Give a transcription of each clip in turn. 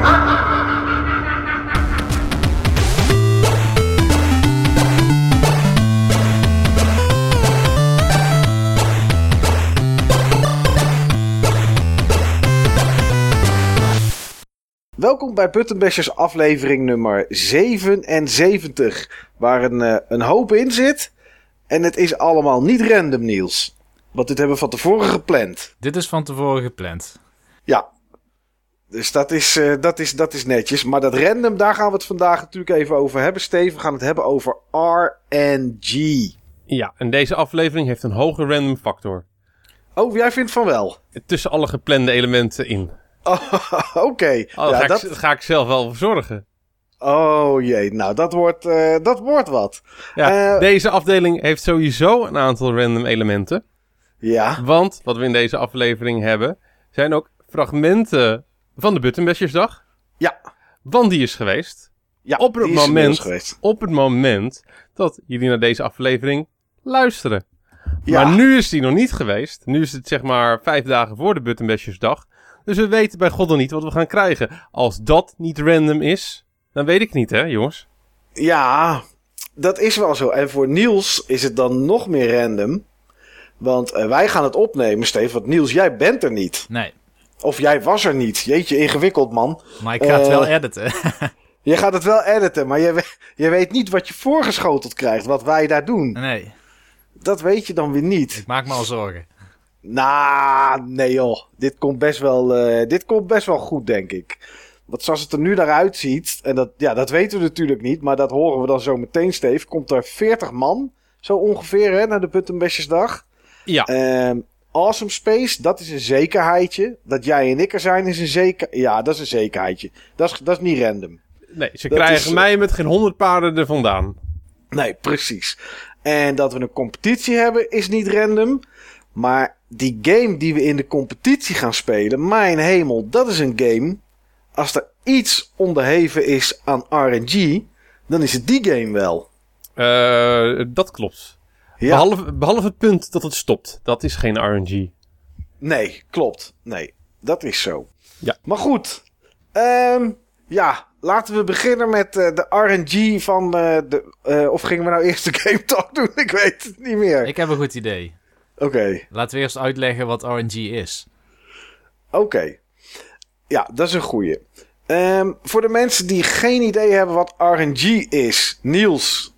Welkom bij Buttonbashers aflevering nummer 77, waar een hoop in zit. En het is allemaal niet random, Niels. Want dit hebben we van tevoren gepland. Dit is van tevoren gepland. Ja, dus dat is netjes. Maar dat random, daar gaan we het vandaag natuurlijk even over hebben, Steve. We gaan het hebben over RNG. Ja, en deze aflevering heeft een hoge random factor. Oh, jij vindt van wel? Tussen alle geplande elementen in. Oh, oké. Dat ga ik zelf wel voor zorgen. Oh jee, nou dat wordt wat. Ja, deze afdeling heeft sowieso een aantal random elementen. Ja. Want wat we in deze aflevering hebben, zijn ook fragmenten van de Buttonbashersdag. Ja. Want die is geweest. Ja, op het moment dat jullie naar deze aflevering luisteren. Ja. Maar nu is die nog niet geweest. Nu is het zeg maar 5 dagen voor de Buttonbashersdag. Dus we weten bij God nog niet wat we gaan krijgen. Als dat niet random is, dan weet ik niet, hè, jongens? Ja, dat is wel zo. En voor Niels is het dan nog meer random. Want wij gaan het opnemen, Steve. Want Niels, jij bent er niet. Nee. Of jij was er niet. Jeetje, ingewikkeld, man. Maar ik ga het wel editen. Je gaat het wel editen, maar je weet niet wat je voorgeschoteld krijgt. Wat wij daar doen. Nee. Dat weet je dan weer niet. Ik maak me al zorgen. Nou, nee joh. Dit komt best wel goed, denk ik. Want zoals het er nu naar uitziet, en dat weten we natuurlijk niet, maar dat horen we dan zo meteen, Steve. Komt er 40 man, zo ongeveer, hè, naar de Buttonbashersdag. Ja. Awesome Space, dat is een zekerheidje. Dat jij en ik er zijn, ja, dat is een zekerheidje. Dat is niet random. Nee, ze krijgen mij met geen 100 paarden er vandaan. Nee, precies. En dat we een competitie hebben, is niet random. Maar die game die we in de competitie gaan spelen, mijn hemel, dat is een game. Als er iets onderheven is aan RNG, dan is het die game wel. Dat klopt. Ja. Behalve het punt dat het stopt. Dat is geen RNG. Nee, klopt. Nee, dat is zo. Ja. Maar goed. Laten we beginnen met de RNG van of gingen we nou eerst de Game Talk doen? Ik weet het niet meer. Ik heb een goed idee. Oké. Laten we eerst uitleggen wat RNG is. Oké. Ja, dat is een goeie. Voor de mensen die geen idee hebben wat RNG is. Niels.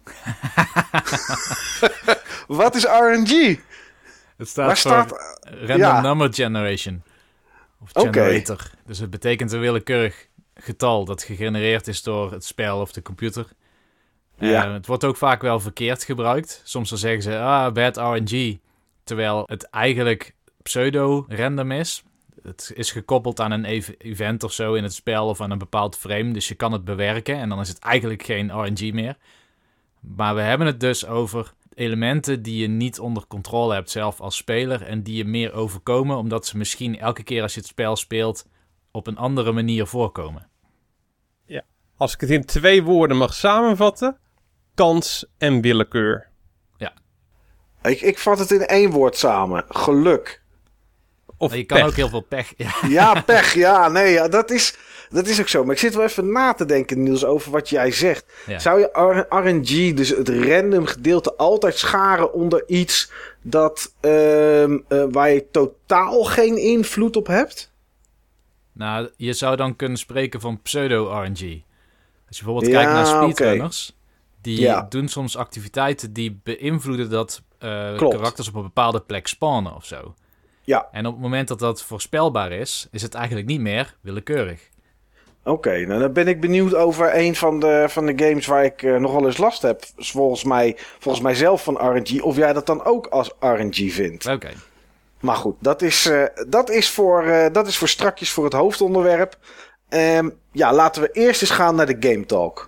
Wat is RNG? Het staat voor Random Number Generation. Of Generator. Okay. Dus het betekent een willekeurig getal dat gegenereerd is door het spel of de computer. Ja. Het wordt ook vaak wel verkeerd gebruikt. Soms dan zeggen ze, bad RNG. Terwijl het eigenlijk pseudo-random is. Het is gekoppeld aan een event of zo in het spel of aan een bepaald frame. Dus je kan het bewerken en dan is het eigenlijk geen RNG meer. Maar we hebben het dus over elementen die je niet onder controle hebt zelf als speler. En die je meer overkomen omdat ze misschien elke keer als je het spel speelt op een andere manier voorkomen. Ja. Als ik het in 2 woorden mag samenvatten. Kans en willekeur. Ja. Ik vat het in 1 woord samen. Geluk. Of je kan pech. ook heel veel pech. Ja, pech. Ja, nee, ja, dat is ook zo. Maar ik zit wel even na te denken, Niels, over wat jij zegt. Ja. Zou je RNG, dus het random gedeelte, altijd scharen onder iets dat waar je totaal geen invloed op hebt? Nou, je zou dan kunnen spreken van pseudo-RNG. Als je bijvoorbeeld kijkt naar speedrunners, die doen soms activiteiten die beïnvloeden dat karakters op een bepaalde plek spawnen of zo. Ja. En op het moment dat dat voorspelbaar is het eigenlijk niet meer willekeurig. Oké, nou dan ben ik benieuwd over een van de games waar ik nog wel eens last heb. Volgens mij zelf van RNG. Of jij dat dan ook als RNG vindt. Oké. Maar goed, dat is voor strakjes voor het hoofdonderwerp. Laten we eerst eens gaan naar de Game Talk.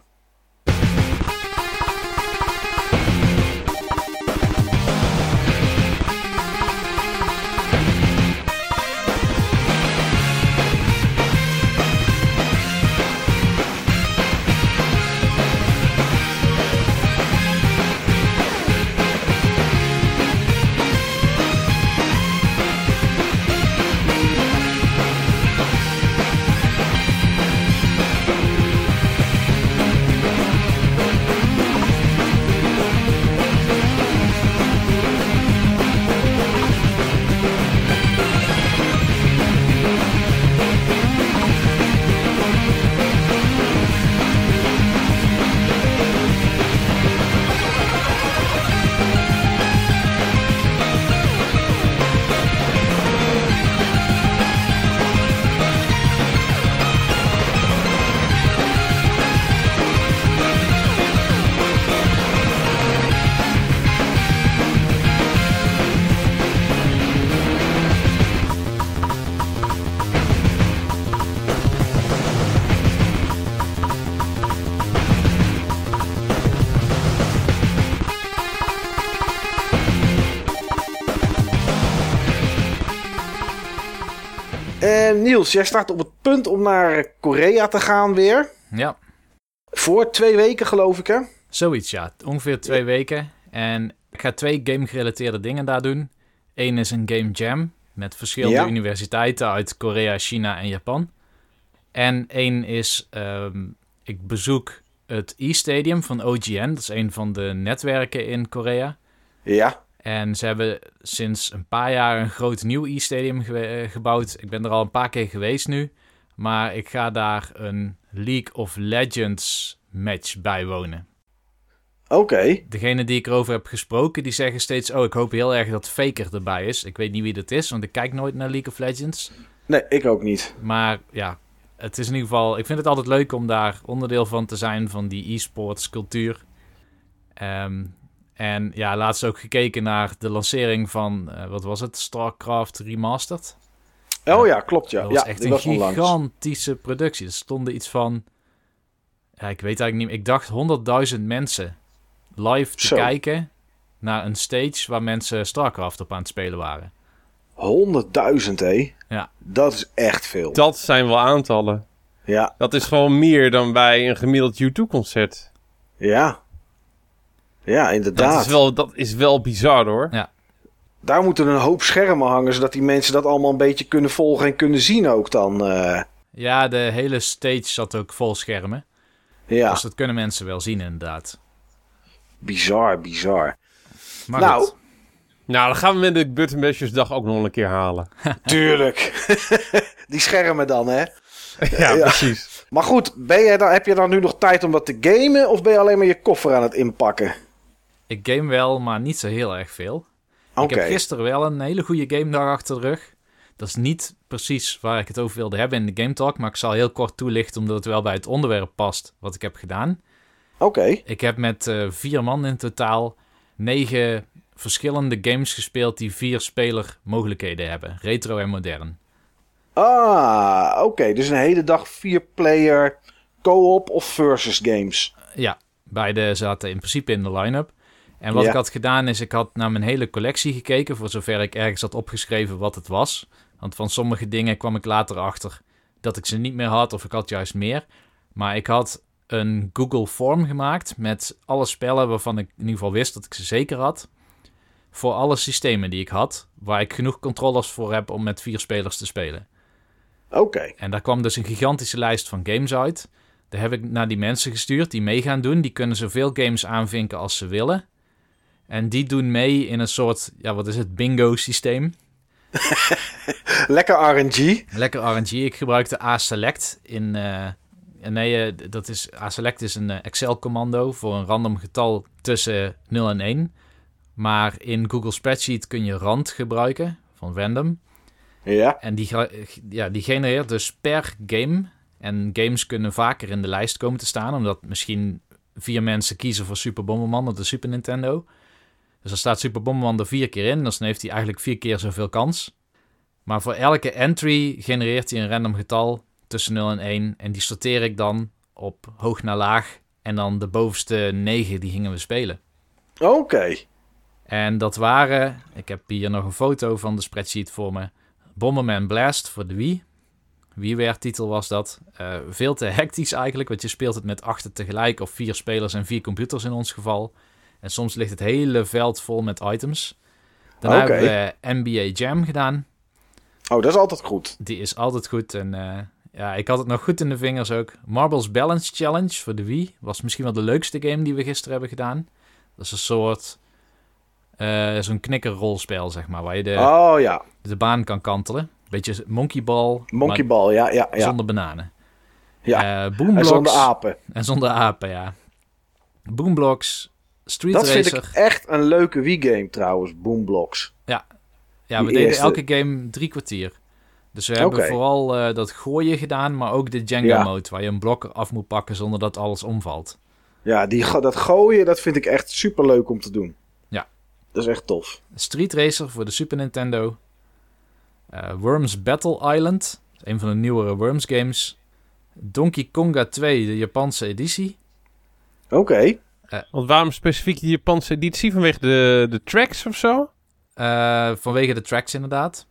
Niels, jij staat op het punt om naar Korea te gaan weer. Ja. Voor 2 weken, geloof ik, hè? Zoiets, ja. Ongeveer 2 weken. En ik ga 2 game-gerelateerde dingen daar doen. Eén is een game jam met verschillende universiteiten uit Korea, China en Japan. En één is, ik bezoek het E-Stadium van OGN. Dat is een van de netwerken in Korea. Ja. En ze hebben sinds een paar jaar een groot nieuw E-Stadium gebouwd. Ik ben er al een paar keer geweest nu. Maar ik ga daar een League of Legends match bijwonen. Oké. Degene die ik erover heb gesproken, die zeggen steeds... ik hoop heel erg dat Faker erbij is. Ik weet niet wie dat is, want ik kijk nooit naar League of Legends. Nee, ik ook niet. Maar ja, het is in ieder geval... Ik vind het altijd leuk om daar onderdeel van te zijn, van die e-sports cultuur. En ja, laatst ook gekeken naar de lancering van... wat was het? StarCraft Remastered. Oh ja, klopt, ja. Dat was echt een gigantische productie. Er stonden iets van... Ja, ik weet eigenlijk niet meer. Ik dacht 100.000 mensen live te kijken naar een stage waar mensen StarCraft op aan het spelen waren. 100.000, hé? Ja. Dat is echt veel. Dat zijn wel aantallen. Ja. Dat is gewoon meer dan bij een gemiddeld U2-concert. Ja. Ja, inderdaad. Dat is wel bizar, hoor. Ja. Daar moeten een hoop schermen hangen, zodat die mensen dat allemaal een beetje kunnen volgen en kunnen zien ook dan. Ja, de hele stage zat ook vol schermen. Ja. Dus dat kunnen mensen wel zien, inderdaad. Bizar. Maar nou. goed. Nou, dan gaan we met de Buttonbashers-dag ook nog een keer halen. Tuurlijk. Die schermen dan, hè? Ja, precies. Maar goed, heb je dan nu nog tijd om dat te gamen? Of ben je alleen maar je koffer aan het inpakken? Ik game wel, maar niet zo heel erg veel. Okay. Ik heb gisteren wel een hele goede game dag achter de rug. Dat is niet precies waar ik het over wilde hebben in de Game Talk, maar ik zal heel kort toelichten omdat het wel bij het onderwerp past wat ik heb gedaan. Oké. Ik heb met 4 man in totaal 9 verschillende games gespeeld die 4 speler mogelijkheden hebben. Retro en modern. Oké. Dus een hele dag 4-player co-op of versus games. Ja, beide zaten in principe in de line-up. En wat ik had gedaan is, ik had naar mijn hele collectie gekeken, voor zover ik ergens had opgeschreven wat het was. Want van sommige dingen kwam ik later achter dat ik ze niet meer had, of ik had juist meer. Maar ik had een Google Form gemaakt met alle spellen waarvan ik in ieder geval wist dat ik ze zeker had. Voor alle systemen die ik had, waar ik genoeg controllers voor heb om met 4 spelers te spelen. Oké. En daar kwam dus een gigantische lijst van games uit. Daar heb ik naar die mensen gestuurd die mee gaan doen. Die kunnen zoveel games aanvinken als ze willen. En die doen mee in een soort, bingo systeem. Lekker RNG. Lekker RNG. Ik gebruikte A-Select in... A-Select is een Excel-commando voor een random getal tussen 0 en 1. Maar in Google Spreadsheet kun je rand gebruiken, van random. Ja. En die genereert dus per game. En games kunnen vaker in de lijst komen te staan, omdat misschien 4 mensen kiezen voor Super Bomberman op de Super Nintendo. Dus dan staat Super Bomberman er 4 keer in, dus dan heeft hij eigenlijk 4 keer zoveel kans. Maar voor elke entry genereert hij een random getal tussen 0 en 1. En die sorteer ik dan op hoog naar laag. En dan de bovenste 9, die gingen we spelen. Oké. En dat waren, ik heb hier nog een foto van de spreadsheet voor me. Bomberman Blast voor de Wii. WiiWare-titel was dat. Veel te hectisch eigenlijk, want je speelt het met 8 tegelijk of 4 spelers en 4 computers in ons geval. En soms ligt het hele veld vol met items. Daarna hebben we NBA Jam gedaan. Oh, dat is altijd goed. Die is altijd goed. En ik had het nog goed in de vingers ook. Marbles Balance Challenge voor de Wii. Was misschien wel de leukste game die we gisteren hebben gedaan. Dat is een soort... zo'n knikkerrolspel, zeg maar. Waar je de baan kan kantelen. Beetje monkeyball. Monkeyball, ja. Zonder bananen. Ja, Boomblocks, en zonder apen. En zonder apen, ja. Boomblocks, Street dat Racer. Dat vind ik echt een leuke Wii-game trouwens, Boomblocks. Ja, we deden elke game 3 kwartier. Dus we hebben vooral dat gooien gedaan, maar ook de Jenga-mode, waar je een blok af moet pakken zonder dat alles omvalt. Ja, dat gooien, dat vind ik echt super leuk om te doen. Ja. Dat is echt tof. Street Racer voor de Super Nintendo. Worms Battle Island, een van de nieuwere Worms games. Donkey Konga 2, de Japanse editie. Oké. Want waarom specifiek die Japanse editie? Vanwege de tracks of zo? Vanwege de tracks inderdaad.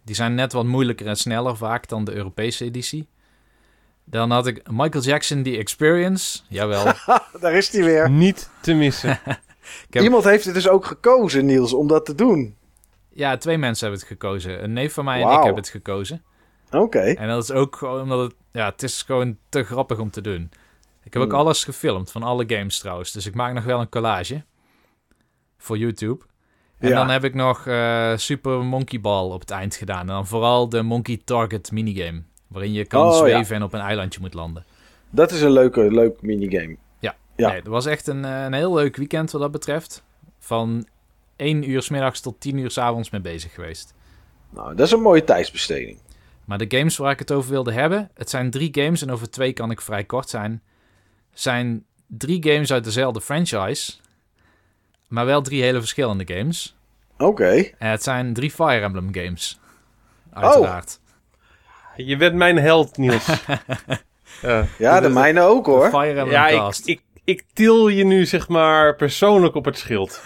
Die zijn net wat moeilijker en sneller vaak dan de Europese editie. Dan had ik Michael Jackson The Experience. Jawel. Daar is hij weer. Niet te missen. Iemand heeft het dus ook gekozen, Niels, om dat te doen. Ja, 2 mensen hebben het gekozen. Een neef van mij en ik hebben het gekozen. Oké. En dat is ook gewoon omdat het is gewoon te grappig om te doen. Ik heb ook alles gefilmd, van alle games trouwens. Dus ik maak nog wel een collage voor YouTube. En dan heb ik nog Super Monkey Ball op het eind gedaan. En dan vooral de Monkey Target minigame. Waarin je kan zweven en op een eilandje moet landen. Dat is een leuk minigame. Ja. Nee, het was echt een heel leuk weekend wat dat betreft. Van 1 uur 's middags tot 10 uur 's avonds mee bezig geweest. Nou, dat is een mooie tijdsbesteding. Maar de games waar ik het over wilde hebben... Het zijn 3 games en over 2 kan ik vrij kort zijn. Zijn 3 games uit dezelfde franchise... Maar wel 3 hele verschillende games. Oké. En het zijn 3 Fire Emblem games. Uiteraard. Je bent mijn held, Niels. Ja, de mijne ook, hoor. Fire Emblem cast. Ik til je nu, zeg maar, persoonlijk op het schild.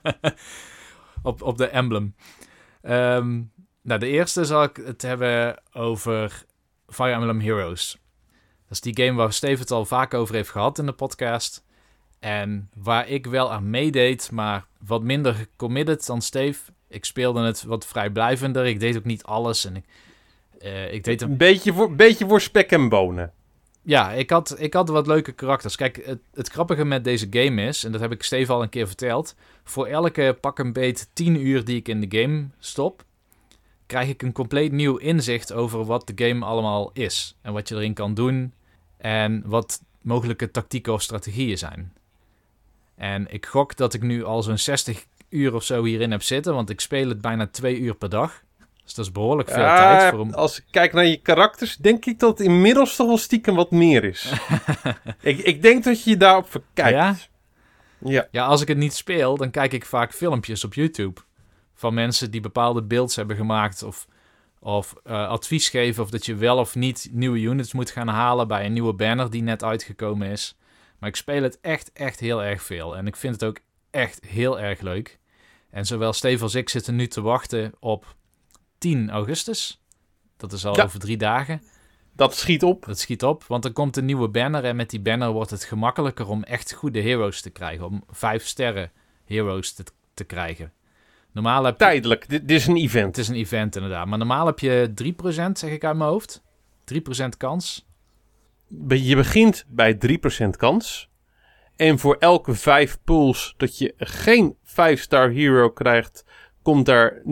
op de emblem. Nou, de eerste zal ik het hebben over Fire Emblem Heroes. Dat is die game waar Steve het al vaak over heeft gehad in de podcast... En waar ik wel aan meedeed, maar wat minder committed dan Steve. Ik speelde het wat vrijblijvender. Ik deed ook niet alles. En ik deed een beetje voor spek en bonen. Ja, ik had wat leuke karakters. Kijk, het grappige met deze game is, en dat heb ik Steve al een keer verteld. Voor elke pak een beet 10 uur die ik in de game stop, krijg ik een compleet nieuw inzicht over wat de game allemaal is. En wat je erin kan doen. En wat mogelijke tactieken of strategieën zijn. En ik gok dat ik nu al zo'n 60 uur of zo hierin heb zitten. Want ik speel het bijna 2 uur per dag. Dus dat is behoorlijk veel tijd. Als ik kijk naar je karakters, denk ik dat het inmiddels toch wel stiekem wat meer is. ik denk dat je daarop verkijkt. Ja? Ja, als ik het niet speel, dan kijk ik vaak filmpjes op YouTube. Van mensen die bepaalde builds hebben gemaakt. Of advies geven of dat je wel of niet nieuwe units moet gaan halen bij een nieuwe banner die net uitgekomen is. Maar ik speel het echt heel erg veel. En ik vind het ook echt heel erg leuk. En zowel Steve als ik zitten nu te wachten op 10 augustus. Dat is al over 3 dagen. Dat schiet op. Dat schiet op, want er komt een nieuwe banner. En met die banner wordt het gemakkelijker om echt goede heroes te krijgen. Om 5 sterren heroes te krijgen. Normaal heb je... Tijdelijk, dit is een event. Het is een event inderdaad. Maar normaal heb je 3%, zeg ik uit mijn hoofd. 3% kans. Je begint bij 3% kans. En voor elke 5 pulls dat je geen 5-star hero krijgt, komt daar 0,25%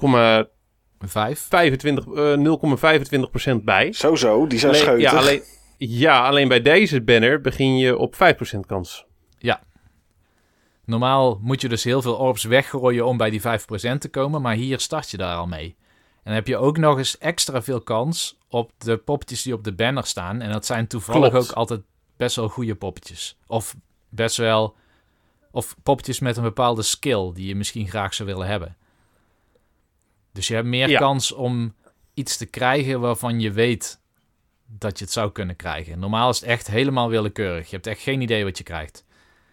bij. Zo, die zijn scheutig. Alleen bij deze banner begin je op 5% kans. Ja. Normaal moet je dus heel veel orbs weggooien om bij die 5% te komen, maar hier start je daar al mee. En dan heb je ook nog eens extra veel kans op de poppetjes die op de banner staan. En dat zijn toevallig ook altijd best wel goede poppetjes. Of poppetjes met een bepaalde skill die je misschien graag zou willen hebben. Dus je hebt meer kans om iets te krijgen waarvan je weet dat je het zou kunnen krijgen. Normaal is het echt helemaal willekeurig. Je hebt echt geen idee wat je krijgt.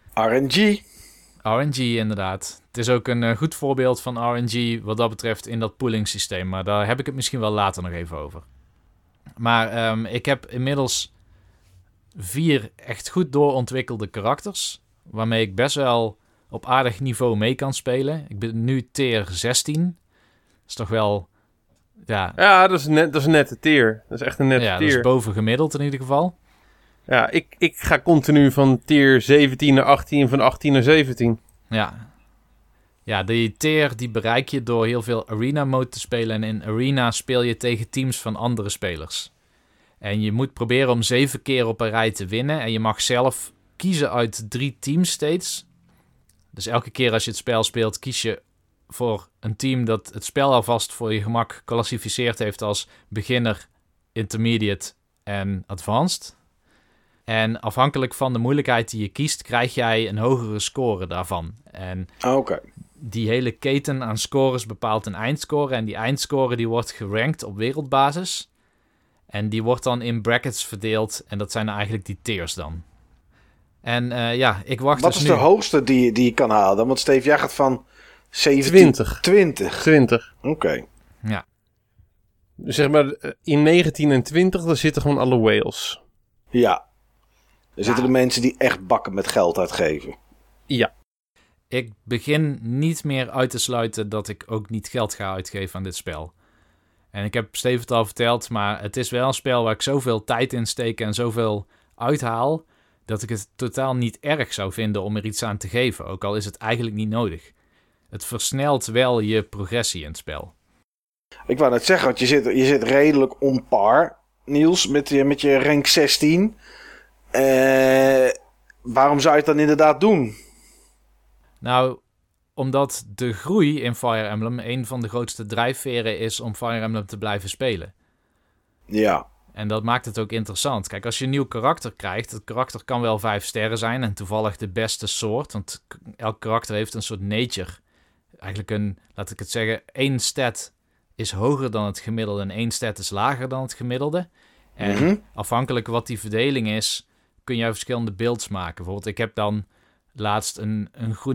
RNG, inderdaad. Het is ook een goed voorbeeld van RNG wat dat betreft in dat pooling systeem. Maar daar heb ik het misschien wel later nog even over. Maar ik heb inmiddels 4 echt goed doorontwikkelde karakters. Waarmee ik best wel op aardig niveau mee kan spelen. Ik ben nu tier 16. Dat is toch wel... Ja, dat is een nette tier. Dat is echt een nette tier. Ja, dat is boven gemiddeld in ieder geval. Ja, ik ga continu van tier 17 naar 18, van 18 naar 17. Ja, die tier die bereik je door heel veel arena mode te spelen. En in arena speel je tegen teams van andere spelers. En je moet proberen om 7 keer op een rij te winnen. En je mag zelf kiezen uit 3 teams steeds. Dus elke keer als je het spel speelt, kies je voor een team dat het spel alvast voor je gemak geclassificeerd heeft als beginner, intermediate en advanced. En afhankelijk van de moeilijkheid die je kiest, krijg jij een hogere score daarvan. En die hele keten aan scores bepaalt een eindscore. En die eindscore die wordt gerankt op wereldbasis. En die wordt dan in brackets verdeeld. En dat zijn eigenlijk die tiers dan. En ik wacht Wat dus is nu... de hoogste die je kan halen? Want Steve, jij gaat van 17... 20. Oké. Ja. Zeg maar, in 19 en 20, daar zitten gewoon alle whales. Ja. Er zitten de mensen die echt bakken met geld uitgeven. Ja. Ik begin niet meer uit te sluiten dat ik ook niet geld ga uitgeven aan dit spel. En ik heb Steven het al verteld, maar het is wel een spel waar ik zoveel tijd in steek en zoveel uithaal, dat ik het totaal niet erg zou vinden om er iets aan te geven, ook al is het eigenlijk niet nodig. Het versnelt wel je progressie in het spel. Ik wou net zeggen, want je zit redelijk on par, Niels, met je rank 16. Waarom zou je het dan inderdaad doen? Nou, omdat de groei in Fire Emblem een van de grootste drijfveren is om Fire Emblem te blijven spelen. Ja. En dat maakt het ook interessant. Kijk, als je een nieuw karakter krijgt, het karakter kan wel 5 sterren zijn en toevallig de beste soort, want elk karakter heeft een soort nature. Eigenlijk laat ik het zeggen, 1 stat is hoger dan het gemiddelde en 1 stat is lager dan het gemiddelde. En afhankelijk wat die verdeling is, kun je verschillende builds maken. Bijvoorbeeld, ik heb dan laatst een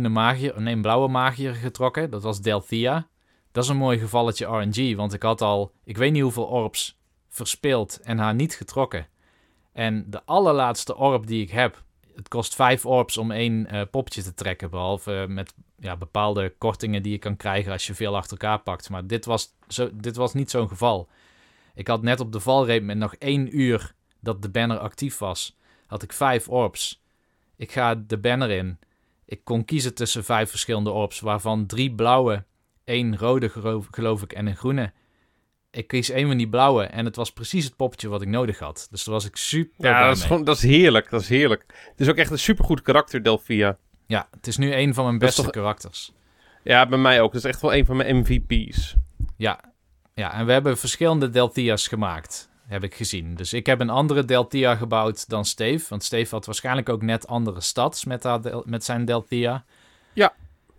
blauwe magier getrokken. Dat was Delthea. Dat is een mooi gevalletje RNG, want ik had al, ik weet niet hoeveel orbs verspeeld en haar niet getrokken. En de allerlaatste orb die ik heb, het kost 5 orbs om 1 popje te trekken, behalve met bepaalde kortingen die je kan krijgen als je veel achter elkaar pakt. Maar dit was niet zo'n geval. Ik had net op de valreep met nog 1 uur dat de banner actief was, had ik 5 orbs. Ik ga de banner in. Ik kon kiezen tussen 5 verschillende orbs, waarvan 3 blauwe, 1 rode geloof ik en een groene. Ik kies 1 van die blauwe en het was precies het poppetje wat ik nodig had. Dus daar was ik super blij mee. Dat is heerlijk, dat is heerlijk. Het is ook echt een supergoed karakter, Delphia. Ja, het is nu een van mijn beste karakters. Ja, bij mij ook. Dat is echt wel een van mijn MVP's. Ja, en we hebben verschillende Delthea's gemaakt, heb ik gezien. Dus ik heb een andere Delthea gebouwd dan Steve. Want Steve had waarschijnlijk ook net andere stats met zijn Delthea. Ja.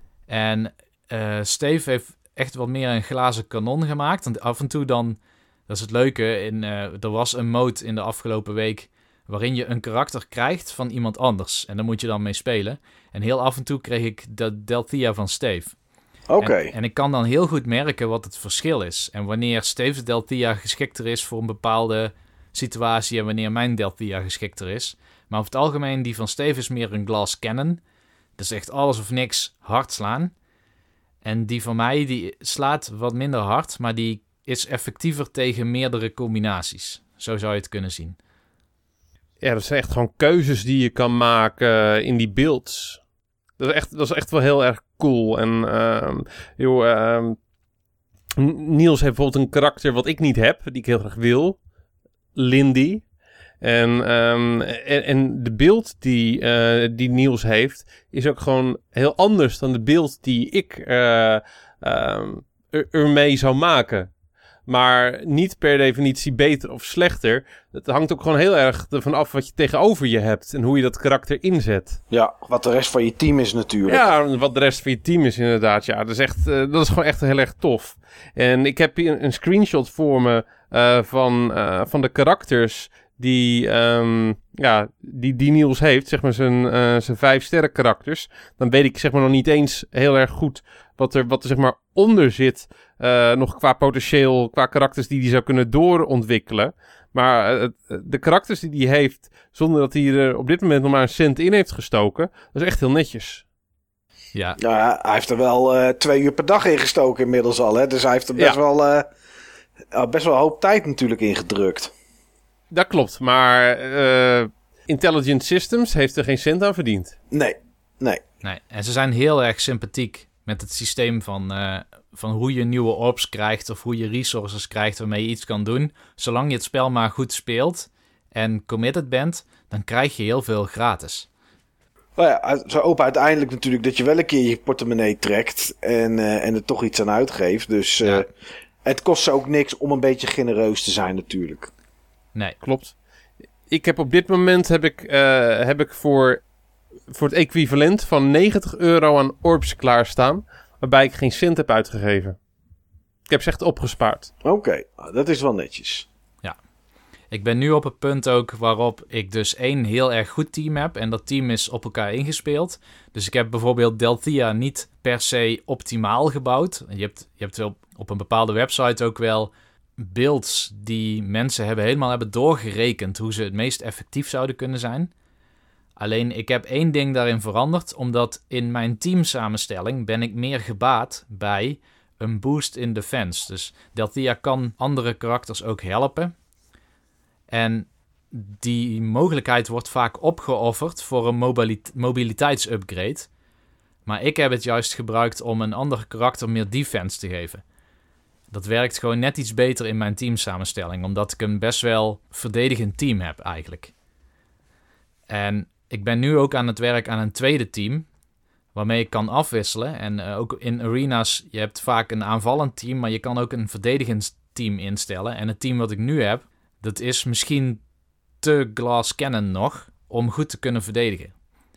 En Steve heeft echt wat meer een glazen kanon gemaakt. Want af en toe dan, dat is het leuke, er was een mode in de afgelopen week waarin je een karakter krijgt van iemand anders. En daar moet je dan mee spelen. En heel af en toe kreeg ik de Delthea van Steve. Oké. En ik kan dan heel goed merken wat het verschil is. En wanneer Steve's Delthea geschikter is voor een bepaalde situatie en wanneer mijn Delthea geschikter is. Maar over het algemeen, die van Steve is meer een glass cannon. Dat is echt alles of niks hard slaan. En die van mij, die slaat wat minder hard, maar die is effectiever tegen meerdere combinaties. Zo zou je het kunnen zien. Ja, dat zijn echt gewoon keuzes die je kan maken in die builds. Dat is echt wel heel erg cool. En Niels heeft bijvoorbeeld een karakter wat ik niet heb, die ik heel graag wil. Lindy. En de beeld die Niels heeft, is ook gewoon heel anders dan de beeld die ik ermee zou maken. Maar niet per definitie beter of slechter. Het hangt ook gewoon heel erg ervan af wat je tegenover je hebt en hoe je dat karakter inzet. Ja, wat de rest van je team is natuurlijk. Ja, wat de rest van je team is inderdaad. Ja, dat is gewoon echt heel erg tof. En ik heb hier een screenshot voor me van de karakters die Niels heeft, zeg maar zijn 5-sterren karakters. Dan weet ik zeg maar nog niet eens heel erg goed wat er zeg maar onder zit, nog qua potentieel, qua karakters die hij zou kunnen doorontwikkelen. Maar de karakters die hij heeft, zonder dat hij er op dit moment nog maar een cent in heeft gestoken, dat is echt heel netjes. Ja, hij heeft er wel 2 uur per dag in gestoken inmiddels al, hè? Dus hij heeft er best wel een hoop tijd natuurlijk in gedrukt. Dat klopt, maar Intelligent Systems heeft er geen cent aan verdiend. Nee. En ze zijn heel erg sympathiek met het systeem van hoe je nieuwe orbs krijgt of hoe je resources krijgt waarmee je iets kan doen. Zolang je het spel maar goed speelt en committed bent, dan krijg je heel veel gratis. Nou ja, ze hopen uiteindelijk natuurlijk dat je wel een keer je portemonnee trekt en er toch iets aan uitgeeft. Dus het kost ze ook niks om een beetje genereus te zijn natuurlijk. Nee. Klopt. Ik heb op dit moment heb ik voor het equivalent van €90 aan orbs klaarstaan, waarbij ik geen cent heb uitgegeven. Ik heb ze echt opgespaard. Oké, dat is wel netjes. Ja. Ik ben nu op het punt ook waarop ik dus 1 heel erg goed team heb en dat team is op elkaar ingespeeld. Dus ik heb bijvoorbeeld Delthea niet per se optimaal gebouwd. Je hebt wel op een bepaalde website ook wel builds die mensen helemaal hebben doorgerekend hoe ze het meest effectief zouden kunnen zijn. Alleen ik heb 1 ding daarin veranderd, omdat in mijn teamsamenstelling ben ik meer gebaat bij een boost in defense. Dus Deltia kan andere karakters ook helpen. En die mogelijkheid wordt vaak opgeofferd voor een mobiliteitsupgrade. Maar ik heb het juist gebruikt om een ander karakter meer defense te geven. Dat werkt gewoon net iets beter in mijn teamsamenstelling, omdat ik een best wel verdedigend team heb eigenlijk. En ik ben nu ook aan het werk aan een tweede team, waarmee ik kan afwisselen. En ook in arenas, je hebt vaak een aanvallend team, maar je kan ook een verdedigend team instellen. En het team wat ik nu heb, dat is misschien te glass cannon nog, om goed te kunnen verdedigen.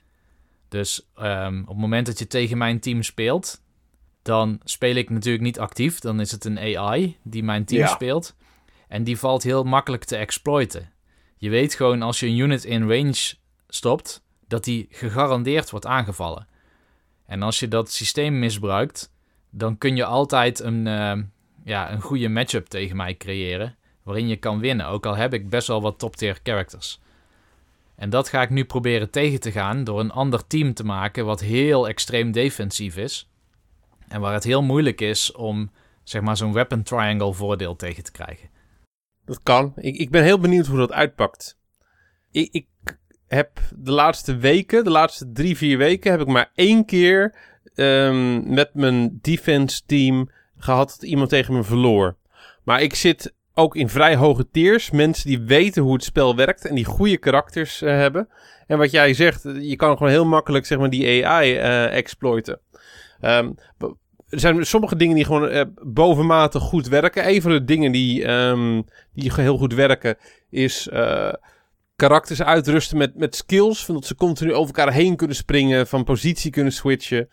Dus op het moment dat je tegen mijn team speelt, dan speel ik natuurlijk niet actief. Dan is het een AI die mijn team speelt. En die valt heel makkelijk te exploiten. Je weet gewoon als je een unit in range stopt, dat die gegarandeerd wordt aangevallen. En als je dat systeem misbruikt, dan kun je altijd een goede matchup tegen mij creëren, waarin je kan winnen. Ook al heb ik best wel wat top-tier characters. En dat ga ik nu proberen tegen te gaan door een ander team te maken wat heel extreem defensief is. En waar het heel moeilijk is om, zeg maar, zo'n weapon triangle voordeel tegen te krijgen. Dat kan. Ik ben heel benieuwd hoe dat uitpakt. Ik heb de laatste weken, de laatste 3-4 weken, heb ik maar 1 keer met mijn defense team gehad dat iemand tegen me verloor. Maar ik zit ook in vrij hoge tiers. Mensen die weten hoe het spel werkt en die goede karakters hebben. En wat jij zegt, je kan gewoon heel makkelijk, zeg maar, die AI exploiten. Er zijn sommige dingen die gewoon bovenmatig goed werken. Een van de dingen die heel goed werken is karakters uitrusten met skills. Van dat ze continu over elkaar heen kunnen springen, van positie kunnen switchen.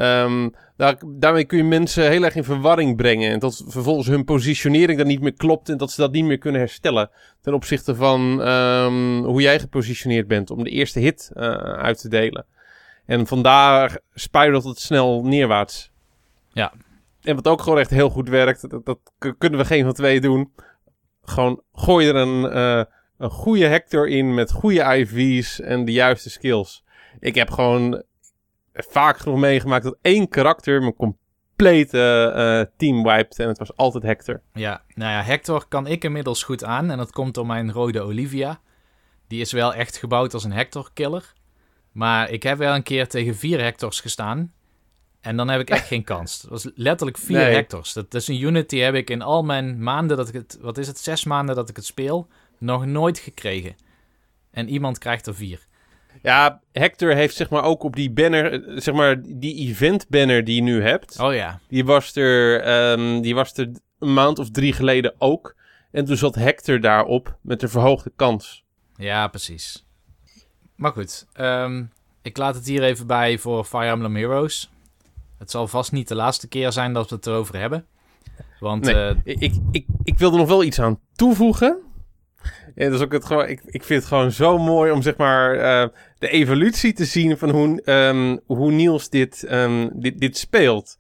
Daarmee kun je mensen heel erg in verwarring brengen. En dat vervolgens hun positionering dan niet meer klopt en dat ze dat niet meer kunnen herstellen. Ten opzichte van hoe jij gepositioneerd bent om de eerste hit uit te delen. En vandaar spiralt het snel neerwaarts. Ja. En wat ook gewoon echt heel goed werkt, dat kunnen we geen van 2 doen. Gewoon gooi er een goede Hector in met goede IV's en de juiste skills. Ik heb gewoon vaak genoeg meegemaakt dat 1 karakter mijn complete team wiped en het was altijd Hector. Ja, nou ja, Hector kan ik inmiddels goed aan en dat komt door mijn rode Olivia. Die is wel echt gebouwd als een Hector-killer. Maar ik heb wel een keer tegen 4 Hectors gestaan. En dan heb ik echt geen kans. Dat was letterlijk 4 Hectors. Dat is een unit die heb ik in al mijn maanden dat ik het... Wat is het? 6 maanden dat ik het speel. Nog nooit gekregen. En iemand krijgt er 4. Ja, Hector heeft zeg maar ook op die banner... Zeg maar die event banner die je nu hebt. Oh ja. Die was er een maand of 3 geleden ook. En toen zat Hector daarop met een verhoogde kans. Ja, precies. Maar goed, ik laat het hier even bij voor Fire Emblem Heroes. Het zal vast niet de laatste keer zijn dat we het erover hebben. Want ik wil er nog wel iets aan toevoegen. En dat is ook ik vind het gewoon zo mooi om, zeg maar, de evolutie te zien van hoe Niels dit speelt.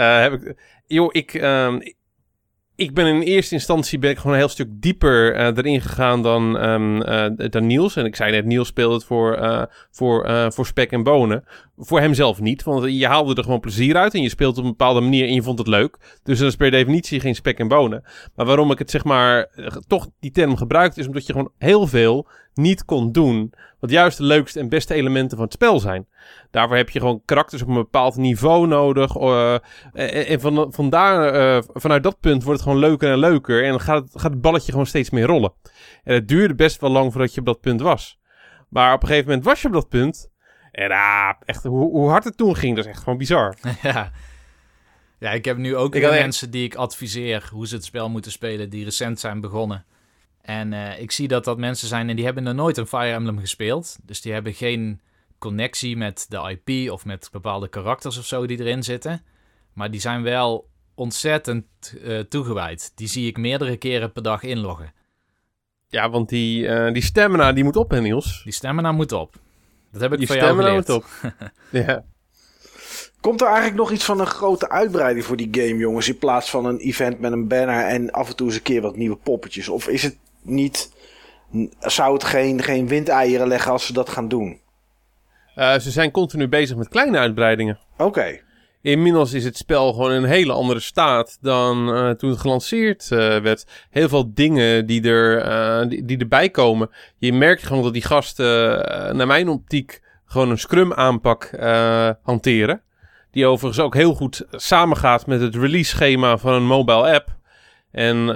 Ik ben in eerste instantie gewoon een heel stuk dieper erin gegaan dan Niels. En ik zei net, Niels speelde het voor spek en bonen. Voor hemzelf niet, want je haalde er gewoon plezier uit en je speelt op een bepaalde manier en je vond het leuk. Dus dat is per definitie geen spek en bonen. Maar waarom ik het, zeg maar, toch die term gebruikte, is omdat je gewoon heel veel niet kon doen wat juist de leukste en beste elementen van het spel zijn. Daarvoor heb je gewoon karakters op een bepaald niveau nodig. En vanuit dat punt wordt het gewoon leuker en leuker. En dan gaat het balletje gewoon steeds meer rollen. En het duurde best wel lang voordat je op dat punt was. Maar op een gegeven moment was je op dat punt. En echt, hoe hard het toen ging, dat is echt gewoon bizar. Ja, ik heb nu ook mensen die ik adviseer hoe ze het spel moeten spelen, die recent zijn begonnen. En ik zie dat mensen zijn en die hebben nog nooit een Fire Emblem gespeeld. Dus die hebben geen connectie met de IP of met bepaalde karakters of zo die erin zitten. Maar die zijn wel ontzettend toegewijd. Die zie ik meerdere keren per dag inloggen. Ja, want die stamina die moet op, hè Niels? Die stamina moet op. Dat heb ik van jou geleerd. Die stamina moet op. Ja. Komt er eigenlijk nog iets van een grote uitbreiding voor die game, jongens? In plaats van een event met een banner en af en toe eens een keer wat nieuwe poppetjes. Of is het niet... Zou het geen windeieren leggen als ze dat gaan doen? Ze zijn continu bezig met kleine uitbreidingen. Oké. Inmiddels is het spel gewoon in een hele andere staat dan toen het gelanceerd werd. Heel veel dingen die erbij komen. Je merkt gewoon dat die gasten, naar mijn optiek, gewoon een Scrum aanpak hanteren. Die overigens ook heel goed samengaat met het release schema van een mobile app. En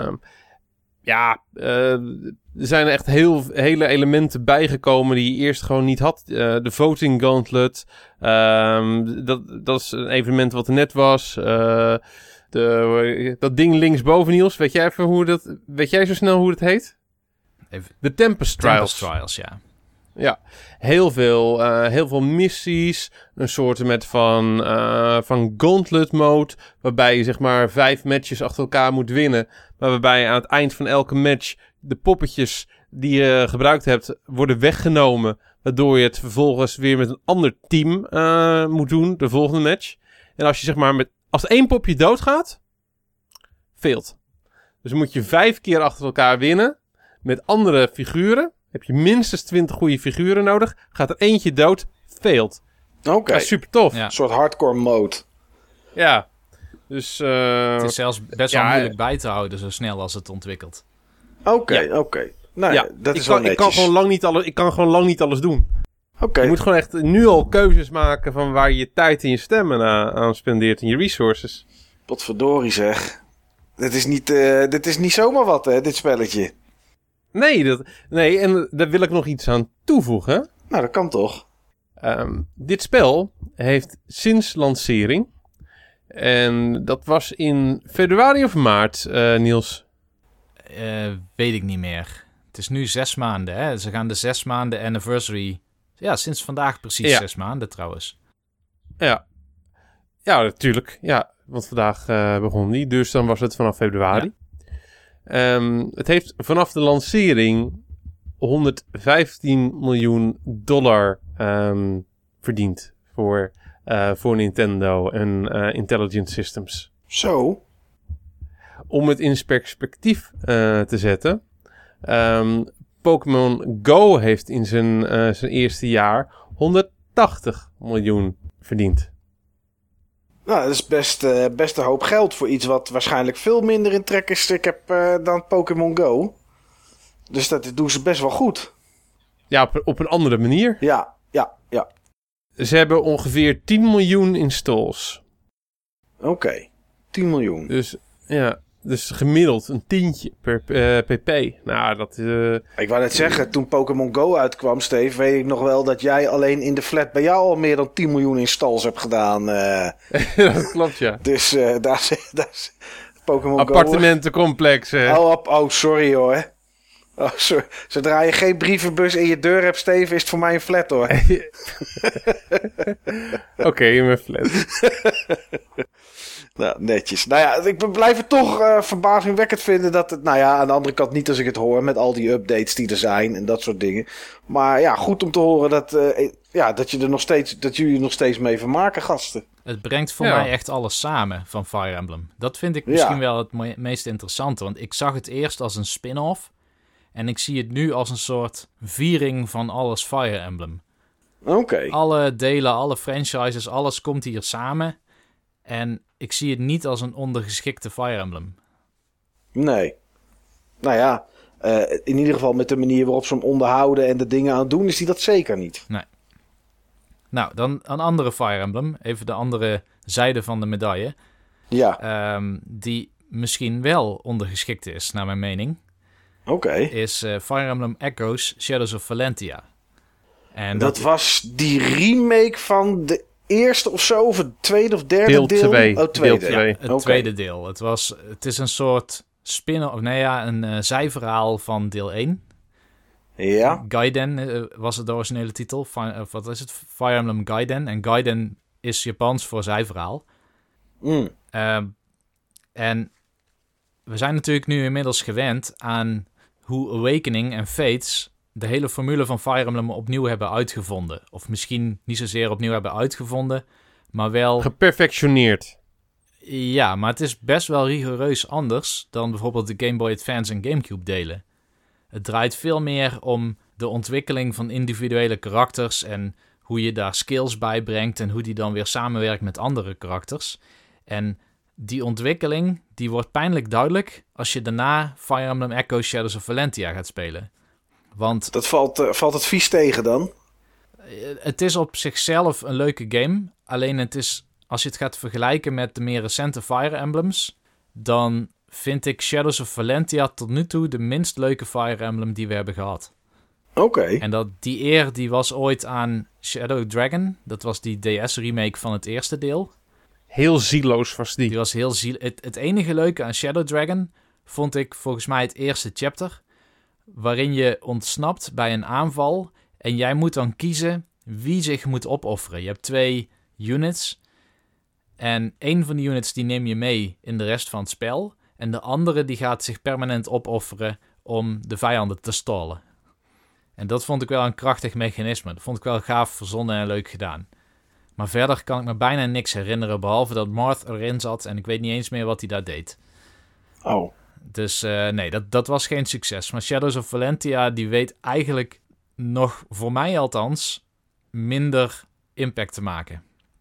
er zijn echt hele elementen bijgekomen die je eerst gewoon niet had. De voting gauntlet. Dat is een evenement wat er net was. Dat ding linksboven, Niels. Weet jij zo snel hoe het heet? De Tempest Trials. Tempest Trials, ja. Ja, heel veel missies. Een soort van gauntlet mode. Waarbij je zeg maar 5 matches achter elkaar moet winnen. Maar waarbij je aan het eind van elke match de poppetjes die je gebruikt hebt worden weggenomen. Waardoor je het vervolgens weer met een ander team moet doen. De volgende match. En als je zeg maar als 1 popje doodgaat, failed. Dus dan moet je 5 keer achter elkaar winnen. Met andere figuren. Heb je minstens 20 goede figuren nodig. Gaat er eentje dood, failed. Oké. Dat is super tof. Ja. Een soort hardcore mode. Ja. Dus, het is zelfs best wel moeilijk bij te houden zo snel als het ontwikkelt. Oké. Nou ja, dat is wel netjes. Ik kan gewoon lang niet alles doen. Oké. Je moet gewoon echt nu al keuzes maken van waar je tijd en je stemmen aan spendeert en je resources. Potverdorie zeg. Dit is niet zomaar wat, hè, dit spelletje. Nee, en daar wil ik nog iets aan toevoegen. Nou, dat kan toch? Dit spel heeft sinds lancering, en dat was in februari of maart, Niels? Weet ik niet meer. Het is nu 6 maanden, hè? Ze gaan de 6 maanden anniversary... Ja, sinds vandaag precies 6 maanden trouwens. Ja, natuurlijk. Ja, want vandaag begon die, dus dan was het vanaf februari. Ja. Het heeft vanaf de lancering $115 miljoen verdiend voor Nintendo en Intelligent Systems. Zo. Om het in perspectief te zetten. Pokémon Go heeft in zijn eerste jaar $180 miljoen verdiend. Nou, dat is best een hoop geld voor iets wat waarschijnlijk veel minder in trek is dan Pokémon Go. Dus dat doen ze best wel goed. Ja, op een andere manier. Ja. Ze hebben ongeveer 10 miljoen installs. Oké, 10 miljoen. Dus gemiddeld een tientje per pp. Nou, dat... Ik wou net zeggen, toen Pokémon Go uitkwam, Steve, weet ik nog wel dat jij alleen in de flat bij jou al meer dan 10 miljoen installs hebt gedaan. Dat klopt, ja. Dus daar is Pokémon Go... Appartementencomplexen. Oh, sorry hoor. Oh, sorry. Zodra je geen brievenbus in je deur hebt, Steve, is het voor mij een flat hoor. Oké, in mijn flat. Nou, netjes. Nou ja, ik blijf het toch verbazingwekkend vinden dat het... Nou ja, aan de andere kant niet als ik het hoor met al die updates die er zijn en dat soort dingen. Maar ja, goed om te horen dat jullie nog steeds mee vermaken, gasten. Het brengt voor mij echt alles samen van Fire Emblem. Dat vind ik misschien wel het meest interessante. Want ik zag het eerst als een spin-off. En ik zie het nu als een soort viering van alles Fire Emblem. Oké. Alle delen, alle franchises, alles komt hier samen. En ik zie het niet als een ondergeschikte Fire Emblem. Nee. Nou ja, in ieder geval met de manier waarop ze hem onderhouden en de dingen aan het doen, is hij dat zeker niet. Nee. Nou, dan een andere Fire Emblem. Even de andere zijde van de medaille. Ja. Die misschien wel ondergeschikt is, naar mijn mening. Oké. Is Fire Emblem Echoes Shadows of Valentia. En dat was die remake van de eerste of zo, of het tweede of derde deel? Deel 2. Oh, tweede. Ja, het tweede deel. Het is een soort een zijverhaal van deel 1. Ja. Gaiden was het de originele titel. Wat is het? Fire Emblem Gaiden. En Gaiden is Japans voor zijverhaal. En we zijn natuurlijk nu inmiddels gewend aan hoe Awakening en Fates de hele formule van Fire Emblem opnieuw hebben uitgevonden. Of misschien niet zozeer opnieuw hebben uitgevonden, maar wel... Geperfectioneerd. Ja, maar het is best wel rigoureus anders dan bijvoorbeeld de Game Boy Advance en GameCube delen. Het draait veel meer om de ontwikkeling van individuele karakters en hoe je daar skills bij brengt en hoe die dan weer samenwerkt met andere karakters. En die ontwikkeling, die wordt pijnlijk duidelijk als je daarna Fire Emblem Echoes Shadows of Valentia gaat spelen. Want... Dat valt het vies tegen dan? Het is op zichzelf een leuke game, alleen het is... Als je het gaat vergelijken met de meer recente Fire Emblems, dan vind ik Shadows of Valentia tot nu toe de minst leuke Fire Emblem die we hebben gehad. Oké. En die eer die was ooit aan Shadow Dragon. Dat was die DS-remake van het eerste deel. Heel zieloos was die. Die was heel het enige leuke aan Shadow Dragon vond ik volgens mij het eerste chapter, waarin je ontsnapt bij een aanval en jij moet dan kiezen wie zich moet opofferen. Je hebt 2 units... En één van die units die neem je mee in de rest van het spel. En de andere die gaat zich permanent opofferen om de vijanden te stallen. En dat vond ik wel een krachtig mechanisme. Dat vond ik wel gaaf verzonnen en leuk gedaan. Maar verder kan ik me bijna niks herinneren, behalve dat Marth erin zat. En ik weet niet eens meer wat hij daar deed. Oh. Dus nee, dat was geen succes. Maar Shadows of Valentia, die weet eigenlijk nog, voor mij althans, minder impact te maken.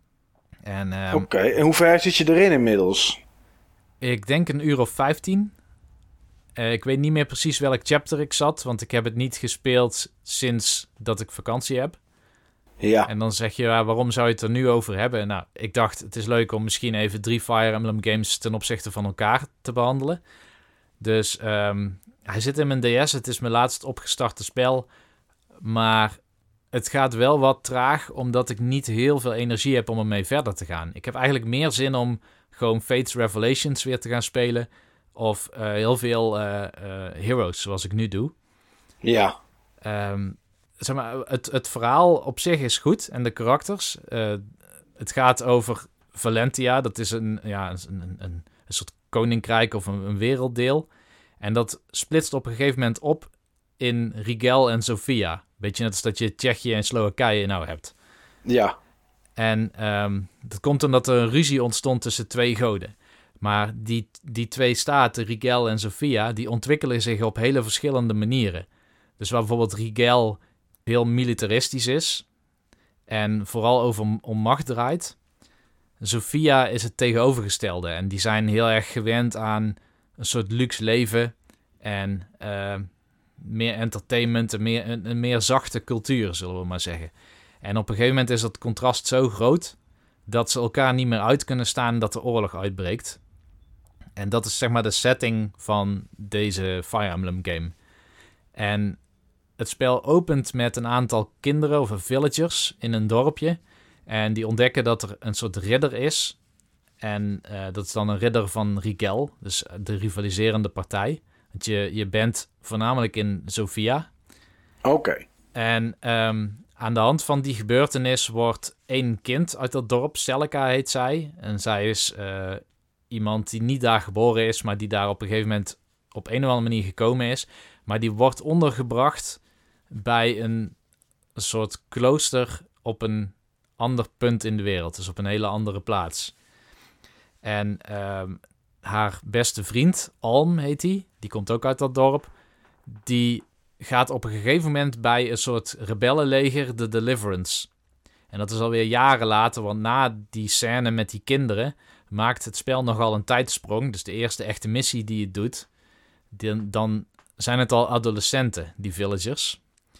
Oké, en hoe ver zit je erin inmiddels? Ik denk 1 uur of 15. Ik weet niet meer precies welk chapter ik zat, want ik heb het niet gespeeld sinds dat ik vakantie heb. Ja. En dan zeg je, waarom zou je het er nu over hebben? Nou, ik dacht, het is leuk om misschien even 3 Fire Emblem games ten opzichte van elkaar te behandelen. Dus hij zit in mijn DS, het is mijn laatst opgestarte spel, maar... Het gaat wel wat traag, omdat ik niet heel veel energie heb om ermee verder te gaan. Ik heb eigenlijk meer zin om gewoon Fates Revelations weer te gaan spelen. Of heel veel Heroes, zoals ik nu doe. Ja. Zeg maar, het verhaal op zich is goed en de karakters. Het gaat over Valentia, dat is een soort koninkrijk of een werelddeel. En dat splitst op een gegeven moment op in Rigel en Sofia. Beetje net als dat je Tsjechië en Slowakije nou hebt. Ja. En dat komt omdat er een ruzie ontstond tussen 2 goden. Maar die 2 staten, Rigel en Sofia, die ontwikkelen zich op hele verschillende manieren. Dus waar bijvoorbeeld Rigel heel militaristisch is en vooral om macht draait. Sofia is het tegenovergestelde. En die zijn heel erg gewend aan een soort luxe leven en... meer entertainment en een meer zachte cultuur, zullen we maar zeggen. En op een gegeven moment is dat contrast zo groot dat ze elkaar niet meer uit kunnen staan, dat de oorlog uitbreekt. En dat is zeg maar de setting van deze Fire Emblem game. En het spel opent met een aantal kinderen of villagers in een dorpje. En die ontdekken dat er een soort ridder is. En dat is dan een ridder van Rigel, dus de rivaliserende partij. Want je bent voornamelijk in Sofia. Oké. En aan de hand van die gebeurtenis wordt 1 kind uit dat dorp, Celica heet zij. En zij is iemand die niet daar geboren is, maar die daar op een gegeven moment op een of andere manier gekomen is. Maar die wordt ondergebracht bij een soort klooster op een ander punt in de wereld. Dus op een hele andere plaats. En haar beste vriend, Alm heet die komt ook uit dat dorp. Die gaat op een gegeven moment bij een soort rebellenleger, de Deliverance. En dat is alweer jaren later, want na die scène met die kinderen maakt het spel nogal een tijdsprong. Dus de eerste echte missie die het doet, dan zijn het al adolescenten, die villagers.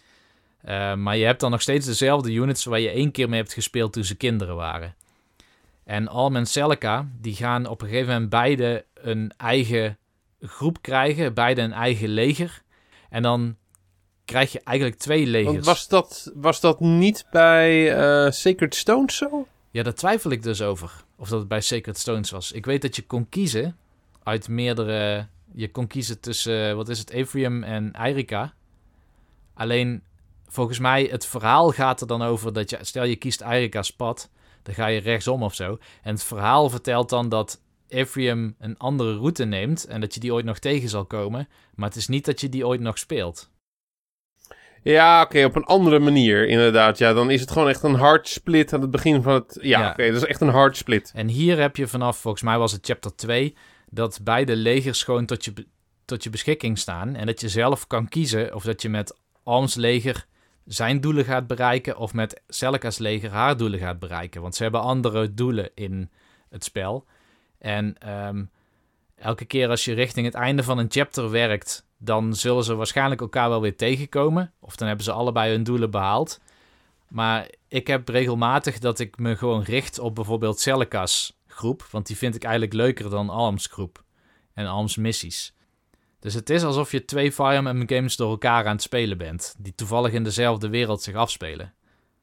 Maar je hebt dan nog steeds dezelfde units waar je 1 keer mee hebt gespeeld toen ze kinderen waren. En Alm en Celica, die gaan op een gegeven moment beide een eigen groep krijgen, beide een eigen leger. En dan krijg je eigenlijk 2 legers. Want was dat niet bij Sacred Stones zo? Ja, daar twijfel ik dus over. Of dat het bij Sacred Stones was. Ik weet dat je kon kiezen uit meerdere... Je kon kiezen tussen, Ephraim en Eirika. Alleen, volgens mij, het verhaal gaat er dan over dat je... Stel, je kiest Eirika's pad, dan ga je rechtsom of zo. En het verhaal vertelt dan dat Ephraim een andere route neemt en dat je die ooit nog tegen zal komen. Maar het is niet dat je die ooit nog speelt. Ja, oké, op een andere manier inderdaad. Ja, dan is het gewoon echt een hard split aan het begin van het... Ja, oké, dat is echt een hard split. En hier heb je vanaf, volgens mij was het chapter 2... dat beide legers gewoon tot je beschikking staan. En dat je zelf kan kiezen of dat je met Alm's leger zijn doelen gaat bereiken... of met Celica's leger haar doelen gaat bereiken. Want ze hebben andere doelen in het spel. En elke keer als je richting het einde van een chapter werkt... dan zullen ze waarschijnlijk elkaar wel weer tegenkomen. Of dan hebben ze allebei hun doelen behaald. Maar ik heb regelmatig dat ik me gewoon richt op bijvoorbeeld Celica's groep. Want die vind ik eigenlijk leuker dan Alm's groep. En Alm's missies. Dus het is alsof je 2 Fire Emblem games door elkaar aan het spelen bent. Die toevallig in dezelfde wereld zich afspelen.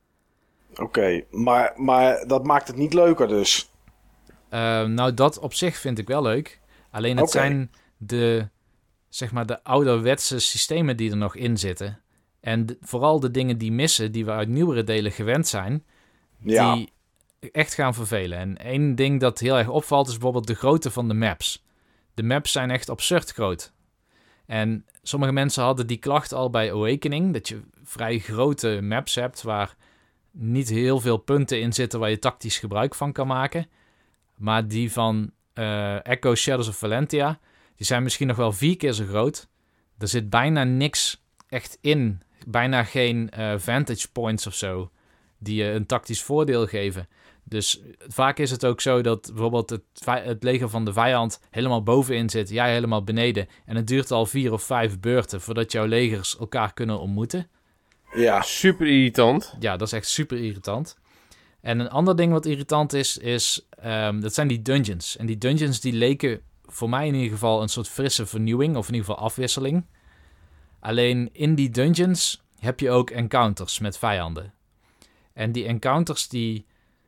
Oké, maar dat maakt het niet leuker dus? Nou, dat op zich vind ik wel leuk. Alleen het zijn de ouderwetse systemen die er nog in zitten. En vooral de dingen die missen, die we uit nieuwere delen gewend zijn, die echt gaan vervelen. En één ding dat heel erg opvalt is bijvoorbeeld de grootte van de maps. De maps zijn echt absurd groot. En sommige mensen hadden die klacht al bij Awakening, dat je vrij grote maps hebt waar niet heel veel punten in zitten waar je tactisch gebruik van kan maken. Maar die van Echo Shadows of Valentia, die zijn misschien nog wel 4 keer zo groot. Er zit bijna niks echt in. Bijna geen vantage points of zo die je een tactisch voordeel geven. Dus vaak is het ook zo dat bijvoorbeeld het leger van de vijand helemaal bovenin zit, jij helemaal beneden. En het duurt al 4 of 5 beurten voordat jouw legers elkaar kunnen ontmoeten. Ja, super irritant. Ja, dat is echt super irritant. En een ander ding wat irritant is dat zijn die dungeons. En die dungeons die leken voor mij in ieder geval een soort frisse vernieuwing, of in ieder geval afwisseling. Alleen in die dungeons heb je ook encounters met vijanden. En die encounters die...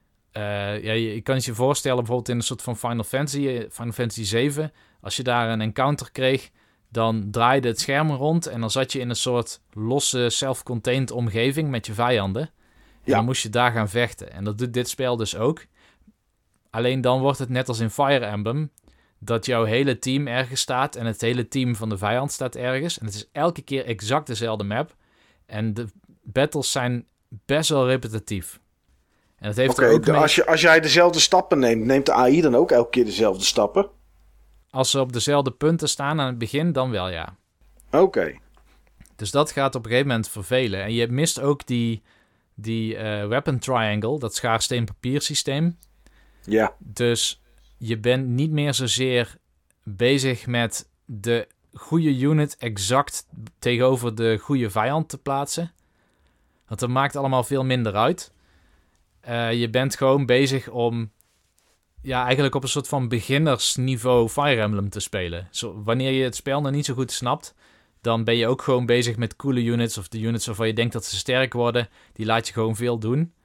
je kan je voorstellen bijvoorbeeld in een soort van Final Fantasy 7... als je daar een encounter kreeg, dan draaide het scherm rond en dan zat je in een soort losse, self-contained omgeving met je vijanden. En dan moest je daar gaan vechten. En dat doet dit spel dus ook. Alleen dan wordt het net als in Fire Emblem, dat jouw hele team ergens staat en het hele team van de vijand staat ergens. En het is elke keer exact dezelfde map. En de battles zijn best wel repetitief. En dat heeft ook mee... als jij dezelfde stappen neemt, neemt de AI dan ook elke keer dezelfde stappen? Als ze op dezelfde punten staan aan het begin, dan wel, ja. Oké. Dus dat gaat op een gegeven moment vervelen. En je mist ook die weapon triangle, dat schaar-steen-papier systeem. Ja. Dus je bent niet meer zozeer bezig met de goede unit exact tegenover de goede vijand te plaatsen. Want dat maakt allemaal veel minder uit. Je bent gewoon bezig om eigenlijk op een soort van beginnersniveau Fire Emblem te spelen. Wanneer je het spel nog niet zo goed snapt, dan ben je ook gewoon bezig met coole units of de units waarvan je denkt dat ze sterk worden. Die laat je gewoon veel doen.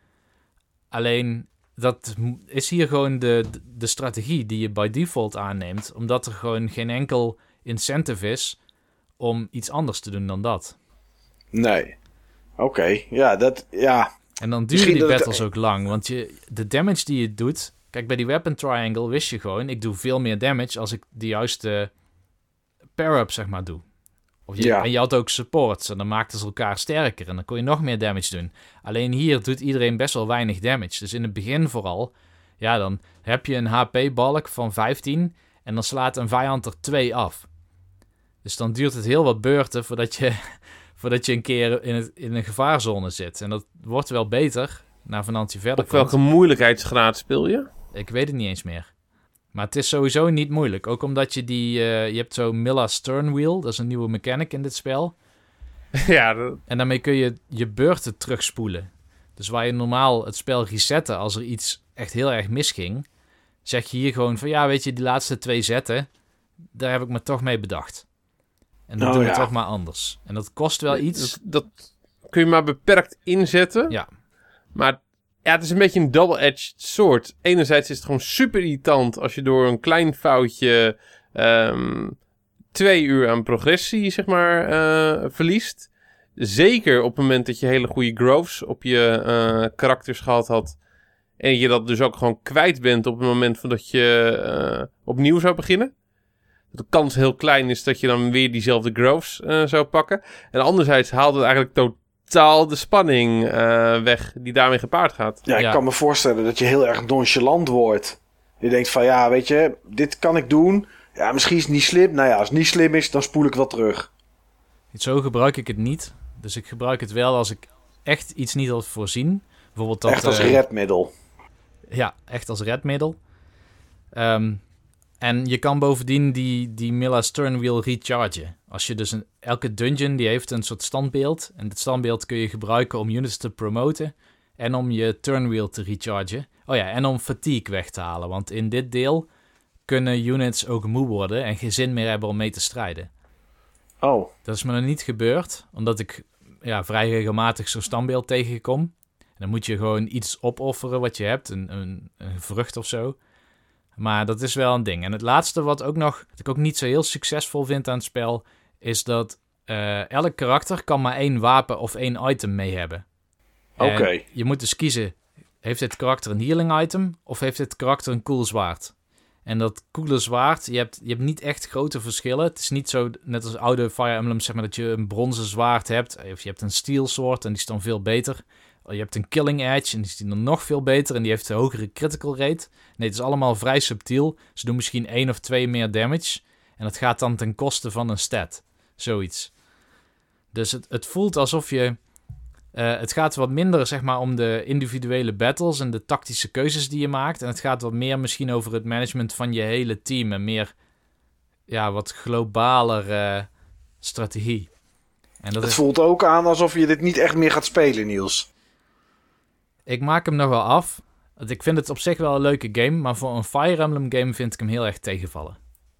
Alleen, dat is hier gewoon de strategie die je by default aanneemt, omdat er gewoon geen enkel incentive is om iets anders te doen dan dat. Nee. Oké. Ja. En dan duren die battles ook lang, want de damage die je doet... Kijk, bij die weapon triangle wist je gewoon, ik doe veel meer damage als ik de juiste pair-up, zeg maar, doe. En je had ook supports en dan maakten ze elkaar sterker en dan kon je nog meer damage doen. Alleen hier doet iedereen best wel weinig damage. Dus in het begin vooral, dan heb je een HP-balk van 15 en dan slaat een vijand er 2 af. Dus dan duurt het heel wat beurten voordat je een keer in een gevaarzone zit. En dat wordt wel beter naarmate je verder komt. Op welke moeilijkheidsgraad speel je? Ik weet het niet eens meer. Maar het is sowieso niet moeilijk. Ook omdat je je hebt zo'n Milla Stern Wheel. Dat is een nieuwe mechanic in dit spel. Ja. En daarmee kun je je beurten terugspoelen. Dus waar je normaal het spel resetten als er iets echt heel erg misging, zeg je hier gewoon van die laatste 2 zetten, daar heb ik me toch mee bedacht. En dat doen we toch maar anders. En dat kost wel iets. Dat kun je maar beperkt inzetten. Ja. Maar het is een beetje een double-edged sword. Enerzijds is het gewoon super irritant als je door een klein foutje 2 uur aan progressie, zeg maar, verliest. Zeker op het moment dat je hele goede growths op je karakters gehad had. En je dat dus ook gewoon kwijt bent op het moment van dat je opnieuw zou beginnen. de kans heel klein is dat je dan weer diezelfde growths zou pakken. En anderzijds haalt het eigenlijk totaal de spanning weg die daarmee gepaard gaat. Ja, ik kan me voorstellen dat je heel erg nonchalant wordt. Je denkt van ja, weet je, dit kan ik doen. Ja, misschien is het niet slim. Nou ja, als het niet slim is, dan spoel ik wel terug. Zo gebruik ik het niet. Dus ik gebruik het wel als ik echt iets niet had voorzien. Bijvoorbeeld dat, echt als redmiddel. Ja, echt als redmiddel. En je kan bovendien die Milla's Turnwheel rechargen. Als je dus elke dungeon die heeft een soort standbeeld. En dit standbeeld kun je gebruiken om units te promoten. En om je Turnwheel te rechargen. Oh ja, en om fatigue weg te halen. Want in dit deel kunnen units ook moe worden en geen zin meer hebben om mee te strijden. Oh. Dat is me nog niet gebeurd, omdat ik vrij regelmatig zo'n standbeeld tegenkom. En dan moet je gewoon iets opofferen wat je hebt, een vrucht of zo. Maar dat is wel een ding. En het laatste wat ik ook niet zo heel succesvol vind aan het spel, is dat elk karakter kan maar 1 wapen of 1 item mee hebben. Oké. Je moet dus kiezen, heeft dit karakter een healing item of heeft dit karakter een cool zwaard? En dat coole zwaard, je hebt niet echt grote verschillen. Het is niet zo, net als oude Fire Emblem, zeg maar, dat je een bronzen zwaard hebt. Of je hebt een steel sword en die is dan veel beter. Je hebt een killing edge en die is dan nog veel beter. En die heeft een hogere critical rate. Nee, het is allemaal vrij subtiel. Ze doen misschien 1 of 2 meer damage. En dat gaat dan ten koste van een stat. Zoiets. Dus het voelt alsof je... het gaat wat minder, zeg maar, om de individuele battles en de tactische keuzes die je maakt. En het gaat wat meer misschien over het management van je hele team. En meer, wat globaler strategie. En het voelt ook aan alsof je dit niet echt meer gaat spelen, Niels. Ik maak hem nog wel af. Ik vind het op zich wel een leuke game. Maar voor een Fire Emblem game vind ik hem heel erg tegenvallen.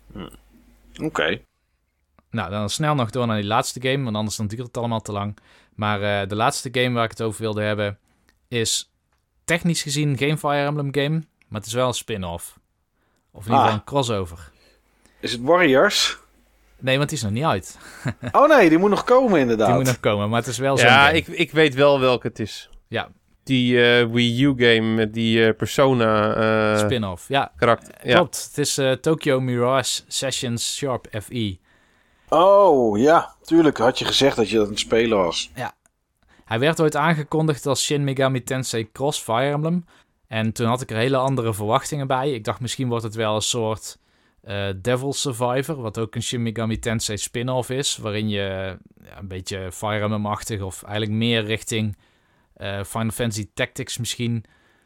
Oké. Nou, dan snel nog door naar die laatste game. Want anders dan duurt het allemaal te lang. Maar de laatste game waar ik het over wilde hebben is technisch gezien geen Fire Emblem game, maar het is wel een spin-off. Of in ieder geval een crossover. Is het Warriors? Nee, want die is nog niet uit. Oh nee, die moet nog komen inderdaad. Die moet nog komen, maar het is wel zo'n game. Ja, ik weet wel welke het is. Ja. Die Wii U game met die Persona spin-off, ja. Karakter. Ja. Klopt, het is Tokyo Mirage Sessions Sharp FE. Oh, ja. Tuurlijk had je gezegd dat je dat aan het spelen was. Ja. Hij werd ooit aangekondigd als Shin Megami Tensei Cross Fire Emblem. En toen had ik er hele andere verwachtingen bij. Ik dacht misschien wordt het wel een soort Devil Survivor, wat ook een Shin Megami Tensei spin-off is. Waarin je een beetje Fire Emblem-achtig of eigenlijk meer richting Final Fantasy Tactics misschien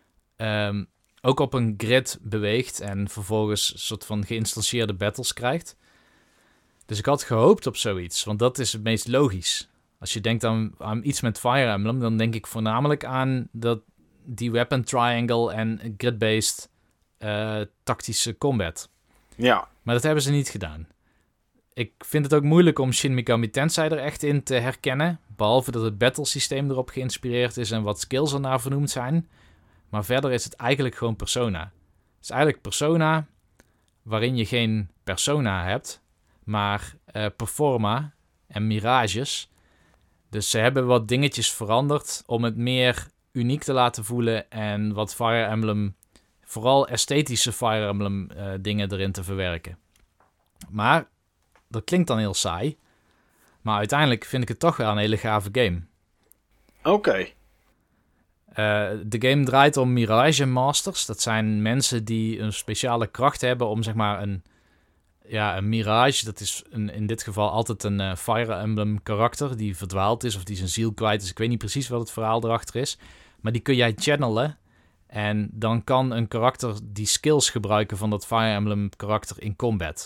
ook op een grid beweegt. En vervolgens een soort van geïnstanceerde battles krijgt. Dus ik had gehoopt op zoiets, want dat is het meest logisch. Als je denkt aan iets met Fire Emblem, dan denk ik voornamelijk aan die weapon triangle en grid-based tactische combat. Ja. Maar dat hebben ze niet gedaan. Ik vind het ook moeilijk om Shin Megami Tensei er echt in te herkennen. Behalve dat het battlesysteem erop geïnspireerd is en wat skills ernaar vernoemd zijn. Maar verder is het eigenlijk gewoon Persona. Het is eigenlijk Persona waarin je geen persona hebt, maar Performa en Mirages. Dus ze hebben wat dingetjes veranderd om het meer uniek te laten voelen en wat Fire Emblem, vooral esthetische Fire Emblem dingen erin te verwerken. Maar dat klinkt dan heel saai. Maar uiteindelijk vind ik het toch wel een hele gave game. Oké. De game draait om Mirage Masters. Dat zijn mensen die een speciale kracht hebben om zeg maar een Mirage. Dat is in dit geval altijd een Fire Emblem karakter die verdwaald is of die zijn ziel kwijt is. Ik weet niet precies wat het verhaal erachter is. Maar die kun jij channelen. En dan kan een karakter die skills gebruiken van dat Fire Emblem karakter in combat.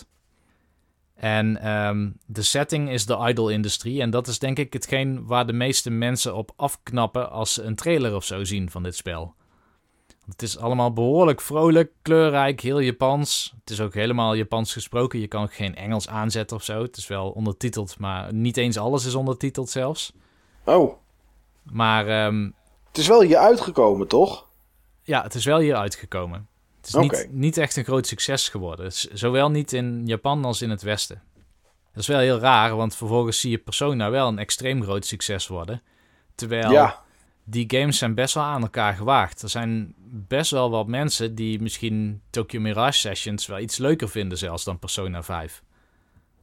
En de setting is de idol-industrie. En dat is denk ik hetgeen waar de meeste mensen op afknappen als ze een trailer of zo zien van dit spel. Het is allemaal behoorlijk vrolijk, kleurrijk, heel Japans. Het is ook helemaal Japans gesproken. Je kan ook geen Engels aanzetten of zo. Het is wel ondertiteld, maar niet eens alles is ondertiteld zelfs. Oh. Maar het is wel hier uitgekomen, toch? Ja, het is wel hier uitgekomen. Het is niet echt een groot succes geworden. Zowel niet in Japan als in het Westen. Dat is wel heel raar, want vervolgens zie je Persona wel een extreem groot succes worden. Terwijl die games zijn best wel aan elkaar gewaagd. Er zijn best wel wat mensen die misschien Tokyo Mirage Sessions wel iets leuker vinden zelfs dan Persona 5.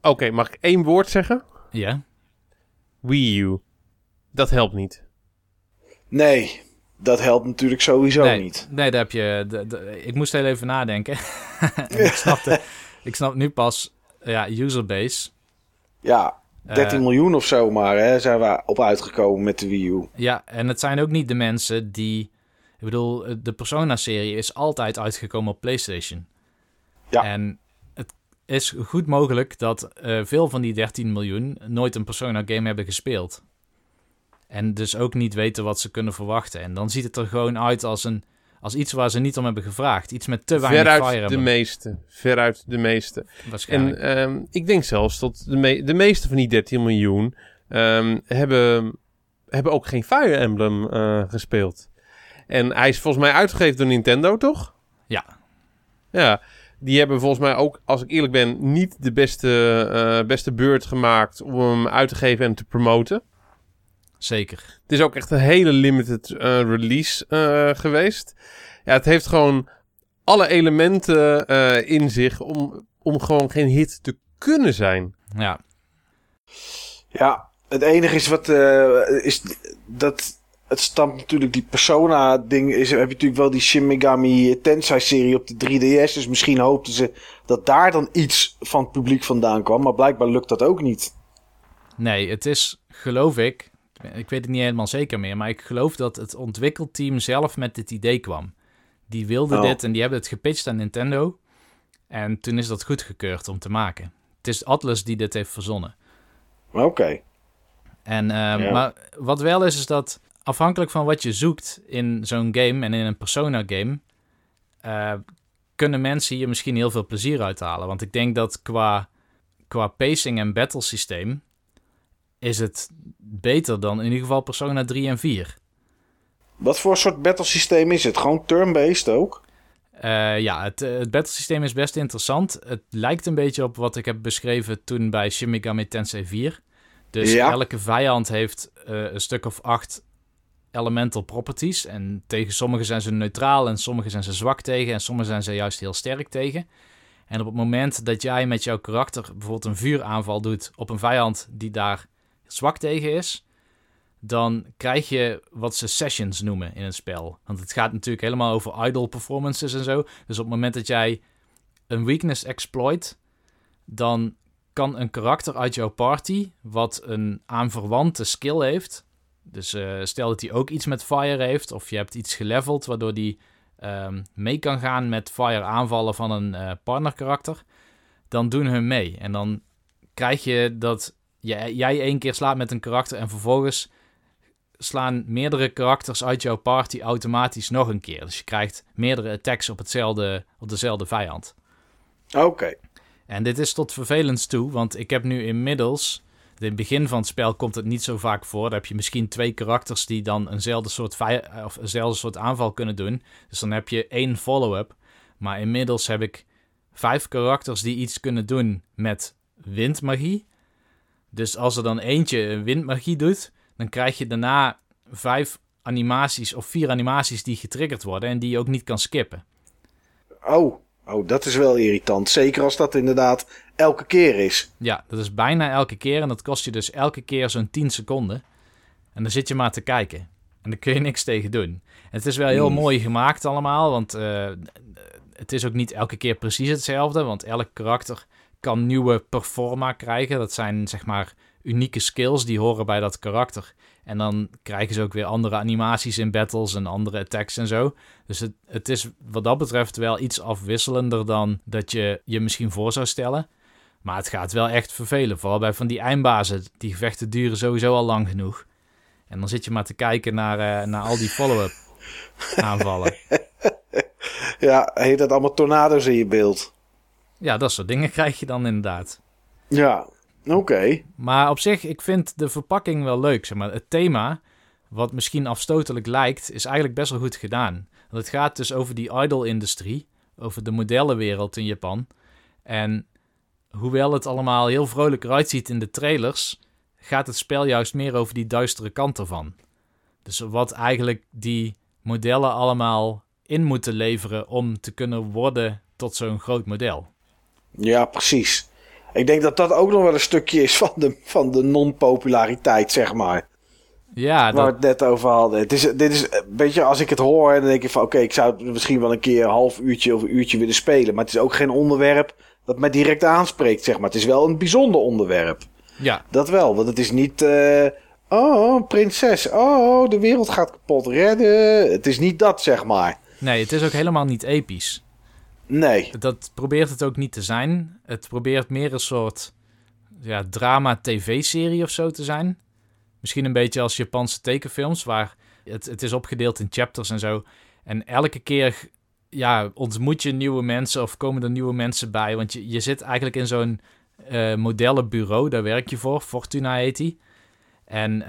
Oké, mag ik 1 woord zeggen? Ja. Wii U. Dat helpt niet. Nee, dat helpt natuurlijk sowieso niet. Nee, daar heb je... ik moest heel even nadenken. Ik snap nu pas... Ja, userbase. Ja, 13 miljoen of zo maar, hè, zijn we op uitgekomen met de Wii U. Ja, en het zijn ook niet de mensen die... Ik bedoel, de Persona-serie is altijd uitgekomen op PlayStation. Ja. En het is goed mogelijk dat veel van die 13 miljoen nooit een Persona-game hebben gespeeld. En dus ook niet weten wat ze kunnen verwachten. En dan ziet het er gewoon uit als iets waar ze niet om hebben gevraagd. Iets met te weinig Fire Emblem. Veruit de meeste. Waarschijnlijk. En ik denk zelfs dat de meeste van die 13 miljoen hebben ook geen Fire Emblem gespeeld. En hij is volgens mij uitgegeven door Nintendo, toch? Ja. Ja, die hebben volgens mij ook, als ik eerlijk ben, niet de beste beurt gemaakt om hem uit te geven en te promoten. Zeker. Het is ook echt een hele limited release geweest. Ja, het heeft gewoon alle elementen in zich om gewoon geen hit te kunnen zijn. Ja. Ja, het enige is is dat... Het stamt natuurlijk, die Persona-ding heb je natuurlijk wel die Shin Megami Tensei-serie op de 3DS. Dus misschien hoopten ze dat daar dan iets van het publiek vandaan kwam. Maar blijkbaar lukt dat ook niet. Nee, het is, geloof ik weet het niet helemaal zeker meer, maar ik geloof dat het ontwikkelteam zelf met dit idee kwam. Die wilden dit en die hebben het gepitcht aan Nintendo. En toen is dat goedgekeurd om te maken. Het is Atlus die dit heeft verzonnen. Oké. En maar wat wel is dat afhankelijk van wat je zoekt in zo'n game en in een Persona-game, kunnen mensen hier misschien heel veel plezier uithalen. Want ik denk dat qua pacing en battle systeem is het beter dan in ieder geval Persona 3 en 4. Wat voor soort battle systeem is het? Gewoon turn-based ook? Het battle systeem is best interessant. Het lijkt een beetje op wat ik heb beschreven toen bij Shin Megami Tensei 4. Dus elke vijand heeft een stuk of 8 elemental properties. En tegen sommige zijn ze neutraal en sommige zijn ze zwak tegen en sommige zijn ze juist heel sterk tegen. En op het moment dat jij met jouw karakter bijvoorbeeld een vuuraanval doet op een vijand die daar zwak tegen is, dan krijg je wat ze sessions noemen in het spel. Want het gaat natuurlijk helemaal over idle performances en zo. Dus op het moment dat jij een weakness exploit, dan kan een karakter uit jouw party, wat een aanverwante skill heeft, dus stel dat hij ook iets met fire heeft, of je hebt iets geleveld waardoor die mee kan gaan met fire aanvallen van een partnerkarakter, dan doen hun mee. En dan krijg je dat jij 1 keer slaat met een karakter en vervolgens slaan meerdere karakters uit jouw party automatisch nog een keer. Dus je krijgt meerdere attacks op dezelfde vijand. Oké. En dit is tot vervelend toe, want ik heb nu inmiddels, in het begin van het spel komt het niet zo vaak voor. Dan heb je misschien 2 karakters die dan eenzelfde soort aanval kunnen doen. Dus dan heb je 1 follow-up. Maar inmiddels heb ik 5 karakters die iets kunnen doen met windmagie. Dus als er dan eentje een windmagie doet, dan krijg je daarna 5 animaties of 4 animaties die getriggerd worden en die je ook niet kan skippen. Oh, dat is wel irritant. Zeker als dat inderdaad elke keer is. Ja, dat is bijna elke keer en dat kost je dus elke keer zo'n 10 seconden. En dan zit je maar te kijken. En daar kun je niks tegen doen. En het is wel heel mooi gemaakt allemaal, want het is ook niet elke keer precies hetzelfde, want elk karakter kan nieuwe performa krijgen. Dat zijn zeg maar unieke skills die horen bij dat karakter. En dan krijgen ze ook weer andere animaties in battles en andere attacks en zo. Dus het is wat dat betreft wel iets afwisselender dan dat je misschien voor zou stellen. Maar het gaat wel echt vervelen. Vooral bij van die eindbazen. Die gevechten duren sowieso al lang genoeg. En dan zit je maar te kijken naar al die follow-up aanvallen. Ja, heet dat allemaal tornado's in je beeld? Ja, dat soort dingen krijg je dan inderdaad. Ja, oké. Maar op zich, ik vind de verpakking wel leuk. Zeg maar. Het thema, wat misschien afstotelijk lijkt, is eigenlijk best wel goed gedaan. Want het gaat dus over die idol-industrie, over de modellenwereld in Japan. En hoewel het allemaal heel vrolijk eruit ziet in de trailers, gaat het spel juist meer over die duistere kant ervan. Dus wat eigenlijk die modellen allemaal in moeten leveren om te kunnen worden tot zo'n groot model. Ja, precies. Ik denk dat dat ook nog wel een stukje is van de non-populariteit, zeg maar. Ja, waar we het net over hadden. Dit is een beetje, als ik het hoor, dan denk ik van oké, ik zou het misschien wel een keer een half uurtje of een uurtje willen spelen. Maar het is ook geen onderwerp dat mij direct aanspreekt, zeg maar. Het is wel een bijzonder onderwerp. Ja. Dat wel, want het is niet... oh, prinses. Oh, de wereld gaat kapot redden. Het is niet dat, zeg maar. Nee, het is ook helemaal niet episch. Nee. Dat probeert het ook niet te zijn. Het probeert meer een soort drama-tv-serie of zo te zijn. Misschien een beetje als Japanse tekenfilms, waar het is opgedeeld in chapters en zo. En elke keer ontmoet je nieuwe mensen of komen er nieuwe mensen bij. Want je zit eigenlijk in zo'n modellenbureau, daar werk je voor. Fortuna heet die. En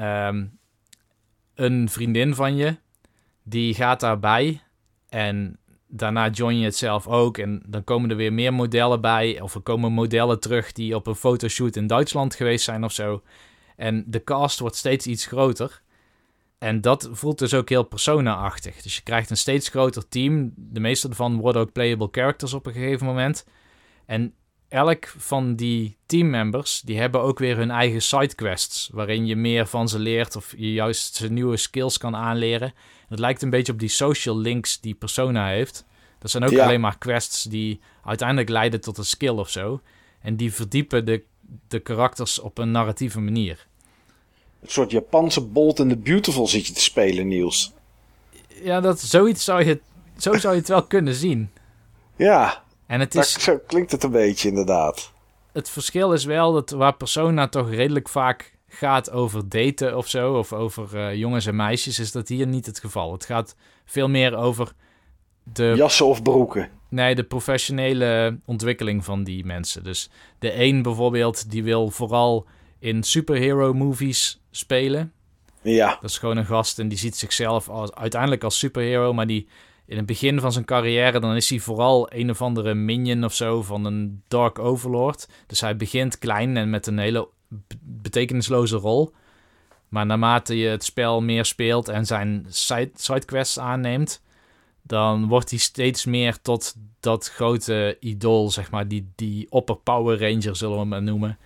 een vriendin van je, die gaat daarbij. En daarna join je het zelf ook. En dan komen er weer meer modellen bij. Of er komen modellen terug die op een fotoshoot in Duitsland geweest zijn of zo. En de cast wordt steeds iets groter. En dat voelt dus ook heel Persona-achtig. Dus je krijgt een steeds groter team. De meeste ervan worden ook playable characters op een gegeven moment. En elk van die teammembers, die hebben ook weer hun eigen sidequests, waarin je meer van ze leert of je juist ze nieuwe skills kan aanleren. Het lijkt een beetje op die social links die Persona heeft. Dat zijn ook alleen maar quests die uiteindelijk leiden tot een skill of zo. En die verdiepen de karakters op een narratieve manier. Een soort Japanse Bold and the Beautiful zit je te spelen, Niels. Ja, zo zou je het wel kunnen zien. Ja, en het zo klinkt het een beetje inderdaad. Het verschil is wel dat waar Persona toch redelijk vaak gaat over daten of zo, of over jongens en meisjes, is dat hier niet het geval. Het gaat veel meer over de... jassen of broeken. Nee, de professionele ontwikkeling van die mensen. Dus de een bijvoorbeeld, die wil vooral in superhero movies spelen. Ja. Dat is gewoon een gast en die ziet zichzelf uiteindelijk als superhero, maar die in het begin van zijn carrière, dan is hij vooral een of andere minion of zo van een Dark Overlord. Dus hij begint klein en met een hele betekenisloze rol. Maar naarmate je het spel meer speelt en zijn sidequests aanneemt, dan wordt hij steeds meer tot dat grote idool, zeg maar, die opper Power Ranger, zullen we hem maar noemen.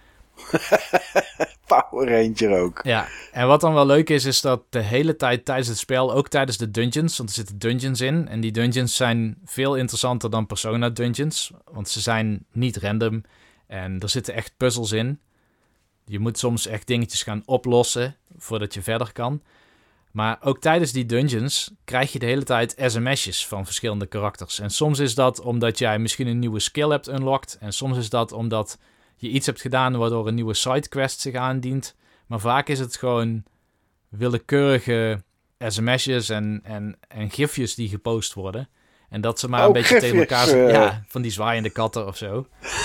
Power Ranger ook. Ja, en wat dan wel leuk is dat de hele tijd tijdens het spel, ook tijdens de dungeons, want er zitten dungeons in, en die dungeons zijn veel interessanter dan Persona dungeons, want ze zijn niet random en er zitten echt puzzels in. Je moet soms echt dingetjes gaan oplossen voordat je verder kan. Maar ook tijdens die dungeons krijg je de hele tijd sms'jes van verschillende karakters. En soms is dat omdat jij misschien een nieuwe skill hebt unlocked. En soms is dat omdat je iets hebt gedaan waardoor een nieuwe sidequest zich aandient. Maar vaak is het gewoon willekeurige sms'jes en gifjes die gepost worden. En dat ze maar een beetje tegen elkaar zeggen. Ja, van die zwaaiende katten of zo.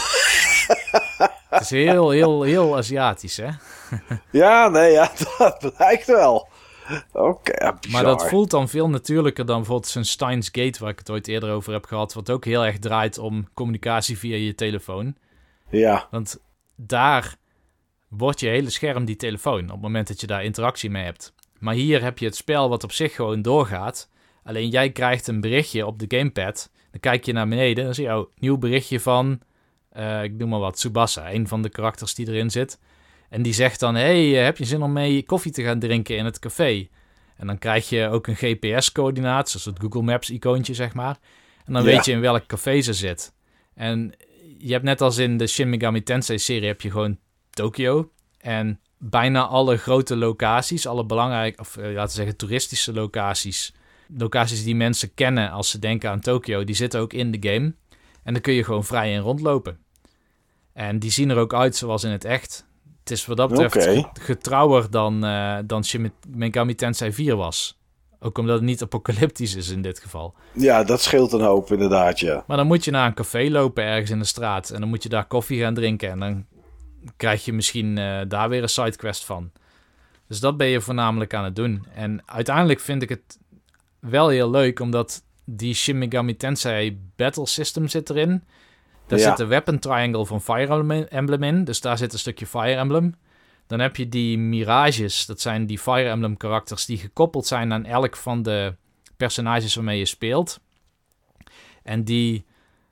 Het is heel Aziatisch, hè? Ja, dat blijkt wel. Oké, maar dat voelt dan veel natuurlijker dan bijvoorbeeld zo'n Steins Gate, waar ik het ooit eerder over heb gehad, wat ook heel erg draait om communicatie via je telefoon. Ja. Want daar wordt je hele scherm die telefoon, op het moment dat je daar interactie mee hebt. Maar hier heb je het spel wat op zich gewoon doorgaat. Alleen jij krijgt een berichtje op de gamepad. Dan kijk je naar beneden, dan zie je nieuw berichtje van, ik noem maar wat, Tsubasa, een van de karakters die erin zit. En die zegt dan, hey, heb je zin om mee koffie te gaan drinken in het café? En dan krijg je ook een GPS-coördinaat, zoals het Google Maps-icoontje, zeg maar. En dan weet je in welk café ze zit. En je hebt net als in de Shin Megami Tensei-serie heb je gewoon Tokio. En bijna alle grote locaties, alle belangrijke, of laten we zeggen toeristische locaties die mensen kennen als ze denken aan Tokio, die zitten ook in de game. En dan kun je gewoon vrij in rondlopen. En die zien er ook uit zoals in het echt. Het is wat dat betreft getrouwer dan Shin Megami Tensei 4 was. Ook omdat het niet apocalyptisch is in dit geval. Ja, dat scheelt een hoop inderdaad, ja. Maar dan moet je naar een café lopen ergens in de straat. En dan moet je daar koffie gaan drinken. En dan krijg je misschien daar weer een sidequest van. Dus dat ben je voornamelijk aan het doen. En uiteindelijk vind ik het wel heel leuk, omdat die Shin Megami Tensei Battle System zit erin. Daar zit de Weapon Triangle van Fire Emblem in. Dus daar zit een stukje Fire Emblem. Dan heb je die Mirages. Dat zijn die Fire Emblem karakters die gekoppeld zijn aan elk van de personages waarmee je speelt. En die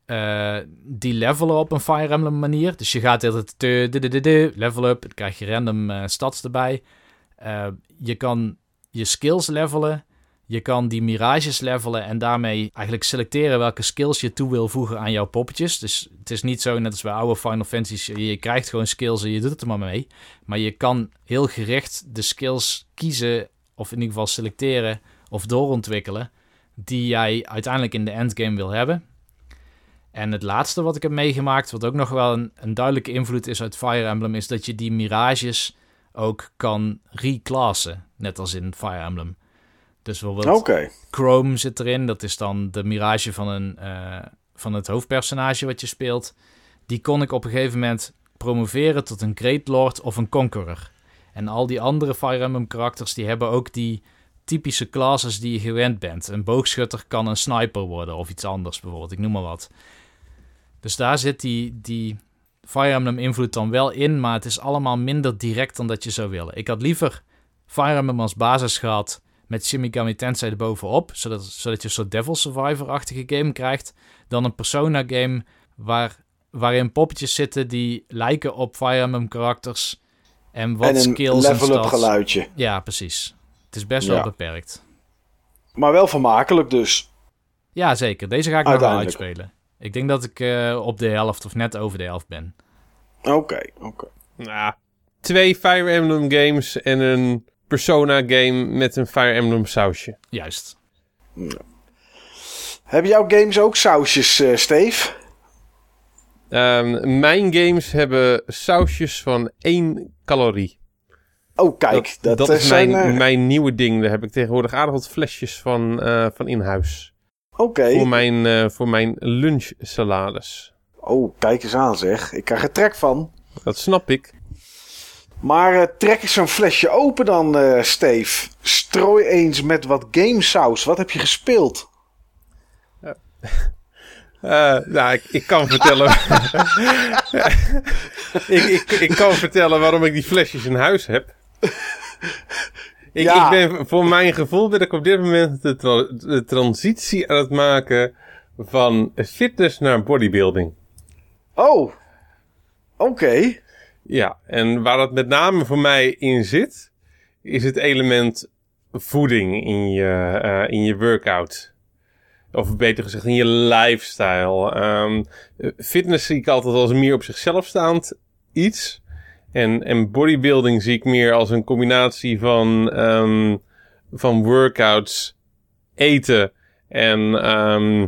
die levelen op een Fire Emblem manier. Dus je gaat altijd level up, dan krijg je random stats erbij. Je kan je skills levelen, je kan die mirages levelen en daarmee eigenlijk selecteren welke skills je toe wil voegen aan jouw poppetjes. Dus het is niet zo net als bij oude Final Fantasy's, je krijgt gewoon skills en je doet het er maar mee. Maar je kan heel gericht de skills kiezen, of in ieder geval selecteren of doorontwikkelen, die jij uiteindelijk in de endgame wil hebben. En het laatste wat ik heb meegemaakt, wat ook nog wel een duidelijke invloed is uit Fire Emblem, is dat je die mirages ook kan reclassen, net als in Fire Emblem. Dus bijvoorbeeld Chrome zit erin, dat is dan de mirage van het hoofdpersonage wat je speelt. Die kon ik op een gegeven moment promoveren tot een Great Lord of een Conqueror. En al die andere Fire Emblem karakters, die hebben ook die typische classes die je gewend bent. Een boogschutter kan een sniper worden of iets anders bijvoorbeeld, ik noem maar wat. Dus daar zit die Fire Emblem invloed dan wel in, maar het is allemaal minder direct dan dat je zou willen. Ik had liever Fire Emblem als basis gehad met Shin Megami Tensei erbovenop, zodat je een soort Devil Survivor-achtige game krijgt, dan een Persona-game waarin poppetjes zitten die lijken op Fire Emblem karakters en wat skills en level-up geluidje. Ja, precies. Het is best wel beperkt. Maar wel vermakelijk dus. Ja, zeker. Deze ga ik nog wel uitspelen. Ik denk dat ik op de helft of net over de helft ben. Oké. Nou, 2 Fire Emblem games en een Persona game met een Fire Emblem sausje. Juist. Ja. Hebben jouw games ook sausjes, Steve? Mijn games hebben sausjes van 1 calorie. Oh, kijk. Dat is mijn nieuwe ding. Daar heb ik tegenwoordig aardig wat flesjes van in huis. Oké. Voor mijn lunchsalades. Oh, kijk eens aan zeg. Ik krijg er trek van. Dat snap ik. Maar trek eens zo'n flesje open dan, Steve. Strooi eens met wat gamesaus. Wat heb je gespeeld? Nou, ik kan vertellen... ik kan vertellen waarom ik die flesjes in huis heb. Ik ben, voor mijn gevoel ben ik op dit moment de transitie aan het maken van fitness naar bodybuilding. Oh, oké. Ja, en waar dat met name voor mij in zit, is het element voeding in je workout. Of beter gezegd, in je lifestyle. Fitness zie ik altijd als meer op zichzelf staand iets. En bodybuilding zie ik meer als een combinatie van workouts, eten en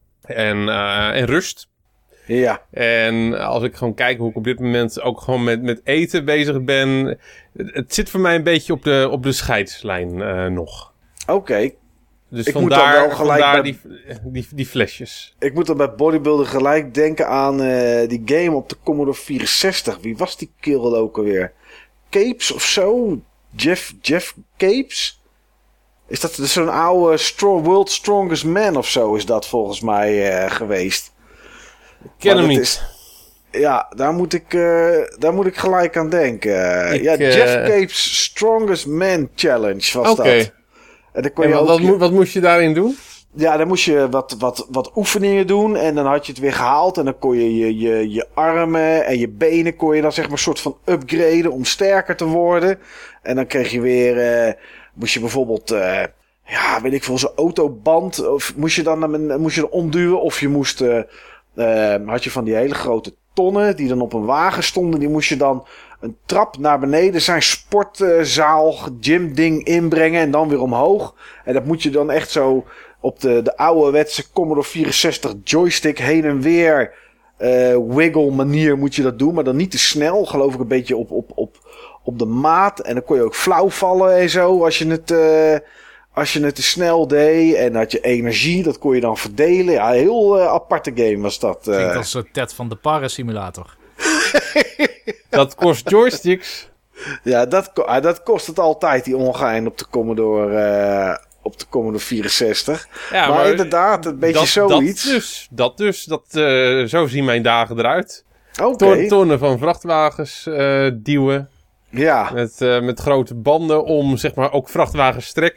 rust. Ja. En als ik gewoon kijk hoe ik op dit moment ook gewoon met eten bezig ben. Het zit voor mij een beetje op de scheidslijn nog. Oké. Dus vandaar die flesjes. Ik moet dan bij bodybuilder gelijk denken aan die game op de Commodore 64. Wie was die kerel ook alweer? Capes of zo? Jeff Capes? Is dat zo'n oude World Strongest Man of zo is dat volgens mij geweest? Ik ken hem niet. Ja, daar moet ik gelijk aan denken. Jeff Capes Strongest Man Challenge was dat. En dan kon je wat moest je daarin doen? Ja, dan moest je wat oefeningen doen. En dan had je het weer gehaald. En dan kon je armen en je benen kon je dan zeg maar een soort van upgraden om sterker te worden. En dan kreeg je weer... moest je bijvoorbeeld... weet ik veel, zo'n autoband. Of moest je dan omduwen. Of je moest... had je van die hele grote tonnen die dan op een wagen stonden. Die moest je dan een trap naar beneden zijn sportzaal, gym-ding inbrengen en dan weer omhoog. En dat moet je dan echt zo op de ouderwetse Commodore 64 joystick heen en weer wiggle manier moet je dat doen. Maar dan niet te snel, geloof ik een beetje op de maat. En dan kon je ook flauw vallen en zo als je het te snel deed. En had je energie, dat kon je dan verdelen. Ja, een heel aparte game was dat. Klinkt als een soort Ted van de Parra simulator. Dat kost joysticks. Ja, dat kost het altijd, die ongein op de Commodore 64. Ja, maar inderdaad, een beetje zoiets. Zo zien mijn dagen eruit. Okay. Tonnen van vrachtwagens duwen. Ja. Met grote banden om, zeg maar, ook vrachtwagens te trekken.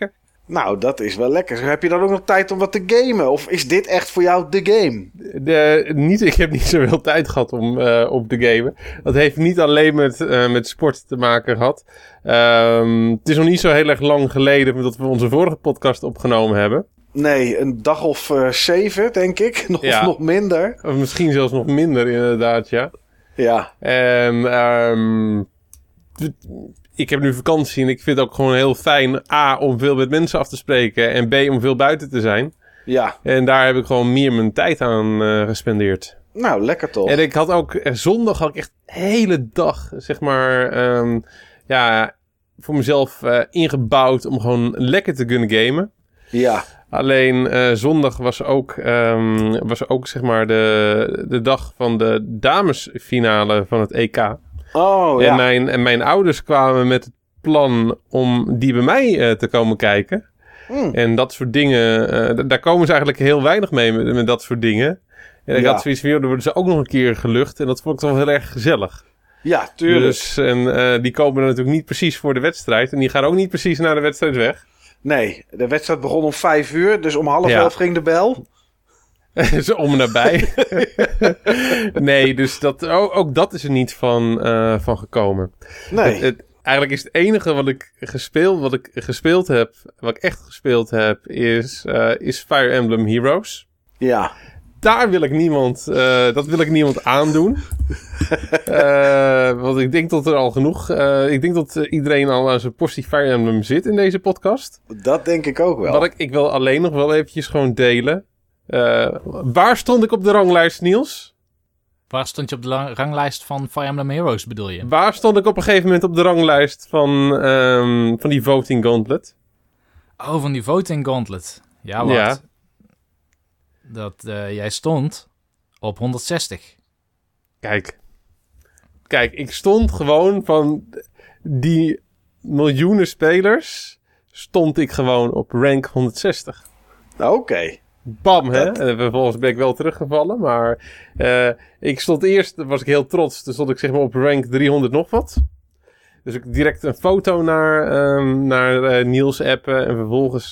Nou, dat is wel lekker. Heb je dan ook nog tijd om wat te gamen? Of is dit echt voor jou de game? Ik heb niet zoveel tijd gehad om op te gamen. Dat heeft niet alleen met sport te maken gehad. Het is nog niet zo heel erg lang geleden dat we onze vorige podcast opgenomen hebben. Nee, een dag of 7, denk ik. Of nog minder. Of misschien zelfs nog minder, inderdaad, ja. Ja. En ik heb nu vakantie en ik vind het ook gewoon heel fijn... A, om veel met mensen af te spreken... en B, om veel buiten te zijn. Ja. En daar heb ik gewoon meer mijn tijd aan gespendeerd. Nou, lekker toch. En ik had ook... zondag had ik echt de hele dag, zeg maar... voor mezelf ingebouwd om gewoon lekker te kunnen gamen. Ja. Alleen zondag was ook zeg maar de dag van de damesfinale van het EK. Oh, ja. En mijn ouders kwamen met het plan om die bij mij te komen kijken. En dat soort dingen, daar komen ze eigenlijk heel weinig mee met dat soort dingen. En ik had zoiets van, dan worden ze ook nog een keer gelucht. En dat vond ik toch wel heel erg gezellig. Ja, tuurlijk. Dus, die komen er natuurlijk niet precies voor de wedstrijd. En die gaan ook niet precies naar de wedstrijd weg. Nee, de wedstrijd begon om 5:00. Dus om 10:30 ging de bel. Zo om en nabij. Nee, dus ook dat is er niet van gekomen. Nee. Eigenlijk is het enige wat ik gespeeld heb, wat ik echt gespeeld heb, is Fire Emblem Heroes. Ja. Daar wil ik niemand aandoen. Want ik denk dat er al genoeg... ik denk dat iedereen al aan zijn portie Fire Emblem zit in deze podcast. Dat denk ik ook wel. Ik wil alleen nog wel eventjes gewoon delen. Waar stond ik op de ranglijst, Niels? Waar stond je op de ranglijst van Fire Emblem Heroes, bedoel je? Waar stond ik op een gegeven moment op de ranglijst van die Voting Gauntlet? Oh, van die Voting Gauntlet. Ja, wat? Ja. Dat jij stond op 160. Kijk, ik stond gewoon van die miljoenen spelers... stond ik gewoon op rank 160. Oké. Bam, hè? En vervolgens ben ik wel teruggevallen. Maar ik stond eerst, was ik heel trots. Toen stond ik zeg maar op rank 300 nog wat. Dus ik direct een foto naar Niels appen. En vervolgens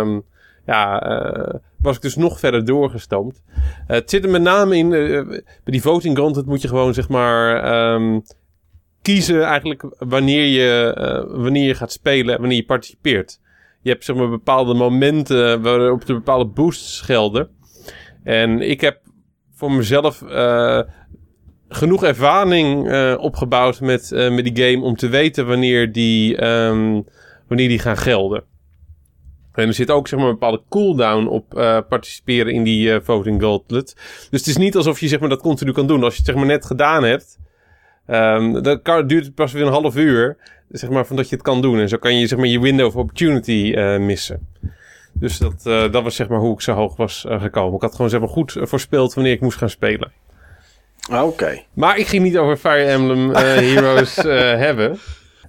was ik dus nog verder doorgestoomd. Het zit er met name in... bij die voting gauntlet moet je gewoon zeg maar... kiezen eigenlijk wanneer je gaat spelen en wanneer je participeert. Je hebt zeg maar bepaalde momenten waarop er bepaalde boosts gelden. En ik heb voor mezelf genoeg ervaring opgebouwd met die game om te weten wanneer die gaan gelden. En er zit ook zeg maar een bepaalde cooldown op participeren in die voting gauntlet. Dus het is niet alsof je zeg maar dat continu kan doen. Als je het zeg maar net gedaan hebt, dan duurt het pas weer een half uur, zeg maar, van dat je het kan doen. En zo kan je zeg maar je window of opportunity missen. Dus dat was zeg maar hoe ik zo hoog was gekomen. Ik had gewoon zeg maar goed voorspeld wanneer ik moest gaan spelen. Oké. Maar ik ging niet over Fire Emblem Heroes hebben.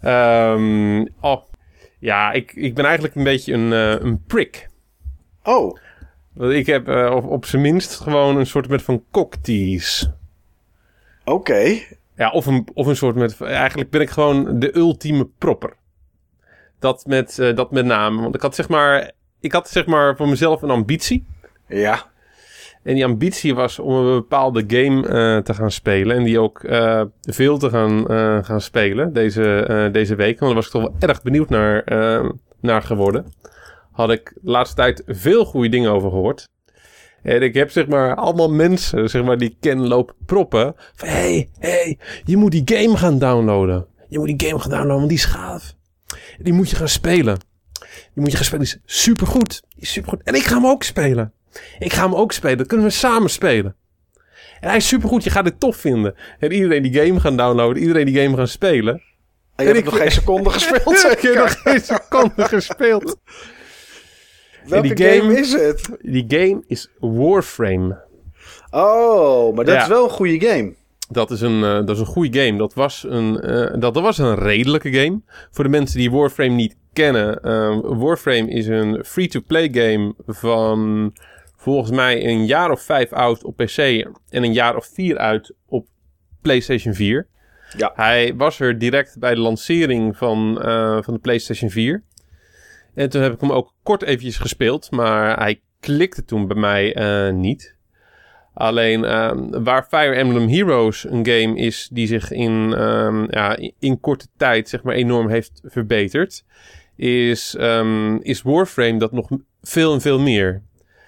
Ja, ik ben eigenlijk een beetje een prick. Oh. Want ik heb op zijn minst gewoon een soort met van cocktease. Oké. Ja, of een soort met... Eigenlijk ben ik gewoon de ultieme propper. Dat met name. Want ik had zeg maar voor mezelf een ambitie. Ja. En die ambitie was om een bepaalde game te gaan spelen. En die ook veel te gaan spelen deze week. Want daar was ik toch wel erg benieuwd naar geworden. Had ik de laatste tijd veel goede dingen over gehoord. En ik heb zeg maar allemaal mensen zeg maar die ik ken lopen proppen. Van hey, je moet die game gaan downloaden. Want die is gaaf. Die moet je gaan spelen. Die is supergoed. En ik ga hem ook spelen. Dan kunnen we samen spelen. En hij is supergoed. Je gaat dit tof vinden. En iedereen die game gaan downloaden. Iedereen die game gaan spelen. En je hebt nog geen seconde gespeeld. Ik heb nog geen seconde gespeeld. Welke game is het? Die game is Warframe. Oh, maar dat is wel een goede game. Dat is een goede game. Dat was een redelijke game. Voor de mensen die Warframe niet kennen. Warframe is een free-to-play game van volgens mij een jaar of 5 oud op PC. En een jaar of 4 uit op PlayStation 4. Ja. Hij was er direct bij de lancering van de PlayStation 4. En toen heb ik hem ook kort eventjes gespeeld, maar hij klikte toen bij mij niet. Alleen waar Fire Emblem Heroes een game is die zich in korte tijd zeg maar enorm heeft verbeterd, is Warframe dat nog veel en veel meer.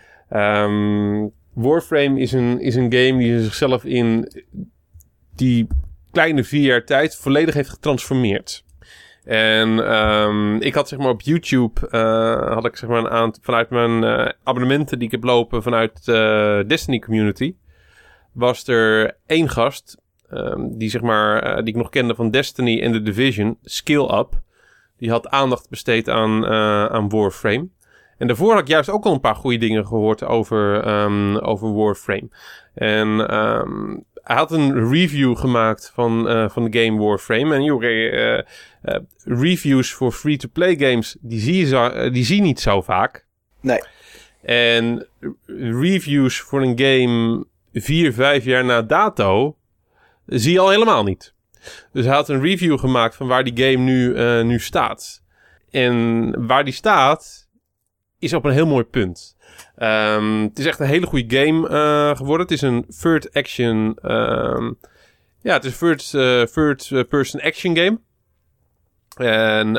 Warframe is een game die zichzelf in die kleine 4 jaar tijd volledig heeft getransformeerd. En ik had zeg maar op YouTube had ik zeg maar een aantal vanuit mijn abonnementen die ik heb lopen vanuit Destiny community, was er 1 gast die zeg maar die ik nog kende van Destiny en The Division, Skill Up. Die had aandacht besteed aan Warframe. En daarvoor had ik juist ook al een paar goede dingen gehoord over Warframe. En hij had een review gemaakt van de game Warframe. En reviews voor free-to-play games, die zie je niet zo vaak. Nee. En reviews voor een game 4-5 jaar na dato zie je al helemaal niet. Dus hij had een review gemaakt van waar die game nu staat. En waar die staat is op een heel mooi punt. Het is echt een hele goede game geworden. Het is een third action... het is een third person action game. En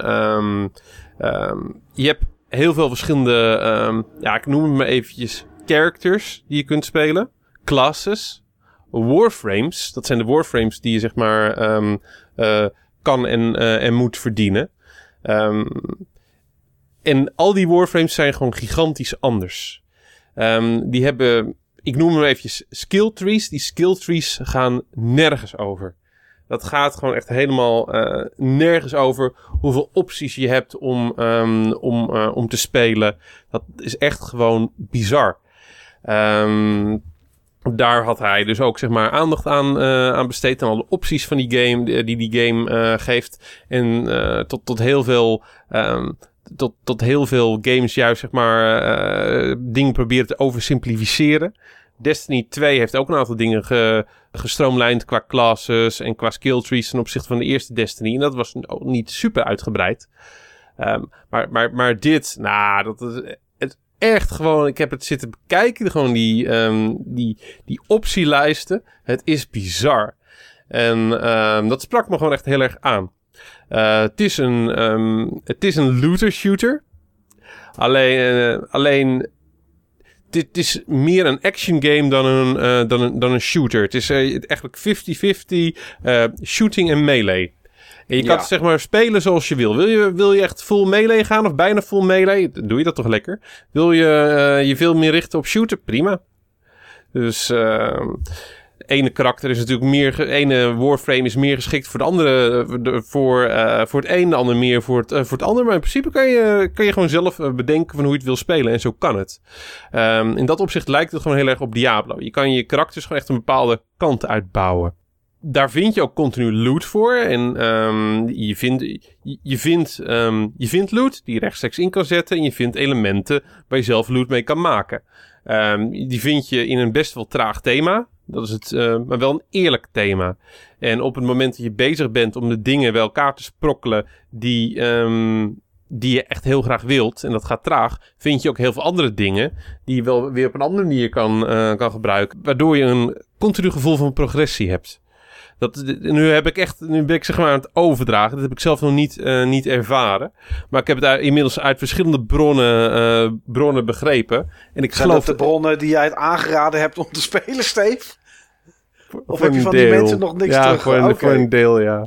je hebt heel veel verschillende... ik noem het maar eventjes characters die je kunt spelen. Classes. Warframes. Dat zijn de warframes die je zeg maar kan en moet verdienen. En al die warframes zijn gewoon gigantisch anders. Die hebben, ik noem hem eventjes skill trees. Die skill trees gaan nergens over. Dat gaat gewoon echt helemaal nergens over hoeveel opties je hebt om te spelen. Dat is echt gewoon bizar. Daar had hij dus ook zeg maar aandacht aan besteed. En alle opties van die game die game geeft. En tot heel veel... Tot heel veel games juist zeg maar dingen proberen te oversimplificeren. Destiny 2 heeft ook een aantal dingen gestroomlijnd qua classes en qua skill trees ten opzichte van de eerste Destiny. En dat was ook niet super uitgebreid. Maar dit, dat is het echt gewoon... Ik heb het zitten bekijken, gewoon die optielijsten. Het is bizar. En dat sprak me gewoon echt heel erg aan. Het is een looter shooter. Alleen dit is meer een action game dan een shooter. Het is eigenlijk 50-50 shooting en melee. En je kan het zeg maar spelen zoals je wil. Wil je echt full melee gaan of bijna full melee? Doe je dat toch lekker? Wil je veel meer richten op shooter? Prima. Dus... ene karakter is natuurlijk ene warframe is meer geschikt voor de andere, voor het een, de ander meer voor het ander. Maar in principe kan je gewoon zelf bedenken van hoe je het wil spelen. En zo kan het. In dat opzicht lijkt het gewoon heel erg op Diablo. Je kan je karakters gewoon echt een bepaalde kant uitbouwen. Daar vind je ook continu loot voor. En je vindt loot die je rechtstreeks in kan zetten. En je vindt elementen waar je zelf loot mee kan maken. Die vind je in een best wel traag thema. Dat is het, maar wel een eerlijk thema. En op het moment dat je bezig bent om de dingen bij elkaar te sprokkelen die je echt heel graag wilt, en dat gaat traag, vind je ook heel veel andere dingen die je wel weer op een andere manier kan gebruiken, waardoor je een continu gevoel van progressie hebt. Nu ben ik zeg maar aan het overdragen. Dat heb ik zelf nog niet ervaren. Maar ik heb het inmiddels uit verschillende bronnen begrepen. En ik geloof dat de bronnen die jij het aangeraden hebt om te spelen, Steve? Of heb je van die mensen nog niks terug? Voor een deel, ja.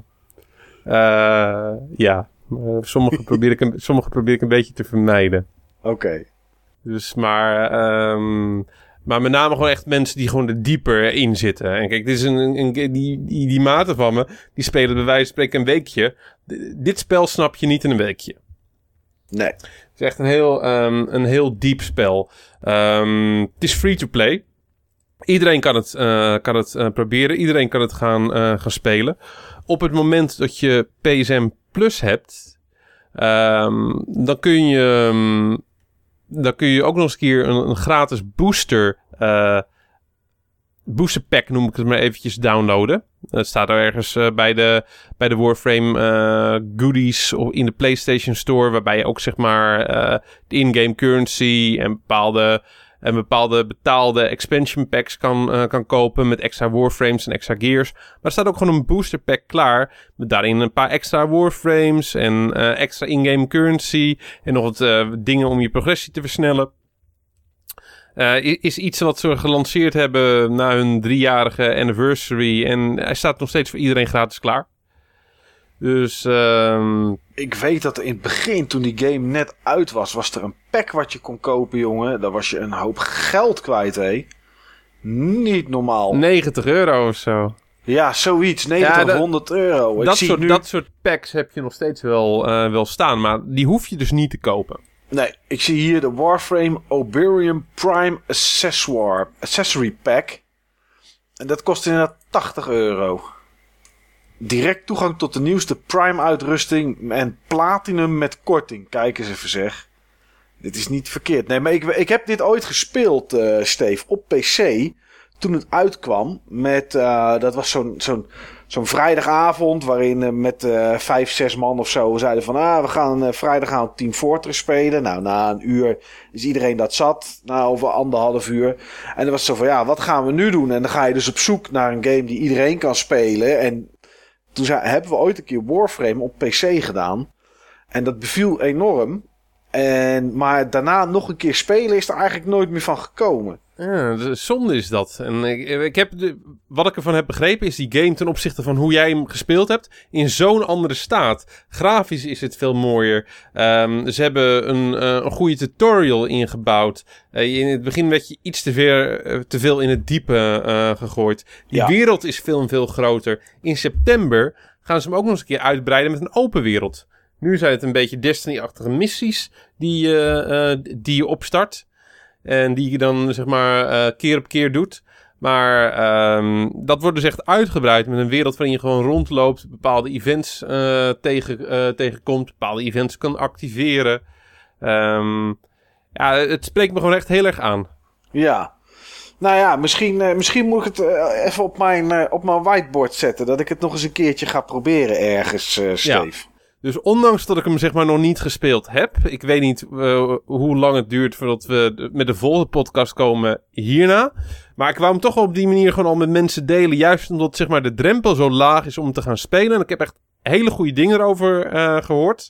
Ja. Sommige probeer ik een beetje te vermijden. Oké. Dus maar met name gewoon echt mensen die gewoon er dieper in zitten. En kijk, dit is die maten van me, die spelen bij wijze van spreken een weekje. Dit spel snap je niet in een weekje. Nee. Het is echt een heel diep spel. Het is free-to-play. Iedereen kan het proberen. Iedereen kan het gaan spelen. Op het moment dat je PSN Plus hebt, dan kun je ook nog eens een keer een gratis booster booster pack, noem ik het maar eventjes, downloaden. Dat staat er ergens bij de Warframe goodies in de PlayStation Store, waarbij je ook zeg maar de in-game currency en bepaalde betaalde expansion packs kan kopen met extra Warframes en extra gears. Maar er staat ook gewoon een booster pack klaar met daarin een paar extra Warframes en extra in-game currency en nog wat dingen om je progressie te versnellen. Is iets wat ze gelanceerd hebben na hun 3-jarige anniversary. En hij staat nog steeds voor iedereen gratis klaar. Dus ik weet dat in het begin, toen die game net uit was er een pack wat je kon kopen, jongen. Daar was je een hoop geld kwijt, hé. Niet normaal. €90 of zo. Ja, zoiets. 90 tot 100 euro. Dat soort packs heb je nog steeds wel staan. Maar die hoef je dus niet te kopen. Nee, ik zie hier de Warframe Oberium Prime Accessory Pack. En dat kost inderdaad €80. Direct toegang tot de nieuwste Prime uitrusting en Platinum met korting. Kijk eens even zeg. Dit is niet verkeerd. Nee, maar ik heb dit ooit gespeeld, Steve, op PC. Toen het uitkwam met, dat was zo'n vrijdagavond waarin met 5, 6 man of zo zeiden van we gaan vrijdag Team Fortress spelen. Nou, na een uur is iedereen dat zat. Over 1,5 uur. En dan was het zo van wat gaan we nu doen? En dan ga je dus op zoek naar een game die iedereen kan spelen. En toen hebben we ooit een keer Warframe op PC gedaan. En dat beviel enorm. Maar daarna nog een keer spelen is er eigenlijk nooit meer van gekomen. Ja, zonde is dat. En wat ik ervan heb begrepen is die game ten opzichte van hoe jij hem gespeeld hebt in zo'n andere staat. Grafisch is het veel mooier. Ze hebben een goede tutorial ingebouwd. In het begin werd je iets te veel in het diepe gegooid. Die wereld is veel en veel groter. In september gaan ze hem ook nog eens een keer uitbreiden met een open wereld. Nu zijn het een beetje Destiny-achtige missies die je opstart. En die je dan zeg maar keer op keer doet. Maar dat wordt dus echt uitgebreid met een wereld waarin je gewoon rondloopt. Bepaalde events tegenkomt. Bepaalde events kan activeren. Het spreekt me gewoon echt heel erg aan. Ja. Nou ja, misschien moet ik het even op mijn whiteboard zetten. Dat ik het nog eens een keertje ga proberen ergens, Steve. Ja. Dus ondanks dat ik hem zeg maar nog niet gespeeld heb. Ik weet niet hoe lang het duurt voordat we met de volgende podcast komen hierna. Maar ik wou hem toch op die manier gewoon al met mensen delen. Juist omdat zeg maar de drempel zo laag is om te gaan spelen. En ik heb echt hele goede dingen erover gehoord.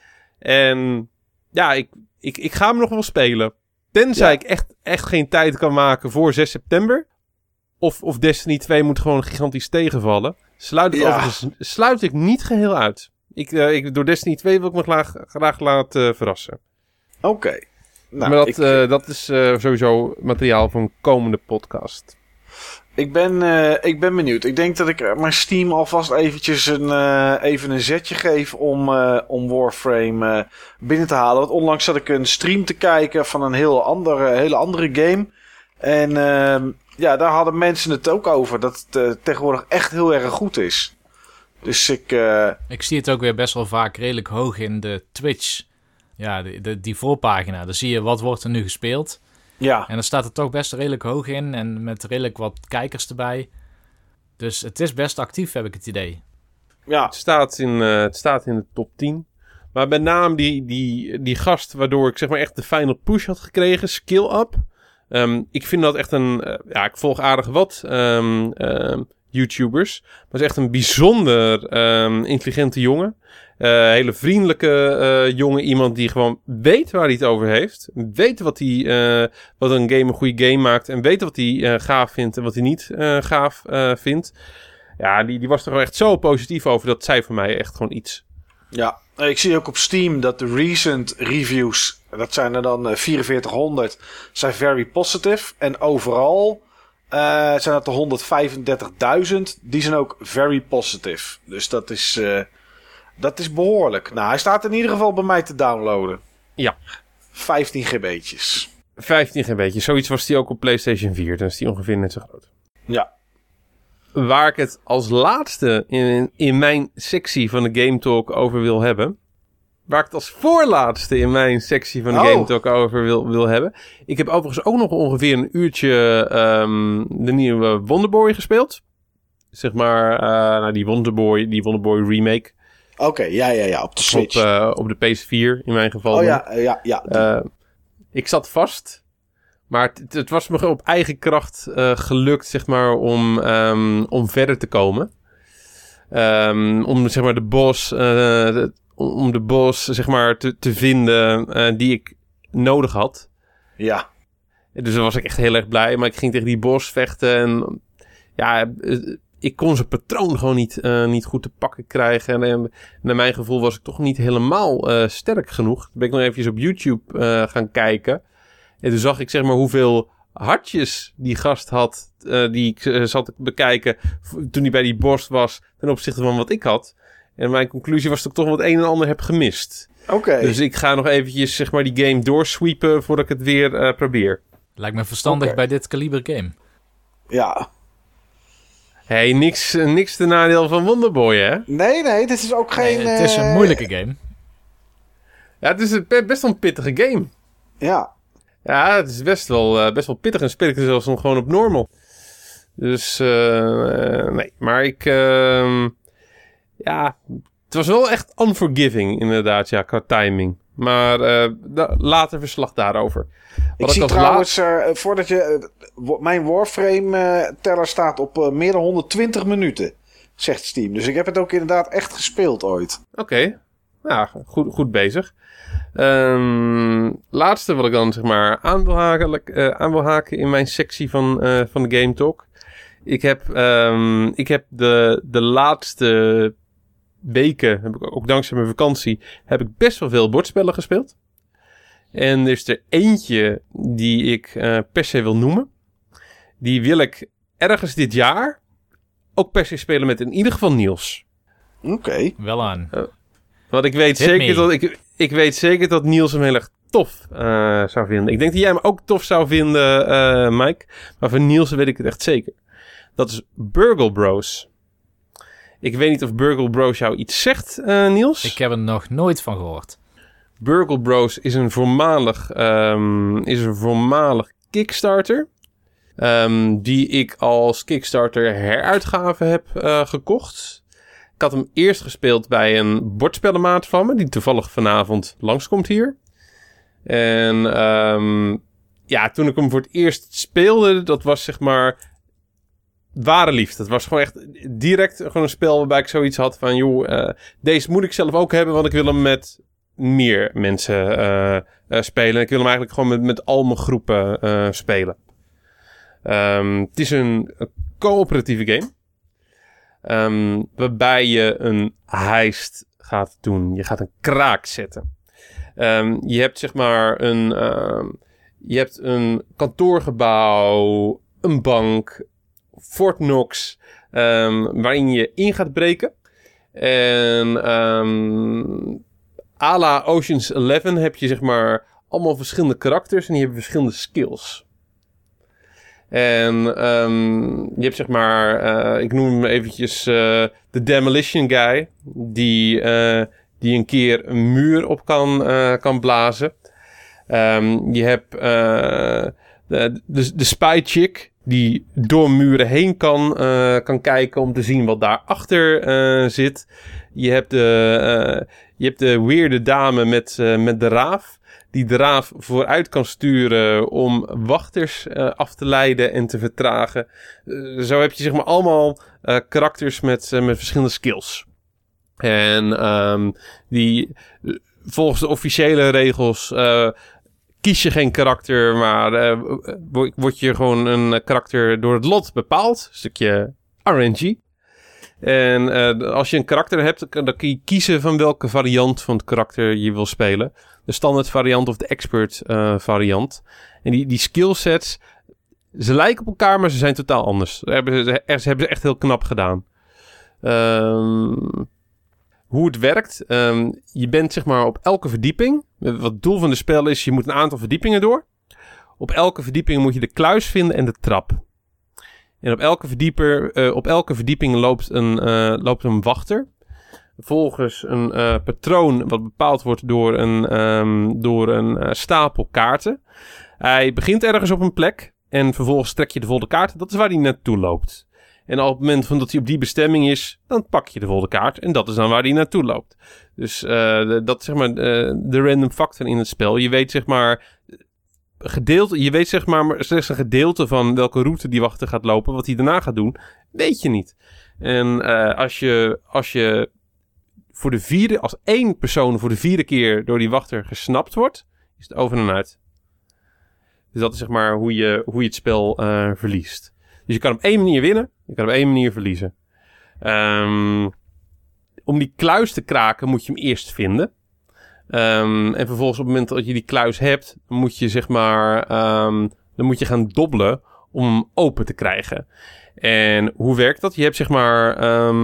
En ja, ik ga hem nog wel spelen. Tenzij ik echt geen tijd kan maken voor 6 september. Of Destiny 2 moet gewoon gigantisch tegenvallen. Sluit ik niet geheel uit. Door Destiny 2 wil ik me graag laten verrassen. Oké. Nou, maar dat is sowieso materiaal voor een komende podcast. Ik ben benieuwd. Ik denk dat ik mijn Steam alvast eventjes even een zetje geef om Warframe binnen te halen. Want onlangs zat ik een stream te kijken van een hele andere game. En daar hadden mensen het ook over. Dat het tegenwoordig echt heel erg goed is. Dus ik zie het ook weer best wel vaak redelijk hoog in de Twitch. Ja, die voorpagina. Dan zie je wat wordt er nu gespeeld. Ja. En dan staat het toch best redelijk hoog in. En met redelijk wat kijkers erbij. Dus het is best actief, heb ik het idee. Ja, het staat in de top 10. Maar met name die gast waardoor ik zeg maar echt de final push had gekregen. Skill Up. Ik vind dat echt ik volg aardig wat YouTubers. Maar het is echt een bijzonder intelligente jongen. Hele vriendelijke jongen. Iemand die gewoon weet waar hij het over heeft. Weet wat een game een goede game maakt. En weet wat hij gaaf vindt en wat hij niet gaaf vindt. Ja, die was er gewoon echt zo positief over. Dat zei voor mij echt gewoon iets. Ja, ik zie ook op Steam dat de recent reviews, dat zijn er dan 4400, zijn very positive. En overal zijn dat de 135.000. Die zijn ook very positive. Dus dat is behoorlijk. Nou, hij staat in ieder geval bij mij te downloaden. Ja. 15 gb'tjes. 15 gb'tjes. Zoiets was die ook op PlayStation 4. Dan is die ongeveer net zo groot. Ja. Waar ik het als laatste in mijn sectie van de Game Talk over wil hebben, waar ik het als voorlaatste in mijn sectie van de Game Talk over wil hebben. Ik heb overigens ook nog ongeveer een uurtje de nieuwe Wonderboy gespeeld. Zeg maar, die Wonderboy remake. Oké, ja, op de Switch. Op de PS4 in mijn geval. Ja. Ik zat vast. Maar het was me op eigen kracht gelukt, zeg maar, om verder te komen. Om, zeg maar, de boss, zeg maar, te vinden die ik nodig had. Ja. Dus dan was ik echt heel erg blij. Maar ik ging tegen die boss vechten en ja, ik kon zijn patroon gewoon niet goed te pakken krijgen. En naar mijn gevoel was ik toch niet helemaal sterk genoeg. Toen ben ik nog eventjes op YouTube gaan kijken. En toen zag ik, zeg maar, hoeveel hartjes die gast had, die ik zat te bekijken toen hij bij die boss was, ten opzichte van wat ik had. En mijn conclusie was dat ik toch wat een en ander heb gemist. Oké. Dus ik ga nog eventjes, zeg maar, die game doorsweepen voordat ik het weer probeer. Lijkt me verstandig bij dit kaliber game. Ja. Hey, niks te nadeel van Wonderboy, hè? Nee, dit is ook geen... Nee, het is een moeilijke game. Ja, het is best wel een pittige game. Ja. Ja, het is best wel pittig en speel ik er zelfs nog gewoon op normal. Dus, nee. Maar ik, ja, het was wel echt unforgiving inderdaad, ja, qua timing. Maar later verslag daarover. Ik zie trouwens, voordat je... mijn Warframe-teller staat op meer dan 120 minuten, zegt Steam. Dus ik heb het ook inderdaad echt gespeeld ooit. Oké. Ja, goed bezig. Laatste wat ik dan, zeg maar, aan wil haken in mijn sectie van de Game Talk. Ik heb de laatste weken, heb ik ook dankzij mijn vakantie, heb ik best wel veel bordspellen gespeeld. En er is er eentje die ik per se wil noemen. Die wil ik ergens dit jaar ook per se spelen met in ieder geval Niels. Oké. Wel aan. Want ik weet zeker dat Niels hem heel erg tof zou vinden. Ik denk dat jij hem ook tof zou vinden, Mike. Maar van Niels weet ik het echt zeker. Dat is Burgle Bros. Ik weet niet of Burgle Bros jou iets zegt, Niels. Ik heb er nog nooit van gehoord. Burgle Bros is een voormalig Kickstarter. Die ik als Kickstarter heruitgave heb gekocht. Ik had hem eerst gespeeld bij een bordspellenmaat van me, die toevallig vanavond langskomt hier. En ja, toen ik hem voor het eerst speelde, dat was, zeg maar, ware liefde. Het was gewoon echt direct gewoon een spel waarbij ik zoiets had van, joh, deze moet ik zelf ook hebben, want ik wil hem met meer mensen spelen. Ik wil hem eigenlijk gewoon met al mijn groepen spelen. Het is een coöperatieve game. Waarbij je een heist gaat doen. Je gaat een kraak zetten. Je hebt, zeg maar, een kantoorgebouw, een bank, Fort Knox, waarin je in gaat breken. En à la Ocean's 11 heb je, zeg maar, allemaal verschillende karakters en die hebben verschillende skills. En je hebt, zeg maar, ik noem hem eventjes de Demolition Guy, die een keer een muur op kan blazen. Je hebt de Spy Chick, die door muren heen kan kijken om te zien wat daarachter zit. Je hebt de weirde dame met de raaf, die de raaf vooruit kan sturen om wachters af te leiden en te vertragen. Zo heb je, zeg maar, allemaal karakters met verschillende skills. En volgens de officiële regels kies je geen karakter, maar word je gewoon een karakter door het lot bepaald. Een stukje RNG. En als je een karakter hebt, dan kun je kiezen van welke variant van het karakter je wil spelen. De standaard variant of de expert variant. En die skillsets, ze lijken op elkaar, maar ze zijn totaal anders. Ze hebben ze echt heel knap gedaan. Hoe het werkt, je bent, zeg maar, op elke verdieping. Wat het doel van het spel is, je moet een aantal verdiepingen door. Op elke verdieping moet je de kluis vinden en de trap. En op elke verdieping loopt een wachter. volgens een patroon wat bepaald wordt door een stapel kaarten. Hij begint ergens op een plek en vervolgens trek je de volgende kaart. Dat is waar hij naartoe loopt. En op het moment dat hij op die bestemming is, dan pak je de volgende kaart. En dat is dan waar hij naartoe loopt. Dus dat is zeg maar de random factor in het spel. Je weet zeg maar slechts een gedeelte van welke route die wachter gaat lopen. Wat hij daarna gaat doen, weet je niet. En als je als één persoon voor de 4e keer door die wachter gesnapt wordt, is het over en uit. Dus dat is zeg maar hoe je het spel verliest. Dus je kan op 1 manier winnen, je kan op 1 manier verliezen. Om die kluis te kraken moet je hem eerst vinden. En vervolgens op het moment dat je die kluis hebt, moet je zeg maar dan moet je gaan dobbelen om hem open te krijgen. En hoe werkt dat? Je hebt zeg maar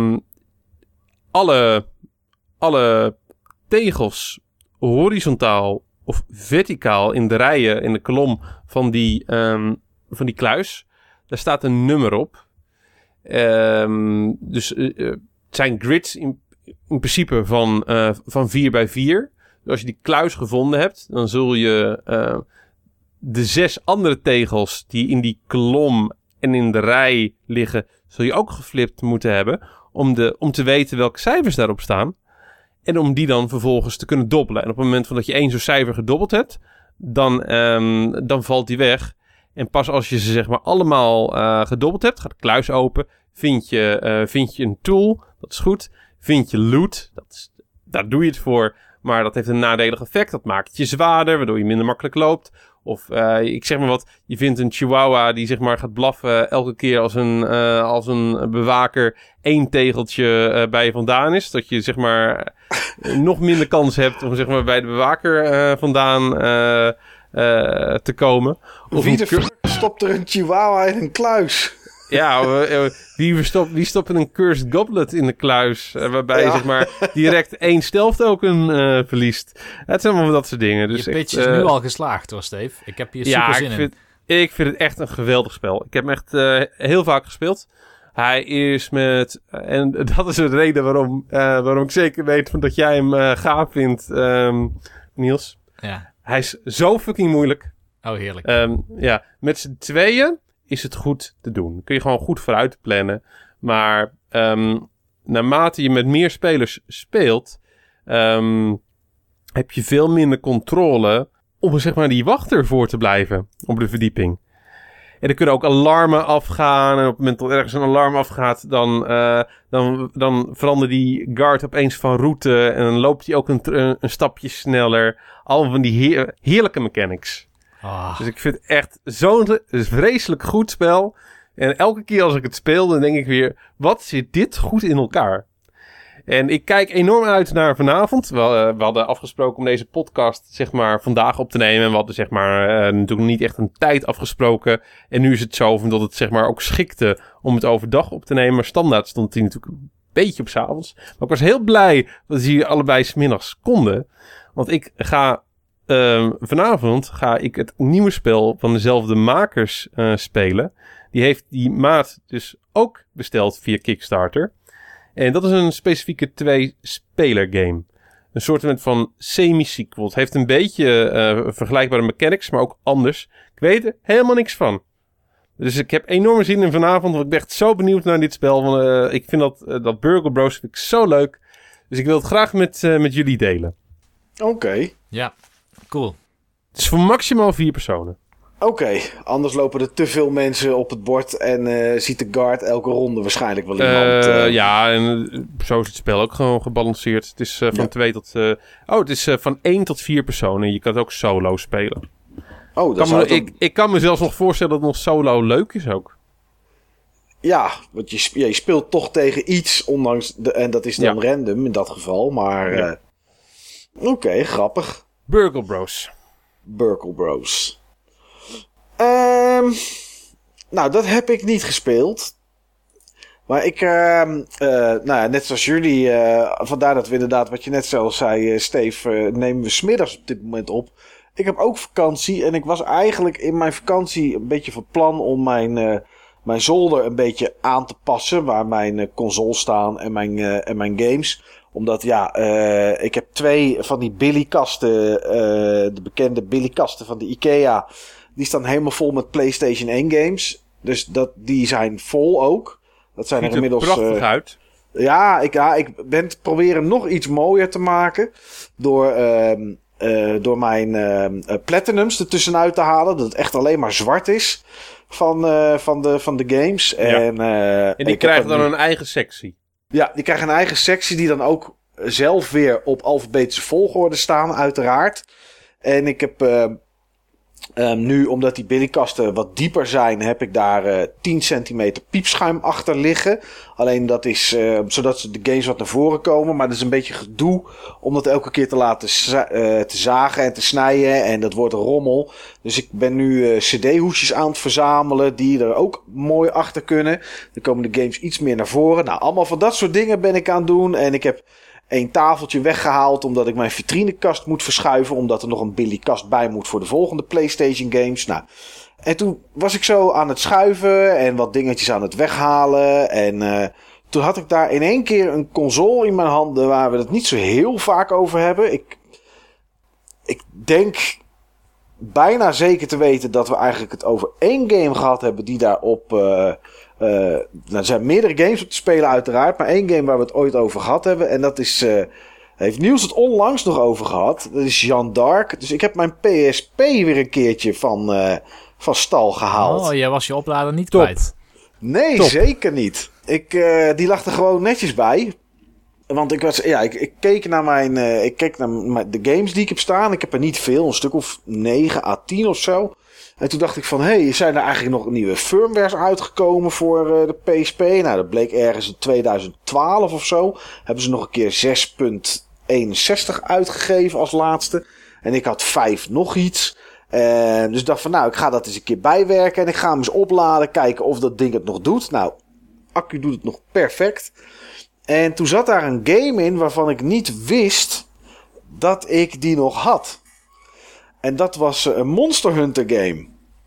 alle tegels horizontaal of verticaal in de rijen, in de kolom van die kluis. Daar staat een nummer op. Dus het zijn grids in principe van 4 bij 4. Dus als je die kluis gevonden hebt, dan zul je de 6 andere tegels die in die kolom en in de rij liggen, zul je ook geflipt moeten hebben om te weten welke cijfers daarop staan. En om die dan vervolgens te kunnen dobbelen. En op het moment dat je 1 zo'n cijfer gedobbeld hebt, dan valt die weg. En pas als je ze zeg maar allemaal gedobbeld hebt, gaat de kluis open. Vind je een tool, dat is goed. Vind je loot, daar doe je het voor. Maar dat heeft een nadelig effect. Dat maakt het je zwaarder, waardoor je minder makkelijk loopt. Of ik zeg maar wat, je vindt een chihuahua die zeg maar gaat blaffen elke keer als een bewaker 1 tegeltje bij je vandaan is. Dat je zeg maar nog minder kans hebt om zeg maar bij de bewaker vandaan te komen. Of wie de fuck stopt er een chihuahua in een kluis? Ja, wie stopt een cursed goblet in de kluis, waarbij je zeg maar direct 1 stealth token verliest. Het zijn allemaal dat soort dingen. Dus je pitch is nu al geslaagd hoor, Steve. Ik heb hier super zin in. Ik vind het echt een geweldig spel. Ik heb hem echt heel vaak gespeeld. Hij is en dat is de reden waarom ik zeker weet dat jij hem gaaf vindt, Niels. Ja. Hij is zo fucking moeilijk. Oh, heerlijk. Met z'n tweeën is het goed te doen. Kun je gewoon goed vooruit plannen. Maar naarmate je met meer spelers speelt, heb je veel minder controle om zeg maar die wachter voor te blijven op de verdieping. En er kunnen ook alarmen afgaan. En op het moment dat ergens een alarm afgaat, dan verandert die guard opeens van route. En dan loopt hij ook een stapje sneller. Allemaal van die heerlijke mechanics. Oh. Dus ik vind het echt zo'n vreselijk goed spel. En elke keer als ik het speel, dan denk ik weer, wat zit dit goed in elkaar? En ik kijk enorm uit naar vanavond. We hadden afgesproken om deze podcast zeg maar vandaag op te nemen. En we hadden zeg maar natuurlijk niet echt een tijd afgesproken. En nu is het zo dat het zeg maar ook schikte om het overdag op te nemen. Maar standaard stond hij natuurlijk een beetje op 's avonds. Maar ik was heel blij dat ze hier allebei 's middags konden. Want ik ga vanavond ga ik het nieuwe spel van dezelfde makers spelen. Die heeft die maat dus ook besteld via Kickstarter. En dat is een specifieke 2-speler game. Een soort van semi-sequel. Het heeft een beetje vergelijkbare mechanics, maar ook anders. Ik weet er helemaal niks van. Dus ik heb enorm zin in vanavond, want ik ben echt zo benieuwd naar dit spel. Want, ik vind dat Burgle Bros vind ik zo leuk. Dus ik wil het graag met jullie delen. Oké. Ja, cool. Het is voor maximaal 4 personen. Oké, anders lopen er te veel mensen op het bord en ziet de guard elke ronde waarschijnlijk wel iemand. Ja, en zo is het spel ook gewoon gebalanceerd. Het is van 2 tot... het is van 1 tot 4 personen. Je kan het ook solo spelen. Oh, dat ik kan me zelfs nog voorstellen dat nog solo leuk is ook. Ja, want je speelt toch tegen iets, ondanks en dat is dan random in dat geval. Maar oké, grappig. Burgle Bros. Burgle Bros. Nou, dat heb ik niet gespeeld. Maar ik, net zoals jullie, vandaar dat we inderdaad, wat je net zelf zei, Steve, nemen we 's middags op dit moment op. Ik heb ook vakantie en ik was eigenlijk in mijn vakantie een beetje van plan om mijn zolder een beetje aan te passen, waar mijn consoles staan en mijn games. Omdat ik heb 2 van die Billy-kasten, de bekende Billy-kasten van de Ikea. Die staan helemaal vol met PlayStation 1 games. Dus die zijn vol ook. Dat zijn er inmiddels... Ziet er prachtig uit. Ja, ik ben het proberen nog iets mooier te maken. Door mijn platinums ertussenuit te halen. Dat het echt alleen maar zwart is van de games. Ja. En die krijgen dan een eigen sectie. Ja, die krijgen een eigen sectie die dan ook zelf weer op alfabetische volgorde staan, uiteraard. En ik heb nu, omdat die Billy-kasten wat dieper zijn, heb ik daar 10 centimeter piepschuim achter liggen. Alleen dat is zodat de games wat naar voren komen. Maar dat is een beetje gedoe om dat elke keer te laten te zagen en te snijden. En dat wordt een rommel. Dus ik ben nu cd-hoesjes aan het verzamelen die er ook mooi achter kunnen. Dan komen de games iets meer naar voren. Nou, allemaal van dat soort dingen ben ik aan het doen. En ik heb 1 tafeltje weggehaald omdat ik mijn vitrinekast moet verschuiven. Omdat er nog een Billy-kast bij moet voor de volgende PlayStation games. Nou, en toen was ik zo aan het schuiven en wat dingetjes aan het weghalen. En toen had ik daar in één keer een console in mijn handen waar we het niet zo heel vaak over hebben. Ik denk bijna zeker te weten dat we eigenlijk het over 1 game gehad hebben die daarop... er zijn meerdere games op te spelen uiteraard. Maar 1 game waar we het ooit over gehad hebben. En dat is... heeft Niels het onlangs nog over gehad. Dat is Jeanne d'Arc. Dus ik heb mijn PSP weer een keertje van stal gehaald. Oh, jij was je oplader niet kwijt. Nee, top. Zeker niet. Die lag er gewoon netjes bij. Want ik keek naar de games die ik heb staan. Ik heb er niet veel. Een stuk of 9 à 10 of zo. En toen dacht ik van, zijn er eigenlijk nog nieuwe firmwares uitgekomen voor de PSP? Nou, dat bleek ergens in 2012 of zo. Hebben ze nog een keer 6.61 uitgegeven als laatste. En ik had 5 nog iets. Dus ik dacht van, ik ga dat eens een keer bijwerken. En ik ga hem eens opladen, kijken of dat ding het nog doet. Nou, accu doet het nog perfect. En toen zat daar een game in waarvan ik niet wist dat ik die nog had. En dat was een Monster Hunter game.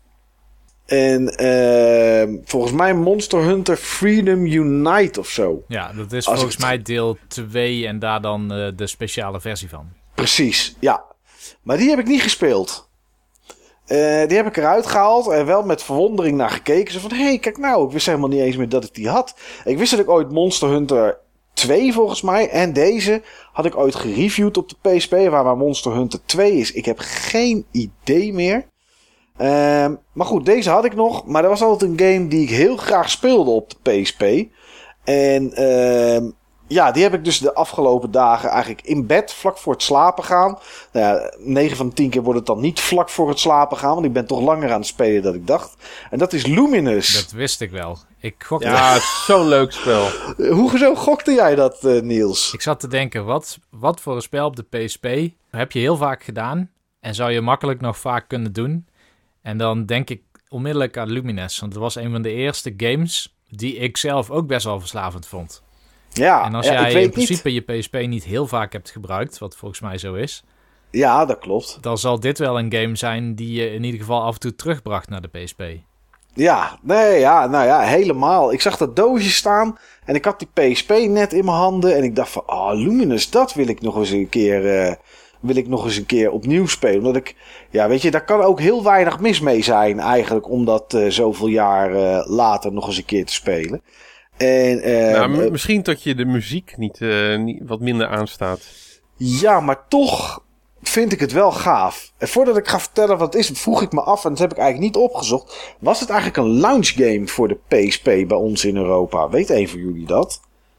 En volgens mij Monster Hunter Freedom Unite of zo. Ja, dat is volgens mij deel 2 en daar dan de speciale versie van. Precies, ja. Maar die heb ik niet gespeeld. Die heb ik eruit gehaald en wel met verwondering naar gekeken. Zo van, kijk nou, ik wist helemaal niet eens meer dat ik die had. Ik wist dat ik ooit Monster Hunter 2 volgens mij en deze had ik ooit gereviewd op de PSP, waar Monster Hunter 2 is. Ik heb geen idee meer. Maar goed, deze had ik nog. Maar dat was altijd een game die ik heel graag speelde op de PSP. En die heb ik dus de afgelopen dagen eigenlijk in bed, vlak voor het slapen gaan. 9 van de 10 keer wordt het dan niet vlak voor het slapen gaan, want ik ben toch langer aan het spelen dan ik dacht. En dat is Luminous. Dat wist ik wel. Ik gokte. Ja, het is zo'n leuk spel. Hoezo gokte jij dat, Niels? Ik zat te denken, wat voor een spel op de PSP heb je heel vaak gedaan en zou je makkelijk nog vaak kunnen doen? En dan denk ik onmiddellijk aan Lumines, want het was een van de eerste games die ik zelf ook best wel verslavend vond. Ja, en als jij in principe je PSP niet heel vaak hebt gebruikt, wat volgens mij zo is. Ja, dat klopt. Dan zal dit wel een game zijn die je in ieder geval af en toe terugbracht naar de PSP. Ja, helemaal. Ik zag dat doosje staan en ik had die PSP net in mijn handen. En ik dacht van, Luminous, dat wil ik nog eens een keer opnieuw spelen. Omdat ik, daar kan ook heel weinig mis mee zijn eigenlijk, om dat zoveel jaar later nog eens een keer te spelen. En, misschien dat je de muziek niet wat minder aanstaat. Ja, maar toch vind ik het wel gaaf. En voordat ik ga vertellen wat het is, vroeg ik me af, en dat heb ik eigenlijk niet opgezocht. Was het eigenlijk een launch game voor de PSP bij ons in Europa? Weet een van jullie dat?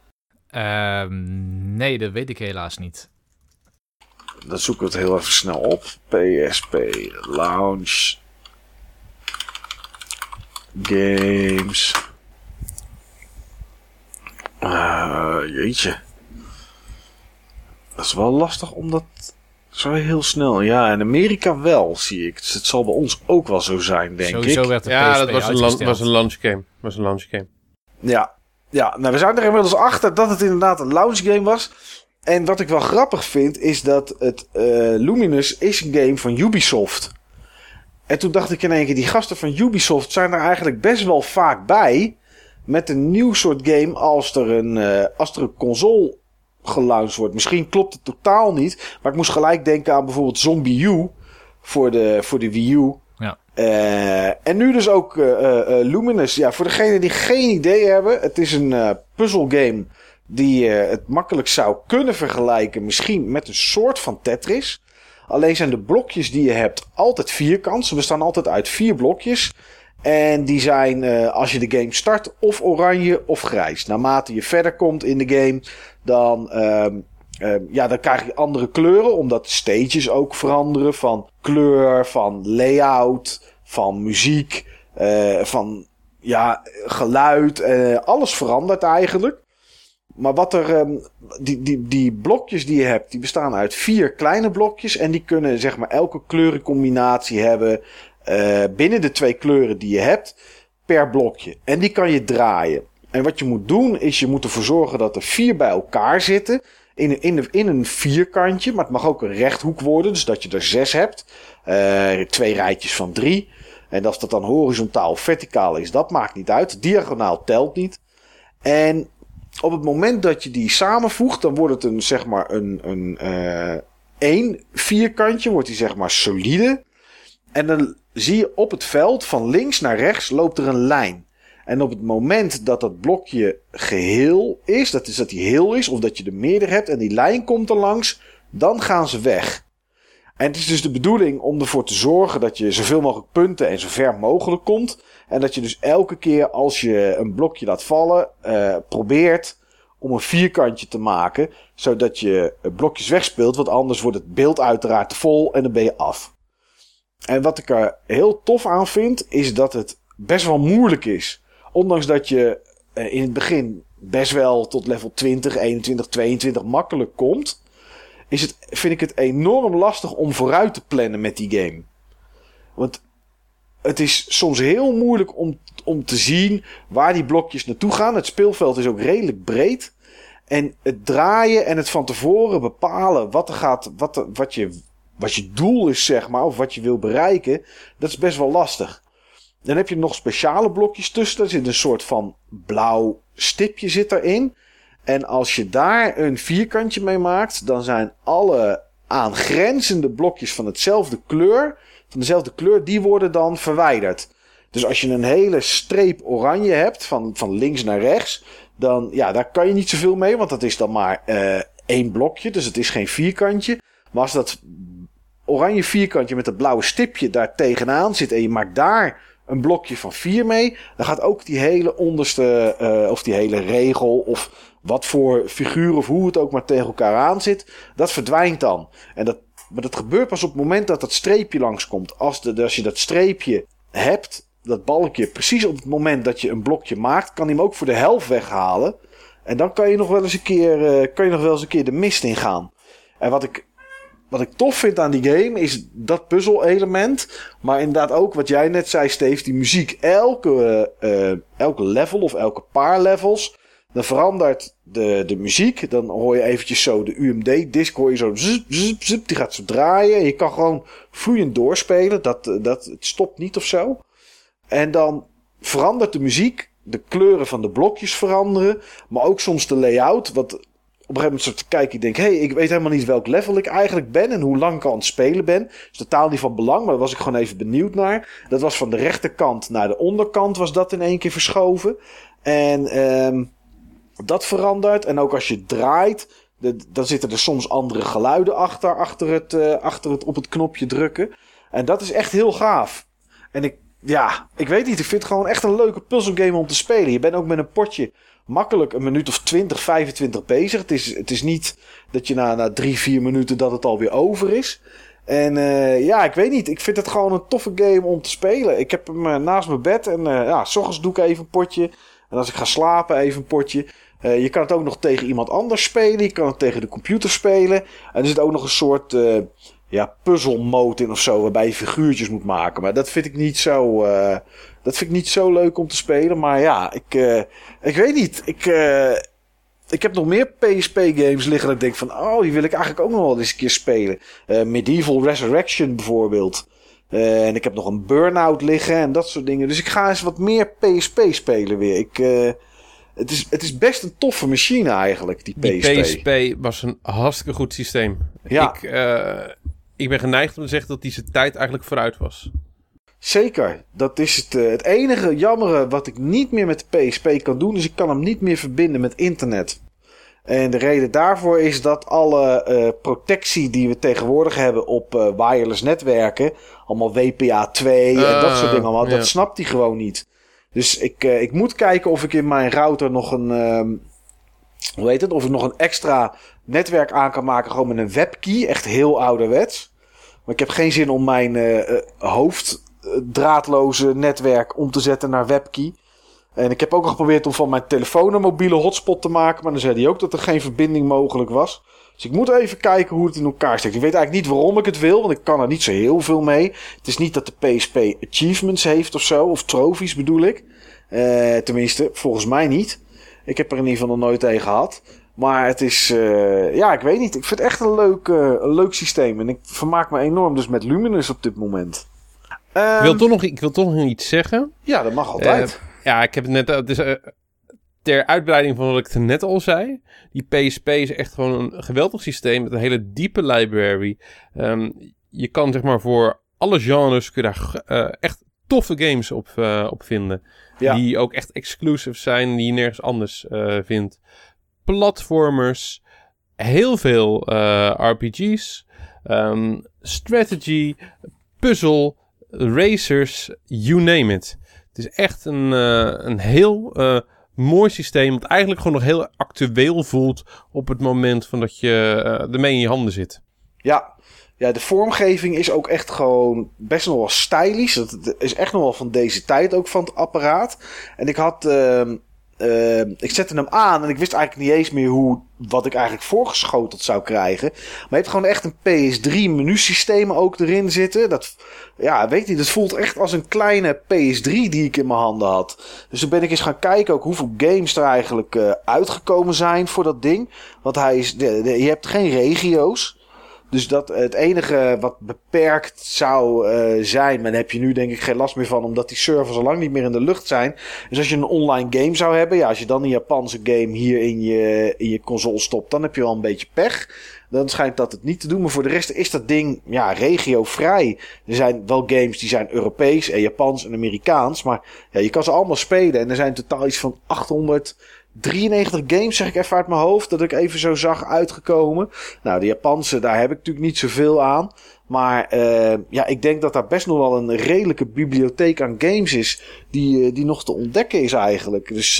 Nee, dat weet ik helaas niet. Dan zoeken we het heel even snel op. PSP launch games. Jeetje. Dat is wel lastig omdat zo heel snel. Ja, in Amerika wel, zie ik. Dus het zal bij ons ook wel zo zijn, denk Sowieso ik. Werd de ja, PSP dat was een launch game. Ja, we zijn er inmiddels achter dat het inderdaad een launch game was. En wat ik wel grappig vind, is dat het Luminous is een game van Ubisoft. En toen dacht ik in één keer, die gasten van Ubisoft zijn er eigenlijk best wel vaak bij met een nieuw soort game als er een console gelaunched wordt. Misschien klopt het totaal niet. Maar ik moest gelijk denken aan bijvoorbeeld Zombie U voor de Wii U. Ja. En nu dus ook Luminous. Ja, voor degenen die geen idee hebben. Het is een puzzelgame die het makkelijk zou kunnen vergelijken. Misschien met een soort van Tetris. Alleen zijn de blokjes die je hebt altijd vierkant. Ze bestaan altijd uit 4 blokjes. En die zijn, als je de game start, of oranje of grijs. Naarmate je verder komt in de game, dan krijg je andere kleuren. Omdat de stages ook veranderen van kleur, van layout, van muziek, van geluid. Alles verandert eigenlijk. Maar wat er, die blokjes die je hebt, die bestaan uit 4 kleine blokjes. En die kunnen zeg maar elke kleurencombinatie hebben binnen de 2 kleuren die je hebt per blokje. En die kan je draaien. En wat je moet doen is je moet ervoor zorgen dat er 4 bij elkaar zitten. In een vierkantje, maar het mag ook een rechthoek worden. Dus dat je er 6 hebt. 2 rijtjes van 3. En of dat dan horizontaal of verticaal is, dat maakt niet uit. Diagonaal telt niet. En op het moment dat je die samenvoegt, dan wordt het één vierkantje, wordt die zeg maar solide. En dan zie je op het veld van links naar rechts loopt er een lijn. En op het moment dat dat blokje geheel is, dat die heel is, of dat je er meerdere hebt en die lijn komt er langs, dan gaan ze weg. En het is dus de bedoeling om ervoor te zorgen dat je zoveel mogelijk punten en zo ver mogelijk komt. En dat je dus elke keer als je een blokje laat vallen, probeert om een vierkantje te maken. Zodat je blokjes wegspeelt, want anders wordt het beeld uiteraard te vol en dan ben je af. En wat ik er heel tof aan vind, is dat het best wel moeilijk is. Ondanks dat je in het begin best wel tot level 20, 21, 22 makkelijk komt, vind ik het enorm lastig om vooruit te plannen met die game. Want het is soms heel moeilijk om te zien waar die blokjes naartoe gaan. Het speelveld is ook redelijk breed. En het draaien en het van tevoren bepalen wat je doel is, zeg maar, of wat je wil bereiken, dat is best wel lastig. Dan heb je nog speciale blokjes tussen. Er zit een soort van blauw stipje zit erin. En als je daar een vierkantje mee maakt, dan zijn alle aangrenzende blokjes van dezelfde kleur, die worden dan verwijderd. Dus als je een hele streep oranje hebt, van links naar rechts, dan, ja, daar kan je niet zoveel mee, want dat is dan maar 1 blokje, dus het is geen vierkantje. Maar als dat oranje vierkantje met dat blauwe stipje daar tegenaan zit en je maakt daar een blokje van 4 mee, dan gaat ook die hele onderste, of die hele regel, of wat voor figuur of hoe het ook maar tegen elkaar aan zit, dat verdwijnt dan. Maar dat gebeurt pas op het moment dat dat streepje langskomt. Als je dat streepje hebt, dat balkje, precies op het moment dat je een blokje maakt, kan hij hem ook voor de helft weghalen. En dan kan je nog wel eens een keer de mist in gaan. En wat ik tof vind aan die game is dat puzzel-element. Maar inderdaad ook wat jij net zei, Steve, die muziek. Elke level of elke paar levels, dan verandert de muziek. Dan hoor je eventjes zo de UMD-disc, hoor je zo zip, zip, zip, die gaat zo draaien. Je kan gewoon vloeiend doorspelen. Het stopt niet of zo. En dan verandert de muziek. De kleuren van de blokjes veranderen. Maar ook soms de layout. Want op een gegeven moment zat te kijken. Ik denk, ik weet helemaal niet welk level ik eigenlijk ben. En hoe lang ik al aan het spelen ben. Dat is totaal niet van belang. Maar daar was ik gewoon even benieuwd naar. Dat was van de rechterkant naar de onderkant. Was dat in één keer verschoven. En dat verandert. En ook als je draait. Dan zitten er soms andere geluiden achter het op het knopje drukken. En dat is echt heel gaaf. En ik weet niet. Ik vind het gewoon echt een leuke puzzelgame om te spelen. Je bent ook met een potje makkelijk een minuut of 20, 25 bezig. Het is niet dat je na 3-4 minuten dat het alweer over is. En ik weet niet. Ik vind het gewoon een toffe game om te spelen. Ik heb hem naast mijn bed. En 's ochtends doe ik even een potje. En als ik ga slapen even een potje. Je kan het ook nog tegen iemand anders spelen. Je kan het tegen de computer spelen. En er zit ook nog een soort puzzelmode in of zo. Waarbij je figuurtjes moet maken. Maar dat vind ik niet zo... dat vind ik niet zo leuk om te spelen. Maar ja, ik weet niet. Ik heb nog meer PSP-games liggen dat ik denk van... die wil ik eigenlijk ook nog wel eens een keer spelen. Medieval Resurrection bijvoorbeeld. En ik heb nog een Burnout liggen en dat soort dingen. Dus ik ga eens wat meer PSP spelen weer. Het is best een toffe machine eigenlijk, die PSP. Die PSP was een hartstikke goed systeem. Ja. Ik ben geneigd om te zeggen dat die zijn tijd eigenlijk vooruit was. Zeker. Dat is het enige jammere wat ik niet meer met de PSP kan doen. Dus ik kan hem niet meer verbinden met internet. En de reden daarvoor is dat alle protectie die we tegenwoordig hebben op wireless netwerken, allemaal WPA2 en dat soort dingen allemaal, dat snapt hij gewoon niet. Dus ik moet kijken of ik in mijn router nog of ik nog een extra netwerk aan kan maken, gewoon met een webkey, echt heel ouderwets. Maar ik heb geen zin om mijn hoofddraadloze netwerk om te zetten naar webkey. En ik heb ook al geprobeerd om van mijn telefoon een mobiele hotspot te maken. Maar dan zei hij ook dat er geen verbinding mogelijk was. Dus ik moet even kijken hoe het in elkaar steekt. Ik weet eigenlijk niet waarom ik het wil, want ik kan er niet zo heel veel mee. Het is niet dat de PSP achievements heeft of zo. Of trophies bedoel ik. Tenminste, volgens mij niet. Ik heb er in ieder geval nog nooit tegen gehad. Maar het is, ik weet niet. Ik vind het echt een leuk systeem. En ik vermaak me enorm dus met Luminous op dit moment. Ik wil toch nog iets zeggen. Ja, dat mag altijd. Ja, ik heb het net... ter uitbreiding van wat ik er net al zei. Die PSP is echt gewoon een geweldig systeem met een hele diepe library. Je kan zeg maar voor alle genres kun je daar echt toffe games op vinden. Ja. Die ook echt exclusive zijn, die je nergens anders vindt. Platformers, heel veel RPG's, strategy, puzzle, racers, you name it. Het is echt een heel mooi systeem, wat eigenlijk gewoon nog heel actueel voelt op het moment van dat je ermee in je handen zit. Ja, de vormgeving is ook echt gewoon best nog wel stylish. Dat is echt nog wel van deze tijd ook van het apparaat. En ik zette hem aan en ik wist eigenlijk niet eens meer wat ik eigenlijk voorgeschoteld zou krijgen. Maar je hebt gewoon echt een PS3 menusysteem ook erin zitten. Dat voelt echt als een kleine PS3 die ik in mijn handen had. Dus toen ben ik eens gaan kijken ook hoeveel games er eigenlijk uitgekomen zijn voor dat ding. Want je hebt geen regio's. Dus het enige wat beperkt zou zijn, maar daar heb je nu denk ik geen last meer van, omdat die servers al lang niet meer in de lucht zijn. Dus als je een online game zou hebben, als je dan een Japanse game hier in je console stopt, dan heb je wel een beetje pech. Dan schijnt dat het niet te doen, maar voor de rest is dat ding regiovrij. Er zijn wel games die zijn Europees en Japans en Amerikaans, maar je kan ze allemaal spelen. En er zijn totaal iets van 893 games, zeg ik even uit mijn hoofd, dat ik even zo zag uitgekomen. Nou, de Japanse, daar heb ik natuurlijk niet zoveel aan. Maar ik denk dat daar best nog wel een redelijke bibliotheek aan games is die nog te ontdekken is eigenlijk. Dus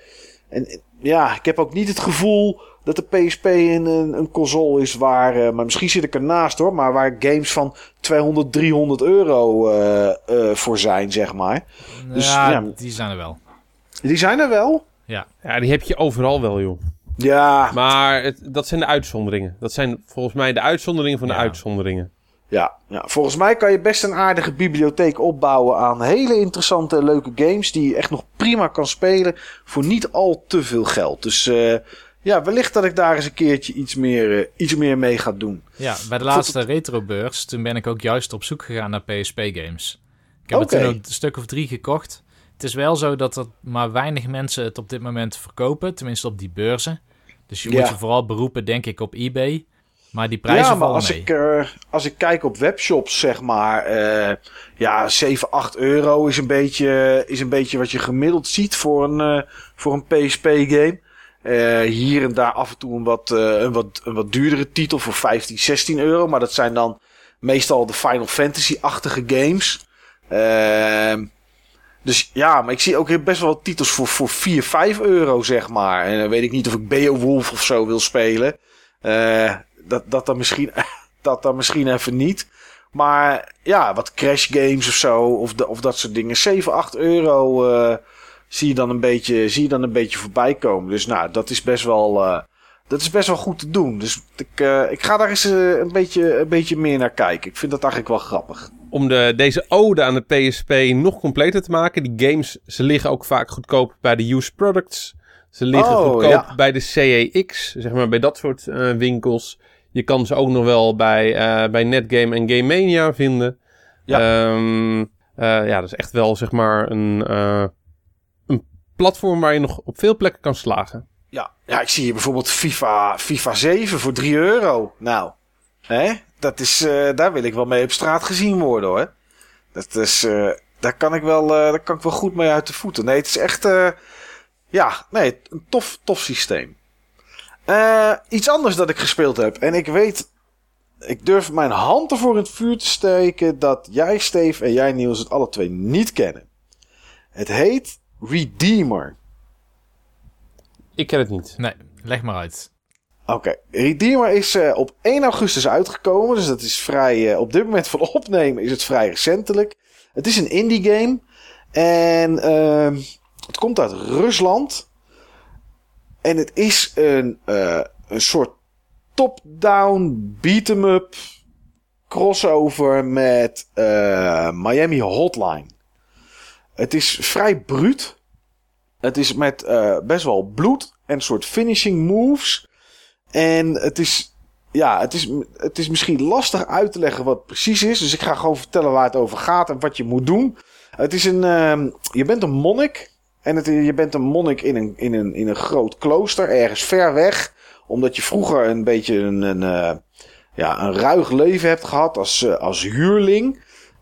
ik heb ook niet het gevoel dat de PSP een console is waar, maar misschien zit ik ernaast hoor, maar waar games van 200, 300 euro voor zijn, zeg maar. Dus, die zijn er wel. Die zijn er wel? Ja, die heb je overal wel, joh. Ja. Maar dat zijn de uitzonderingen. Dat zijn volgens mij de uitzonderingen van de uitzonderingen. Ja, volgens mij kan je best een aardige bibliotheek opbouwen aan hele interessante en leuke games die je echt nog prima kan spelen voor niet al te veel geld. Dus wellicht dat ik daar eens een keertje iets meer mee ga doen. Ja, bij de laatste retrobeurs, toen ben ik ook juist op zoek gegaan naar PSP-games. Ik heb er toen ook een stuk of 3 gekocht. Het is wel zo dat er maar weinig mensen het op dit moment verkopen, tenminste op die beurzen. Dus je moet je vooral beroepen, denk ik, op eBay. Maar die prijzen vallen mee. Als ik kijk op webshops, zeg maar, 7, 8 euro is een beetje wat je gemiddeld ziet voor een PSP-game. Hier en daar af en toe een wat duurdere titel voor 15, 16 euro. Maar dat zijn dan meestal de Final Fantasy-achtige games. Dus ja, maar ik zie ook best wel titels voor 4, 5 euro, zeg maar. En dan weet ik niet of ik Beowulf of zo wil spelen. Dat dan misschien even niet. Maar ja, wat Crash Games of zo, of dat soort dingen. 7, 8 euro zie je dan een beetje voorbij komen. Dus nou, dat is best wel goed te doen. Dus ik ga daar eens een beetje meer naar kijken. Ik vind dat eigenlijk wel grappig. Om deze ode aan de PSP nog completer te maken. Die games, ze liggen ook vaak goedkoop bij de used products. Ze liggen goedkoop bij de CEX, zeg maar bij dat soort winkels. Je kan ze ook nog wel bij Netgame en Game Mania vinden. Ja. Dat is echt wel zeg maar een platform waar je nog op veel plekken kan slagen. Ja, ik zie hier bijvoorbeeld FIFA 7 voor €3. Nou, hè? Dat is, daar wil ik wel mee op straat gezien worden, hoor. Dat is, daar kan ik wel goed mee uit de voeten. Nee, het is echt, een tof systeem. Iets anders dat ik gespeeld heb. En ik durf mijn hand ervoor in het vuur te steken dat jij, Steve, en jij, Niels, het alle twee niet kennen. Het heet Redeemer. Ik ken het niet. Nee, leg maar uit. Oké, Redeemer is op 1 augustus uitgekomen. Dus dat is vrij, op dit moment van opnemen is het vrij recentelijk. Het is een indie game. En het komt uit Rusland. En het is een soort top-down beat-em-up crossover met Miami Hotline. Het is vrij bruut. Het is met best wel bloed en een soort finishing moves. En het is misschien lastig uit te leggen wat het precies is. Dus ik ga gewoon vertellen waar het over gaat en wat je moet doen. Het is je bent een monnik. En je bent een monnik in een groot klooster, ergens ver weg. Omdat je vroeger een beetje een ruig leven hebt gehad als huurling.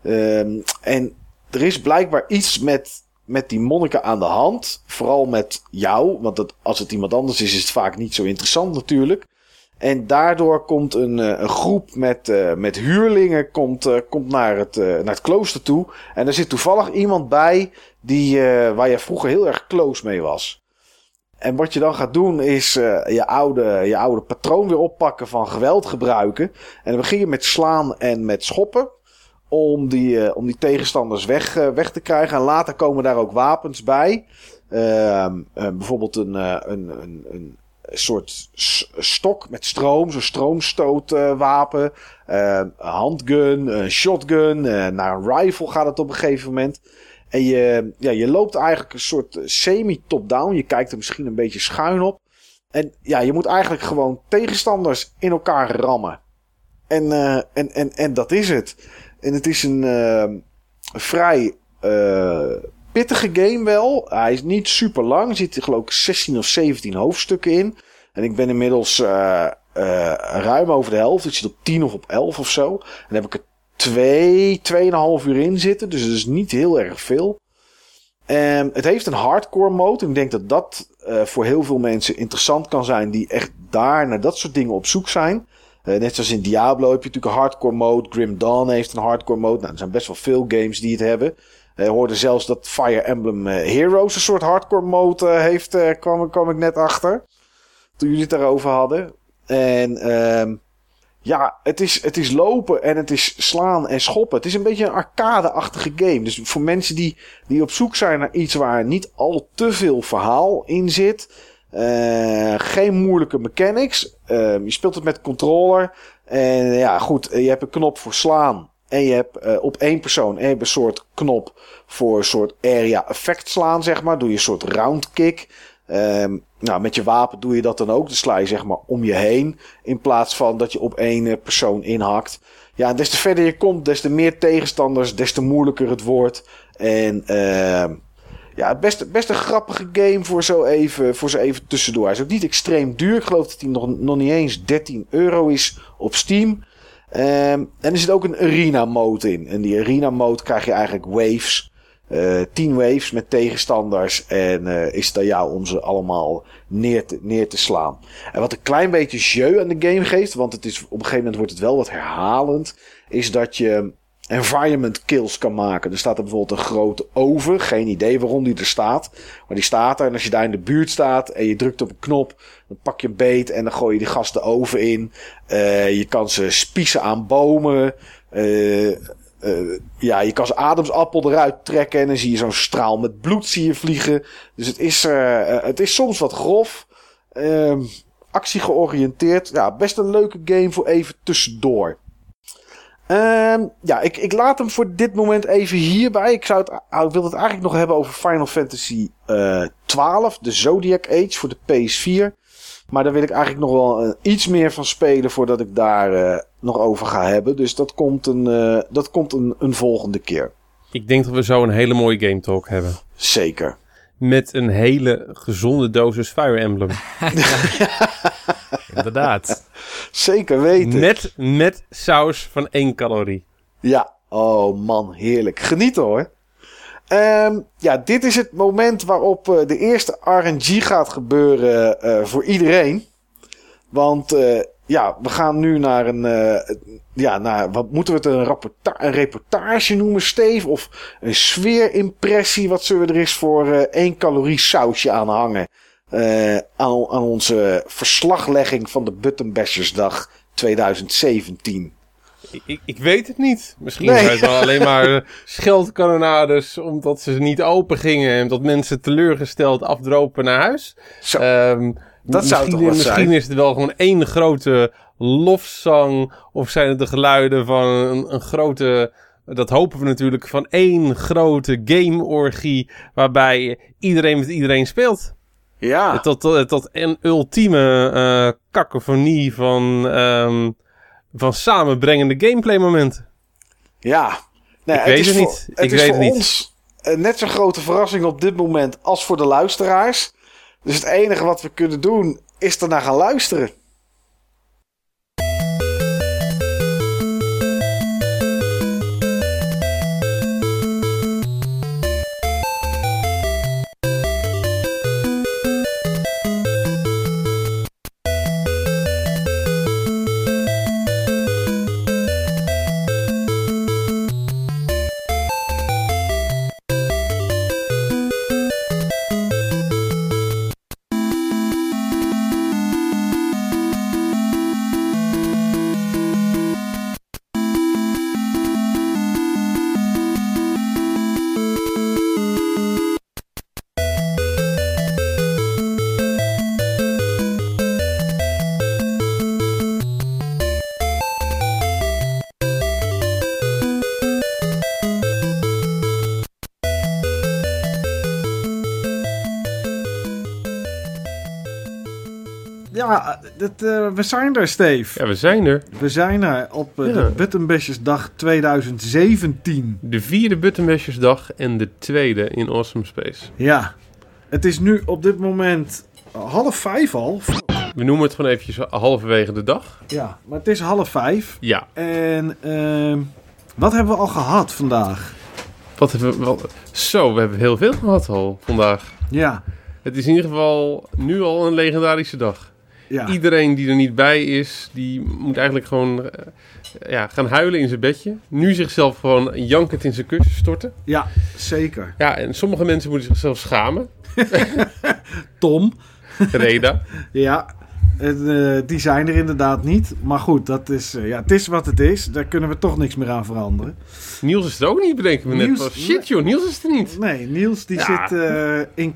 En er is blijkbaar iets met die monniken aan de hand. Vooral met jou, want als het iemand anders is het vaak niet zo interessant natuurlijk. En daardoor komt een groep met huurlingen komt naar het klooster toe. En er zit toevallig iemand bij waar je vroeger heel erg close mee was. En wat je dan gaat doen is je oude patroon weer oppakken van geweld gebruiken. En dan begin je met slaan en met schoppen. Om die tegenstanders weg te krijgen. En later komen daar ook wapens bij. Bijvoorbeeld een soort stok met stroom. Zo'n stroomstootwapen. Handgun, shotgun. Naar een rifle gaat het op een gegeven moment. En je loopt eigenlijk een soort semi-top-down. Je kijkt er misschien een beetje schuin op. En je moet eigenlijk gewoon tegenstanders in elkaar rammen. En dat is het. En het is een vrij pittige game wel. Hij is niet super lang. Er zitten geloof ik 16 of 17 hoofdstukken in. En ik ben inmiddels ruim over de helft. Ik zit op 10 of op 11 of zo. En dan heb ik er 2,5 uur in zitten. Dus dat is niet heel erg veel. Het heeft een hardcore mode. En ik denk dat voor heel veel mensen interessant kan zijn. Die echt naar dat soort dingen op zoek zijn. Net zoals in Diablo heb je natuurlijk een hardcore mode. Grim Dawn heeft een hardcore mode. Nou, er zijn best wel veel games die het hebben. Ik hoorde zelfs dat Fire Emblem Heroes een soort hardcore mode heeft. Kwam ik net achter. Toen jullie het daarover hadden. En het is lopen en het is slaan en schoppen. Het is een beetje een arcade-achtige game. Dus voor mensen die op zoek zijn naar iets waar niet al te veel verhaal in zit. Geen moeilijke mechanics. Je speelt het met controller. En je hebt een knop voor slaan. En je hebt op 1 persoon en je hebt een soort knop voor een soort area effect slaan, zeg maar. Doe je een soort round kick. Met je wapen doe je dat dan ook. Dan sla je zeg maar om je heen. In plaats van dat je op 1 persoon inhakt. Ja, en des te verder je komt, des te meer tegenstanders, des te moeilijker het wordt. En best een grappige game voor zo even tussendoor. Hij is ook niet extreem duur. Ik geloof dat hij nog niet eens €13 is op Steam. En er zit ook een arena mode in. En die arena mode krijg je eigenlijk waves. 10 waves met tegenstanders. En is het aan jou om ze allemaal neer te slaan. En wat een klein beetje jeu aan de game geeft. Want het is, op een gegeven moment wordt het wel wat herhalend. Is dat je environment kills kan maken. Er staat er bijvoorbeeld een grote oven. Geen idee waarom die er staat. Maar die staat er. En als je daar in de buurt staat en je drukt op een knop. Dan pak je een beet en dan gooi je die gas de oven in. Je kan ze spiezen aan bomen. Je kan zijn ademsappel eruit trekken. En dan zie je zo'n straal met bloed vliegen. Dus het is soms wat grof. Actiegeoriënteerd. Ja, best een leuke game voor even tussendoor. Ik laat hem voor dit moment even hierbij. Ik wil het eigenlijk nog hebben over Final Fantasy 12. De Zodiac Age voor de PS4. Maar daar wil ik eigenlijk nog wel iets meer van spelen voordat ik daar nog over ga hebben. Dus dat komt een volgende keer. Ik denk dat we zo een hele mooie Game Talk hebben. Zeker. met een hele gezonde dosis Fire Emblem. Inderdaad. Zeker weten. Met saus van 1 calorie. Ja, oh man, heerlijk. Genieten hoor. Dit is het moment waarop de eerste RNG gaat gebeuren voor iedereen. Want we gaan nu naar wat moeten we het, een reportage noemen, Steve? Of een sfeerimpressie, wat zullen we er eens voor 1 calorie sausje aan hangen? Aan onze verslaglegging van de Buttonbashersdag 2017. Ik weet het niet. Misschien zijn het wel alleen maar scheldkanonades omdat ze niet open gingen en dat mensen teleurgesteld afdropen naar huis. Zo, dat zou toch wat zijn. Misschien is het wel gewoon 1 grote lofzang of zijn het de geluiden van een grote, dat hopen we natuurlijk, van 1 grote game-orgie waarbij iedereen met iedereen speelt. Ja. Tot een ultieme kakofonie van samenbrengende gameplay momenten. Ja. Nou, ik weet het niet. Het is voor ons net zo'n grote verrassing op dit moment als voor de luisteraars. Dus het enige wat we kunnen doen is ernaar gaan luisteren. Ja, we zijn er, Steve. Ja, we zijn er. We zijn er op de Buttonbashersdag 2017. De 4e Buttonbashersdag en de 2e in Awesome Space. Ja, het is nu op dit moment 4:30 al. We noemen het gewoon eventjes halverwege de dag. Ja, maar het is 4:30. Ja. En wat hebben we al gehad vandaag? Wat hebben we wel? Zo, we hebben heel veel gehad al vandaag. Ja. Het is in ieder geval nu al een legendarische dag. Ja. Iedereen die er niet bij is, die moet eigenlijk gewoon gaan huilen in zijn bedje. Nu zichzelf gewoon jankend in zijn kussen storten. Ja, zeker. Ja, en sommige mensen moeten zichzelf schamen. Tom. Reda. Ja, die zijn er inderdaad niet. Maar goed, dat is, het is wat het is. Daar kunnen we toch niks meer aan veranderen. Niels is er ook niet, bedenken we net. Shit joh, Niels is er niet. Nee, Niels die zit in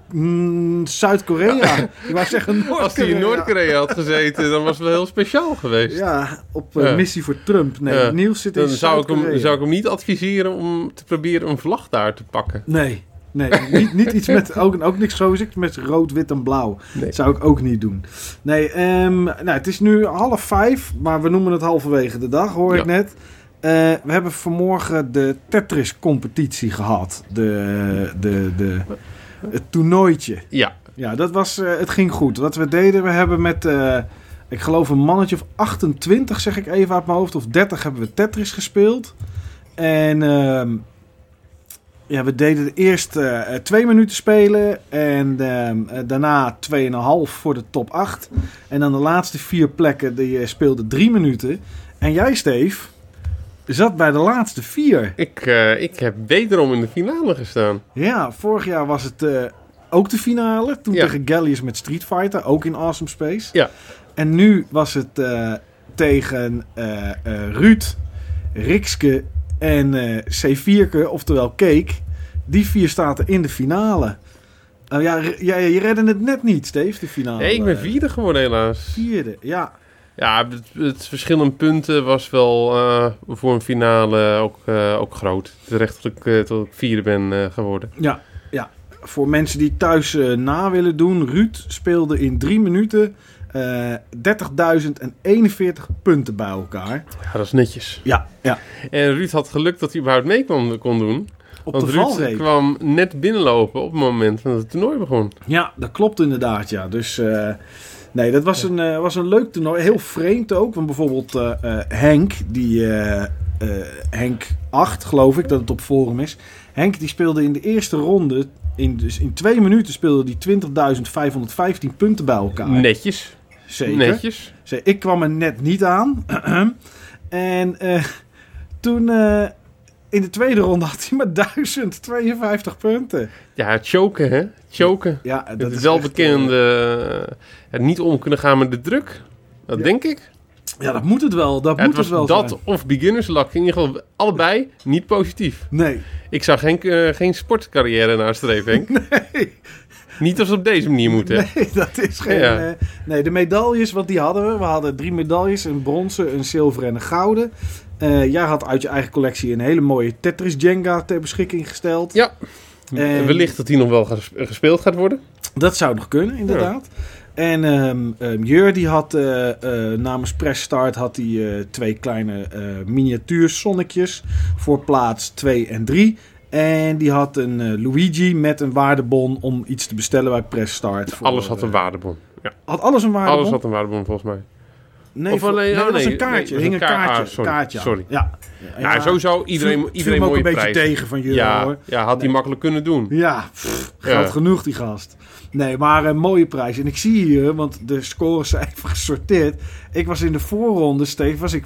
Zuid-Korea. Ik wou zeggen Noord-Korea. Als hij in Noord-Korea had gezeten, dan was het wel heel speciaal geweest. Ja, op missie voor Trump. Nee, Niels zit in Zuid-Korea. Dan zou ik hem niet adviseren om te proberen een vlag daar te pakken. Nee, niet iets met, ook niks zoals ik, met rood, wit en blauw. Nee. Dat zou ik ook niet doen. Nee, het is nu 4:30, maar we noemen het halverwege de dag, hoor ik net. We hebben vanmorgen de Tetris-competitie gehad. Het toernooitje. Ja. Ja, dat was, het ging goed. Wat we deden, we hebben met, ik geloof een mannetje of 28, zeg ik even uit mijn hoofd, of 30 hebben we Tetris gespeeld. En we deden eerst 2 minuten spelen en daarna 2,5 voor de top 8. En dan de laatste 4 plekken, die speelden 3 minuten. En jij, Steve, zat bij de laatste 4. Ik heb wederom in de finale gestaan. Ja, vorig jaar was het ook de finale. Toen tegen Gallius met Street Fighter, ook in Awesome Space. Ja. En nu was het tegen Ruud, Rikske en C4, oftewel Cake. Die 4 staat er in de finale. Je redde het net niet, Steve, de finale. Nee, ik ben 4e geworden helaas. 4e, ja. Ja, het verschil in punten was wel voor een finale ook groot. Terecht tot ik 4e ben geworden. Ja. Voor mensen die thuis na willen doen. Ruud speelde in 3 minuten 30.041 punten bij elkaar. Ja, dat is netjes. Ja. En Ruud had geluk dat hij überhaupt mee kon doen. op de valreep. Ruud kwam net binnenlopen op het moment dat het toernooi begon. Ja, dat klopt inderdaad, ja. Dus nee, dat was een leuk toernooi. Heel vreemd ook, want bijvoorbeeld Henk, Henk 8 geloof ik dat het op forum is. Henk die speelde in de eerste ronde, in 2 minuten speelde die 20.515 punten bij elkaar. Netjes. Zeker. Netjes. Ik kwam er net niet aan. En toen in de tweede ronde had hij maar 1052 punten. Ja, choken hè? Choken. Ja, dat is wel bekend. Niet om kunnen gaan met de druk. Dat denk ik. Ja, dat moet het wel. Dat of beginners luck. In ieder geval allebei niet positief. Nee. Ik zag geen sportcarrière nastreven, Henk. Nee. Niet als we op deze manier moeten. Nee, dat is geen... Ja. Nee, de medailles, wat die hadden we. We hadden 3 medailles. Een bronzen, een zilver en een gouden. Jij had uit je eigen collectie een hele mooie Tetris Jenga ter beschikking gesteld. Ja. Wellicht dat die nog wel gespeeld gaat worden. Dat zou nog kunnen, inderdaad. Ja. En Jur die had namens Press Start had hij 2 kleine miniatuur zonnetjes voor plaats 2 en 3. En die had een Luigi met een waardebon om iets te bestellen bij Press Start. Alles had een waardebon. Ja. Had alles een waardebon? Alles had een waardebon volgens mij. Nee, dat was een kaartje. Er hing een kaartje. Sorry. Ja. Ja, sowieso iedereen mooie ook een prijs. beetje tegen van jullie, hoor. Ja, had hij makkelijk kunnen doen. Ja, geld genoeg die gast. Nee, maar een mooie prijs. En ik zie hier, want de scores zijn even gesorteerd. Ik was in de voorronde, Steve, was ik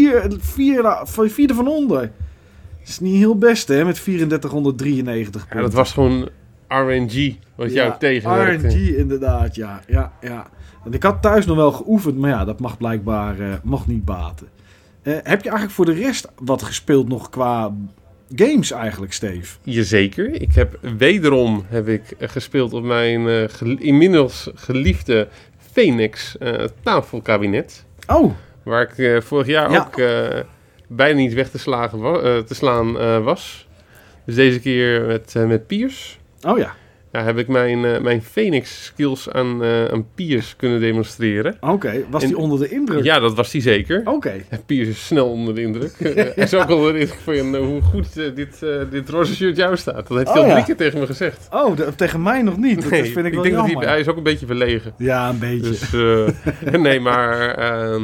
vierde van onder. Dat is niet heel best, hè, met 3493 punten. Ja, dat was gewoon RNG, wat jou tegenwerkte. RNG, inderdaad, ja. Want ik had thuis nog wel geoefend, maar ja, dat mag blijkbaar mocht niet baten. Heb je eigenlijk voor de rest wat gespeeld nog qua games eigenlijk, Steve? Jazeker. Ik heb wederom gespeeld op mijn inmiddels geliefde Phoenix tafelkabinet. Oh! Waar ik vorig jaar ook bijna niet weg te slaan was. Dus deze keer met Piers. Oh ja. Ja, heb ik mijn Phoenix skills aan Piers kunnen demonstreren. Oké, was die onder de indruk? Ja, dat was die zeker. Oké. Piers is snel onder de indruk. Hij is ook onder de indruk van hoe goed dit roze shirt jou staat. Dat heeft hij al 3 keer tegen me gezegd. Oh, tegen mij nog niet. Nee, dat vind ik wel denk jammer. Dat hij is ook een beetje verlegen. Ja, een beetje. Dus, nee, maar...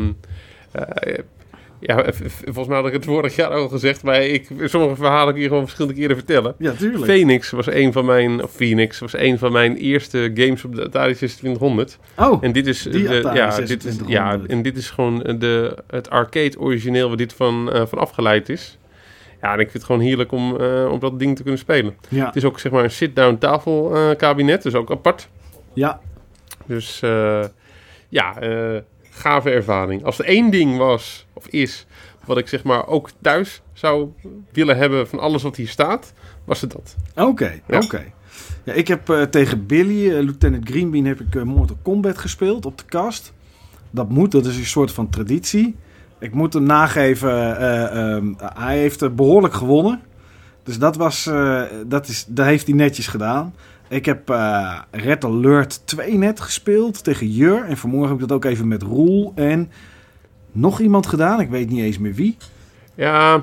volgens mij had ik het vorig jaar al gezegd, maar sommige verhalen kan ik hier gewoon verschillende keren vertellen. Ja, tuurlijk. Phoenix was een van mijn eerste games op de Atari 2600. Oh, en dit is dit is gewoon het arcade origineel waar dit van afgeleid is. Ja, en ik vind het gewoon heerlijk om dat ding te kunnen spelen. Ja. Het is ook zeg maar een sit-down tafelkabinet, dus ook apart. Ja. Dus gave ervaring. Als er één ding was, of is, wat ik zeg maar ook thuis zou willen hebben van alles wat hier staat, was het dat. Oké. Ja, ik heb tegen Billy, Lieutenant Greenbean, heb ik Mortal Kombat gespeeld op de kast. Dat is een soort van traditie. Ik moet hem nageven, hij heeft behoorlijk gewonnen. Dus dat heeft hij netjes gedaan. Ik heb Red Alert 2 net gespeeld tegen Jur. En vanmorgen heb ik dat ook even met Roel en nog iemand gedaan. Ik weet niet eens meer wie. Ja,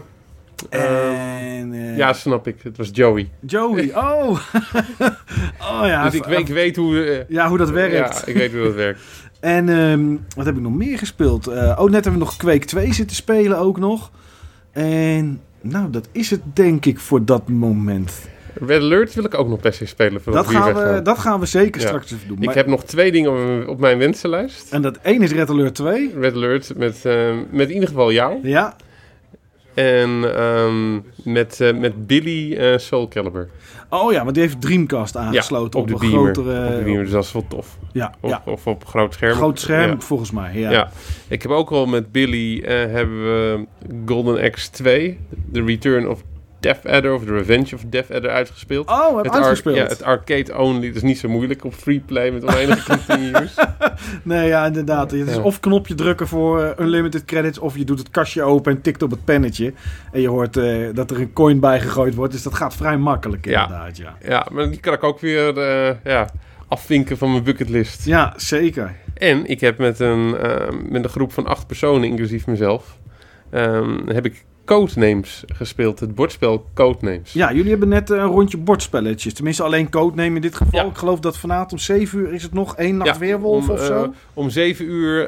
ja, snap ik. Het was Joey. Oh! Oh ja. Dus ik weet hoe... hoe dat werkt. Ja, ik weet hoe dat werkt. En wat heb ik nog meer gespeeld? Net hebben we nog Quake 2 zitten spelen ook nog. En nou, dat is het denk ik voor dat moment. Red Alert wil ik ook nog per se spelen. Dat gaan we zeker straks even doen. Ik heb nog 2 dingen op mijn wensenlijst. En dat één is Red Alert 2. Red Alert met in ieder geval jou. Ja. En met Billy Soul Calibur. Oh ja, want die heeft Dreamcast aangesloten op een beamer, grotere... Op de beamer, dus dat is wel tof. Ja. Of op groot scherm. Groot scherm, volgens mij, ja. Ik heb ook al met Billy hebben we Golden Axe 2, The Return of Death Adder of The Revenge of Death Adder uitgespeeld. Oh, heb uitgespeeld? Het arcade only. Dat is niet zo moeilijk op free play met oneindige continues. Nee, ja, inderdaad. Het is of knopje drukken voor unlimited credits, of je doet het kastje open en tikt op het pennetje. En je hoort dat er een coin bij gegooid wordt. Dus dat gaat vrij makkelijk, inderdaad. Ja, maar die kan ik ook weer afvinken van mijn bucketlist. Ja, zeker. En ik heb met een groep van 8 personen, inclusief mezelf, heb ik Codenames gespeeld. Het bordspel Codenames. Ja, jullie hebben net een rondje bordspelletjes. Tenminste, alleen Codename in dit geval. Ja. Ik geloof dat vanavond om 7 uur is het nog 1 nacht Weerwolf of zo. Om 7 uur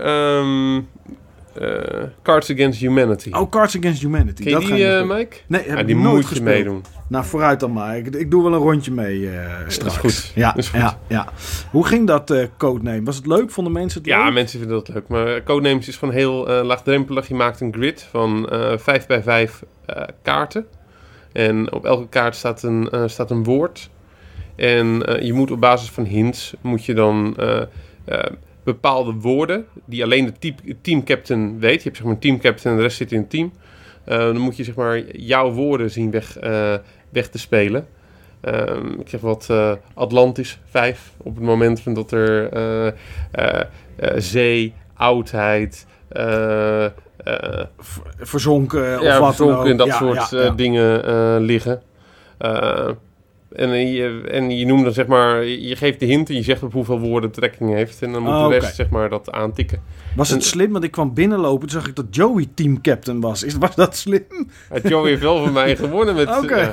Cards Against Humanity. Oh, Cards Against Humanity. Ken je die, Mike? Nee, heb ik die nooit moet gespeeld. je meedoen. Nou, vooruit dan maar. Ik doe wel een rondje mee straks. Dat is goed. Ja, dat is goed. Ja. Hoe ging dat Codename? Was het leuk? Vonden mensen het leuk? Ja, mensen vinden dat leuk. Maar Codenames is gewoon heel laagdrempelig. Je maakt een grid van 5 bij 5 kaarten. En op elke kaart staat een woord. En je moet op basis van hints moet je dan bepaalde woorden die alleen de teamcaptain weet. Je hebt zeg maar een teamcaptain en de rest zit in een team. Dan moet je zeg maar jouw woorden zien weg te spelen. Ik zeg wat Atlantis 5 op het moment van dat er zee, oudheid, verzonken of ja, wat verzonken dan en dat ook. soort dingen liggen. En je noemt dan zeg maar, je geeft de hint en je zegt op hoeveel woorden het trekking heeft. En dan moet de rest zeg maar dat aantikken. Was het slim? Want ik kwam binnenlopen, toen zag ik dat Joey teamcaptain was. Was dat slim? Joey heeft wel van mij gewonnen met... Oké.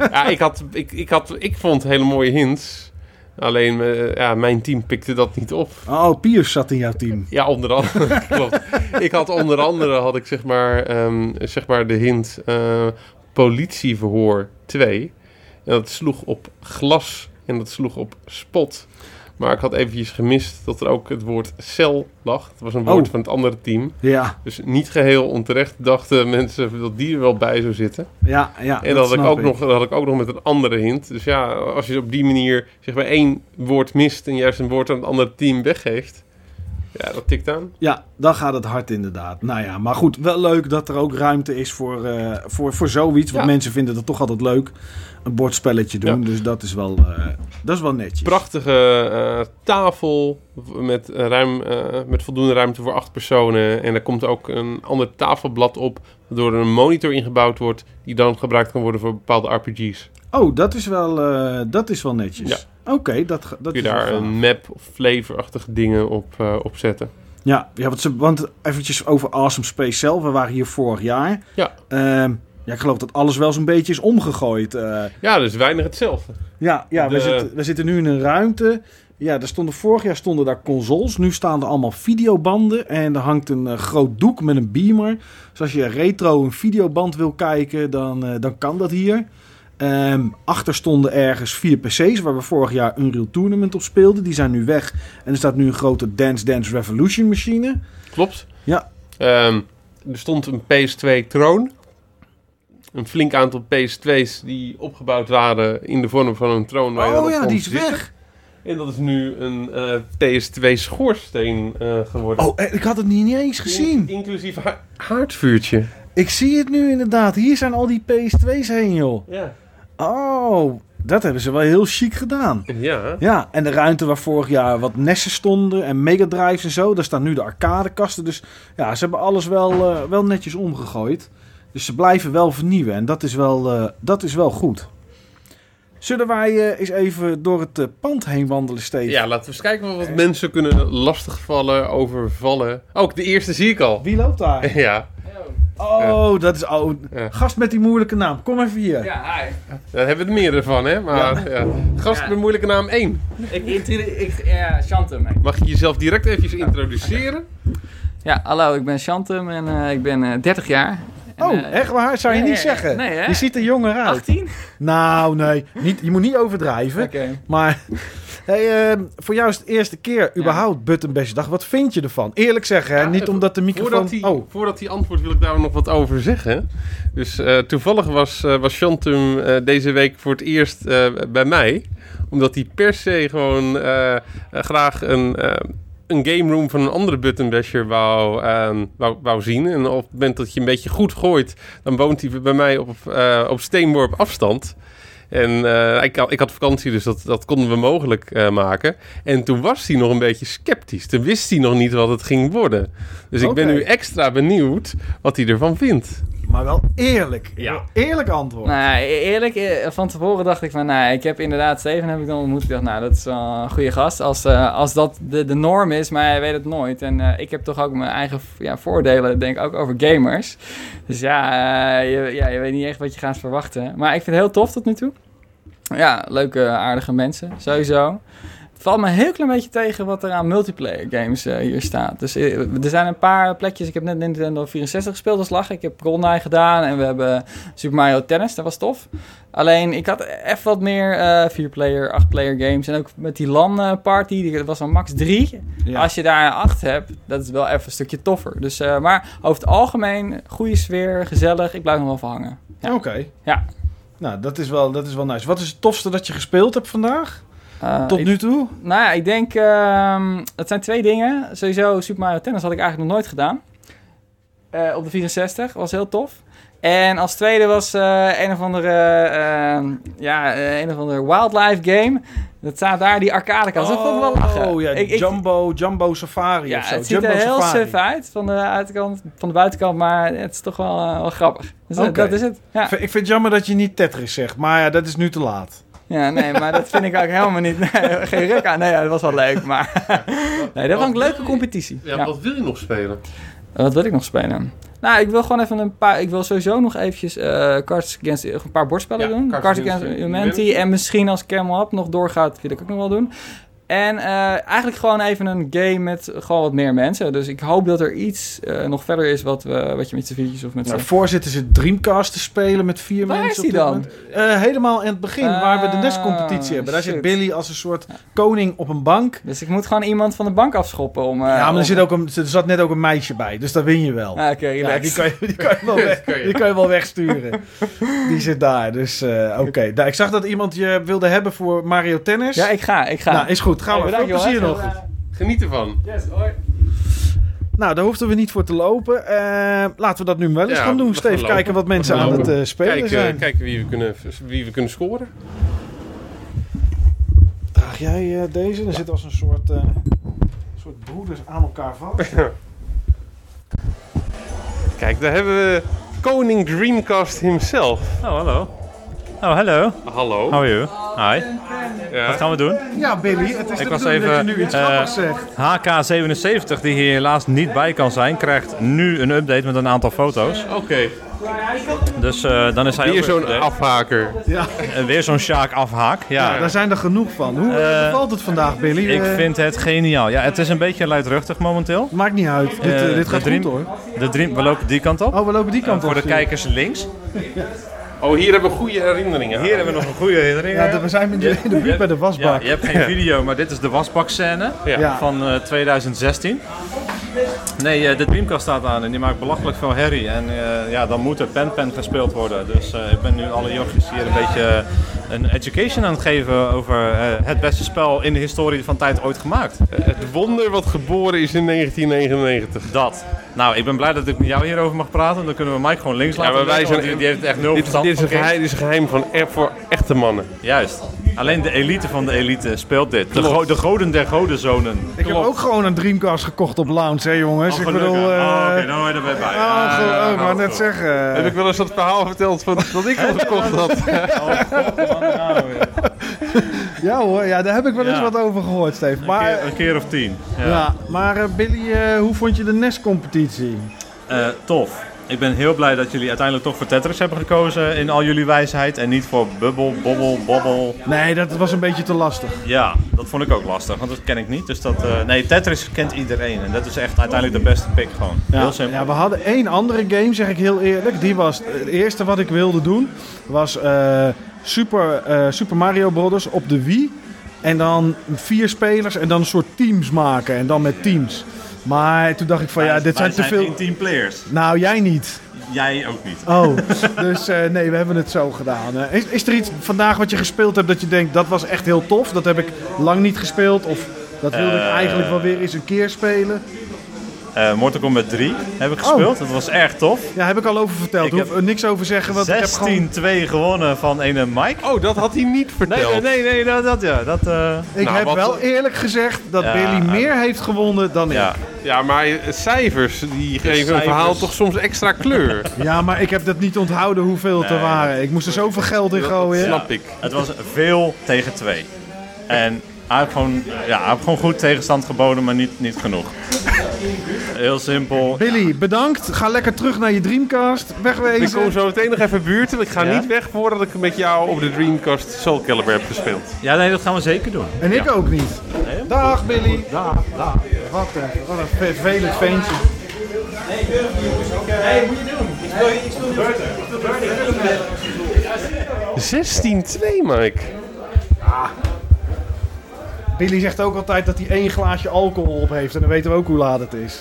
Ik vond hele mooie hints. Alleen mijn team pikte dat niet op. Oh, Piers zat in jouw team. Ja, onder andere. Klopt. Ik had onder andere zeg maar de hint politieverhoor 2. En dat sloeg op glas en dat sloeg op spot. Maar ik had eventjes gemist dat er ook het woord cel lag. Dat was een woord van het andere team. Ja. Dus niet geheel onterecht dachten mensen dat die er wel bij zou zitten. Ja. En dat had ik ook nog met een andere hint. Dus ja, als je op die manier zeg maar 1 woord mist en juist een woord aan het andere team weggeeft. Ja, dat tikt aan. Ja, dan gaat het hard inderdaad. Nou ja, maar goed, wel leuk dat er ook ruimte is voor zoiets. Want mensen vinden het toch altijd leuk, een bordspelletje doen. Ja. Dus dat is wel netjes. Prachtige tafel met voldoende ruimte voor 8 personen. En er komt ook een ander tafelblad op, waardoor er een monitor ingebouwd wordt, die dan gebruikt kan worden voor bepaalde RPG's. Oh, dat is wel netjes. Ja. Oké, dat kun je daar een map of flavorachtige dingen op zetten. Ja, want eventjes over Awesome Space zelf. We waren hier vorig jaar. Ja. Ik geloof dat alles wel zo'n beetje is omgegooid. Ja, dus weinig hetzelfde. Ja, we zitten nu in een ruimte. Ja, vorig jaar stonden daar consoles. Nu staan er allemaal videobanden. En er hangt een groot doek met een beamer. Dus als je retro een videoband wil kijken, dan kan dat hier. Achter stonden ergens 4 PC's waar we vorig jaar Unreal Tournament op speelden. Die zijn nu weg. En er staat nu een grote Dance Dance Revolution machine. Klopt. Ja. Er stond een PS2 troon. Een flink aantal PS2's die opgebouwd waren in de vorm van een troon. Waar je dan op die is zitten. weg. En dat is nu een PS2 schoorsteen geworden. Oh, ik had het niet eens gezien. Inclusief haardvuurtje. Ik zie het nu inderdaad. Hier zijn al die PS2's heen, joh. Ja. Oh, dat hebben ze wel heel chic gedaan. Ja. Ja, en de ruimte waar vorig jaar wat NES'en stonden en Megadrives en zo, daar staan nu de arcadekasten. Dus ja, ze hebben alles wel netjes omgegooid. Dus ze blijven wel vernieuwen en dat is wel goed. Zullen wij eens even door het pand heen wandelen, Steven? Ja, laten we eens kijken wat mensen kunnen lastigvallen, overvallen. Ook de eerste zie ik al. Wie loopt daar? Ja. Oh, dat is... Gast met die moeilijke naam. Kom even hier. Ja, hi. Daar hebben we er meerdere van, hè? Maar gast met moeilijke naam 1. Chantem. Mag je jezelf direct even introduceren? Ja, hallo, ik ben Chantem en ik ben 30 jaar. En, echt waar? Zou je niet zeggen? Nee, hè? Je ziet er jonger uit. 18? Nou, nee. Je moet niet overdrijven. Okay. Maar voor jou is het de eerste keer überhaupt Button Bash Dag. Wat vind je ervan? Eerlijk zeggen, hè? Niet omdat de microfoon... Voordat hij antwoordt wil ik daar nog wat over zeggen. Dus toevallig was Chantem deze week voor het eerst bij mij. Omdat hij per se gewoon graag een game room van een andere Button Basher wou zien. En op het moment dat je een beetje goed gooit, dan woont hij bij mij op steenworp afstand. En ik had vakantie, dus dat konden we mogelijk maken. En toen was hij nog een beetje sceptisch. Toen wist hij nog niet wat het ging worden. Dus ik ben nu extra benieuwd wat hij ervan vindt. Maar wel eerlijk. Ja. Eerlijk antwoord. Nou, eerlijk, van tevoren dacht ik van, ik heb inderdaad Steven heb ik dan ontmoet. Ik dacht, dat is wel een goede gast. Als dat de norm is, maar hij weet het nooit. En ik heb toch ook mijn eigen voordelen, denk ik, ook over gamers. Dus je weet niet echt wat je gaat verwachten. Maar ik vind het heel tof tot nu toe. Ja, leuke, aardige mensen, sowieso. Het valt me een heel klein beetje tegen wat er aan multiplayer games hier staat. Dus er zijn een paar plekjes. Ik heb net Nintendo 64 gespeeld als lachen. Ik heb GoldenEye gedaan en we hebben Super Mario Tennis. Dat was tof. Alleen, ik had even wat meer 4-player, 8-player games. En ook met die LAN-party, dat was dan max 3. Ja. Als je daar 8 hebt, dat is wel even een stukje toffer. Dus, maar over het algemeen, goede sfeer, gezellig. Ik blijf nog wel van hangen. Ja. Oké. Ja. Nou, dat is wel nice. Wat is het tofste dat je gespeeld hebt vandaag? Tot nu toe? Nou ja, ik denk... het zijn 2 dingen. Sowieso Super Mario Tennis had ik eigenlijk nog nooit gedaan. Op de 64. Was heel tof. En als tweede was een of andere wildlife game. Dat staat daar, die arcadekast. Dat vond ik wel lachen. Oh ja, Jumbo Safari of zo. Het ziet er heel suf uit van de buitenkant, maar het is toch wel grappig. Dus dat is het. Ja. Ik vind het jammer dat je niet Tetris zegt, maar ja, dat is nu te laat. Ja, nee, maar dat vind ik ook helemaal niet. Nee, geen ruk aan. Nee, dat was wel leuk, maar... nee, dat was een leuke competitie. Ja, wat wil je nog spelen? Wat wil ik nog spelen? Nou, ik wil gewoon even ik wil sowieso nog eventjes Cards Against... een paar bordspellen doen. Cards Against Humanity. En misschien als Camel Up nog doorgaat, wil ik ook nog wel doen. En eigenlijk gewoon even een game met gewoon wat meer mensen. Dus ik hoop dat er iets nog verder is wat je met z'n viertjes of met z'n... Voorzitter zit Dreamcast te spelen met 4 mensen. Waar is die dan? Helemaal in het begin, waar we de NES-competitie hebben. Daar zit Billy als een soort koning op een bank. Dus ik moet gewoon iemand van de bank afschoppen om... ja, maar er zat net ook een meisje bij, dus daar win je wel. Oké, relax. Die kan je wel wegsturen. Die zit daar, dus oké. Ik zag dat iemand je wilde hebben voor Mario Tennis. Ja, ik ga. Nou, is goed. Gaan we. Veel plezier nog. Geniet ervan. Yes, hoi. Nou, daar hoefden we niet voor te lopen. Laten we dat nu wel eens gaan doen. Steven, kijken wat mensen aan het spelen zijn. Kijken wie we kunnen scoren. Draag jij deze? Dan zit als een soort broeders aan elkaar vast. Kijk, daar hebben we koning Dreamcast himself. Oh, hallo. Oh, hallo. Hallo. How are you? Hi. Ja. Wat gaan we doen? Ja, Billy, het is Ik de was bedoeling even, dat je nu iets grappigs zegt. HK77, die hier helaas niet bij kan zijn, krijgt nu een update met een aantal foto's. Oké. Dus dan is hij weer ook zo'n afhaker. Ja. Weer zo'n Sjaak afhaak. Ja, Daar zijn er genoeg van. Hoe bevalt het vandaag, Billy? Ik vind het geniaal. Ja, het is een beetje luidruchtig momenteel. Maakt niet uit. Dit gaat goed, hoor. We lopen die kant op. Oh, we lopen die kant op. Voor de kijkers links. Oh, hier hebben we goede herinneringen. Hier hebben we nog een goede herinnering. Ja, we zijn in de buurt bij de wasbak. Ja, je hebt geen video, maar dit is de wasbakscène van 2016. Nee, de Dreamcast staat aan en die maakt belachelijk veel herrie. En dan moet er pen gespeeld worden. Dus ik ben nu alle jochies hier een beetje een education aan het geven over het beste spel in de historie van tijd ooit gemaakt. Het wonder wat geboren is in 1999. Dat. Nou, ik ben blij dat ik met jou hierover mag praten. Dan kunnen we Mike gewoon links laten. Maar wij zijn, die heeft echt nul verstand. Dit is een geheim voor echte mannen. Juist. Alleen de elite van de elite speelt dit. De goden der godenzonen. Ik heb ook gewoon een Dreamcast gekocht op Lounge, hè jongens. Ik bedoel... Oké, dan hoor je erbij bij. Ik wou net zeggen. Heb ik wel eens dat verhaal verteld van dat ik het gekocht had? Ja hoor, daar heb ik wel eens wat over gehoord, Steve. Maar, een keer of 10. Ja, maar Billy, hoe vond je de NES-competitie? Tof. Ik ben heel blij dat jullie uiteindelijk toch voor Tetris hebben gekozen in al jullie wijsheid. En niet voor Bubble, Bobble, Bobble. Nee, dat was een beetje te lastig. Ja, dat vond ik ook lastig, want dat ken ik niet. Dus nee, Tetris kent iedereen. En dat is echt uiteindelijk de beste pick gewoon. Ja, heel simpel. Ja, we hadden 1 andere game, zeg ik heel eerlijk. Die was het eerste wat ik wilde doen. Was Super Mario Brothers op de Wii. En dan 4 spelers en dan een soort teams maken. En dan met teams. Maar toen dacht ik van dit zijn te veel... geen team players. Nou, jij niet. Jij ook niet. Oh, dus nee, we hebben het zo gedaan. Is er iets vandaag wat je gespeeld hebt dat je denkt, dat was echt heel tof? Dat heb ik lang niet gespeeld of dat wilde ik eigenlijk wel weer eens een keer spelen? Mortal Kombat 3 heb ik gespeeld. Dat was erg tof. Ja, heb ik al over verteld. Ik hoef er niks over zeggen. Want 16-2 gewonnen van ene Mike. Oh, dat had hij niet verteld. Nee, dat ja. Ik heb wel eerlijk gezegd dat Billy meer heeft gewonnen dan ik. Ja, maar cijfers die geven een verhaal toch soms extra kleur. Ja, maar ik heb dat niet onthouden hoeveel het er waren. Ik moest er zoveel geld in gooien. Snap ik. Het was veel tegen 2. En hij heeft gewoon goed tegenstand geboden, maar niet genoeg. Heel simpel. Billy, bedankt. Ga lekker terug naar je Dreamcast. Wegwezen. Ik kom zo meteen nog even buurten. Ik ga niet weg voordat ik met jou op de Dreamcast Soul Calibur heb gespeeld. Ja, nee, dat gaan we zeker doen. En ik ook niet. Nee? Dag Billy. Dag. Wat een vervelend ventje. Hey, moet je doen? Ik speel niet. 16-2, Mike. Billy zegt ook altijd dat hij 1 glaasje alcohol op heeft. En dan weten we ook hoe laat het is.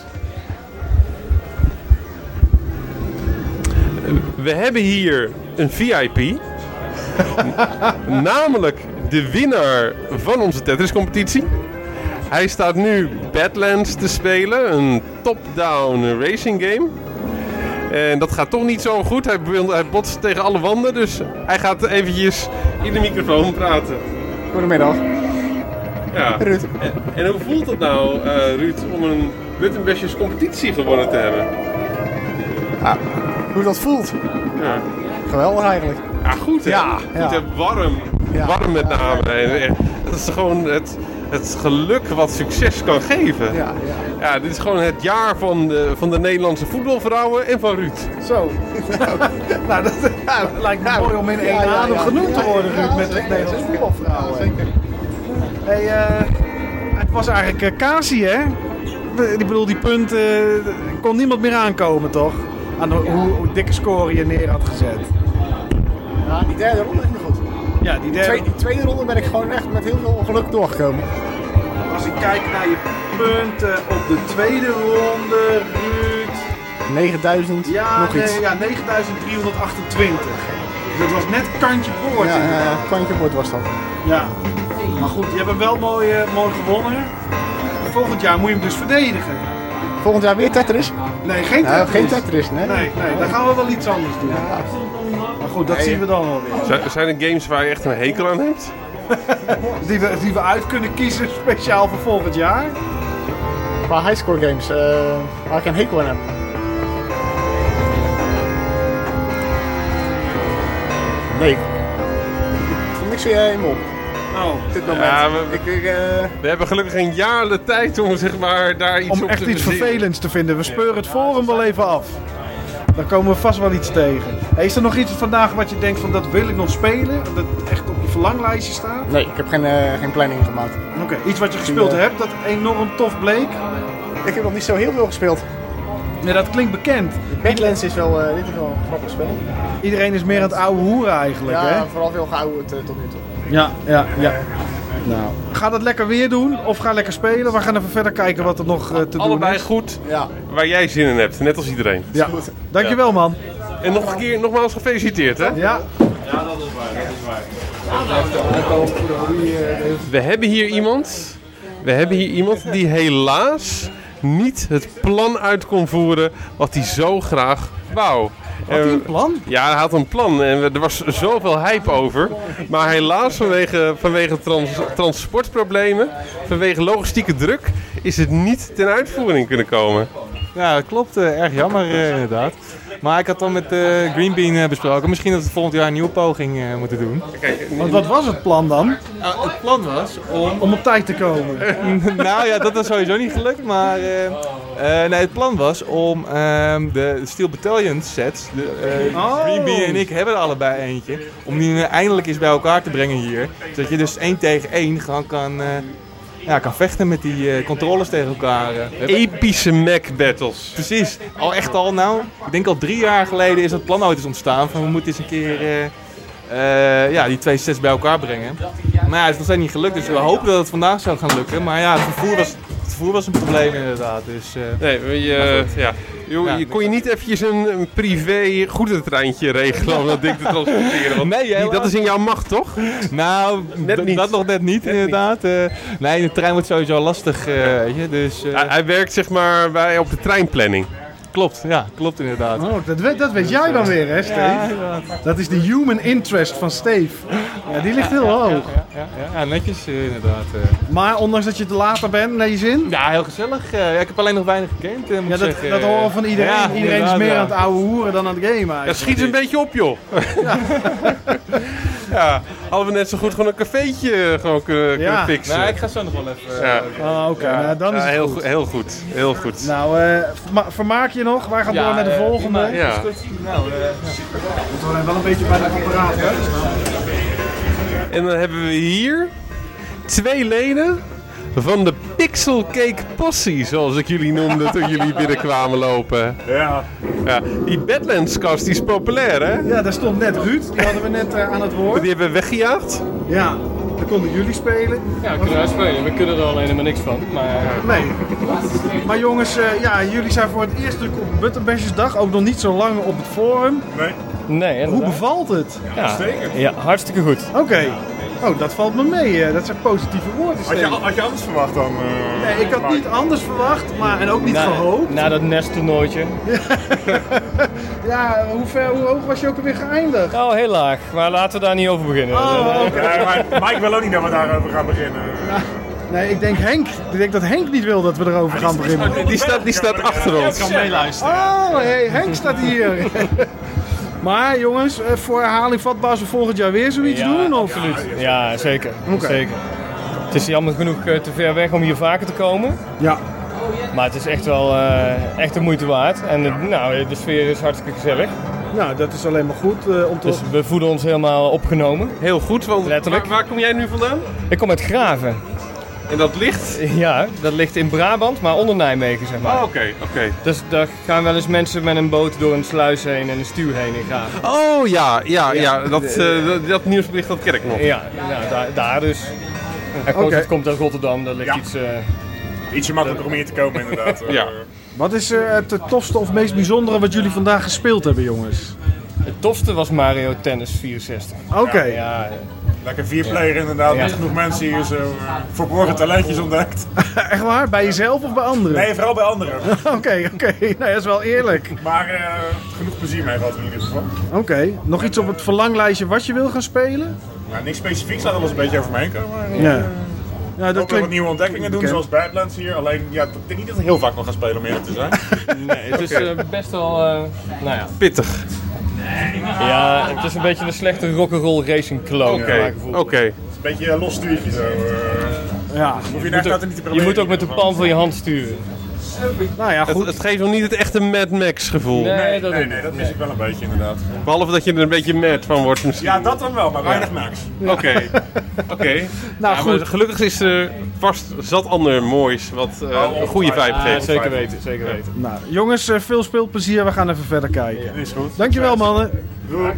We hebben hier een VIP. Namelijk de winnaar van onze Tetris-competitie. Hij staat nu Badlands te spelen. Een top-down racing game. En dat gaat toch niet zo goed. Hij botst tegen alle wanden. Dus hij gaat eventjes in de microfoon praten. Goedemiddag. Ja. Ruud. En hoe voelt het nou, Ruud, om een Button Bashers competitie gewonnen te hebben? Ja, hoe dat voelt? Ja. Geweldig eigenlijk. Ja, goed hè? Ja. Goed hè? Warm. Ja. Warm met name. Het is gewoon het geluk wat succes kan geven. Ja, dit is gewoon het jaar van de Nederlandse voetbalvrouwen en van Ruud. Zo. Nou, dat lijkt me mooi om in één adem genoemd te worden, Ruud, met de Nederlandse voetbalvrouwen. Zeker. Hey, het was eigenlijk Kasi, hè? Ik bedoel, die punten kon niemand meer aankomen, toch? Aan hoe dikke score je neer had gezet. Ja, die derde ronde ging goed. Ja, die tweede ronde ben ik gewoon echt met heel veel geluk doorgekomen. Als ik kijk naar je punten op de tweede ronde, Ruud... 9000, nog iets. Ja, 9328. Dat was net kantje boord. Ja, kantje boord was dat. Ja. Maar goed, je hebt hem wel mooi gewonnen. Volgend jaar moet je hem dus verdedigen. Volgend jaar weer Tetris? Nee, geen Tetris. Geen Tetris, nee. Nee, dan gaan we wel iets anders doen. Ja. Maar goed, dat zien we dan wel weer. Zijn er games waar je echt een hekel aan hebt? die we uit kunnen kiezen speciaal voor volgend jaar? Qua highscore games, waar ik een hekel aan heb. Nee. Ik vond niks weer helemaal op. Op dit moment. Ja, we hebben gelukkig een jaar de tijd om zeg maar, daar iets om op echt te iets verzinnen. vervelends te vinden. We speuren het forum wel even af. Dan komen we vast wel iets tegen. Hey, is er nog iets vandaag wat je denkt van dat wil ik nog spelen? Dat echt op je verlanglijstje staat? Nee, ik heb geen planning gemaakt. Oké, iets wat je gespeeld hebt dat enorm tof bleek? Ik heb nog niet zo heel veel gespeeld. Nee, dat klinkt bekend. Badlands is wel, dit is wel een grappig spel. Iedereen is meer aan het ouwe hoeren eigenlijk, hè? Ja, vooral veel geouwd tot nu toe. Ja. Nou, ga dat lekker weer doen of ga lekker spelen. We gaan even verder kijken wat er nog te doen is. Allebei goed, waar jij zin in hebt, net als iedereen. Ja, dankjewel man. En nog een keer, nogmaals gefeliciteerd, hè? Ja. Ja, dat is waar. We hebben hier iemand die helaas niet het plan uit kon voeren wat hij zo graag wou. Had hij een plan? Ja, hij had een plan en er was zoveel hype over. Maar helaas vanwege transportproblemen, vanwege logistieke druk, is het niet ten uitvoering kunnen komen. Ja, dat klopt. Erg jammer inderdaad. Maar ik had dan met Green Bean besproken. Misschien dat we volgend jaar een nieuwe poging moeten doen. Want wat was het plan dan? Het plan was om op tijd te komen. Nou ja, dat is sowieso niet gelukt. Maar nee, het plan was om de Steel Battalion sets. Green Bean en ik hebben er allebei eentje. Om die eindelijk eens bij elkaar te brengen hier. Zodat je dus 1 tegen 1 gewoon kan vechten met die controllers tegen elkaar. Epische Mac battles. Precies. Ik denk al 3 jaar geleden is dat plan ooit eens ontstaan. Van we moeten eens een keer die 2 sets bij elkaar brengen. Maar ja, het is nog steeds niet gelukt. Dus we hopen dat het vandaag zou gaan lukken. Maar ja, het vervoer was een probleem inderdaad. Dus, Je kon je niet eventjes een privé goederentreintje regelen om dat ding te transporteren? Want Nee, dat is in jouw macht, toch? Nou, dat nog net niet, inderdaad. Nee, de trein wordt sowieso lastig. Dus, Hij werkt zeg maar op de treinplanning. Klopt inderdaad. Oh, dat weet jij dan weer, hè, Steve? Ja. Dat is de human interest van Steve. Ja, die ligt heel hoog. Ja, netjes inderdaad. Maar ondanks dat je te later bent, naar je zin? Ja, heel gezellig. Ik heb alleen nog weinig gegamed, moet ik zeggen. Dat horen we van iedereen. Ja, Iedereen is meer aan het ouwe hoeren dan aan het gamen. Ja, schiet een beetje op, joh. Ja, hadden we net zo goed gewoon een cafeetje kunnen fixen. Nou, ik ga zo nog wel even... Ja. Oké. Nou, dan is het goed. Heel goed. Nou, vermaak je nog? Wij gaan door naar de volgende. Ja. Moeten we wel een beetje bij de apparaat, hè? En dan hebben we hier 2 leden van de Pixel Cake Posse, zoals ik jullie noemde toen jullie binnenkwamen lopen. Ja. Die Badlands-kast die is populair, hè? Ja, daar stond net Ruud. Die hadden we net aan het woord. Die hebben we weggejaagd. Ja, dan konden jullie spelen. Ja, we kunnen spelen. We kunnen er alleen helemaal niks van. Maar... Nee. Maar jongens, jullie zijn voor het eerst natuurlijk op Buttonbashers-dag. Ook nog niet zo lang op het forum. Nee, hoe bevalt het? Ja, ja, hartstikke goed. Oké. Oh, dat valt me mee. Dat zijn positieve woorden. Had je anders verwacht dan? Nee, ik had niet anders verwacht, en ook niet gehoopt. Na dat nesttoernooitje. Ja, hoe hoog was je ook alweer geëindigd? Oh, heel laag. Maar laten we daar niet over beginnen. Oh, oké. Maar Mike wil ook niet dat we daarover gaan beginnen. Nee, ik denk dat Henk niet wil dat we erover gaan beginnen. Die staat achter ons. Ik kan meeluisteren. Oh, hey, Henk staat hier. Maar jongens, voor herhaling vatbaar als we volgend jaar weer zoiets doen? Of? Absoluut. Ja, zeker. Okay. Zeker. Het is jammer genoeg te ver weg om hier vaker te komen. Ja. Maar het is echt wel echt de moeite waard. En de sfeer is hartstikke gezellig. Nou, dat is alleen maar goed om te... Dus we voelen ons helemaal opgenomen. Heel goed, want letterlijk. Waar kom jij nu vandaan? Ik kom uit Graven. En dat ligt? Ja, dat ligt in Brabant, maar onder Nijmegen, zeg maar. Oh, oké. Dus daar gaan wel eens mensen met een boot door een sluis heen en een stuur heen in Graven. Oh, ja. Dat nieuwsbericht, dat ken ik nog. Ja, daar dus. En het komt uit Rotterdam, dat ligt iets... Ietsje makkelijker om hier te komen, inderdaad. Ja. Wat is het tofste of meest bijzondere wat jullie vandaag gespeeld hebben, jongens? Het tofste was Mario Tennis 64. Oké. Ja. Lekker 4-player inderdaad, met genoeg mensen hier zo verborgen talentjes ontdekt. Echt waar? Bij jezelf of bij anderen? Nee, vooral bij anderen. Oké. Nee, dat is wel eerlijk. Maar genoeg plezier mee gehad in ieder geval. Oké. Nog iets op het verlanglijstje wat je wil gaan spelen? Nou, niks specifieks, laat alles een beetje over me heen komen. Ja. Ja, dat ook wel wat nieuwe ontdekkingen doen, zoals Badlands hier. Alleen, ik denk niet dat we heel vaak nog gaan spelen om eerlijk te zijn. Nee, het is best wel, pittig. Ja, het is een beetje een slechte rock'n'roll racing clone. Oké. Het is een beetje een los stuurtje zo. Ja. Hoef je daar niet te proberen. Je moet ook met de palm van je hand sturen. Nou ja, goed. Het geeft nog niet het echte Mad Max gevoel. Nee, dat mis ik wel een beetje inderdaad. Behalve dat je er een beetje mad van wordt misschien. Ja, dat dan wel, maar weinig Max. Oké. Nou ja, goed. Gelukkig is er vast zat ander moois wat een goede vibe geeft. Zeker weten. Nou, jongens, veel speelplezier. We gaan even verder kijken. Is goed. Dankjewel, mannen. Doei.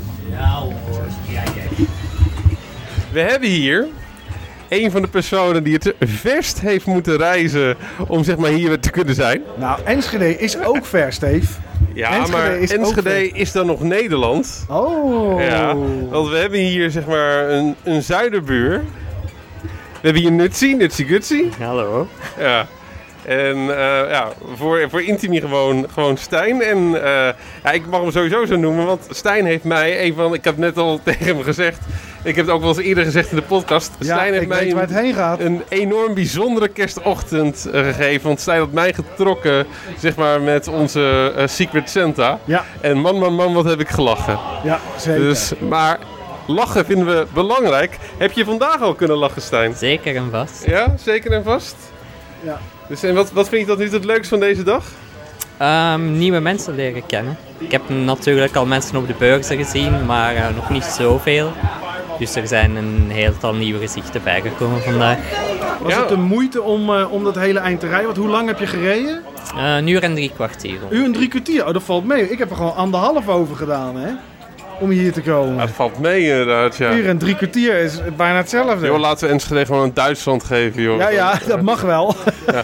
We hebben hier een van de personen die het verst heeft moeten reizen om zeg maar hier te kunnen zijn. Nou, Enschede is ook ver, Steve. Ja, Enschede maar is Enschede is dan nog Nederland. Oh. Ja, want we hebben hier zeg maar een zuiderbuur. We hebben hier Nutsi Gutsi. Hallo. Ja. En voor Intimi gewoon Stijn. En ik mag hem sowieso zo noemen, want Stijn heeft mij ik heb net al tegen hem gezegd, ik heb het ook wel eens eerder gezegd in de podcast. Ja, Stijn heeft mij waar het heen gaat. een enorm bijzondere kerstochtend gegeven. Want Stijn had mij getrokken, zeg maar, met onze Secret Santa. Ja. En man, wat heb ik gelachen. Ja, zeker. Dus, maar lachen vinden we belangrijk. Heb je vandaag al kunnen lachen, Stijn? Zeker en vast. Ja, zeker en vast? Ja. Dus, en wat vind je tot nu toe het leukste van deze dag? Nieuwe mensen leren kennen. Ik heb natuurlijk al mensen op de beurzen gezien, maar nog niet zoveel. Dus er zijn een heleboel nieuwe gezichten bijgekomen vandaag. Was het de moeite om dat hele eind te rijden? Want hoe lang heb je gereden? Een uur en 3 kwartier. Uur en 3 kwartier? Oh, dat valt mee. Ik heb er gewoon 1,5 over gedaan, hè? Om hier te komen. Dat valt mee inderdaad, ja. Uur en 3 kwartier is bijna hetzelfde. Joh, laten we Enschede gewoon een Duitsland geven, joh. Ja, dat mag wel. Ja.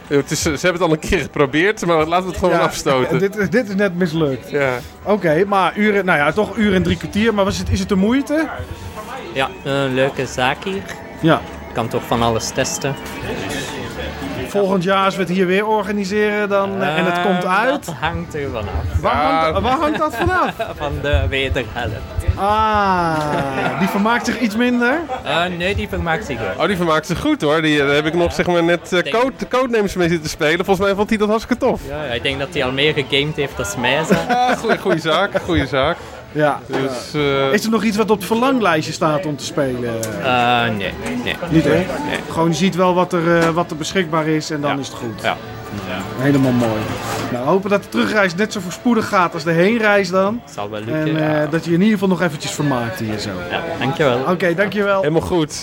Ze hebben het al een keer geprobeerd, maar laten we het gewoon afstoten. Dit is net mislukt. Ja. Oké, maar toch uren en 3 kwartier. Maar is het de moeite? Ja, een leuke zaak hier. Ja. Ik kan toch van alles testen. Volgend jaar als we het hier weer organiseren dan, en het komt uit... Dat hangt er vanaf. Waar hangt dat vanaf? Van de wederhelft. Die vermaakt zich iets minder? Nee, die vermaakt zich wel. Oh, die vermaakt zich goed hoor. Daar heb ik nog zeg maar net de codenames mee zitten spelen. Volgens mij vond hij dat hartstikke tof. Ja, ik denk dat hij al meer gegamed heeft dan mij. Goeie zaak. Ja. Dus, is er nog iets wat op het verlanglijstje staat om te spelen? Nee. Niet hè? Nee. Gewoon je ziet wel wat er beschikbaar is en dan is het goed. Ja. Helemaal mooi. Nou, we hopen dat de terugreis net zo voorspoedig gaat als de heenreis dan. Zal wel lukken. En dat je je in ieder geval nog eventjes vermaakt hier zo. Ja, dankjewel. Oké, dankjewel. Helemaal goed.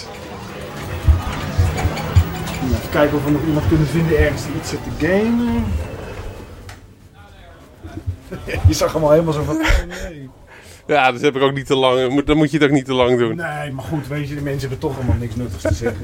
Even kijken of we nog iemand kunnen vinden ergens die iets zit te gamen. Je zag hem al helemaal zo van... nee. Ja, dat heb ik ook niet te lang. Dan moet je het ook niet te lang doen. Nee, maar goed, weet je, de mensen hebben toch helemaal niks nuttigs te zeggen.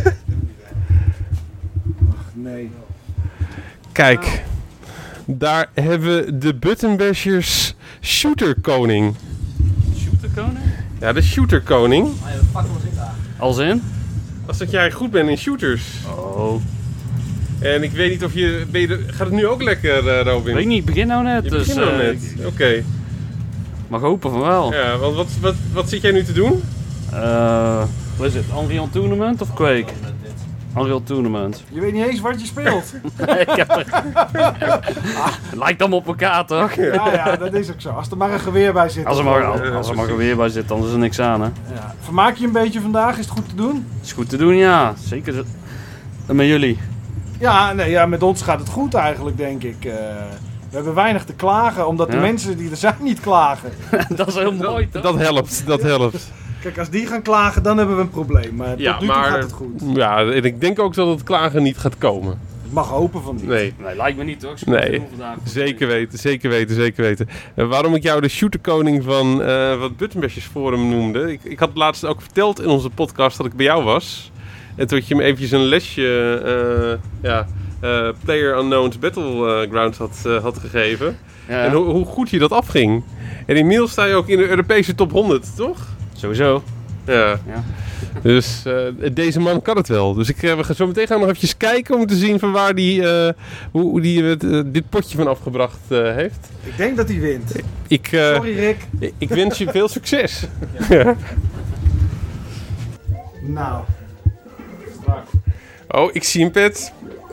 Ach, nee. Kijk, daar hebben we de Buttonbashers Shooter-koning. Shooter-koning? Ja, de Shooter-koning. Als in? Als dat jij goed bent in shooters. Oh. En ik weet niet of gaat het nu ook lekker, Robin? Weet niet, ik begin nou net. Je begint nou net, oké. Mag hopen van wel. Ja, want wat zit jij nu te doen? Wat is het? Unreal Tournament of Quake? Unreal Tournament. Je weet niet eens wat je speelt. Nee, ik heb het lijkt allemaal op elkaar, toch? Ja, dat is ook zo. Als er maar een geweer bij zit. Als er maar een geweer bij zit, dan is er niks aan, hè? Ja. Vermaak je een beetje vandaag? Is het goed te doen? Is goed te doen, ja. Zeker. En met jullie? Ja, met ons gaat het goed eigenlijk, denk ik. We hebben weinig te klagen, omdat de mensen die er zijn niet klagen. Dat is heel mooi, toch? Dat helpt. Kijk, als die gaan klagen, dan hebben we een probleem. Maar tot nu toe gaat het goed. Ja, en ik denk ook dat het klagen niet gaat komen. Het mag hopen van niet. Nee, lijkt me niet, toch? Nee, zeker weten. Waarom ik jou de shooterkoning van wat Buttonbashers Forum noemde. Ik had het laatst ook verteld in onze podcast dat ik bij jou was. En toen je me eventjes een lesje... PlayerUnknown's Battlegrounds had gegeven. Ja. En hoe goed je dat afging. En inmiddels sta je ook in de Europese top 100, toch? Sowieso. Ja. Dus deze man kan het wel. Dus we gaan zo meteen nog eventjes kijken om te zien van waar hoe die dit potje van afgebracht heeft. Ik denk dat hij wint. Sorry Rick. Ik wens je veel succes. Nou. Oh, ik zie een pet.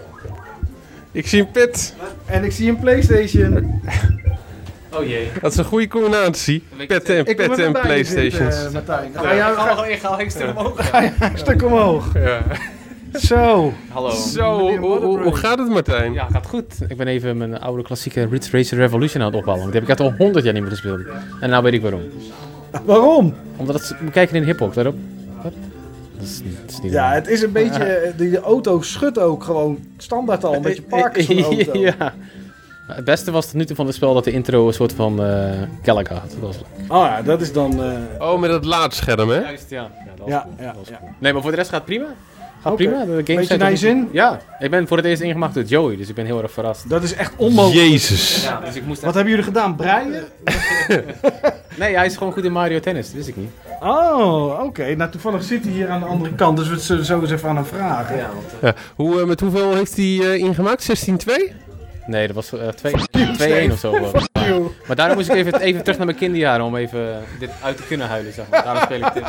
En ik zie een PlayStation. Oh jee. Dat is een goede combinatie. Pet en PlayStations. Martijn. Ik ga een stuk omhoog. Ga je een stuk omhoog. Ja. Zo. Hallo. Zo, hoe gaat het, Martijn? Ja, gaat goed. Ik ben even mijn oude klassieke Ridge Racer Revolution aan het opbouwen. Die heb ik al 100 jaar niet meer gespeeld. En nou weet ik waarom. Waarom? Omdat we kijken in hiphop, daarop. Dat is niet ja, het is een beetje... De auto schudt ook gewoon standaard al een beetje park zo'n auto. Ja. Het beste was tot nu toe van het spel dat de intro een soort van Galaga had. Oh ja, dat is dan... Oh, met het laadscherm, hè? Juist, ja. Ja. Cool. Nee, maar voor de rest gaat het prima. Prima. De beetje naar je zin? Ja, ik ben voor het eerst ingemaakt door Joey, dus ik ben heel erg verrast. Dat is echt onmogelijk. Jezus. Ja, dus ik moest Wat hebben jullie gedaan? Breien? Nee, hij is gewoon goed in Mario Tennis, dat wist ik niet. Oh, oké. Nou, toevallig zit hij hier aan de andere kant, dus we zullen zo eens even aan hem vragen. Ja, met hoeveel heeft hij ingemaakt? 16-2? Nee, dat was 2-1 of zo. Maar daarom moest ik even terug naar mijn kinderjaren om even dit uit te kunnen huilen, zeg maar. Daarom speel ik dit.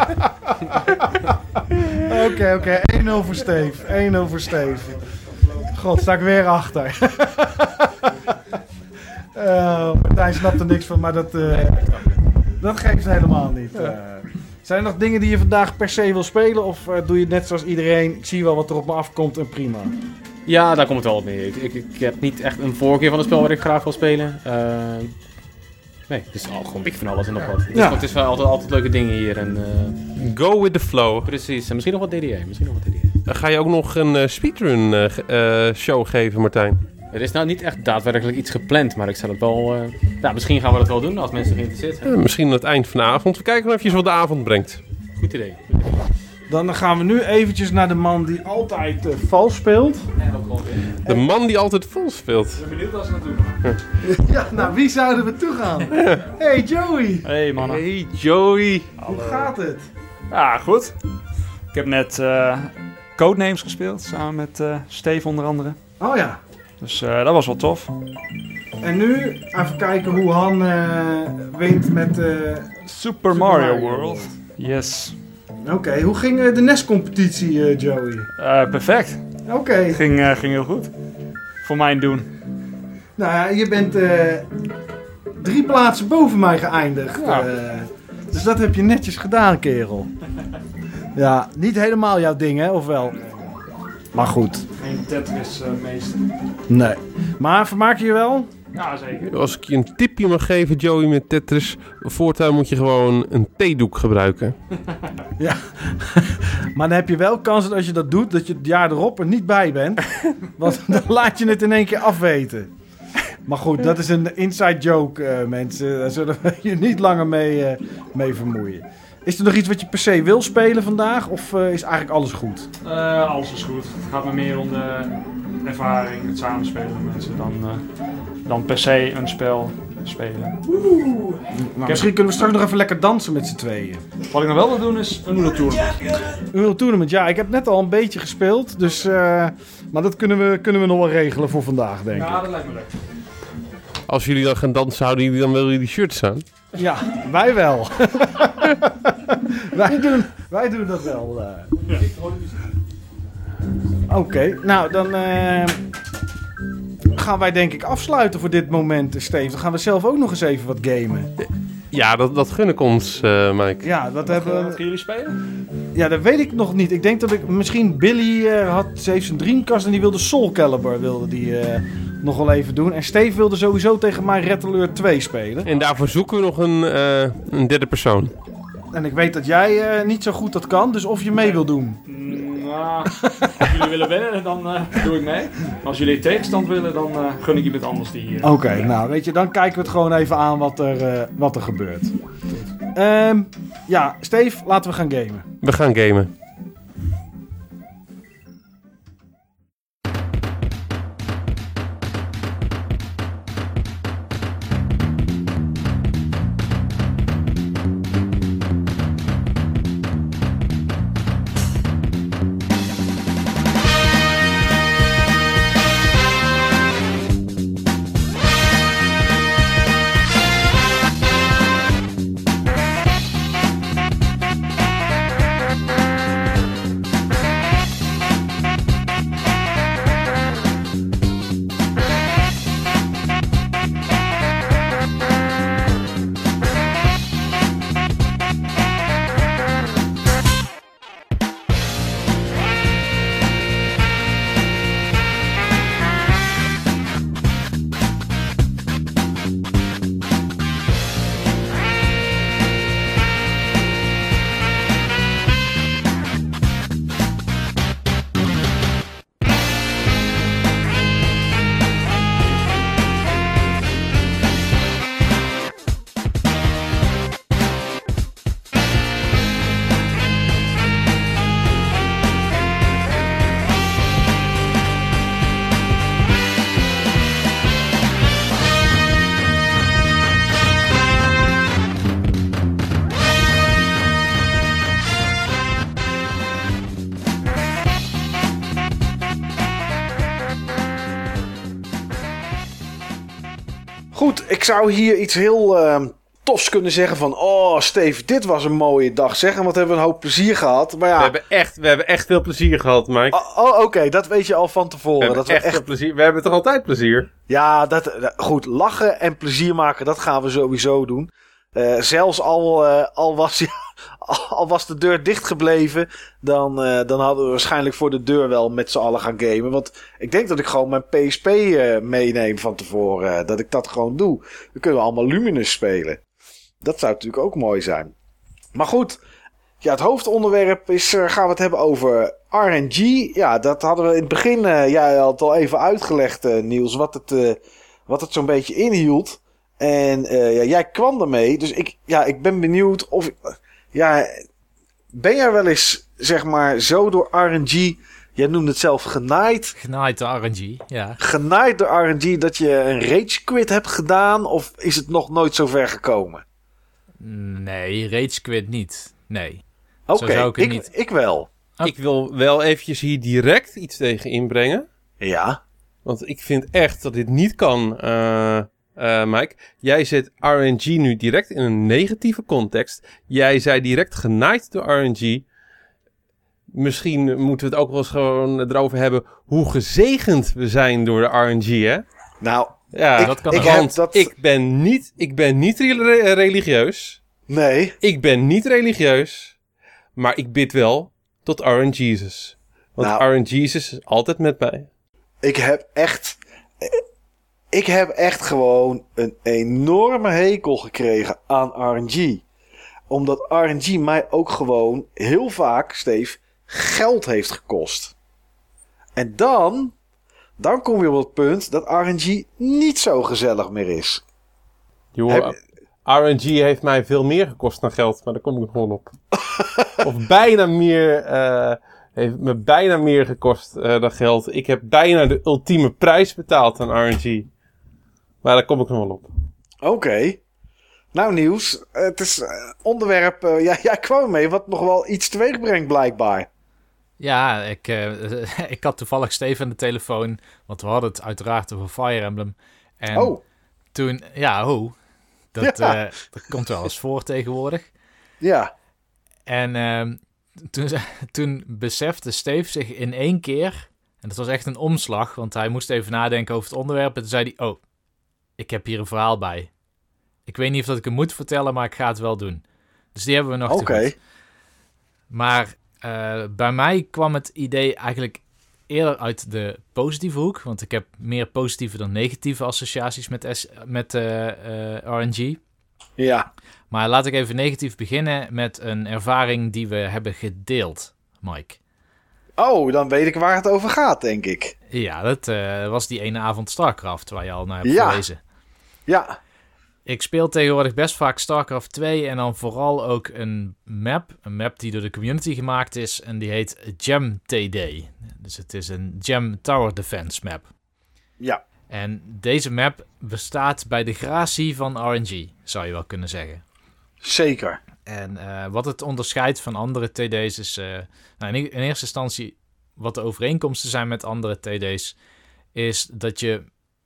Oké. 1-0 voor Steve. 1-0 voor Steve. God, sta ik weer achter. Martijn snapt er niks van, maar dat geeft helemaal niet. Zijn er nog dingen die je vandaag per se wil spelen? Of doe je het net zoals iedereen? Ik zie wel wat er op me afkomt en prima. Ja, daar komt het wel op mee. Ik heb niet echt een voorkeur van het spel waar ik graag wil spelen. Nee, het is gewoon een beetje van alles en nog wat. Dus het is wel altijd leuke dingen hier. En, go with the flow. Precies, en misschien nog wat DDA. Ga je ook nog een speedrun show geven, Martijn? Er is nou niet echt daadwerkelijk iets gepland, maar ik zal het wel... misschien gaan we dat wel doen als mensen geïnteresseerd zijn. Misschien aan het eind van de avond. We kijken of je wat de avond brengt. Goed idee. Dan gaan we nu eventjes naar de man die altijd vals speelt. De man die altijd vol speelt. Ik ben benieuwd als we naartoe gaan. Ja, naar wie zouden we toe gaan? Hey Joey. Hey mannen. Hey Joey. Hoe gaat het? Ja, goed. Ik heb net Codenames gespeeld, samen met Steve onder andere. Oh ja. Dus dat was wel tof. En nu even kijken hoe Han wint met Super Mario World. Yes. Oké, hoe ging de NES-competitie, Joey? Perfect. Oké. Ging heel goed. Voor mijn doen. Nou ja, je bent 3 plaatsen boven mij geëindigd. Ja. Dus dat heb je netjes gedaan, kerel. Ja, niet helemaal jouw ding, hè? Of wel? Maar goed. Geen Tetris meester. Nee. Maar vermaak je je wel? Ja, zeker. Als ik je een tipje mag geven, Joey, met Tetris. Voortaan moet je gewoon een theedoek gebruiken. Ja. Maar dan heb je wel kans dat als je dat doet, dat je het jaar erop er niet bij bent. Want dan laat je het in één keer afweten. Maar goed, dat is een inside joke, mensen. Daar zullen we je niet langer mee vermoeien. Is er nog iets wat je per se wil spelen vandaag? Of is eigenlijk alles goed? Alles is goed. Het gaat me meer om de ervaring, het samenspelen met mensen dan per se een spel spelen. Nou, misschien kunnen we straks nog even lekker dansen met z'n tweeën. Wat ik nog wel wil doen is een Uno Tournament. Uno Tournament, ja. Ik heb net al een beetje gespeeld. Dus, maar dat kunnen we nog wel regelen voor vandaag, denk ik. Ja, dat lijkt me leuk. Als jullie dan gaan dansen, houden jullie dan wel jullie shirts aan? Ja, wij wel. wij doen dat wel. Oké, nou dan gaan wij denk ik afsluiten voor dit moment, Steve. Dan gaan we zelf ook nog eens even wat gamen. Ja, dat gun ik ons, Mike. Ja, dat hebben Gaan jullie spelen? Ja, dat weet ik nog niet. Ik denk dat misschien Billy ze heeft zijn Dreamcast en die wilde Soul Calibur nog wel even doen. En Steve wilde sowieso tegen mij Red Alert 2 spelen. En daarvoor zoeken we nog een derde persoon. En ik weet dat jij niet zo goed dat kan, dus of je mee wil doen. Nou, als jullie willen winnen, dan doe ik mee. Maar als jullie tegenstand willen, dan gun ik iemand anders die... Oké, nou weet je, dan kijken we het gewoon even aan wat er gebeurt. Ja, Steve, laten we gaan gamen. We gaan gamen. Goed, ik zou hier iets heel tofs kunnen zeggen van... Oh, Steve, dit was een mooie dag, zeg. En wat hebben we een hoop plezier gehad. Maar ja... We hebben echt veel plezier gehad, Mike. Oké, dat weet je al van tevoren. We hebben echt plezier. We hebben toch altijd plezier? Ja, goed. Lachen en plezier maken, dat gaan we sowieso doen. Zelfs al was de deur dicht gebleven, dan hadden we waarschijnlijk voor de deur wel met z'n allen gaan gamen. Want ik denk dat ik gewoon mijn PSP meeneem van tevoren. Dat ik dat gewoon doe. Dan kunnen we allemaal Luminous spelen. Dat zou natuurlijk ook mooi zijn. Maar goed, ja, het hoofdonderwerp is, gaan we het hebben over RNG. Ja, dat hadden we in het begin, jij had het al even uitgelegd, Niels, wat het zo'n beetje inhield. En jij kwam ermee, dus ik ben benieuwd of... ben jij wel eens, zeg maar, zo door RNG Jij noemde het zelf genaaid. Genaaid door RNG, ja. Genaaid door RNG dat je een rage quit hebt gedaan? Of is het nog nooit zo ver gekomen? Nee, rage quit niet. Nee. Oké, ik wel. Ik wil wel eventjes hier direct iets tegen inbrengen. Ja. Want ik vind echt dat dit niet kan, Mike. Jij zet RNG nu direct in een negatieve context. Jij zei direct genaaid door RNG. Misschien moeten we het ook wel eens gewoon erover hebben hoe gezegend we zijn door de RNG, hè? Nou, ja, ik ben niet religieus. Nee. Ik ben niet religieus, maar ik bid wel tot RNGesus. Want RNGesus is altijd met mij. Ik heb echt gewoon een enorme hekel gekregen aan RNG. Omdat RNG mij ook gewoon heel vaak, Steve, geld heeft gekost. En dan kom je op het punt dat RNG niet zo gezellig meer is. RNG heeft mij veel meer gekost dan geld, maar daar kom ik gewoon op. Of bijna meer, heeft me bijna meer gekost dan geld. Ik heb bijna de ultieme prijs betaald aan RNG. Maar daar kom ik nog wel op. Oké. Nou, Niels, het is een onderwerp. Jij kwam mee wat nog wel iets teweeg brengt, blijkbaar. Ja, ik had toevallig Steven aan de telefoon. Want we hadden het uiteraard over Fire Emblem. En toen, dat komt wel eens voor tegenwoordig. Ja. En toen besefte Steve zich in één keer. En dat was echt een omslag. Want hij moest even nadenken over het onderwerp. En toen zei hij, ik heb hier een verhaal bij. Ik weet niet of dat ik hem moet vertellen, maar ik ga het wel doen. Dus die hebben we nog te goed. Maar bij mij kwam het idee eigenlijk eerder uit de positieve hoek. Want ik heb meer positieve dan negatieve associaties met RNG. Ja. Maar laat ik even negatief beginnen met een ervaring die we hebben gedeeld, Mike. Oh, dan weet ik waar het over gaat, denk ik. Ja, dat was die ene avond StarCraft waar je al naar hebt verwezen. Ja. Ik speel tegenwoordig best vaak StarCraft 2 en dan vooral ook een map. Een map die door de community gemaakt is en die heet Gem TD. Dus het is een Gem Tower Defense map. Ja. En deze map bestaat bij de gratie van RNG, zou je wel kunnen zeggen. Zeker. En wat het onderscheidt van andere TD's is... in eerste instantie wat de overeenkomsten zijn met andere TD's... is dat je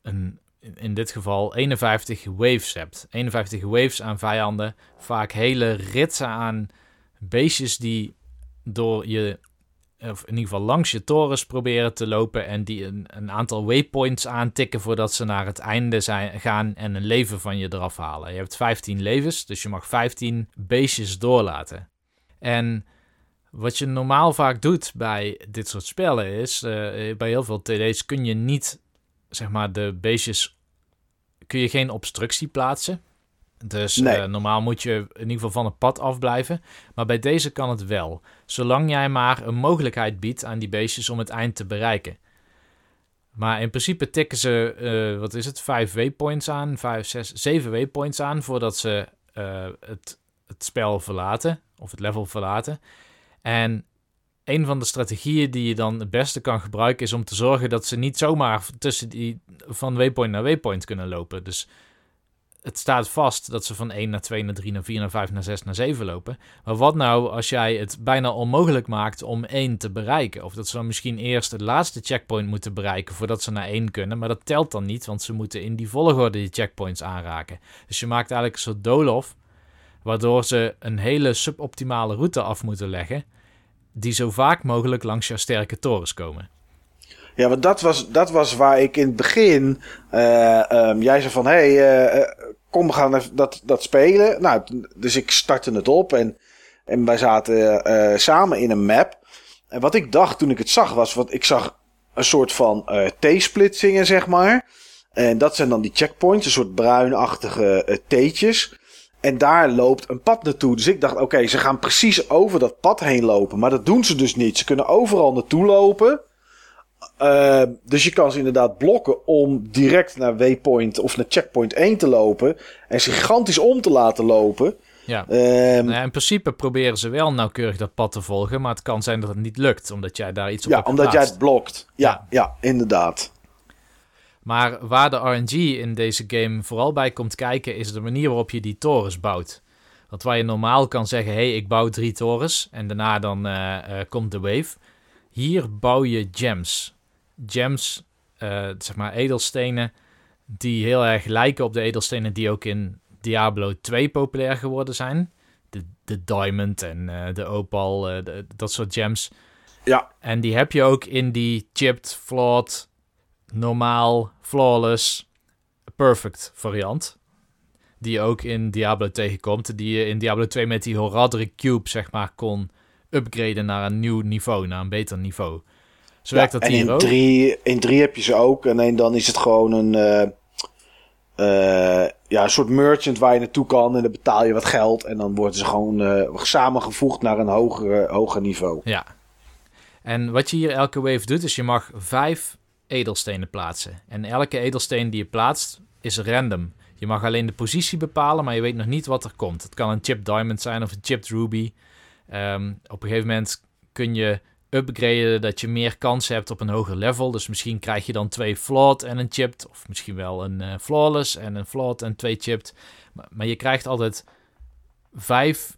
in dit geval 51 waves hebt. 51 waves aan vijanden. Vaak hele ritsen aan beestjes die door je... of in ieder geval langs je torens proberen te lopen... en die een aantal waypoints aantikken... voordat ze naar het einde gaan en een leven van je eraf halen. Je hebt 15 levens, dus je mag 15 beestjes doorlaten. En wat je normaal vaak doet bij dit soort spellen is... bij heel veel TD's kun je niet, zeg maar, de beestjes... kun je geen obstructie plaatsen. Dus normaal moet je in ieder geval van het pad afblijven. Maar bij deze kan het wel. Zolang jij maar een mogelijkheid biedt aan die beestjes om het eind te bereiken. Maar in principe tikken ze, 5 waypoints aan, 7 waypoints aan... voordat ze het spel verlaten, of het level verlaten. En een van de strategieën die je dan het beste kan gebruiken... is om te zorgen dat ze niet zomaar van waypoint naar waypoint kunnen lopen. Dus... het staat vast dat ze van 1 naar 2 naar 3 naar 4 naar 5 naar 6 naar 7 lopen. Maar wat nou als jij het bijna onmogelijk maakt om 1 te bereiken? Of dat ze dan misschien eerst de laatste checkpoint moeten bereiken voordat ze naar 1 kunnen. Maar dat telt dan niet, want ze moeten in die volgorde die checkpoints aanraken. Dus je maakt eigenlijk een soort doolhof, waardoor ze een hele suboptimale route af moeten leggen, die zo vaak mogelijk langs jouw sterke torens komen. Ja, want dat was waar ik in het begin... jij zei van, kom, we gaan even dat spelen. Nou, dus ik startte het op en wij zaten samen in een map. En wat ik dacht toen ik het zag was... ik zag een soort van T-splitsingen, zeg maar. En dat zijn dan die checkpoints, een soort bruinachtige T'tjes. En daar loopt een pad naartoe. Dus ik dacht, oké, ze gaan precies over dat pad heen lopen. Maar dat doen ze dus niet. Ze kunnen overal naartoe lopen... dus je kan ze inderdaad blokken om direct naar waypoint of naar checkpoint 1 te lopen. En ze gigantisch om te laten lopen. Ja. In principe proberen ze wel nauwkeurig dat pad te volgen, maar het kan zijn dat het niet lukt, omdat jij daar iets op hebt omdat geplaatst. jij het blokt. Ja, inderdaad. Maar waar de RNG in deze game vooral bij komt kijken, is de manier waarop je die torens bouwt. Want waar je normaal kan zeggen, ik bouw 3 torens en daarna dan komt de wave. Hier bouw je gems. Gems, zeg maar edelstenen, die heel erg lijken op de edelstenen die ook in Diablo 2 populair geworden zijn. De diamond en de opal, dat soort gems. Ja. En die heb je ook in die chipped, flawed, normaal, flawless, perfect variant. Die je ook in Diablo tegenkomt. Die je in Diablo 2 met die Horadric Cube, zeg maar, kon upgraden naar een nieuw niveau, naar een beter niveau. Zo werkt dat hier ook. In 3 heb je ze ook. En dan is het gewoon een soort merchant waar je naartoe kan. En dan betaal je wat geld. En dan worden ze gewoon samengevoegd naar een hoger niveau. Ja. En wat je hier elke wave doet, is je mag 5 edelstenen plaatsen. En elke edelsteen die je plaatst, is random. Je mag alleen de positie bepalen, maar je weet nog niet wat er komt. Het kan een chipped diamond zijn of een chipped ruby. Op een gegeven moment kun je upgraden dat je meer kans hebt op een hoger level. Dus misschien krijg je dan 2 flawed en een chipped. Of misschien wel een flawless en een flawed en 2 chipped. Maar je krijgt altijd 5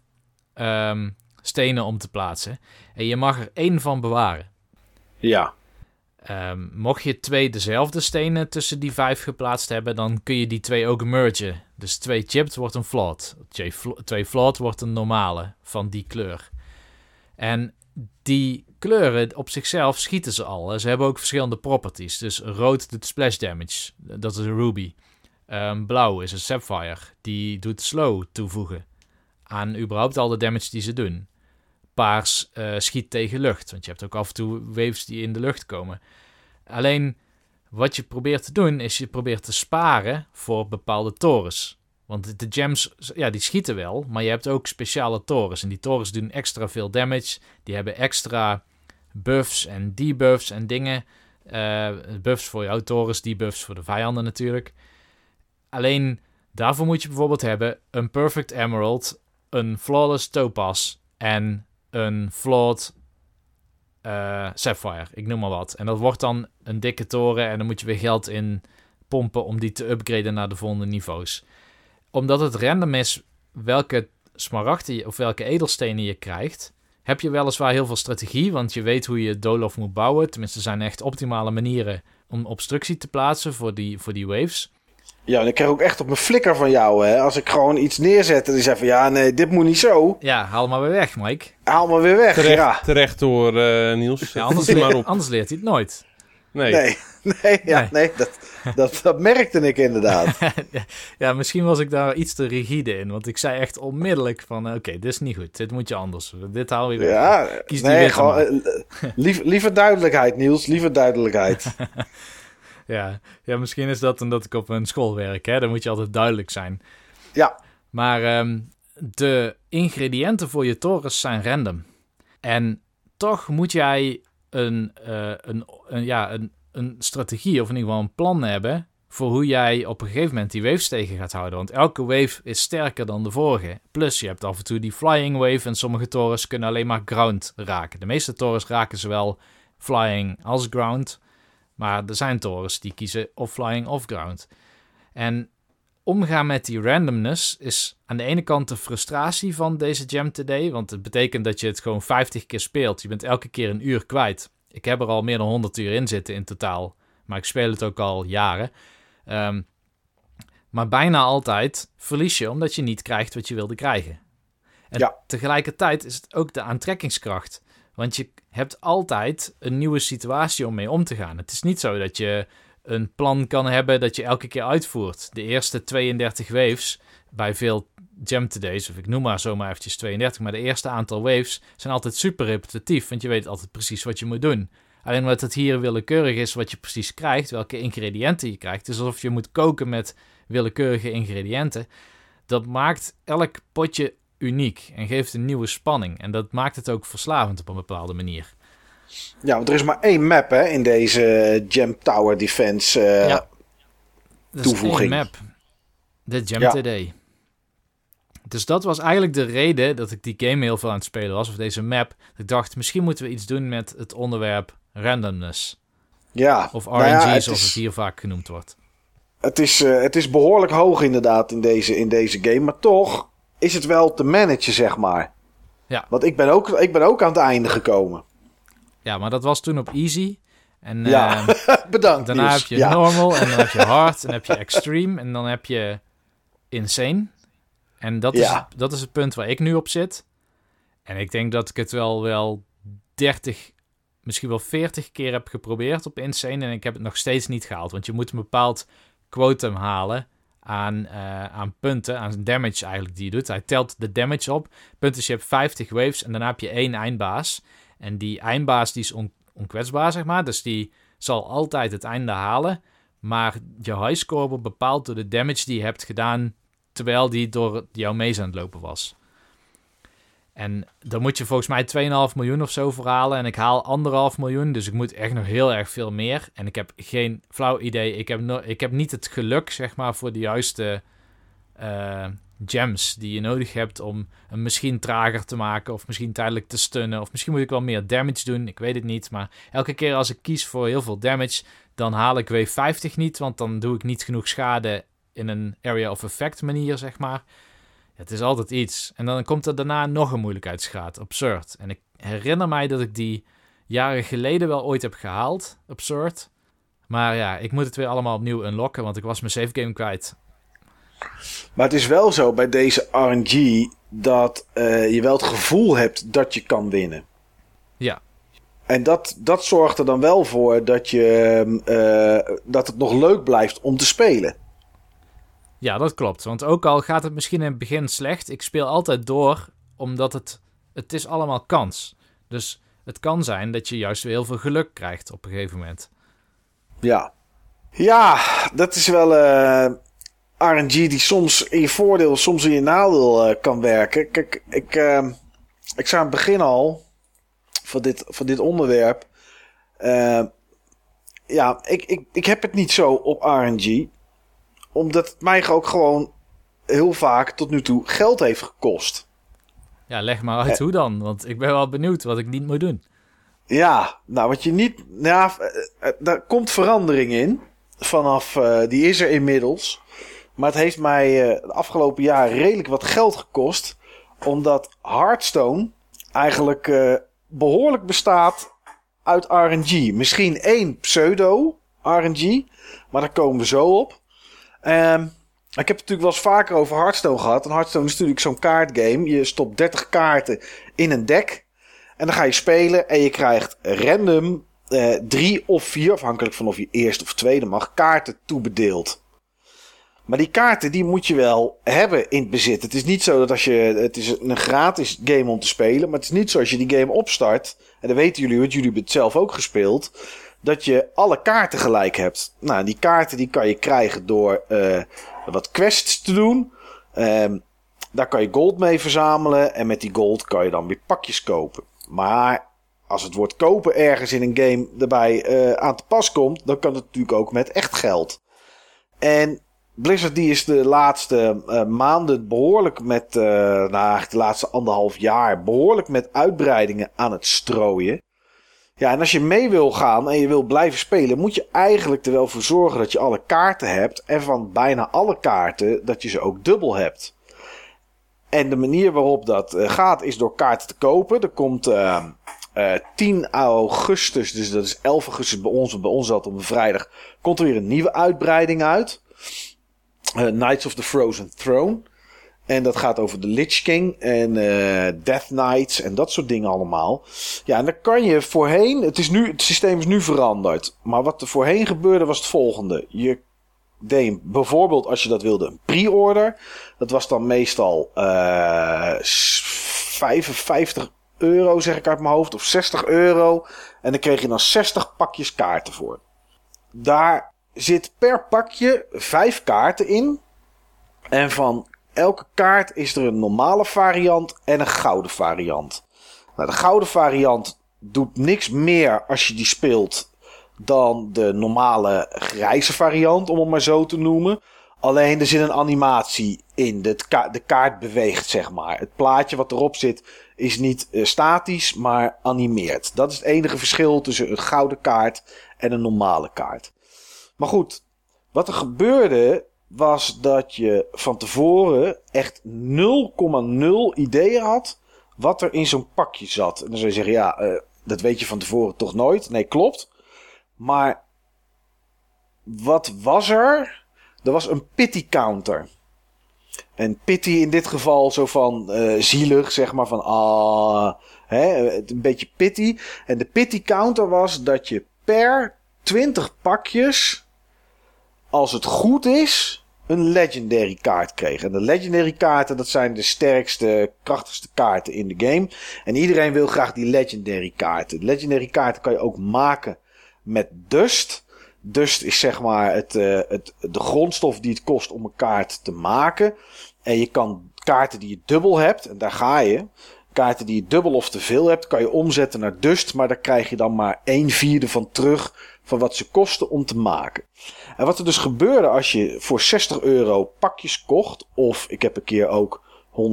stenen om te plaatsen. En je mag er 1 van bewaren. Ja. Mocht je 2 dezelfde stenen tussen die 5 geplaatst hebben, dan kun je die 2 ook mergen. Dus 2 chipped wordt een flawed. 2 flawed wordt een normale van die kleur. En die kleuren op zichzelf schieten ze al. Ze hebben ook verschillende properties. Dus rood doet splash damage. Dat is een ruby. Blauw is een sapphire. Die doet slow toevoegen aan überhaupt al de damage die ze doen. Paars schiet tegen lucht. Want je hebt ook af en toe waves die in de lucht komen. Alleen wat je probeert te doen, is je probeert te sparen voor bepaalde torens. Want de gems, die schieten wel, maar je hebt ook speciale torens. En die torens doen extra veel damage. Die hebben extra buffs en debuffs en dingen. Buffs voor jouw torens, debuffs voor de vijanden natuurlijk. Alleen daarvoor moet je bijvoorbeeld hebben een perfect emerald, een flawless topaz en een flawed sapphire. Ik noem maar wat. En dat wordt dan een dikke toren en dan moet je weer geld in pompen om die te upgraden naar de volgende niveaus. Omdat het random is welke smaragden of welke edelstenen je krijgt, heb je weliswaar heel veel strategie, want je weet hoe je Doolhof moet bouwen. Tenminste, er zijn echt optimale manieren om obstructie te plaatsen voor die waves. Ja, en ik krijg ook echt op mijn flikker van jou, hè. Als ik gewoon iets neerzet en die zegt van, nee, dit moet niet zo. Ja, haal maar weer weg, Mike. Haal maar weer weg, Terecht hoor, Niels. Ja, anders leert hij het nooit. Nee, dat merkte ik inderdaad. Ja, misschien was ik daar iets te rigide in. Want ik zei echt onmiddellijk van, oké, dit is niet goed. Dit moet je anders. Dit haal je weg. Ja, kies die gewoon, liever duidelijkheid, Niels. Liever duidelijkheid. Ja, misschien is dat omdat ik op een school werk. Hè? Dan moet je altijd duidelijk zijn. Ja. Maar de ingrediënten voor je torens zijn random. En toch moet jij een strategie of in ieder geval een plan hebben voor hoe jij op een gegeven moment die waves tegen gaat houden. Want elke wave is sterker dan de vorige. Plus je hebt af en toe die flying wave en sommige torens kunnen alleen maar ground raken. De meeste torens raken zowel flying als ground. Maar er zijn torens die kiezen of flying of ground. En omgaan met die randomness is aan de ene kant de frustratie van deze Jam Today. Want het betekent dat je het gewoon 50 keer speelt. Je bent elke keer een uur kwijt. Ik heb er al meer dan 100 uur in zitten in totaal. Maar ik speel het ook al jaren. Maar bijna altijd verlies je omdat je niet krijgt wat je wilde krijgen. En tegelijkertijd is het ook de aantrekkingskracht. Want je hebt altijd een nieuwe situatie om mee om te gaan. Het is niet zo dat je een plan kan hebben dat je elke keer uitvoert. De eerste 32 waves bij veel Jam Today's, of ik noem maar zomaar eventjes 32, maar de eerste aantal waves zijn altijd super repetitief, want je weet altijd precies wat je moet doen. Alleen omdat het hier willekeurig is wat je precies krijgt, welke ingrediënten je krijgt, is alsof je moet koken met willekeurige ingrediënten. Dat maakt elk potje uniek en geeft een nieuwe spanning. En dat maakt het ook verslavend op een bepaalde manier. Ja, want er is maar 1 map hè, in deze Jam Tower Defense toevoeging. Is 1 map. De Jam Today. Dus dat was eigenlijk de reden dat ik die game heel veel aan het spelen was, of deze map. Ik dacht, misschien moeten we iets doen met het onderwerp randomness. Ja. Of RNG, zoals het hier vaak genoemd wordt. Het is behoorlijk hoog inderdaad in deze game, maar toch is het wel te managen, zeg maar. Ja. Want ik ben ook aan het einde gekomen. Ja, maar dat was toen op easy. En bedankt. Daarna Niels. heb je normal, en dan heb je hard, en dan heb je extreme, en dan heb je insane. En dat is het punt waar ik nu op zit. En ik denk dat ik het wel 30, misschien wel 40 keer heb geprobeerd op insane. En ik heb het nog steeds niet gehaald. Want je moet een bepaald quotum halen aan punten, aan damage eigenlijk die je doet. Hij telt de damage op. Punt is, je hebt 50 waves en daarna heb je 1 eindbaas. En die eindbaas die is onkwetsbaar, zeg maar. Dus die zal altijd het einde halen. Maar je highscore wordt bepaald door de damage die je hebt gedaan terwijl die door jouw maze aan het lopen was. En dan moet je volgens mij 2,5 miljoen of zo voor halen. En ik haal 1,5 miljoen, dus ik moet echt nog heel erg veel meer. En ik heb geen flauw idee. Ik heb niet het geluk, zeg maar, voor de juiste gems die je nodig hebt om hem misschien trager te maken of misschien tijdelijk te stunnen. Of misschien moet ik wel meer damage doen, ik weet het niet. Maar elke keer als ik kies voor heel veel damage, dan haal ik wave 50 niet, want dan doe ik niet genoeg schade in een area of effect manier, zeg maar. Het is altijd iets. En dan komt er daarna nog een moeilijkheidsgraad, Absurd. En ik herinner mij dat ik die jaren geleden wel ooit heb gehaald, Absurd. Maar ja, ik moet het weer allemaal opnieuw unlocken, want ik was mijn save game kwijt. Maar het is wel zo bij deze RNG dat je wel het gevoel hebt dat je kan winnen. Ja. En dat zorgt er dan wel voor dat dat het nog leuk blijft om te spelen. Ja, dat klopt. Want ook al gaat het misschien in het begin slecht, ik speel altijd door, omdat het is allemaal kans. Dus het kan zijn dat je juist weer heel veel geluk krijgt op een gegeven moment. Ja, dat is wel RNG die soms in je voordeel, soms in je nadeel kan werken. Kijk, ik zei aan het begin al van dit onderwerp. Ik heb het niet zo op RNG. Omdat het mij ook gewoon heel vaak tot nu toe geld heeft gekost. Ja, leg maar uit hoe dan. Want ik ben wel benieuwd wat ik niet moet doen. Ja, nou wat je niet... daar komt verandering in. Die is er inmiddels. Maar het heeft mij de afgelopen jaren redelijk wat geld gekost. Omdat Hearthstone eigenlijk behoorlijk bestaat uit RNG. Misschien 1 pseudo-RNG. Maar daar komen we zo op. Ik heb het natuurlijk wel eens vaker over Hearthstone gehad. En Hearthstone is natuurlijk zo'n kaartgame. Je stopt 30 kaarten in een deck. En dan ga je spelen en je krijgt random 3 of 4, afhankelijk van of je eerste of tweede mag, kaarten toebedeeld. Maar die kaarten die moet je wel hebben in het bezit. Het is niet zo dat het is een gratis game om te spelen. Maar het is niet zo als je die game opstart. En dan weten jullie, want jullie hebben het zelf ook gespeeld. Dat je alle kaarten gelijk hebt. Nou, die kaarten die kan je krijgen door wat quests te doen. Daar kan je gold mee verzamelen. En met die gold kan je dan weer pakjes kopen. Maar als het woord kopen ergens in een game erbij aan te pas komt, dan kan het natuurlijk ook met echt geld. En Blizzard die is de laatste maanden behoorlijk met, eigenlijk de laatste 1,5 jaar, behoorlijk met uitbreidingen aan het strooien. Ja, en als je mee wil gaan en je wil blijven spelen, moet je eigenlijk er wel voor zorgen dat je alle kaarten hebt. En van bijna alle kaarten dat je ze ook dubbel hebt. En de manier waarop dat gaat is door kaarten te kopen. Er komt 10 augustus, dus dat is 11 augustus bij ons. Bij ons zat op een vrijdag, komt er weer een nieuwe uitbreiding uit. Knights of the Frozen Throne. En dat gaat over de Lich King en Death Knights en dat soort dingen allemaal. Ja, en dan kan je voorheen... Het systeem is nu veranderd. Maar wat er voorheen gebeurde was het volgende. Je deed bijvoorbeeld, als je dat wilde, een pre-order. Dat was dan meestal 55 euro, zeg ik uit mijn hoofd. Of 60 euro. En dan kreeg je dan 60 pakjes kaarten voor. Daar zit per pakje 5 kaarten in. En van elke kaart is er een normale variant en een gouden variant. Nou, de gouden variant doet niks meer als je die speelt dan de normale grijze variant, om het maar zo te noemen. Alleen er zit een animatie in. De kaart beweegt, zeg maar. Het plaatje wat erop zit is niet statisch, maar animeert. Dat is het enige verschil tussen een gouden kaart en een normale kaart. Maar goed, wat er gebeurde was dat je van tevoren echt 0,0 idee had wat er in zo'n pakje zat. En dan zou je zeggen, dat weet je van tevoren toch nooit? Nee, klopt. Maar wat was er? Er was een pity counter. En pity in dit geval zo van zielig, zeg maar, van een beetje pity. En de pity counter was dat je per 20 pakjes, als het goed is, een legendary kaart kreeg. En de legendary kaarten, dat zijn de sterkste, krachtigste kaarten in de game. En iedereen wil graag die legendary kaarten. De legendary kaarten kan je ook maken met dust. Dust is zeg maar de grondstof die het kost om een kaart te maken. En je kan kaarten die je dubbel hebt, en daar ga je. Kaarten die je dubbel of te veel hebt, kan je omzetten naar dust. Maar daar krijg je dan maar 1/4 van terug van wat ze kosten om te maken. En wat er dus gebeurde als je voor €60 pakjes kocht, of ik heb een keer ook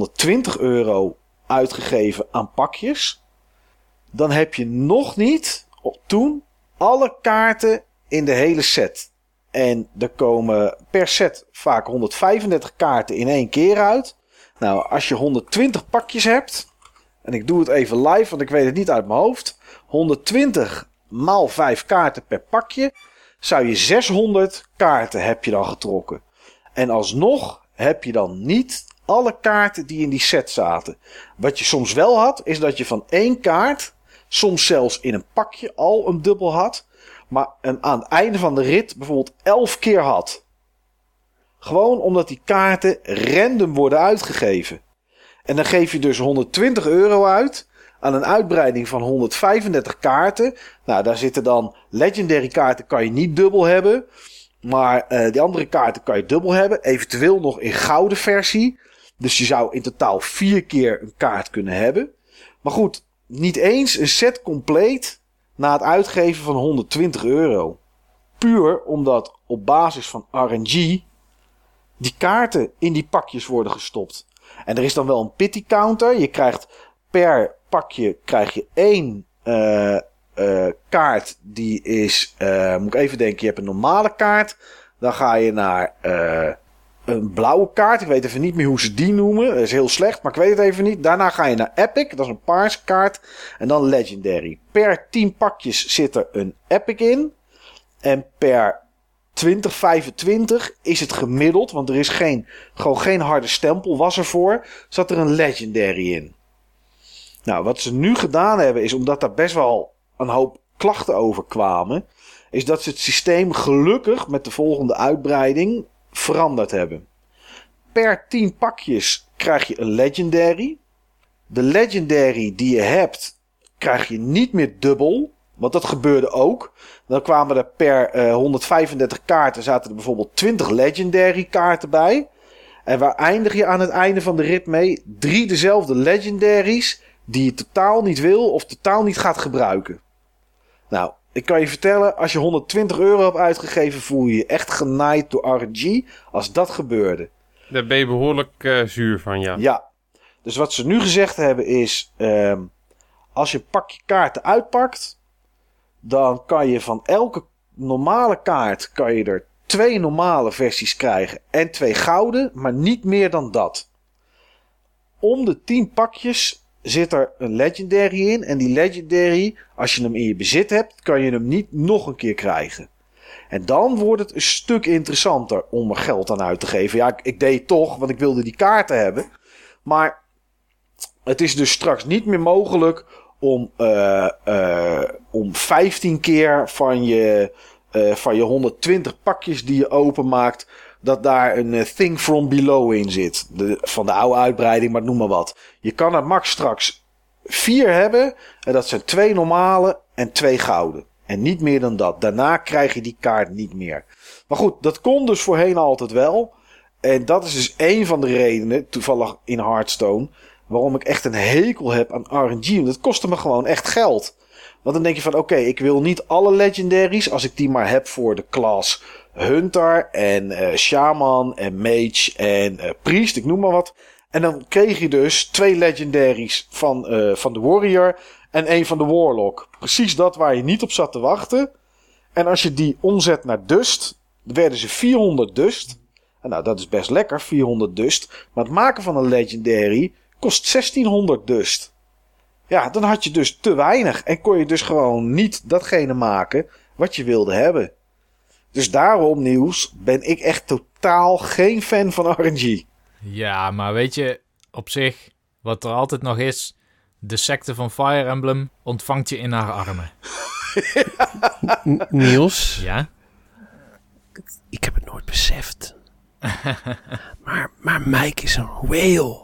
€120 uitgegeven aan pakjes, dan heb je nog niet toen alle kaarten in de hele set. En er komen per set vaak 135 kaarten in één keer uit. Nou, als je 120 pakjes hebt, en ik doe het even live, want ik weet het niet uit mijn hoofd. 120 maal 5 kaarten per pakje, zou je 600 kaarten heb je dan getrokken. En alsnog heb je dan niet alle kaarten die in die set zaten. Wat je soms wel had, is dat je van 1 kaart, soms zelfs in een pakje al een dubbel had, maar aan het einde van de rit bijvoorbeeld 11 keer had. Gewoon omdat die kaarten random worden uitgegeven. En dan geef je dus €120 uit aan een uitbreiding van 135 kaarten. Nou, daar zitten dan legendary kaarten, kan je niet dubbel hebben. Maar die andere kaarten kan je dubbel hebben. Eventueel nog in gouden versie. Dus je zou in totaal 4 keer een kaart kunnen hebben. Maar goed, niet eens een set compleet na het uitgeven van €120. Puur omdat op basis van RNG die kaarten in die pakjes worden gestopt. En er is dan wel een pity counter. Je krijgt per pakje krijg je 1 kaart. Die is, moet ik even denken, je hebt een normale kaart. Dan ga je naar een blauwe kaart. Ik weet even niet meer hoe ze die noemen. Dat is heel slecht, maar ik weet het even niet. Daarna ga je naar Epic. Dat is een paarse kaart. En dan Legendary. Per 10 pakjes zit er een Epic in. En per 2025 is het gemiddeld. Want er is gewoon geen harde stempel was ervoor. Zat er een Legendary in. Nou, wat ze nu gedaan hebben is, omdat daar best wel een hoop klachten over kwamen, is dat ze het systeem gelukkig met de volgende uitbreiding veranderd hebben. Per 10 pakjes krijg je een Legendary. De Legendary die je hebt, krijg je niet meer dubbel. Want dat gebeurde ook. Dan kwamen er per 135 kaarten, zaten er bijvoorbeeld 20 Legendary kaarten bij. En waar eindig je aan het einde van de rit mee? 3 dezelfde Legendaries die je totaal niet wil of totaal niet gaat gebruiken. Nou, ik kan je vertellen, als je €120 hebt uitgegeven, voel je je echt genaaid door RNG als dat gebeurde. Daar ben je behoorlijk zuur van, ja. Ja, dus wat ze nu gezegd hebben is, als je een pakje kaarten uitpakt, dan kan je van elke normale kaart kan je er 2 normale versies krijgen en 2 gouden, maar niet meer dan dat. Om de 10 pakjes zit er een Legendary in. En die Legendary, als je hem in je bezit hebt, kan je hem niet nog een keer krijgen. En dan wordt het een stuk interessanter om er geld aan uit te geven. Ja, ik deed het toch, want ik wilde die kaarten hebben. Maar het is dus straks niet meer mogelijk om 15 keer van je 120 pakjes die je openmaakt, dat daar een Thing From Below in zit. Van de oude uitbreiding, maar noem maar wat. Je kan er max straks 4 hebben. En dat zijn 2 normale en 2 gouden. En niet meer dan dat. Daarna krijg je die kaart niet meer. Maar goed, dat kon dus voorheen altijd wel. En dat is dus één van de redenen, toevallig in Hearthstone, waarom ik echt een hekel heb aan RNG. Want het kostte me gewoon echt geld. Want dan denk je van, oké, ik wil niet alle legendaries, als ik die maar heb voor de class Hunter en Shaman en Mage en Priest, ik noem maar wat. En dan kreeg je dus 2 legendaries van de Warrior en 1 van de Warlock. Precies dat waar je niet op zat te wachten. En als je die omzet naar Dust, dan werden ze 400 Dust. En nou, dat is best lekker, 400 Dust. Maar het maken van een legendary kost 1600 Dust. Ja, dan had je dus te weinig. En kon je dus gewoon niet datgene maken wat je wilde hebben. Dus daarom, Niels, ben ik echt totaal geen fan van RNG. Ja, maar weet je, op zich, wat er altijd nog is, de secte van Fire Emblem ontvangt je in haar armen. Niels? Ja? Ik heb het nooit beseft. maar Mike is een whale.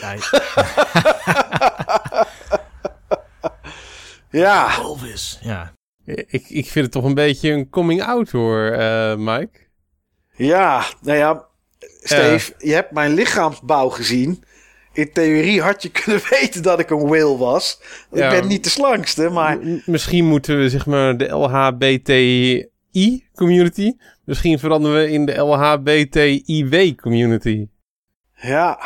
Ja. Elvis. Ja. Ik vind het toch een beetje een coming out hoor, Mike. Ja, nou ja, Steve, je hebt mijn lichaamsbouw gezien. In theorie had je kunnen weten dat ik een whale was. Ik ben niet de slankste, maar... Misschien moeten we zeg maar de LHBTI-community... Misschien veranderen we in de LHBTIW-community. Ja.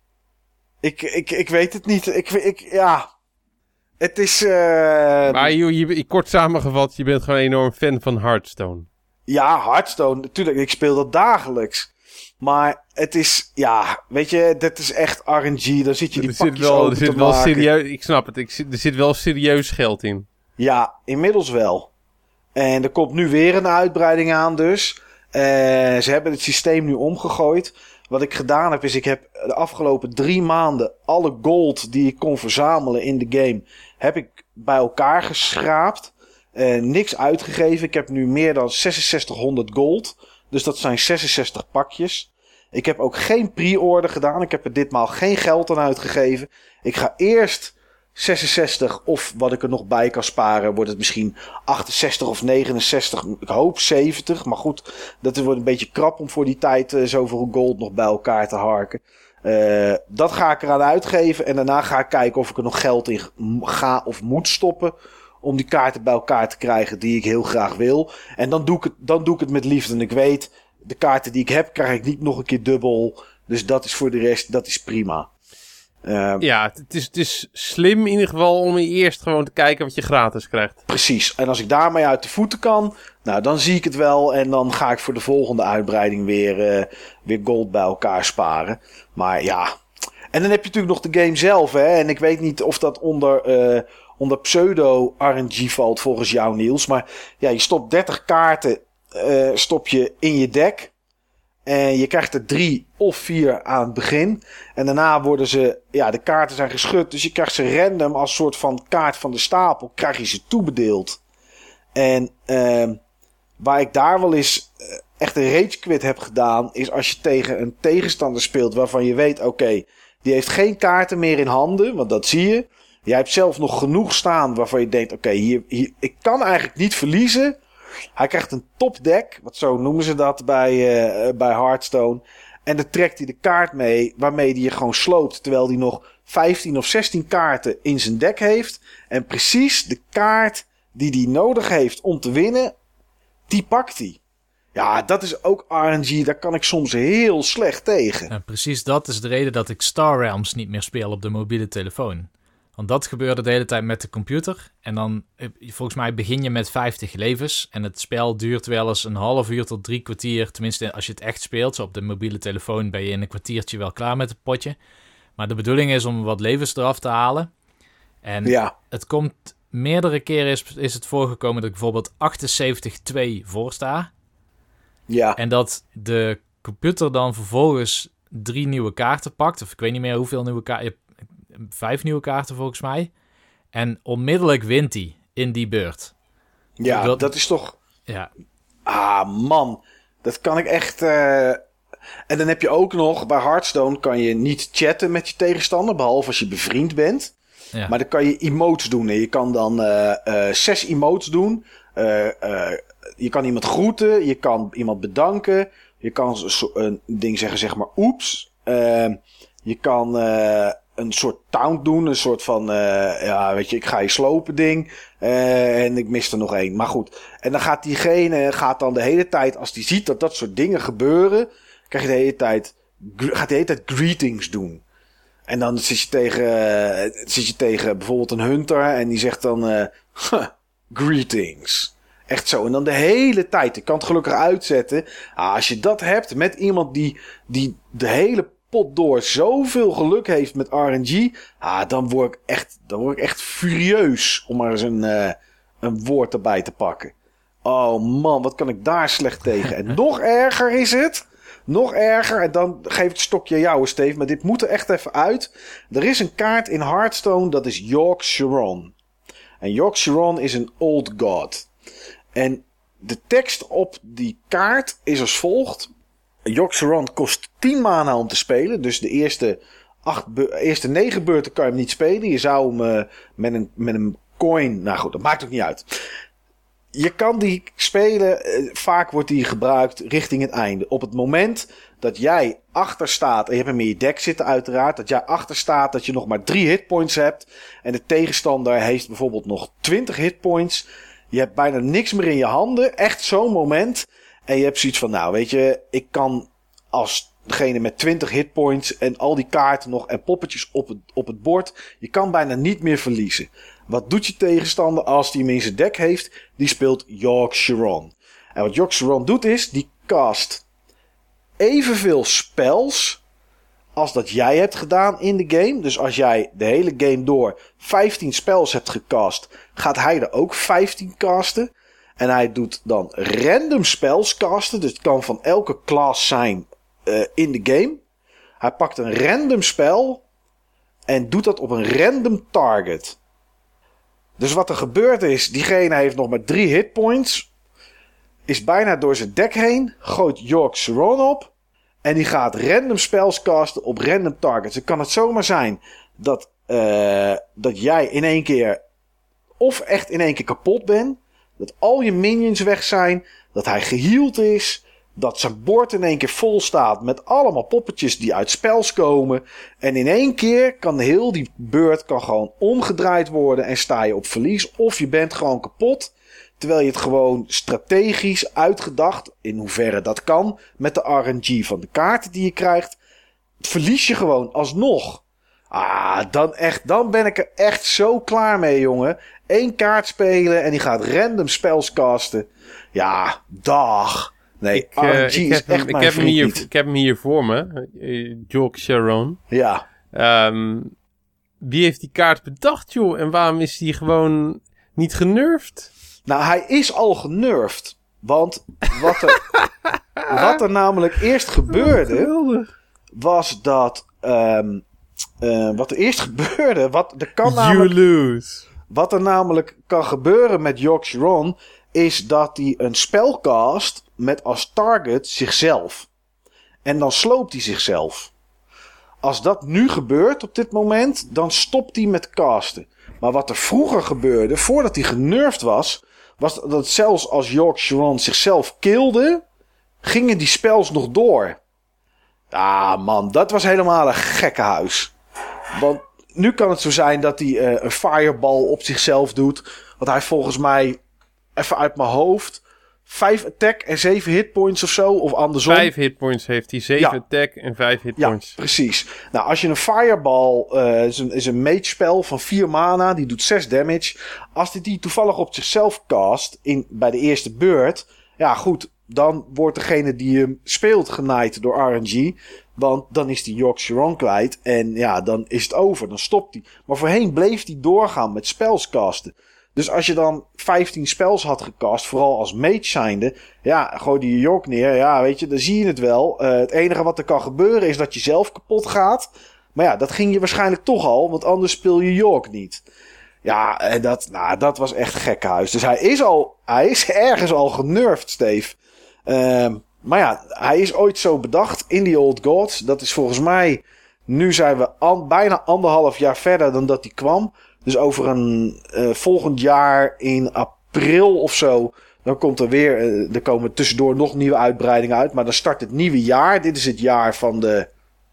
Ik weet het niet. Ja. Het is... Maar kort samengevat, je bent gewoon een enorm fan van Hearthstone. Ja, Hearthstone, natuurlijk. Ik speel dat dagelijks. Maar het is... Ja, weet je, dat is echt RNG. Dan zit je die pakjes open te maken. Serieus, ik snap het. Er zit wel serieus geld in. Ja, inmiddels wel. En er komt nu weer een uitbreiding aan dus. Ze hebben het systeem nu omgegooid. Wat ik gedaan heb is, ik heb de afgelopen 3 maanden alle gold die ik kon verzamelen in de game, heb ik bij elkaar geschraapt. Niks uitgegeven. Ik heb nu meer dan 6600 gold. Dus dat zijn 66 pakjes. Ik heb ook geen pre-order gedaan. Ik heb er ditmaal geen geld aan uitgegeven. Ik ga eerst 66 of wat ik er nog bij kan sparen, wordt het misschien 68 of 69. Ik hoop 70. Maar goed, dat wordt een beetje krap om voor die tijd zoveel gold nog bij elkaar te harken. Dat ga ik eraan uitgeven. En daarna ga ik kijken of ik er nog geld in ga of moet stoppen om die kaarten bij elkaar te krijgen die ik heel graag wil. En dan doe ik het met liefde. En ik weet, de kaarten die ik heb, krijg ik niet nog een keer dubbel. Dus dat is voor de rest, dat is prima. Ja, het is slim in ieder geval om eerst gewoon te kijken wat je gratis krijgt. Precies. En als ik daarmee uit de voeten kan, nou dan zie ik het wel. En dan ga ik voor de volgende uitbreiding weer gold bij elkaar sparen. Maar ja. En dan heb je natuurlijk nog de game zelf. Hè? En ik weet niet of dat onder pseudo-RNG valt volgens jou, Niels. Maar ja, je stopt 30 kaarten stop je in je deck. En je krijgt er 3 of 4 aan het begin. En daarna worden ze... Ja, de kaarten zijn geschud. Dus je krijgt ze random als soort van kaart van de stapel. Krijg je ze toebedeeld. En waar ik daar wel eens echt een rage quit heb gedaan, is als je tegen een tegenstander speelt waarvan je weet, oké, die heeft geen kaarten meer in handen. Want dat zie je. Jij hebt zelf nog genoeg staan waarvan je denkt, oké, hier, ik kan eigenlijk niet verliezen. Hij krijgt een topdeck, wat zo noemen ze dat bij Hearthstone. En dan trekt hij de kaart mee waarmee hij je gewoon sloopt. Terwijl hij nog 15 of 16 kaarten in zijn deck heeft. En precies de kaart die hij nodig heeft om te winnen, die pakt hij. Ja, dat is ook RNG. Daar kan ik soms heel slecht tegen. En precies dat is de reden dat ik Star Realms niet meer speel op de mobiele telefoon. Want dat gebeurde de hele tijd met de computer. En dan, volgens mij, begin je met 50 levens. En het spel duurt wel eens een half uur tot 3 kwartier. Tenminste, als je het echt speelt. Zo op de mobiele telefoon ben je in een kwartiertje wel klaar met het potje. Maar de bedoeling is om wat levens eraf te halen. En het komt... Meerdere keren is het voorgekomen dat ik bijvoorbeeld 78-2 voor sta. Ja. En dat de computer dan vervolgens 3 nieuwe kaarten pakt. Of ik weet niet meer hoeveel nieuwe kaarten... 5 nieuwe kaarten volgens mij. En onmiddellijk wint hij in die beurt. Ja, dat is toch... Ja. Ah, man. Dat kan ik echt... En dan heb je ook nog... Bij Hearthstone kan je niet chatten met je tegenstander. Behalve als je bevriend bent. Ja. Maar dan kan je emotes doen. En je kan dan 6 emotes doen. Je kan iemand groeten. Je kan iemand bedanken. Je kan een ding zeggen, zeg maar, oeps. Je kan een soort taunt doen. Een soort van, weet je, ik ga je slopen ding. En ik mis er nog 1. Maar goed. En dan gaat diegene dan de hele tijd, als die ziet dat soort dingen gebeuren, gaat de hele tijd greetings doen. En dan zit je tegen bijvoorbeeld een hunter en die zegt dan, greetings. Echt zo. En dan de hele tijd. Ik kan het gelukkig uitzetten. Als je dat hebt met iemand die de hele pot door zoveel geluk heeft met RNG. Dan word ik echt furieus. Om maar eens een woord erbij te pakken. Oh man, wat kan ik daar slecht tegen. En nog erger is het. Nog erger. En dan geef ik het stokje aan jou, Steve. Maar dit moet er echt even uit. Er is een kaart in Hearthstone. Dat is Yogg-Saron. En Yogg-Saron is een old god. En de tekst op die kaart is als volgt. Yogg-Saron kost 10 mana om te spelen. Dus de eerste 9 beurten kan je hem niet spelen. Je zou hem met een coin... Nou goed, dat maakt ook niet uit. Je kan die spelen. Vaak wordt die gebruikt richting het einde. Op het moment dat jij achter staat... en je hebt hem in je deck zitten uiteraard... dat jij achter staat dat je nog maar 3 hitpoints hebt... en de tegenstander heeft bijvoorbeeld nog 20 hitpoints... Je hebt bijna niks meer in je handen. Echt zo'n moment. En je hebt zoiets van, nou weet je, ik kan als degene met 20 hitpoints en al die kaarten nog en poppetjes op het bord. Je kan bijna niet meer verliezen. Wat doet je tegenstander als die hem in zijn deck heeft? Die speelt Yogg-Saron. En wat Yogg-Saron doet is, die cast evenveel spells als dat jij hebt gedaan in de game. Dus als jij de hele game door 15 spells hebt gecast, gaat hij er ook 15 casten. En hij doet dan random spells casten. Dus het kan van elke class zijn in de game. Hij pakt een random spel en doet dat op een random target. Dus wat er gebeurt is, diegene heeft nog maar 3 hitpoints. Is bijna door zijn deck heen. Gooit Yogg-Saron op. En die gaat random spells casten op random targets. Dan kan het zomaar zijn dat jij in één keer... of echt in één keer kapot bent. Dat al je minions weg zijn. Dat hij geheeld is. Dat zijn bord in één keer vol staat met allemaal poppetjes die uit spels komen. En in één keer kan heel die beurt gewoon omgedraaid worden en sta je op verlies. Of je bent gewoon kapot. Terwijl je het gewoon strategisch uitgedacht, in hoeverre dat kan, met de RNG van de kaarten die je krijgt, verlies je gewoon alsnog. Dan ben ik er echt zo klaar mee, jongen. 1 kaart spelen en die gaat random spells casten. Ja, dag. Nee, RNG is echt mijn vriend niet. Ik heb hem hier voor me. Yogg-Saron. Ja. Wie heeft die kaart bedacht, joh? En waarom is die gewoon niet genervd? Nou, hij is al genervd. Want wat er namelijk eerst gebeurde, was dat... wat er eerst gebeurde... Wat er namelijk kan gebeuren met Yogg-Saron, is dat hij een spel cast met als target zichzelf. En dan sloopt hij zichzelf. Als dat nu gebeurt op dit moment, dan stopt hij met casten. Maar wat er vroeger gebeurde, voordat hij genervd was dat zelfs als Yogg-Saron zichzelf killde, gingen die spels nog door. Ah man, dat was helemaal een gekkenhuis. Want nu kan het zo zijn dat hij een fireball op zichzelf doet. Want hij volgens mij, even uit mijn hoofd, 5 attack en 7 hitpoints of zo. Of andersom. 5 hitpoints heeft hij, 7 attack en 5 hitpoints. Ja, precies. Nou, als je een fireball, is een mage spel van 4 mana, die doet 6 damage. Als hij die toevallig op zichzelf cast, bij de eerste beurt, ja goed, dan wordt degene die hem speelt genaaid door RNG. Want dan is die Yogg-Saron kwijt. En ja, dan is het over. Dan stopt hij. Maar voorheen bleef hij doorgaan met spells casten. Dus als je dan 15 spells had gecast, vooral als mage zijnde, ja, gooi die je Yogg neer. Ja, weet je, dan zie je het wel. Het enige wat er kan gebeuren is dat je zelf kapot gaat. Maar ja, dat ging je waarschijnlijk toch al, want anders speel je Yogg niet. Ja, en dat was echt gekkenhuis. Dus hij is ergens al genervd, Steve. Maar ja, hij is ooit zo bedacht in die Old Gods. Dat is volgens mij, nu zijn we bijna 1,5 jaar verder dan dat hij kwam. Dus over een volgend jaar in april of zo, dan komt er weer, er komen tussendoor nog nieuwe uitbreidingen uit. Maar dan start het nieuwe jaar. Dit is het jaar van de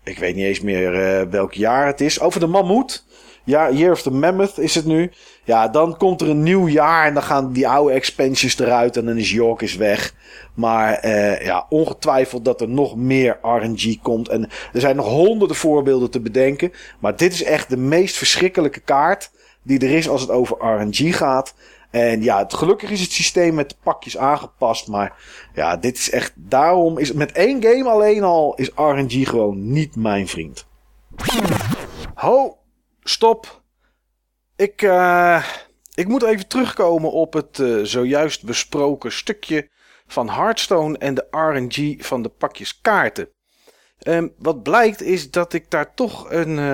Ik weet niet eens meer welk jaar het is. Over de mammoet. Ja, Year of the Mammoth is het nu. Ja, dan komt er een nieuw jaar en dan gaan die oude expansions eruit en dan is York weg. Maar ongetwijfeld dat er nog meer RNG komt. En er zijn nog honderden voorbeelden te bedenken. Maar dit is echt de meest verschrikkelijke kaart die er is als het over RNG gaat. En ja, gelukkig is het systeem met de pakjes aangepast. Maar ja, dit is echt... Daarom is met 1 game alleen al is RNG gewoon niet mijn vriend. Ho, stop. Ik moet even terugkomen op het zojuist besproken stukje van Hearthstone en de RNG van de pakjes kaarten. Wat blijkt is dat ik daar toch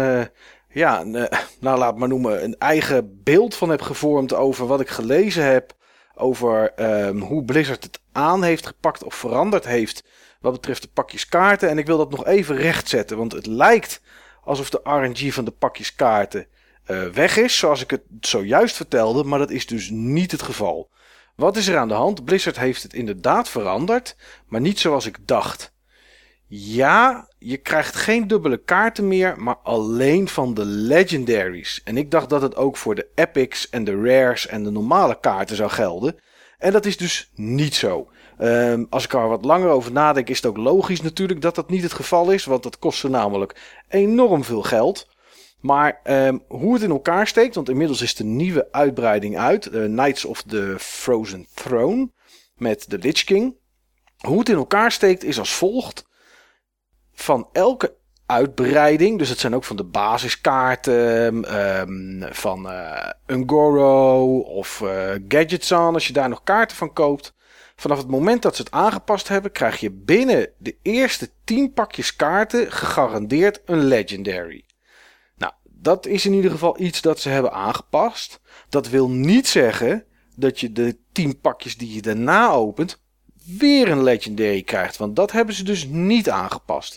laat maar noemen, een eigen beeld van heb gevormd over wat ik gelezen heb. Over hoe Blizzard het aan heeft gepakt of veranderd heeft wat betreft de pakjes kaarten. En ik wil dat nog even rechtzetten, want het lijkt alsof de RNG van de pakjes kaarten weg is, zoals ik het zojuist vertelde, maar dat is dus niet het geval. Wat is er aan de hand? Blizzard heeft het inderdaad veranderd, maar niet zoals ik dacht. Ja, je krijgt geen dubbele kaarten meer, maar alleen van de legendaries. En ik dacht dat het ook voor de epics en de rares en de normale kaarten zou gelden. En dat is dus niet zo. Als ik er wat langer over nadenk, is het ook logisch natuurlijk dat dat niet het geval is, want dat kost ze namelijk enorm veel geld. Maar hoe het in elkaar steekt, want inmiddels is de nieuwe uitbreiding uit, Knights of the Frozen Throne, met de Lich King. Hoe het in elkaar steekt is als volgt. Van elke uitbreiding, dus het zijn ook van de basiskaarten, van Ungoro of Gadgetzan, als je daar nog kaarten van koopt. Vanaf het moment dat ze het aangepast hebben, krijg je binnen de eerste 10 pakjes kaarten gegarandeerd een legendary. Nou, dat is in ieder geval iets dat ze hebben aangepast. Dat wil niet zeggen dat je de 10 pakjes die je daarna opent weer een legendary krijgt, want dat hebben ze dus niet aangepast.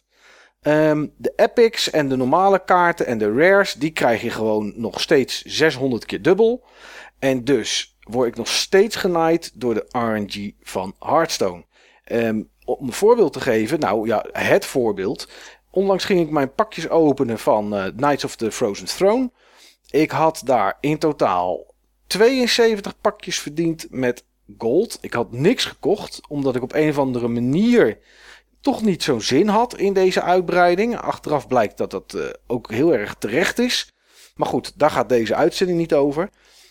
De epics en de normale kaarten en de rares, die krijg je gewoon nog steeds 600 keer dubbel. En dus word ik nog steeds genaaid door de RNG van Hearthstone. Om een voorbeeld te geven, nou ja, het voorbeeld. Onlangs ging ik mijn pakjes openen van Knights of the Frozen Throne. Ik had daar in totaal 72 pakjes verdiend met gold. Ik had niks gekocht, omdat ik op een of andere manier toch niet zo'n zin had in deze uitbreiding. Achteraf blijkt dat dat ook heel erg terecht is. Maar goed, daar gaat deze uitzending niet over.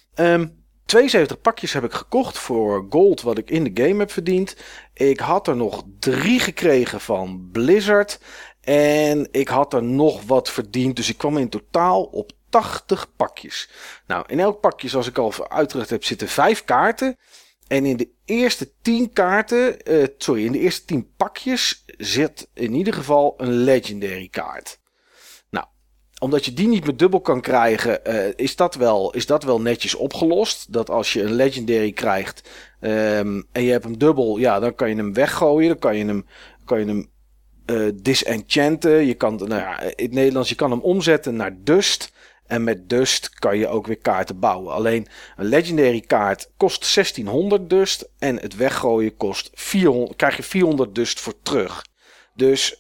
72 pakjes heb ik gekocht voor gold wat ik in de game heb verdiend. Ik had er nog 3 gekregen van Blizzard. En ik had er nog wat verdiend. Dus ik kwam in totaal op 80 pakjes. Nou, in elk pakje, zoals ik al uitgelegd heb, zitten 5 kaarten. En in de eerste 10 in de eerste 10 pakjes zit in ieder geval een legendary kaart. Nou, omdat je die niet meer dubbel kan krijgen, is dat wel netjes opgelost. Dat als je een legendary krijgt en je hebt hem dubbel, ja, dan kan je hem weggooien. Dan kan je hem disenchanten. Je kan, in het Nederlands, je kan hem omzetten naar dust. En met dust kan je ook weer kaarten bouwen. Alleen een legendary kaart kost 1600 dust. En het weggooien kost 400, krijg je 400 dust voor terug. Dus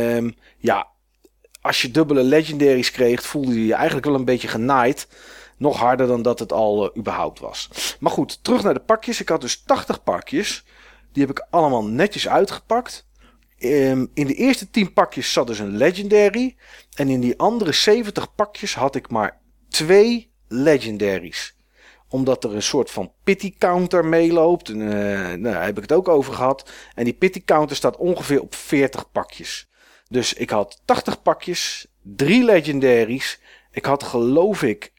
als je dubbele legendaries kreeg, voelde je je eigenlijk wel een beetje genaaid. Nog harder dan dat het al überhaupt was. Maar goed, terug naar de pakjes. Ik had dus 80 pakjes. Die heb ik allemaal netjes uitgepakt. In de eerste 10 pakjes zat dus een legendary. En in die andere 70 pakjes had ik maar 2 legendaries. Omdat er een soort van pity counter meeloopt. Daar heb ik het ook over gehad. En die pity counter staat ongeveer op 40 pakjes. Dus ik had 80 pakjes, 3 legendaries. Ik had geloof ik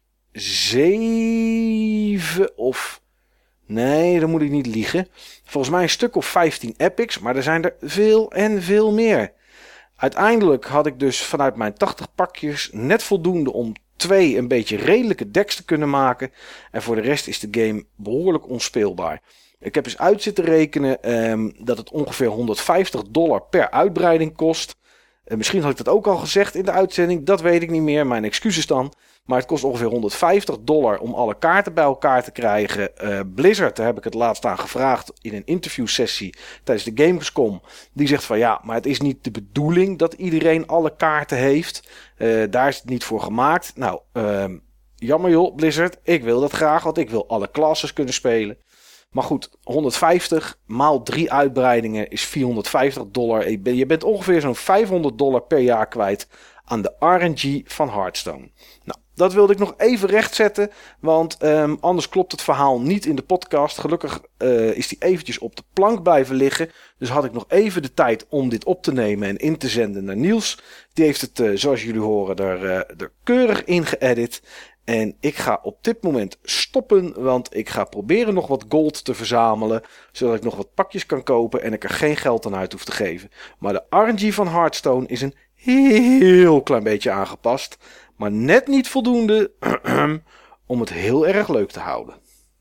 7 of... Nee, dan moet ik niet liegen. Volgens mij een stuk of 15 epics, maar er zijn er veel en veel meer. Uiteindelijk had ik dus vanuit mijn 80 pakjes net voldoende om 2 een beetje redelijke decks te kunnen maken. En voor de rest is de game behoorlijk onspeelbaar. Ik heb eens uit zitten rekenen dat het ongeveer $150 per uitbreiding kost. Misschien had ik dat ook al gezegd in de uitzending. Dat weet ik niet meer. Mijn excuses dan. Maar het kost ongeveer $150 om alle kaarten bij elkaar te krijgen. Blizzard, daar heb ik het laatst aan gevraagd in een interviewsessie tijdens de Gamescom. Die zegt van ja, maar het is niet de bedoeling dat iedereen alle kaarten heeft. Daar is het niet voor gemaakt. Nou, jammer joh, Blizzard. Ik wil dat graag, want ik wil alle classes kunnen spelen. Maar goed, 150 maal 3 uitbreidingen is $450. Je bent ongeveer zo'n $500 per jaar kwijt aan de RNG van Hearthstone. Nou, dat wilde ik nog even rechtzetten, want anders klopt het verhaal niet in de podcast. Gelukkig is die eventjes op de plank blijven liggen. Dus had ik nog even de tijd om dit op te nemen en in te zenden naar Niels. Die heeft het, zoals jullie horen, er keurig in geëdit. En ik ga op dit moment stoppen, want ik ga proberen nog wat gold te verzamelen, zodat ik nog wat pakjes kan kopen en ik er geen geld aan uit hoef te geven. Maar de RNG van Hearthstone is een heel klein beetje aangepast, maar net niet voldoende om het heel erg leuk te houden.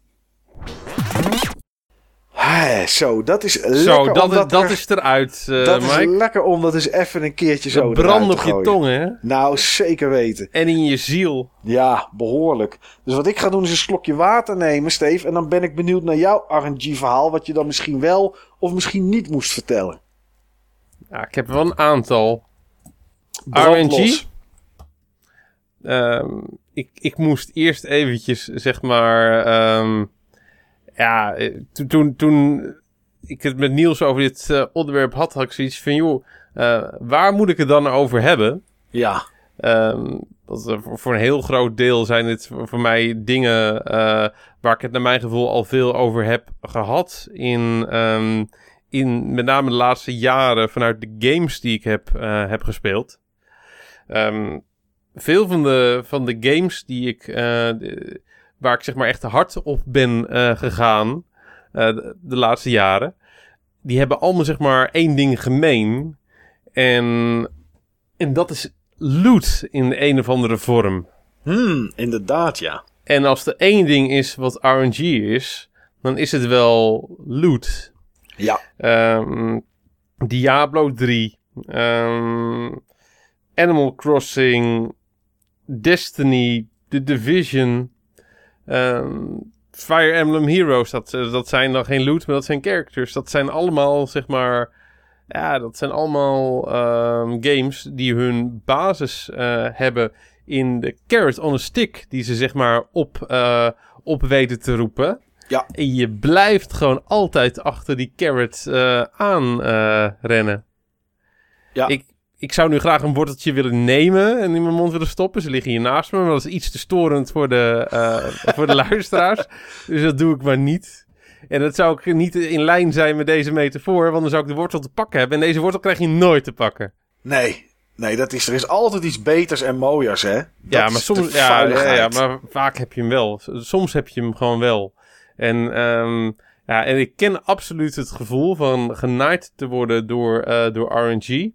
Zo, dat is lekker. Zo, dat is eruit, dat Mike. is lekker om dat eens even een keertje zo brand op te je gooien. tong, hè? Nou, zeker weten. En in je ziel. Ja, behoorlijk. Dus wat ik ga doen is een slokje water nemen, Steve. En dan ben ik benieuwd naar jouw RNG-verhaal, wat je dan misschien wel of misschien niet moest vertellen. Ja, ik heb wel een aantal. Brand RNG. los. Ik moest eerst eventjes, zeg maar... toen ik het met Niels over dit onderwerp had ik zoiets van... joh, waar moet ik het dan over hebben? Ja. Voor een heel groot deel zijn dit voor mij dingen... waar ik het naar mijn gevoel al veel over heb gehad... in met name de laatste jaren vanuit de games die ik heb gespeeld. Veel van de games die ik... waar ik zeg maar echt hard op ben gegaan de laatste jaren. Die hebben allemaal zeg maar één ding gemeen. En dat is loot in een of andere vorm. Inderdaad, ja. En als er één ding is wat RNG is, dan is het wel loot. Ja. Diablo 3. Animal Crossing. Destiny. The Division. Fire Emblem Heroes, dat zijn dan geen loot, maar dat zijn characters. Dat zijn allemaal, zeg maar... Ja, dat zijn allemaal games die hun basis hebben in de carrot on a stick... die ze, zeg maar, op weten te roepen. Ja. En je blijft gewoon altijd achter die carrot aan rennen. Ja. Ik zou nu graag een worteltje willen nemen en in mijn mond willen stoppen. Ze liggen hier naast me, maar dat is iets te storend voor de luisteraars. Dus dat doe ik maar niet. En dat zou ook niet in lijn zijn met deze metafoor, want dan zou ik de wortel te pakken hebben. En deze wortel krijg je nooit te pakken. Nee, er is altijd iets beters en mooiers, hè? Ja, maar soms, maar vaak heb je hem wel. Soms heb je hem gewoon wel. En ik ken absoluut het gevoel van genaaid te worden door RNG.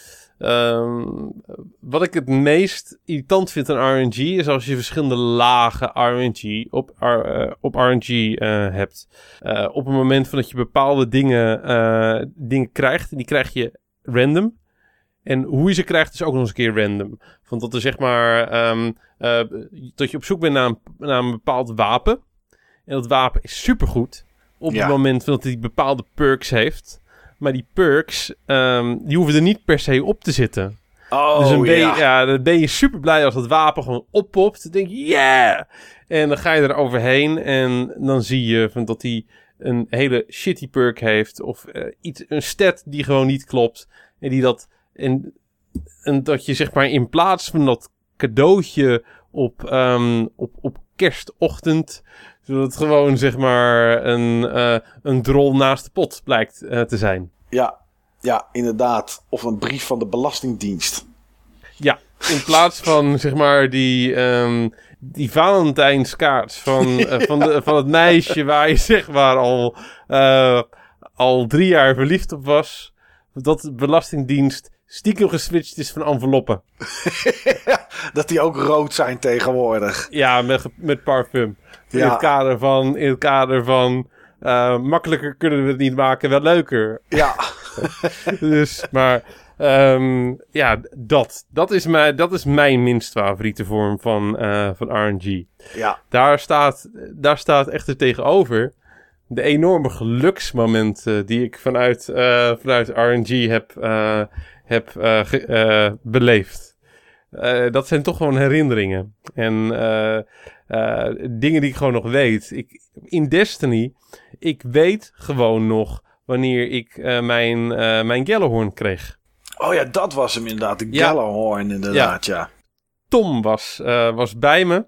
Wat ik het meest irritant vind aan RNG is als je verschillende lagen RNG op RNG hebt. Op het moment van dat je bepaalde dingen krijgt, en die krijg je random. En hoe je ze krijgt is ook nog eens een keer random. Want dat er zeg maar dat je op zoek bent naar een bepaald wapen. En dat wapen is supergoed op het moment dat hij bepaalde perks heeft. Maar die perks, die hoeven er niet per se op te zitten. Oh, dus dan ben je super blij als dat wapen gewoon oppopt. Dan denk je, yeah! En dan ga je er overheen en dan zie je dat hij een hele shitty perk heeft. Of een stat die gewoon niet klopt. En die dat... En dat je zeg maar in plaats van dat cadeautje op kerstochtend... zodat het gewoon zeg maar een drol naast de pot blijkt te zijn. Ja, inderdaad. Of een brief van de Belastingdienst. Ja, in plaats van zeg maar die Valentijnskaart van het meisje waar je zeg maar al 3 jaar verliefd op was. Dat de Belastingdienst stiekem geswitcht is van enveloppen. Dat die ook rood zijn tegenwoordig. Ja, met parfum. In het kader van makkelijker kunnen we het niet maken, wel leuker. Ja. Dus, maar Dat is mijn minst favoriete vorm van RNG. Ja. Daar staat echter tegenover de enorme geluksmomenten die ik vanuit RNG heb beleefd. Dat zijn toch gewoon herinneringen. En dingen die ik gewoon nog weet. In Destiny, ik weet gewoon nog wanneer ik mijn Gjallarhorn kreeg. Oh ja, dat was hem inderdaad. De Gjallarhorn inderdaad, ja. Tom was bij me.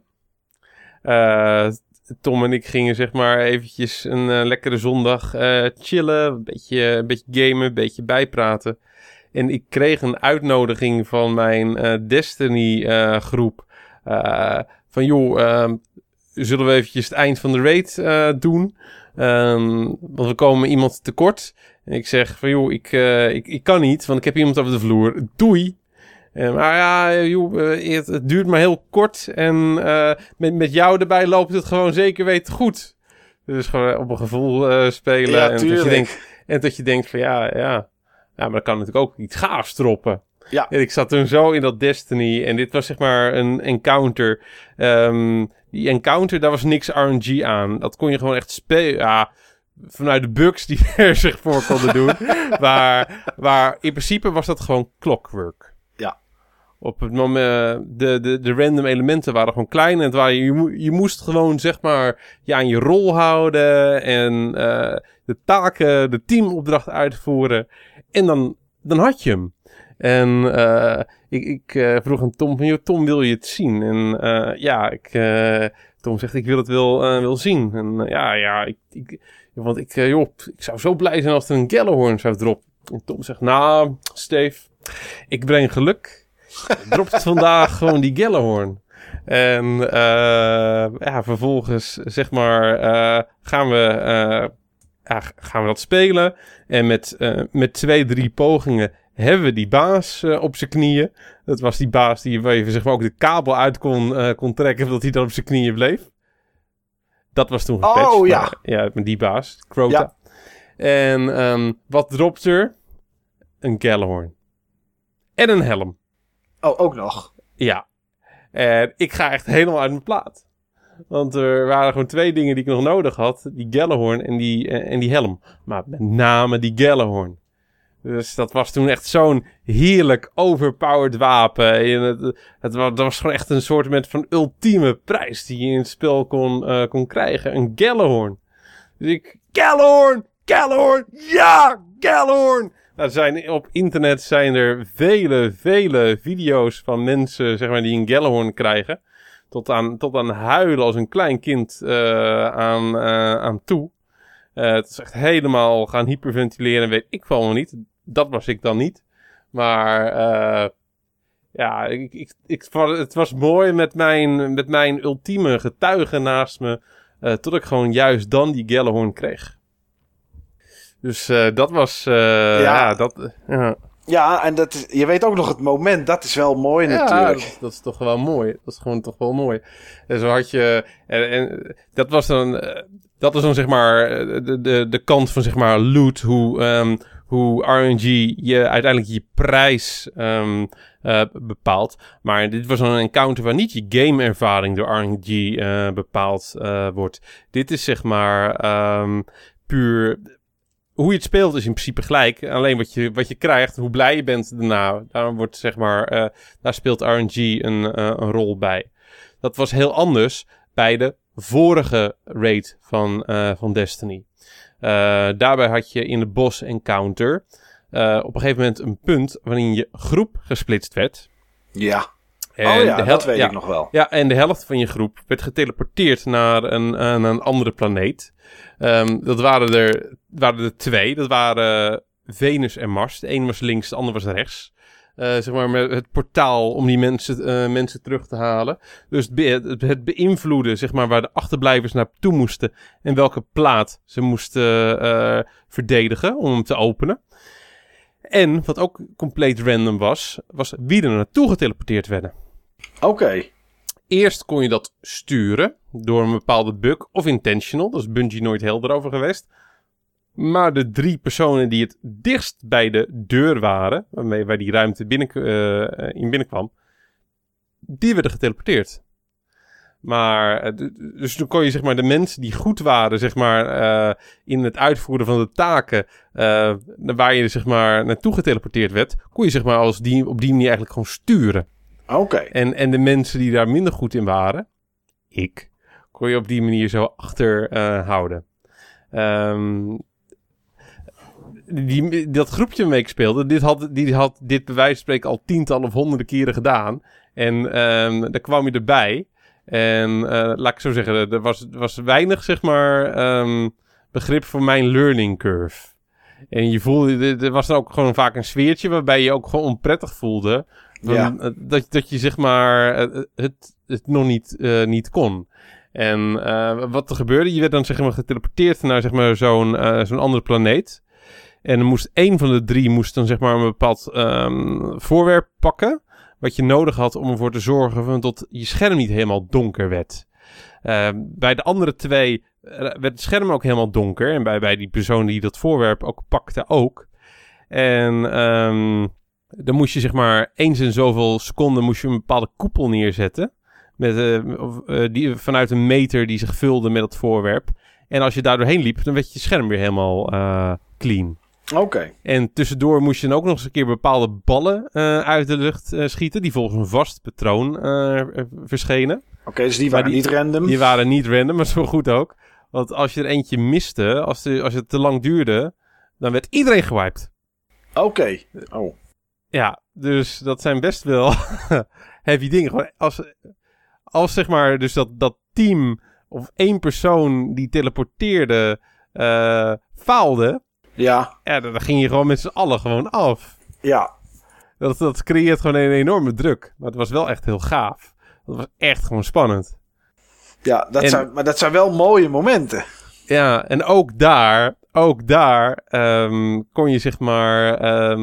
Tom en ik gingen zeg maar eventjes een lekkere zondag chillen. Een beetje gamen, een beetje bijpraten. En ik kreeg een uitnodiging van mijn Destiny groep. Van joh, zullen we eventjes het eind van de raid doen? Want we komen iemand tekort. En ik zeg van joh, ik kan niet, want ik heb iemand over de vloer. Doei! Maar ja, joh, het duurt maar heel kort. En met jou erbij loopt het gewoon zeker weten goed. Dus gewoon op een gevoel spelen. Ja, en dat je denkt van ja, maar dan kan natuurlijk ook iets gaafs droppen. Ja. En ik zat toen zo in dat Destiny. En dit was zeg maar een encounter. Die encounter, daar was niks RNG aan. Dat kon je gewoon echt spelen. Ja, vanuit de bugs die er zich voor konden doen. Maar in principe was dat gewoon clockwork. Ja. Op het moment, de random elementen waren gewoon klein. En het waren, je moest gewoon zeg maar je aan je rol houden. En de taken, de teamopdrachten uitvoeren. En dan had je hem. En ik vroeg aan Tom van, joh, Tom, wil je het zien? En Tom zegt, ik wil het wel zien. En want ik zou zo blij zijn als er een Gjallarhorn zou droppen. En Tom zegt, nou, Steve, ik breng geluk. Dropt vandaag gewoon die Gjallarhorn. En vervolgens zeg maar gaan we dat spelen. En met 2-3 pogingen hebben we die baas op zijn knieën. Dat was die baas waar je zeg maar ook de kabel uit kon trekken, zodat hij dan op zijn knieën bleef. Dat was toen gepatcht. Oh ja. Ja, met die baas, Crota. Ja. En wat dropt er? Een Gjallarhorn. En een helm. Oh, ook nog? Ja. En ik ga echt helemaal uit mijn plaat. Want er waren gewoon 2 dingen die ik nog nodig had. Die Gjallarhorn en die helm. Maar met name die Gjallarhorn. Dus dat was toen echt zo'n heerlijk overpowered wapen. En dat was gewoon echt een soort van ultieme prijs die je in het spel kon krijgen. Een Gjallarhorn. Dus Gjallarhorn! Ja! Gjallarhorn! Op internet zijn er vele video's van mensen zeg maar, die een Gjallarhorn krijgen. Tot aan huilen als een klein kind aan toe. Het is echt helemaal gaan hyperventileren, weet ik wel niet. Dat was ik dan niet. Maar het was mooi met mijn ultieme getuige naast me. Tot ik gewoon juist dan die Gjallarhorn kreeg. Dus dat was... Ja, en je weet ook nog het moment. Dat is wel mooi natuurlijk. Ja, dat is toch wel mooi. Dat is gewoon toch wel mooi. En zo had je... En dat was dan... Dat is dan zeg maar de kant van zeg maar loot. Hoe RNG je uiteindelijk je prijs bepaalt. Maar dit was een encounter waar niet je gameervaring door RNG bepaald wordt. Dit is zeg maar puur... Hoe je het speelt is in principe gelijk. Alleen wat je krijgt, hoe blij je bent daarna. Daar speelt RNG een rol bij. Dat was heel anders bij de vorige raid van Destiny. Daarbij had je in de boss encounter op een gegeven moment een punt waarin je groep gesplitst werd. Ja. En dat weet ik nog wel. Ja, en de helft van je groep werd geteleporteerd naar een andere planeet. Dat waren er 2. Dat waren Venus en Mars. De een was links, de ander was rechts. Zeg maar met het portaal om die mensen terug te halen. Dus het beïnvloeden, zeg maar, waar de achterblijvers naartoe moesten. En welke plaat ze moesten verdedigen om hem te openen. En wat ook compleet random was wie er naartoe geteleporteerd werden. Oké. Eerst kon je dat sturen door een bepaalde bug of intentional. Daar is Bungie nooit helder over geweest. Maar de 3 personen die het dichtst bij de deur waren, waar die ruimte in binnenkwam, die werden geteleporteerd. Maar, dus toen kon je zeg maar de mensen die goed waren, zeg maar, in het uitvoeren van de taken, waar je zeg maar naartoe geteleporteerd werd, kon je zeg maar op die manier eigenlijk gewoon sturen. Oké. En de mensen die daar minder goed in waren, kon je op die manier zo achter houden. Dat groepje waarmee ik speelde, die had dit bij wijze van spreken al tientallen of honderden keren gedaan. En daar kwam je erbij. En laat ik zo zeggen, er was weinig, zeg maar, begrip voor mijn learning curve. En je voelde, er was dan ook gewoon vaak een sfeertje waarbij je ook gewoon onprettig voelde. Dat je, zeg maar, het nog niet kon. En wat er gebeurde, je werd dan, zeg maar, geteleporteerd naar, zeg maar, zo'n andere planeet. En dan moest één van de 3 dan, zeg maar, een bepaald voorwerp pakken. Wat je nodig had om ervoor te zorgen dat je scherm niet helemaal donker werd. Bij de andere 2 werd het scherm ook helemaal donker. En bij die persoon die dat voorwerp ook pakte ook. En dan moest je, zeg maar, eens in zoveel seconden moest je een bepaalde koepel neerzetten. Die vanuit een meter die zich vulde met het voorwerp. En als je daar doorheen liep, dan werd je scherm weer helemaal clean. Oké. En tussendoor moest je dan ook nog eens een keer bepaalde ballen uit de lucht schieten, die volgens een vast patroon verschenen. Oké, dus die waren niet random? Die waren niet random, maar zo goed ook. Want als je er eentje miste, als het te lang duurde, dan werd iedereen gewiped. Oké. Oh. Ja, dus dat zijn best wel heavy dingen. Gewoon als zeg maar, dus dat team of 1 persoon die teleporteerde faalde. Ja, dan ging je gewoon met z'n allen gewoon af. Ja. Dat creëert gewoon een enorme druk. Maar het was wel echt heel gaaf. Dat was echt gewoon spannend. Ja, maar dat zijn wel mooie momenten. Ja, en ook daar kon je, zeg maar,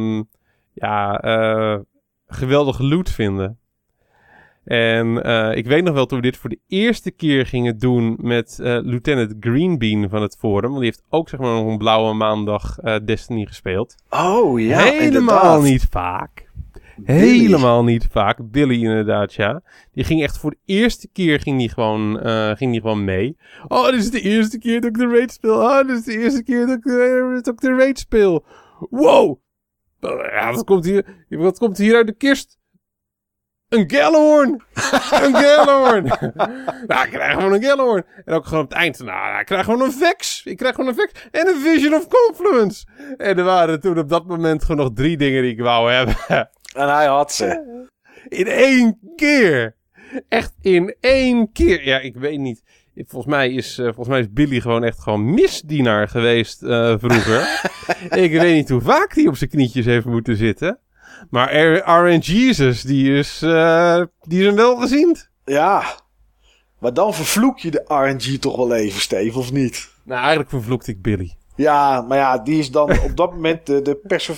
geweldige loot vinden. En ik weet nog wel, toen we dit voor de eerste keer gingen doen met Lieutenant Greenbean van het forum. Want die heeft ook, zeg maar, nog een blauwe maandag Destiny gespeeld. Oh ja, Helemaal niet vaak. Helemaal niet vaak. Billy inderdaad, ja. Die ging echt voor de eerste keer ging die gewoon mee. Oh, dit is de eerste keer dat ik de raid speel. Oh, dit is de eerste keer dat ik de raid speel. Wow. Ja, wat komt hier uit de kist? Een Gjallarhorn! Een Gjallarhorn! Nou, ik krijg gewoon een Gjallarhorn. En ook gewoon op het eind, ik krijg gewoon een Vex. Ik krijg gewoon een Vex. En een Vision of Confluence. En er waren toen op dat moment gewoon nog 3 dingen die ik wou hebben. En hij had ze. In 1 keer. Echt in 1 keer. Ja, ik weet niet. Volgens mij is Billy gewoon echt misdienaar geweest vroeger. Ik weet niet hoe vaak hij op zijn knietjes heeft moeten zitten. Maar RNGesus, die is hem wel gezien. Ja, maar dan vervloek je de RNG toch wel even, Steve, of niet? Nou, eigenlijk vervloekte ik Billy. Ja, maar ja, die is dan op dat moment de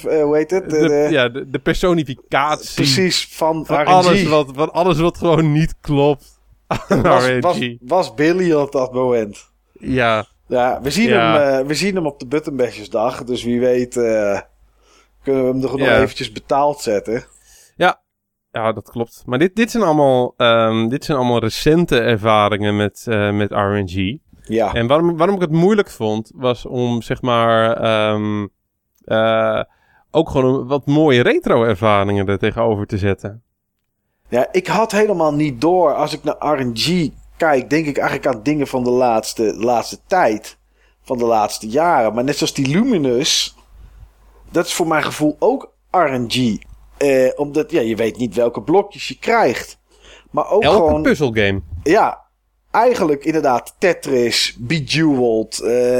personificatie. Precies, van RNG. Alles wat gewoon niet klopt. Was Billy op dat moment. Ja. Ja, we zien hem op de Buttonbashers-dag, dus wie weet kunnen we hem nog eventjes betaald zetten. Ja, dat klopt. Maar dit zijn allemaal recente ervaringen met RNG. Ja. En waarom ik het moeilijk vond, was om, zeg maar, ook gewoon wat mooie retro-ervaringen er tegenover te zetten. Ja, ik had helemaal niet door. Als ik naar RNG kijk, denk ik eigenlijk aan dingen van de laatste tijd. Van de laatste jaren. Maar net zoals die Luminous, dat is voor mijn gevoel ook RNG. Omdat, je weet niet welke blokjes je krijgt. Maar ook elke gewoon puzzelgame. Ja, eigenlijk inderdaad Tetris, Bejeweled.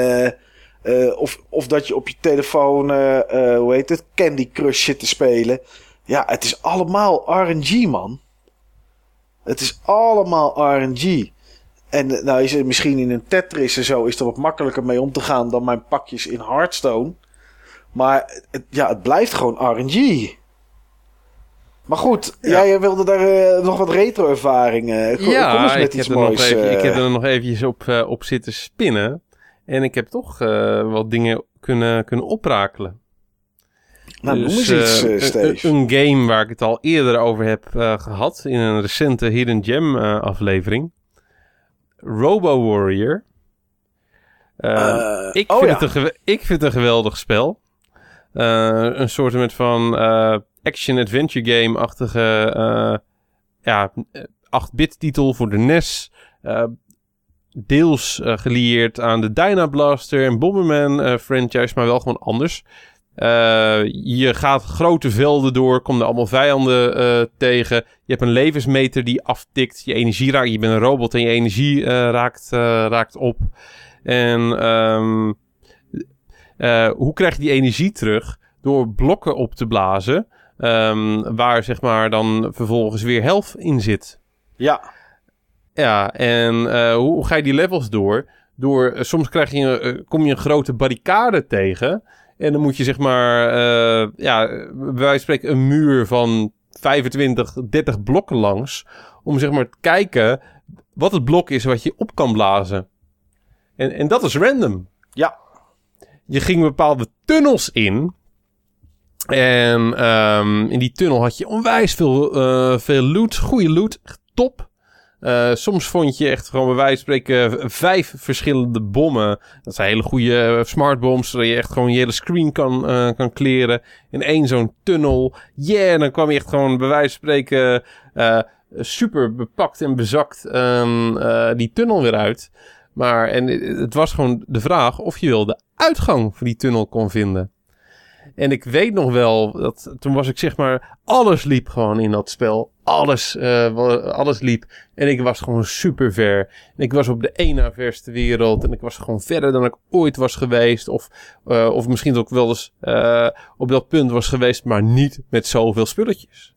Of dat je op je telefoon, Candy Crush zit te spelen. Ja, het is allemaal RNG, man. Het is allemaal RNG. En nou is het misschien in een Tetris en zo is er wat makkelijker mee om te gaan dan mijn pakjes in Hearthstone. Maar het blijft gewoon RNG. Maar goed, jij wilde daar nog wat retro-ervaringen. Kom eens met iets moois. Ik heb er nog eventjes op zitten spinnen. En ik heb toch wat dingen kunnen oprakelen. Nou, noem eens iets, Steve. Een game waar ik het al eerder over heb gehad in een recente Hidden Gem aflevering. Robo Warrior. Ik vind het een geweldig spel. Een soort van action-adventure game-achtige 8-bit titel voor de NES. Deels gelieerd aan de Dynablaster en Bomberman franchise, maar wel gewoon anders. Je gaat grote velden door, komt er allemaal vijanden tegen. Je hebt een levensmeter die aftikt, je energie raakt. Je bent een robot en je energie raakt op. En hoe krijg je die energie terug? Door blokken op te blazen, waar zeg maar dan vervolgens weer health in zit. Ja. Ja, en hoe ga je die levels door? Soms kom je een grote barricade tegen. En dan moet je zeg maar, bij wijze van spreken een muur van 25, 30 blokken langs. Om zeg maar te kijken wat het blok is wat je op kan blazen. En dat is random. Ja. Je ging bepaalde tunnels in. En in die tunnel had je onwijs veel loot. Goede loot. Echt top. Soms vond je echt gewoon bij wijze van spreken 5 verschillende bommen. Dat zijn hele goede smartbombs, zodat je echt gewoon je hele screen kan clearen. In één zo'n tunnel. En dan kwam je echt gewoon bij wijze van spreken super bepakt en bezakt die tunnel weer uit. En het was gewoon de vraag of je wel de uitgang van die tunnel kon vinden. En ik weet nog wel, dat toen was ik zeg maar, alles liep gewoon in dat spel. Alles liep. En ik was gewoon super ver. En ik was op de één na verste wereld. En ik was gewoon verder dan ik ooit was geweest. Of misschien ook wel eens op dat punt was geweest, maar niet met zoveel spulletjes.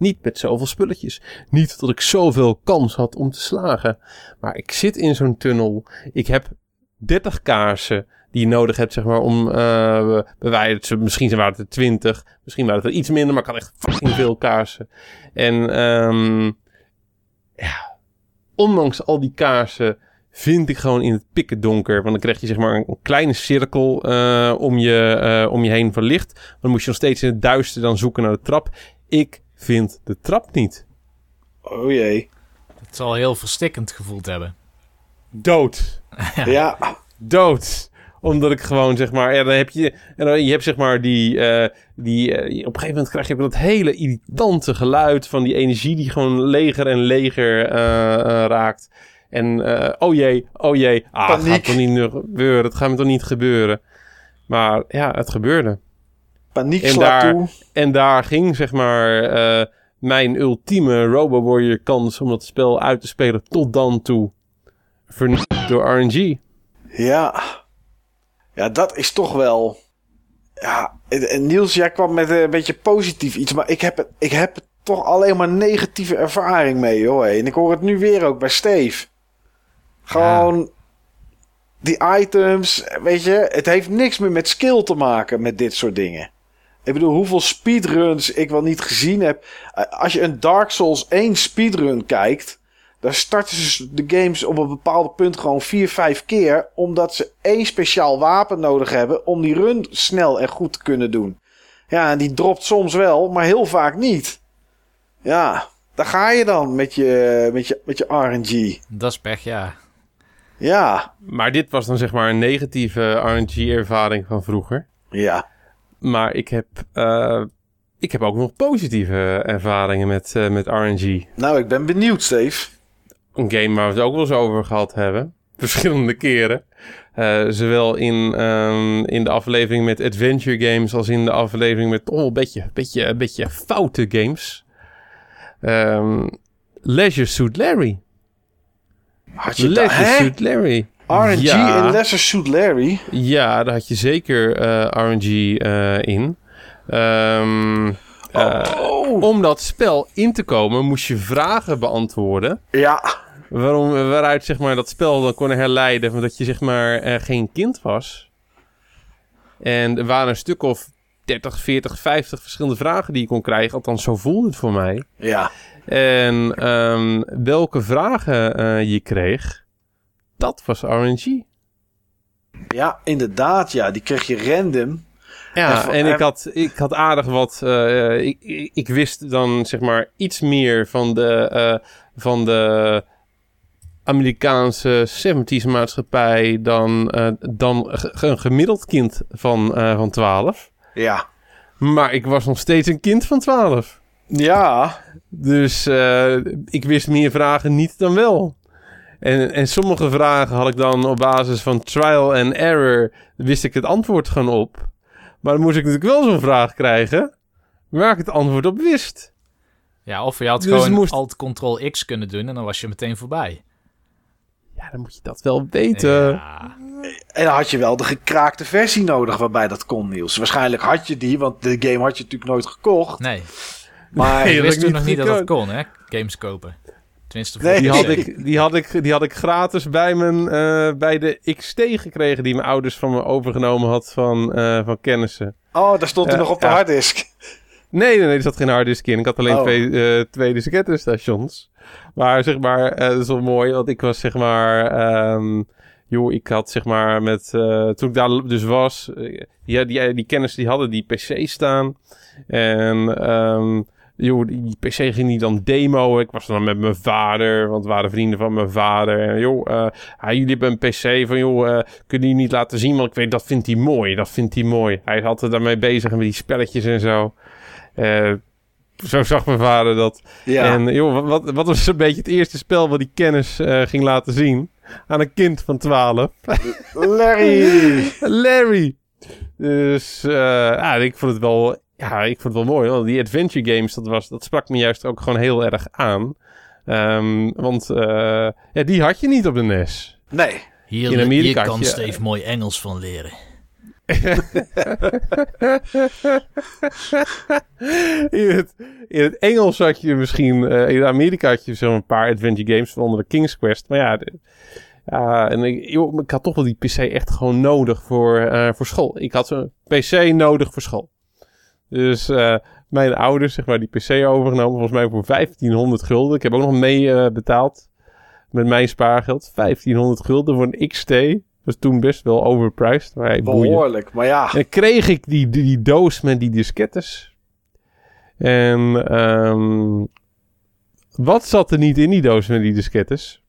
Niet dat ik zoveel kans had om te slagen. Maar ik zit in zo'n tunnel. Ik heb 30 kaarsen die je nodig hebt, zeg maar, om misschien waren het er 20, misschien waren het er iets minder, maar ik had echt fucking veel kaarsen. En ondanks al die kaarsen vind ik gewoon in het pikken donker, want dan krijg je zeg maar een kleine cirkel om je heen van licht. Dan moet je nog steeds in het duister dan zoeken naar de trap. Ik vind de trap niet. Oh jee. Het zal heel verstikkend gevoeld hebben. Dood. Ja. Dood. Omdat ik gewoon, zeg maar, dan heb je hebt zeg maar op een gegeven moment krijg je dat hele irritante geluid van die energie die gewoon leger en leger raakt. En oh jee, het gaat toch niet gebeuren, het gaat me toch niet gebeuren. Maar ja, het gebeurde. Paniek slaat toe. En daar ging, zeg maar, mijn ultieme Robo Warrior kans om dat spel uit te spelen tot dan toe vernietigd door RNG. Ja, dat is toch wel... Ja, Niels, jij kwam met een beetje positief iets, maar ik heb er toch alleen maar negatieve ervaring mee, hoor. En ik hoor het nu weer ook bij Steve. Gewoon... Die items, weet je, het heeft niks meer met skill te maken met dit soort dingen. Ik bedoel, hoeveel speedruns ik wel niet gezien heb. Als je een Dark Souls 1 speedrun kijkt, dan starten ze de games op een bepaald punt gewoon 4-5 keer, omdat ze één speciaal wapen nodig hebben om die run snel en goed te kunnen doen. Ja, en die dropt soms wel, maar heel vaak niet. Ja, daar ga je dan met je RNG. Dat is pech, ja. Ja. Maar dit was dan zeg maar een negatieve RNG-ervaring van vroeger. Ja. Maar ik heb ook nog positieve ervaringen met RNG. Nou, ik ben benieuwd, Steve. Een game waar we het ook wel eens over gehad hebben. Verschillende keren. Zowel in de aflevering met adventure games als in de aflevering met een beetje foute games. Leisure Suit Larry. Had je Leisure Suit Larry. RNG in Leisure Suit Larry? Ja, daar had je zeker RNG in. Om dat spel in te komen moest je vragen beantwoorden. Ja. Waaruit zeg maar dat spel dan kon herleiden van dat je zeg maar geen kind was. En er waren een stuk of 30, 40, 50 verschillende vragen die je kon krijgen. Althans, zo voelde het voor mij. Ja. En welke vragen je kreeg, dat was RNG. Ja, inderdaad. Ja, die kreeg je random. Ja, en ik had aardig wat... Ik wist dan zeg maar iets meer van de Amerikaanse 70s maatschappij dan een gemiddeld kind van 12. Ja. Maar ik was nog steeds een kind van 12. Ja. Dus ik wist meer vragen niet dan wel. En sommige vragen had ik dan op basis van trial and error... wist ik het antwoord gewoon op. Maar dan moest ik natuurlijk wel zo'n vraag krijgen... waar ik het antwoord op wist. Ja, of je had dus gewoon Alt-Ctrl-X kunnen doen... en dan was je meteen voorbij. Ja, dan moet je dat wel weten. Ja. En dan had je wel de gekraakte versie nodig waarbij dat kon, Niels. Waarschijnlijk had je die, want de game had je natuurlijk nooit gekocht. Nee. Maar je wist toen nog niet dat het kon, hè? Games kopen. Tenminste, die had ik gratis bij de XT gekregen... die mijn ouders van me overgenomen had van kennissen. Oh, daar stond hij nog op de harddisk. Nee, er zat geen harddisk in. Ik had alleen twee diskettenstations. Maar zeg maar, dat is wel mooi, want ik was zeg maar... ik had zeg maar toen ik daar dus was... die kennissen die hadden die PC staan. En... die PC ging niet dan demoen. Ik was dan met mijn vader, want het waren vrienden van mijn vader. En jullie hebben een PC van, kunnen jullie niet laten zien? Want ik weet, dat vindt hij mooi. Hij is altijd daarmee bezig met die spelletjes en zo. Zo zag mijn vader dat. Ja. En wat was een beetje het eerste spel wat die kennis ging laten zien? Aan een kind van 12. Larry! Dus ik vond het wel... Ja, ik vond het wel mooi. Want die adventure games, dat sprak me juist ook gewoon heel erg aan. Want die had je niet op de NES. Nee. Hier kan Steve mooi Engels van leren. in het Engels had je misschien... in Amerika had je zo'n paar adventure games, onder de King's Quest. Maar ik had toch wel die PC echt gewoon nodig voor school. Ik had zo'n PC nodig voor school. Dus mijn ouders, zeg maar, die PC overgenomen. Volgens mij voor 1500 gulden. Ik heb ook nog mee betaald. Met mijn spaargeld. 1500 gulden voor een XT. Dat was toen best wel overpriced. Maar behoorlijk, maar ja. En dan kreeg ik die doos met die diskettes. En wat zat er niet in die doos met die diskettes?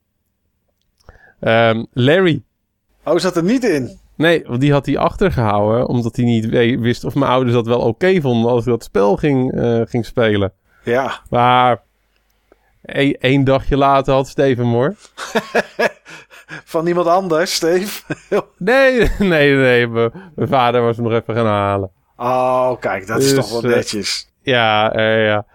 Larry. Oh, zat er niet in? Nee, want die had hij achtergehouden, omdat hij niet wist of mijn ouders dat wel oké vonden als ik dat spel ging spelen. Ja. Maar één dagje later had Steve hem, hoor. Van iemand anders, Steve? Nee. Mijn vader was hem nog even gaan halen. Oh, kijk, dat is toch wel netjes. Ja.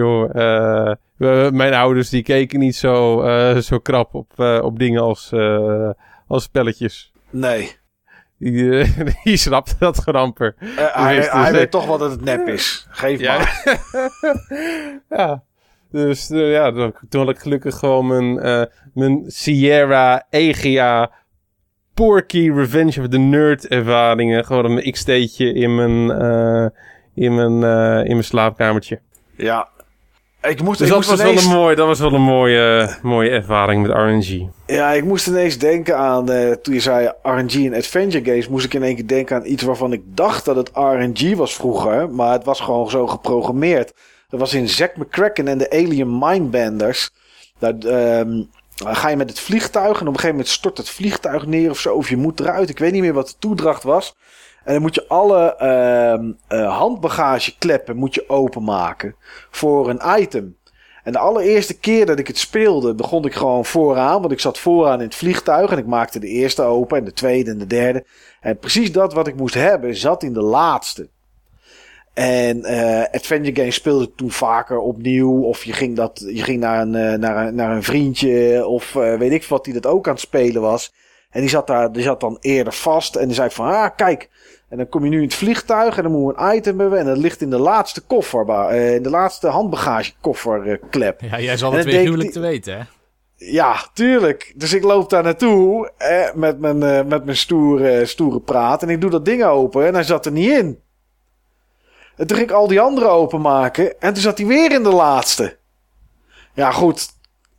Mijn ouders die keken niet zo krap op dingen als spelletjes. Nee. Die snapte dat geramper. Hij weet toch wel dat het nep is. Geef maar. Ja. Dus toen had ik gelukkig gewoon mijn Sierra Egea Porky Revenge of the Nerd ervaringen. Gewoon een XT'tje in mijn slaapkamertje. Ja. Dat was wel een mooie ervaring met RNG. Ja, ik moest ineens denken aan... toen je zei RNG en Adventure Games... moest ik in één keer denken aan iets waarvan ik dacht dat het RNG was vroeger. Maar het was gewoon zo geprogrammeerd. Dat was in Zack McCracken en de Alien Mindbenders. Daar ga je met het vliegtuig... en op een gegeven moment stort het vliegtuig neer of zo. Of je moet eruit. Ik weet niet meer wat de toedracht was. En dan moet je alle handbagagekleppen moet je openmaken voor een item. En de allereerste keer dat ik het speelde, begon ik gewoon vooraan. Want ik zat vooraan in het vliegtuig en ik maakte de eerste open en de tweede en de derde. En precies dat wat ik moest hebben, zat in de laatste. En Adventure Games speelde toen vaker opnieuw. Of je ging naar een vriendje of weet ik wat die dat ook aan het spelen was. En die zat dan eerder vast. En die zei van, kijk. En dan kom je nu in het vliegtuig en dan moet je een item hebben. En dat ligt in de laatste koffer. In de laatste handbagagekofferklep. Ja, jij zal het weer gruwelijk te weten, hè? Ja, tuurlijk. Dus ik loop daar naartoe met mijn stoere praat. En ik doe dat ding open en hij zat er niet in. En toen ging ik al die andere openmaken. En toen zat hij weer in de laatste. Ja, goed.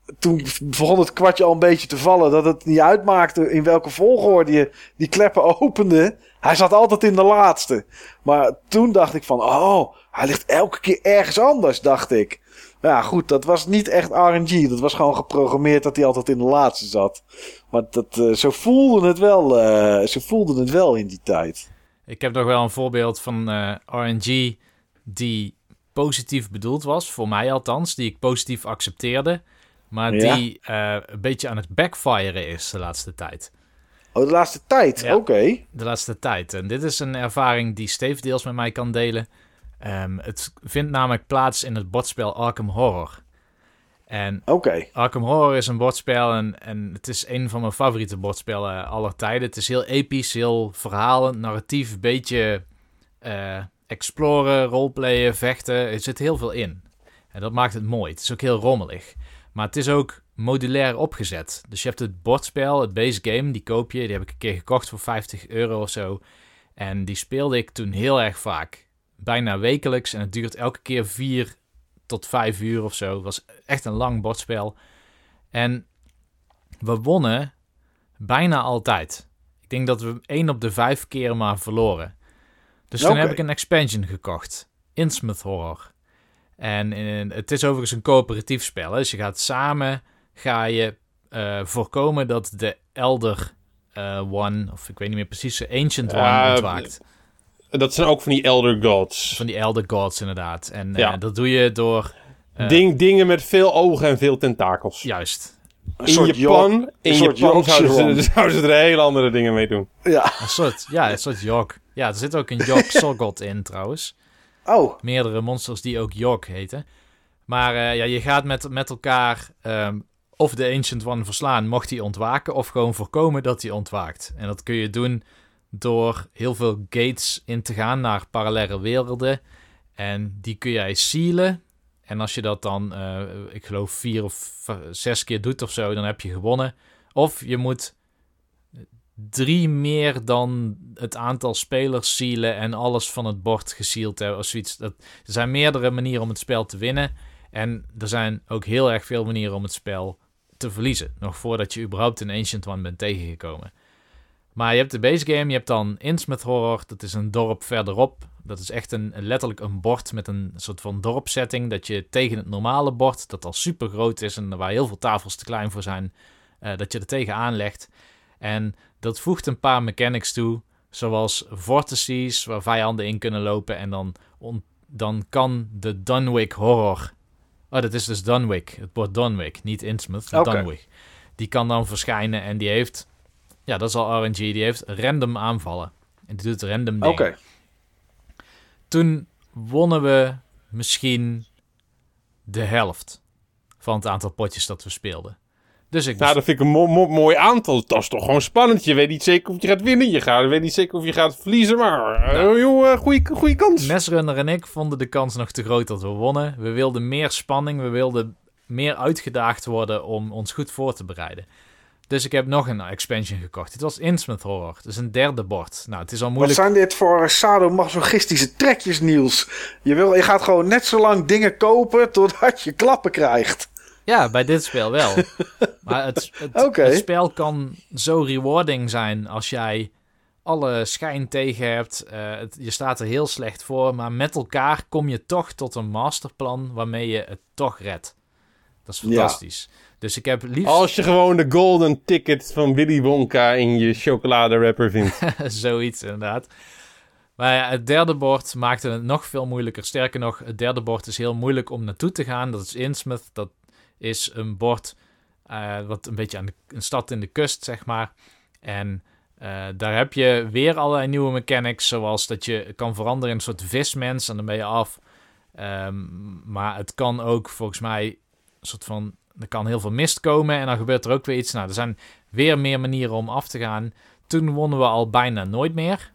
toen begon het kwartje al een beetje te vallen. Dat het niet uitmaakte in welke volgorde je die kleppen opende. Hij zat altijd in de laatste. Maar toen dacht ik van... hij ligt elke keer ergens anders, dacht ik. Ja, goed, dat was niet echt RNG. Dat was gewoon geprogrammeerd dat hij altijd in de laatste zat. Maar zo voelde het wel in die tijd. Ik heb nog wel een voorbeeld van RNG die positief bedoeld was. Voor mij althans, die ik positief accepteerde. Maar die een beetje aan het backfiren is de laatste tijd. Oh, de laatste tijd? Ja, Oké. de laatste tijd. En dit is een ervaring die Steve deels met mij kan delen. Het vindt namelijk plaats in het bordspel Arkham Horror. En Arkham Horror is een bordspel en het is een van mijn favoriete bordspellen aller tijden. Het is heel episch, heel verhalend, narratief, beetje exploren, roleplayen, vechten. Er zit heel veel in. En dat maakt het mooi. Het is ook heel rommelig. Maar het is ook modulair opgezet. Dus je hebt het bordspel, het base game, die koop je. Die heb ik een keer gekocht voor €50 of zo. En die speelde ik toen heel erg vaak. Bijna wekelijks. En het duurt elke keer 4 tot 5 uur of zo. Het was echt een lang bordspel. En we wonnen bijna altijd. Ik denk dat we 1 op de 5 keer maar verloren. Dus toen heb ik een expansion gekocht. Innsmouth Horror. En het is overigens een coöperatief spel. Hè? Dus je gaat samen voorkomen dat de Elder One, of ik weet niet meer precies, de Ancient One ontwaakt. Dat zijn ook van die Elder Gods. Van die Elder Gods, inderdaad. En dat doe je door... dingen met veel ogen en veel tentakels. Juist. In Japan zouden ze er hele andere dingen mee doen. Ja. Een soort York. Ja, er zit ook een York Sorgot in trouwens. Oh. Meerdere monsters die ook York heten. Maar je gaat met elkaar of de Ancient One verslaan, mocht hij ontwaken, of gewoon voorkomen dat hij ontwaakt. En dat kun je doen door heel veel gates in te gaan naar parallelle werelden. En die kun jij sealen. En als je dat dan, ik geloof 4 of 6 keer doet of zo, dan heb je gewonnen. Of je moet 3 meer dan het aantal spelers sealen en alles van het bord gesealed hebben of zoiets. Er zijn meerdere manieren om het spel te winnen. En er zijn ook heel erg veel manieren om het spel te verliezen. Nog voordat je überhaupt een Ancient One bent tegengekomen. Maar je hebt de base game, je hebt dan Innsmouth Horror. Dat is een dorp verderop. Dat is echt letterlijk een bord met een soort van dorpsetting. Dat je tegen het normale bord, dat al super groot is en waar heel veel tafels te klein voor zijn, dat je er tegenaan legt. En dat voegt een paar mechanics toe, zoals vortices, waar vijanden in kunnen lopen. En dan kan de Dunwich Horror... Oh, dat is dus Dunwich. Het bord Dunwich, niet Innsmouth, Dunwich. Die kan dan verschijnen en die heeft... Ja, dat is al RNG. Die heeft random aanvallen. En die doet random dingen. Oké. Toen wonnen we misschien de helft van het aantal potjes dat we speelden. Dus dat vind ik een mooi aantal. Dat is toch gewoon spannend. Je weet niet zeker of je gaat winnen. Je weet niet zeker of je gaat verliezen. Maar goede kans. Nesrunner en ik vonden de kans nog te groot dat we wonnen. We wilden meer spanning. We wilden meer uitgedaagd worden om ons goed voor te bereiden. Dus ik heb nog een expansion gekocht. Het was Innsmouth Horror. Het is een 3e bord. Nou, het is al moeilijk... Wat zijn dit voor sadomasochistische trekjes, Niels? Je gaat gewoon net zo lang dingen kopen totdat je klappen krijgt. Ja, bij dit spel wel. Maar het spel kan zo rewarding zijn als jij alle schijn tegen hebt. Je staat er heel slecht voor, maar met elkaar kom je toch tot een masterplan waarmee je het toch redt. Dat is fantastisch. Ja. Dus ik heb liefst... Als je gewoon de golden ticket van Willy Wonka in je chocoladewrapper vindt. Zoiets, inderdaad. Maar ja, het 3e bord maakte het nog veel moeilijker. Sterker nog, het 3e bord is heel moeilijk om naartoe te gaan. Dat is Innsmouth. Dat is een bord wat een beetje aan een stad in de kust, zeg maar. En daar heb je weer allerlei nieuwe mechanics, zoals dat je kan veranderen in een soort vismens en dan ben je af. Maar het kan ook volgens mij een soort van... Er kan heel veel mist komen en dan gebeurt er ook weer iets. Nou, er zijn weer meer manieren om af te gaan. Toen wonnen we al bijna nooit meer.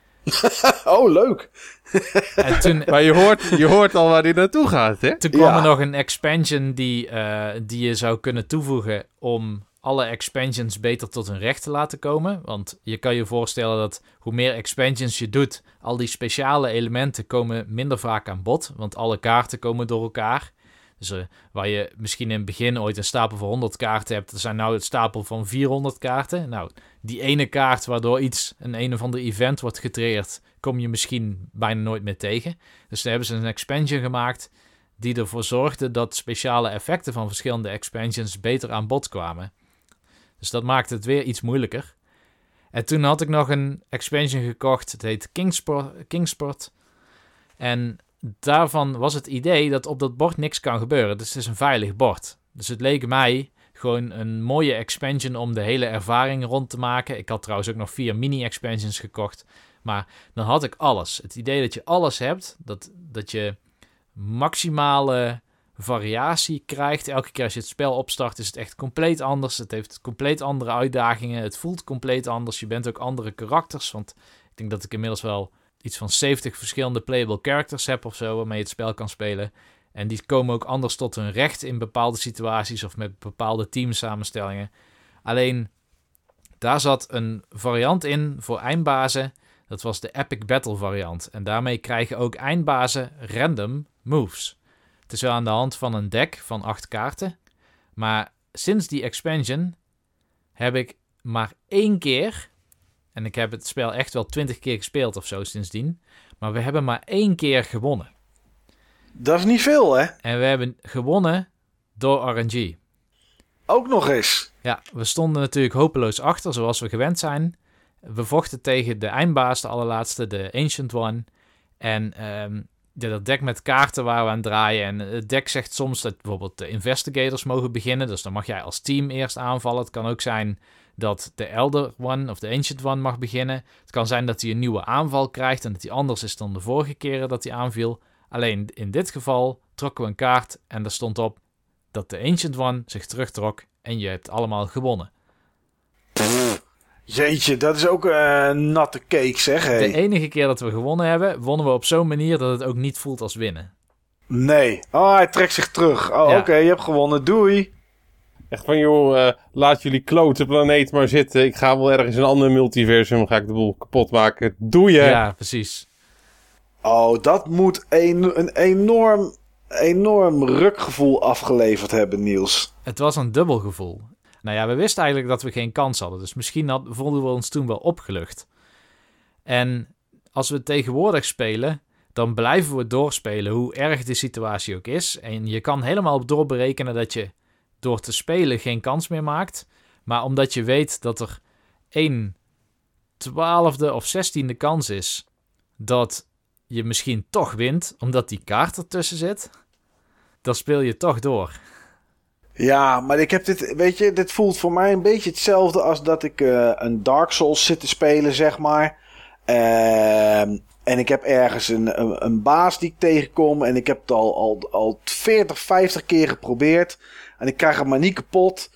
Oh, leuk. En toen, maar je hoort al waar die naartoe gaat, hè? Toen kwam er nog een expansion die je zou kunnen toevoegen om alle expansions beter tot hun recht te laten komen. Want je kan je voorstellen dat hoe meer expansions je doet, al die speciale elementen komen minder vaak aan bod. Want alle kaarten komen door elkaar. Dus waar je misschien in het begin ooit een stapel van 100 kaarten hebt, er zijn nou een stapel van 400 kaarten. Nou, die ene kaart waardoor een of ander event wordt getriggerd, kom je misschien bijna nooit meer tegen. Dus daar hebben ze een expansion gemaakt die ervoor zorgde dat speciale effecten van verschillende expansions beter aan bod kwamen. Dus dat maakt het weer iets moeilijker. En toen had ik nog een expansion gekocht, het heet Kingsport. En daarvan was het idee dat op dat bord niks kan gebeuren. Dus het is een veilig bord. Dus het leek mij gewoon een mooie expansion om de hele ervaring rond te maken. Ik had trouwens ook nog 4 mini-expansions gekocht. Maar dan had ik alles. Het idee dat je alles hebt, dat je maximale variatie krijgt. Elke keer als je het spel opstart is het echt compleet anders. Het heeft compleet andere uitdagingen. Het voelt compleet anders. Je bent ook andere karakters. Want ik denk dat ik inmiddels wel iets van 70 verschillende playable characters heb of zo, waarmee je het spel kan spelen. En die komen ook anders tot hun recht in bepaalde situaties of met bepaalde teamsamenstellingen. Alleen, daar zat een variant in voor eindbazen. Dat was de Epic Battle variant. En daarmee krijgen ook eindbazen random moves. Het is wel aan de hand van een deck van 8 kaarten. Maar sinds die expansion heb ik maar 1 keer... En ik heb het spel echt wel 20 keer gespeeld of zo sindsdien. Maar we hebben maar 1 keer gewonnen. Dat is niet veel, hè? En we hebben gewonnen door RNG. Ook nog eens. Ja, we stonden natuurlijk hopeloos achter, zoals we gewend zijn. We vochten tegen de eindbaas, de allerlaatste, de Ancient One. En dat deck met kaarten waar we aan draaien. En het deck zegt soms dat bijvoorbeeld de Investigators mogen beginnen. Dus dan mag jij als team eerst aanvallen. Het kan ook zijn dat de Elder One of de Ancient One mag beginnen. Het kan zijn dat hij een nieuwe aanval krijgt en dat hij anders is dan de vorige keren dat hij aanviel. Alleen in dit geval trokken we een kaart en er stond op dat de Ancient One zich terugtrok en je hebt allemaal gewonnen. Jeetje, dat is ook natte cake, zeg. Hey. De enige keer dat we gewonnen hebben, wonnen we op zo'n manier dat het ook niet voelt als winnen. Nee. Oh, hij trekt zich terug. Oh, ja. Oké, je hebt gewonnen. Doei. Echt van, joh, laat jullie klote planeet maar zitten. Ik ga wel ergens in een ander multiversum, ga ik de boel kapot maken. Doe je. Ja, precies. Oh, dat moet een enorm rukgevoel afgeleverd hebben, Niels. Het was een dubbel gevoel. Nou ja, we wisten eigenlijk dat we geen kans hadden. Dus misschien voelden we ons toen wel opgelucht. En als we tegenwoordig spelen, dan blijven we doorspelen hoe erg de situatie ook is. En je kan helemaal doorberekenen dat je door te spelen geen kans meer maakt. Maar omdat je weet dat er 1/12 of 16e kans is dat je misschien toch wint, omdat die kaart ertussen zit, dan speel je toch door. Ja, maar ik heb dit voelt voor mij een beetje hetzelfde als dat ik een Dark Souls zit te spelen, zeg maar. En ik heb ergens een baas die ik tegenkom en ik heb het al 40, 50 keer geprobeerd. En ik krijg hem maar niet kapot.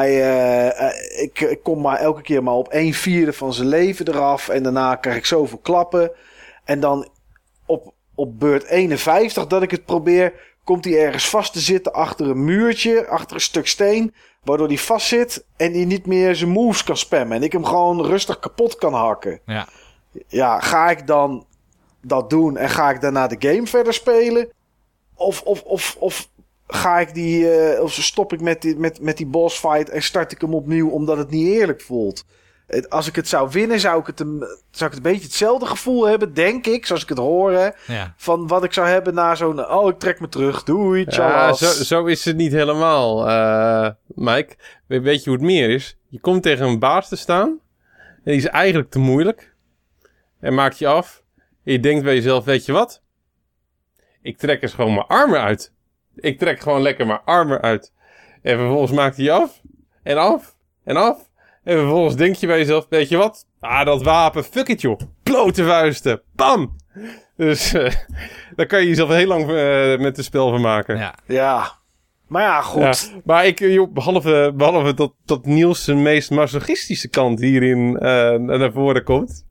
Ik kom maar elke keer maar op 1/4 van zijn leven eraf. En daarna krijg ik zoveel klappen. En dan op beurt 51 dat ik het probeer, komt hij ergens vast te zitten achter een muurtje, achter een stuk steen, waardoor hij vast zit en hij niet meer zijn moves kan spammen. En ik hem gewoon rustig kapot kan hakken. Ja. Ja, ga ik dan dat doen en ga ik daarna de game verder spelen? Of ga ik of stop ik met die boss fight en start ik hem opnieuw omdat het niet eerlijk voelt? Als ik het zou winnen, zou ik het een beetje hetzelfde gevoel hebben, denk ik, zoals ik het hoor, ja, van wat ik zou hebben na zo'n, oh, ik trek me terug, doei, ja, zo is het niet helemaal, Mike. Weet je hoe het meer is? Je komt tegen een baas te staan en die is eigenlijk te moeilijk en maakt je af. En je denkt bij jezelf, weet je wat? Ik trek eens gewoon mijn armen uit. Ik trek gewoon lekker mijn armen uit. En vervolgens maakt hij je af en af en af. En vervolgens denk je bij jezelf, weet je wat? Dat wapen, fuck it joh. Blote vuisten, bam! Dus daar kan je jezelf heel lang met het spel van maken. Ja. Maar ja, goed. Ja, maar behalve dat Niels zijn meest masochistische kant hierin naar voren komt,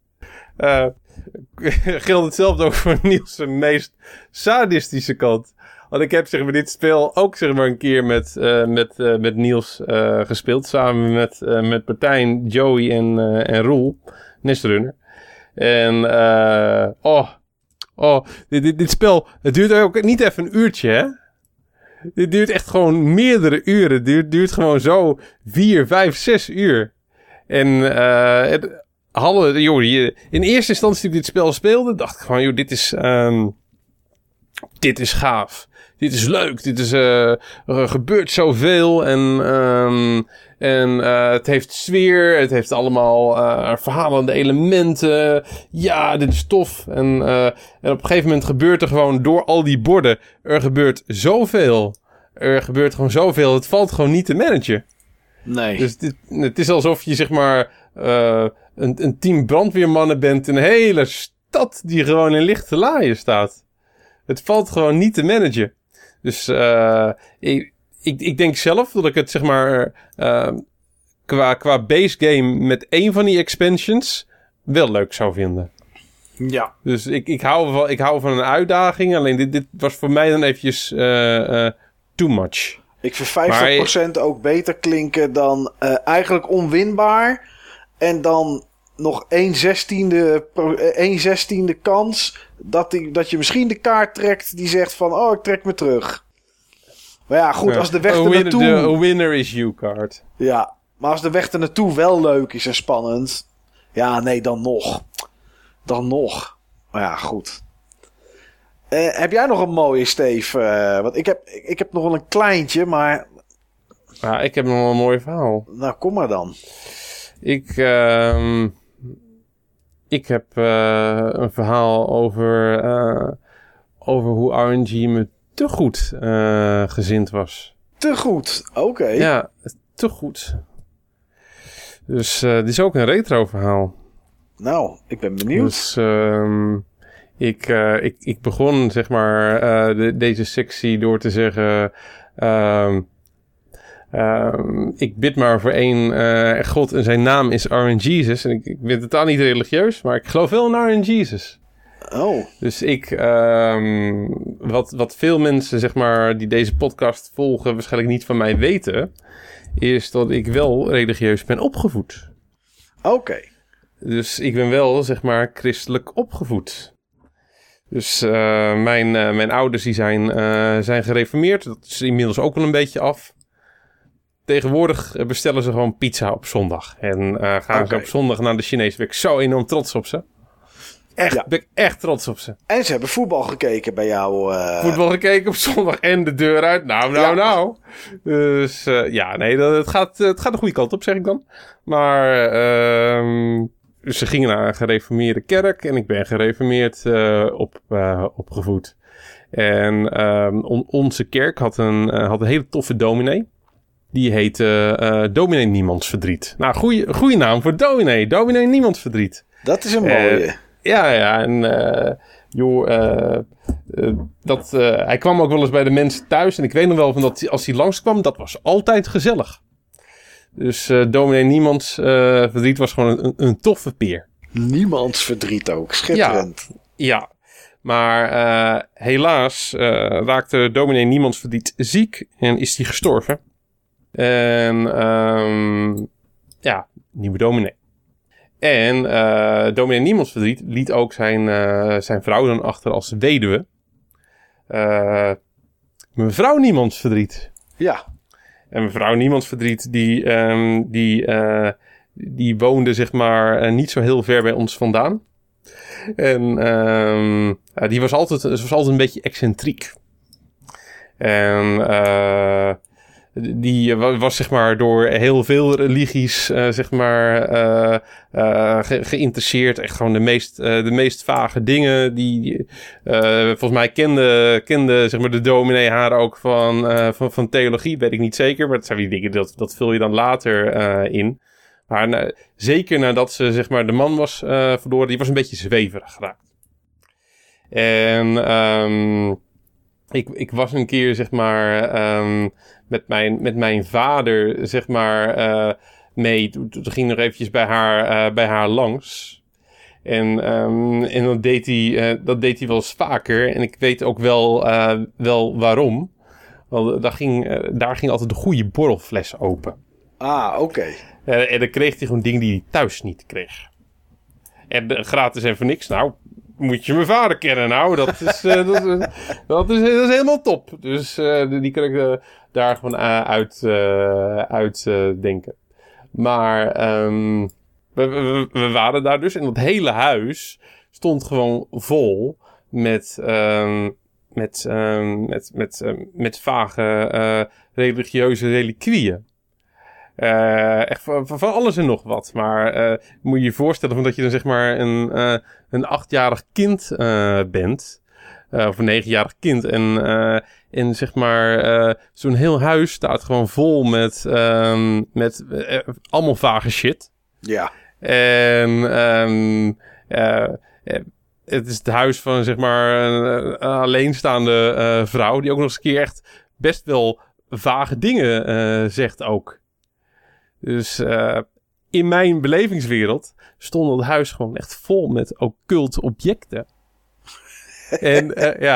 geldt hetzelfde ook voor Niels zijn meest sadistische kant. Want ik heb dit spel ook een keer met Niels gespeeld. Samen met Martijn, Joey en Roel. Nestrunner. En dit spel, het duurt ook niet even een uurtje, hè? Dit duurt echt gewoon meerdere uren. Het duurt gewoon zo 4, 5, 6 uur. En in eerste instantie toen ik dit spel speelde, dacht ik gewoon, dit is gaaf. Dit is leuk. Dit is, gebeurt zoveel. En het heeft sfeer. Het heeft allemaal verhalende elementen. Ja, dit is tof. En op een gegeven moment gebeurt er gewoon door al die borden. Er gebeurt zoveel. Het valt gewoon niet te managen. Nee. Dus het is alsof je zeg maar een team brandweermannen bent in een hele stad die gewoon in lichte laaien staat. Het valt gewoon niet te managen. Dus ik denk zelf dat ik het zeg maar qua base game met één van die expansions wel leuk zou vinden. Ja. Dus ik hou van een uitdaging. Alleen dit was voor mij dan eventjes too much. Ik vind 50% ook beter klinken dan eigenlijk onwinbaar. En dan nog 1/16 kans dat je misschien de kaart trekt die zegt van, ik trek me terug. Maar ja, goed, als de weg er naartoe... A winner is you card. Ja, maar als de weg er naartoe wel leuk is en spannend... Ja, nee, dan nog. Maar ja, goed. Heb jij nog een mooie, Steve? Want ik heb nog wel een kleintje, maar... Ja, ik heb nog wel een mooi verhaal. Nou, kom maar dan. Ik heb een verhaal over hoe RNG me te goed gezind was. Te goed? Oké. Ja, te goed. Dus dit is ook een retro verhaal. Nou, ik ben benieuwd. Dus ik begon zeg maar deze sectie door te zeggen... ik bid maar voor één God en zijn naam is RNGesus. En ik ben totaal niet religieus, maar ik geloof wel in RNGesus. Oh. Dus wat veel mensen zeg maar die deze podcast volgen waarschijnlijk niet van mij weten, is dat ik wel religieus ben opgevoed. Oké. Dus ik ben wel zeg maar christelijk opgevoed. Dus mijn ouders die zijn gereformeerd. Dat is inmiddels ook wel een beetje af. Tegenwoordig bestellen ze gewoon pizza op zondag. En gaan ze op zondag naar de Chinees. Ben ik zo enorm trots op ze. Ben ik echt trots op ze. En ze hebben voetbal gekeken bij jou. Voetbal gekeken op zondag en de deur uit. Nou. Dus het gaat de goede kant op, zeg ik dan. Maar ze gingen naar een gereformeerde kerk. En ik ben gereformeerd opgevoed. En onze kerk had een hele toffe dominee. Die heette Dominee Niemands Verdriet. Nou, goede naam voor dominee. Dominee Niemands Verdriet. Dat is een mooie. Ja. En hij kwam ook wel eens bij de mensen thuis. En ik weet nog wel van dat als hij langskwam, dat was altijd gezellig. Dus Dominee Niemands Verdriet was gewoon een toffe peer. Niemands Verdriet ook. Schitterend. Ja. Maar helaas raakte Dominee Niemands Verdriet ziek en is hij gestorven. En nieuwe dominee. En dominee Niemands Verdriet liet ook zijn vrouw dan achter als weduwe. Mevrouw Niemands Verdriet. Ja. En mevrouw Niemands Verdriet die woonde zeg maar niet zo heel ver bij ons vandaan. En ze was altijd een beetje excentriek. En die was zeg maar door heel veel religies geïnteresseerd. Echt gewoon de meest vage dingen. Volgens mij kende zeg maar de dominee haar ook van theologie. Weet ik niet zeker. Maar dat zijn die dingen, dat vul je dan later in. Maar zeker nadat ze zeg maar de man was verloren. Die was een beetje zweverig geraakt. En ik was een keer zeg maar met mijn vader zeg maar mee. Toen ging nog eventjes bij haar langs. En dat deed hij wel eens vaker. En ik weet ook wel waarom. Want daar ging altijd de goede borrelfles open. Ah, oké. En dan kreeg hij gewoon dingen die hij thuis niet kreeg. En gratis en voor niks. Nou, moet je mijn vader kennen. Nou, dat is helemaal top. Dus die kan ik daar gewoon uit denken. Maar we waren daar dus. En dat hele huis stond gewoon vol met vage religieuze reliquieën. Echt van alles en nog wat. Maar moet je je voorstellen van dat je dan zeg maar een 8-jarig kind bent. Of een 9-jarig kind. En zeg maar zo'n heel huis staat gewoon vol met allemaal vage shit. Ja. En het is het huis van zeg maar een alleenstaande vrouw. Die ook nog eens een keer echt best wel vage dingen zegt ook. Dus in mijn belevingswereld stond het huis gewoon echt vol met occult objecten. En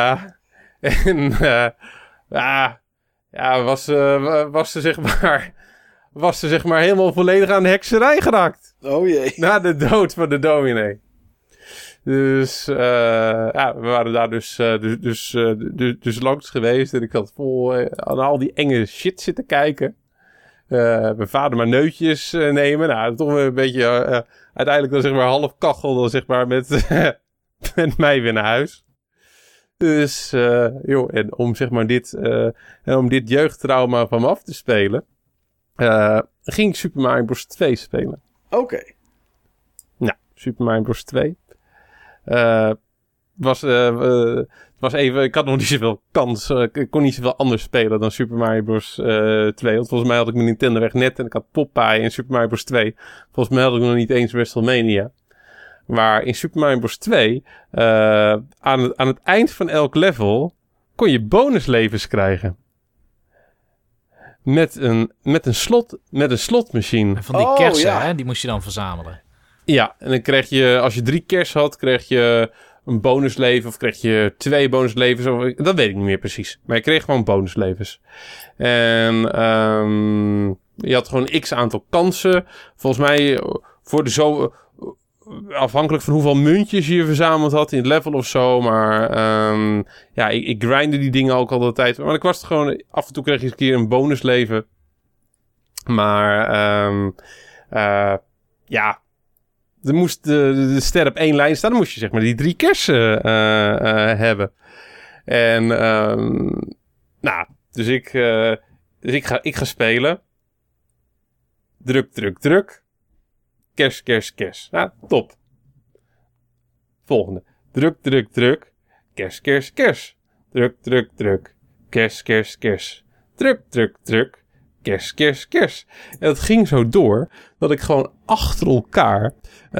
was ze zeg maar helemaal volledig aan de hekserij geraakt. Oh jee. Na de dood van de dominee. Dus we waren daar dus langs geweest. En ik had vol aan al die enge shit zitten kijken. Mijn vader maar neutjes nemen. Nou, toch weer een beetje uiteindelijk dan zeg maar half kachel dan zeg maar met mij weer naar huis. Dus en om zeg maar dit jeugdtrauma van me af te spelen, ging ik Super Mario Bros. 2 spelen. Oké. Nou, Super Mario Bros. 2. Was even, ik had nog niet zoveel kans. Ik kon niet zoveel anders spelen dan Super Mario Bros. 2. Want volgens mij had ik mijn Nintendo weg net en ik had Popeye in Super Mario Bros. 2. Volgens mij had ik nog niet eens WrestleMania. Maar in Super Mario Bros. 2, aan het eind van elk level, kon je bonuslevens krijgen. Met een slotmachine. Van die kersen, hè? Die moest je dan verzamelen. Ja, en dan kreeg je, als je 3 kersen had, kreeg je een bonusleven. Of kreeg je 2 bonuslevens. Dat weet ik niet meer precies. Maar je kreeg gewoon bonuslevens. En je had gewoon x aantal kansen. Volgens mij voor afhankelijk van hoeveel muntjes je verzameld had in het level of zo. Maar ik grindde die dingen ook al de tijd. Maar ik was het gewoon, af en toe kreeg je eens een keer een bonusleven. Maar er moest de ster op 1 lijn staan. Dan moest je zeg maar die 3 kersen hebben. En dus ik ga spelen. Druk. Kers. Nou, top. Volgende. Druk. Kers. Druk. Kers. Druk. Kers. En dat ging zo door dat ik gewoon achter elkaar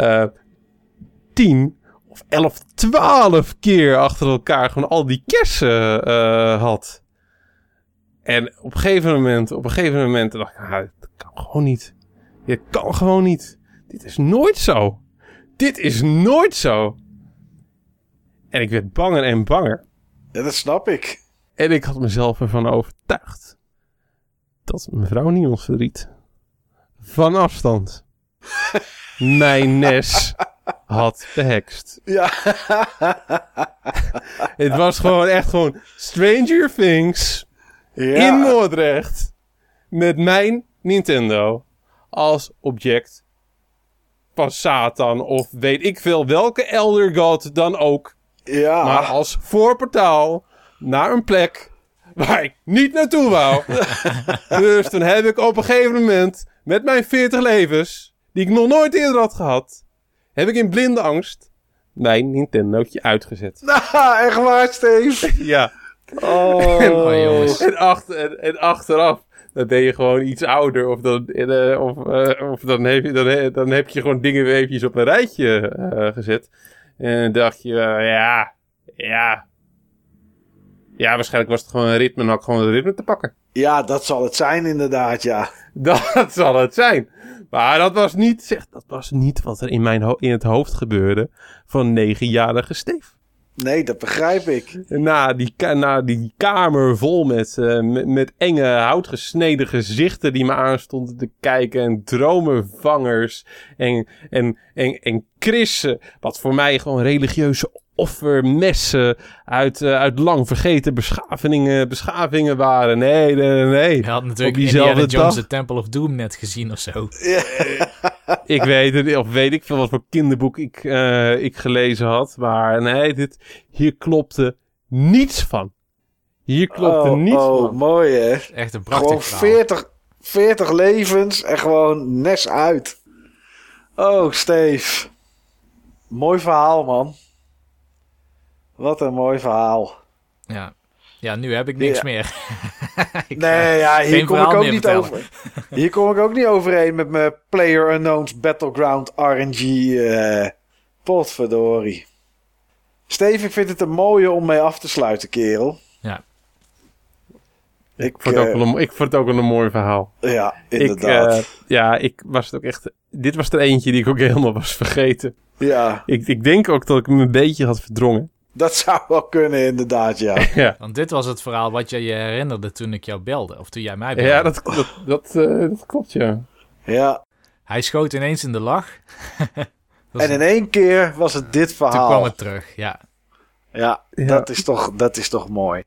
10 of 11, 12 keer achter elkaar gewoon al die kersen had. En op een gegeven moment dacht ik, dat kan gewoon niet. Dit kan gewoon niet. Dit is nooit zo. En ik werd banger en banger. Ja, dat snap ik. En ik had mezelf ervan overtuigd dat mevrouw Niels Verdriet van afstand mijn NES had behekst. Ja. Het was gewoon echt gewoon Stranger Things in Moordrecht met mijn Nintendo als object van Satan of weet ik veel welke Elder God dan ook. Ja. Maar als voorportaal naar een plek waar ik niet naartoe wou. Dus toen heb ik op een gegeven moment met mijn 40 levens, die ik nog nooit eerder had gehad, heb ik in blinde angst mijn Nintendootje uitgezet. Nou, echt waar, Steve? Ja. Jongens. En achteraf, dan ben je gewoon iets ouder. Of dan heb je gewoon dingen weer eventjes op een rijtje gezet. En dan dacht je, ja, waarschijnlijk was het gewoon een ritme en had ik gewoon het ritme te pakken. Ja, dat zal het zijn inderdaad, ja. Dat zal het zijn. Maar dat was niet wat er in het hoofd gebeurde van 9-jarige Steve. Nee, dat begrijp ik. Na die kamer vol met enge houtgesneden gezichten die me aanstonden te kijken. En dromenvangers. En Chris, wat voor mij gewoon religieuze offermessen uit lang vergeten beschavingen waren. Nee. Je had natuurlijk Indiana Jones The Temple of Doom net gezien of zo. Ik weet ik veel wat voor kinderboek ik gelezen had. Maar nee, hier klopte niets van. Hier klopte niets van. Oh, mooi hè. Echt een prachtig verhaal. 40 levens en gewoon nes uit. Oh, Steve. Mooi verhaal, man. Wat een mooi verhaal. Ja, nu heb ik niks meer. Hier kom ik ook niet over. Hier kom ik ook niet overheen met mijn PlayerUnknown's Battleground RNG. Potverdorie. Steve, ik vind het een mooie om mee af te sluiten, kerel. Ja. Ik vond het ook wel een mooi verhaal. Ja, inderdaad. Ik was het ook echt... Dit was er eentje die ik ook helemaal was vergeten. Ja. Ik denk ook dat ik hem een beetje had verdrongen. Dat zou wel kunnen, inderdaad, ja. Want dit was het verhaal wat je herinnerde toen ik jou belde. Of toen jij mij belde. Ja, dat klopt, ja. Ja. Hij schoot ineens in de lach. En in één keer was het dit verhaal. Toen kwam het terug, ja. Ja, dat is toch mooi.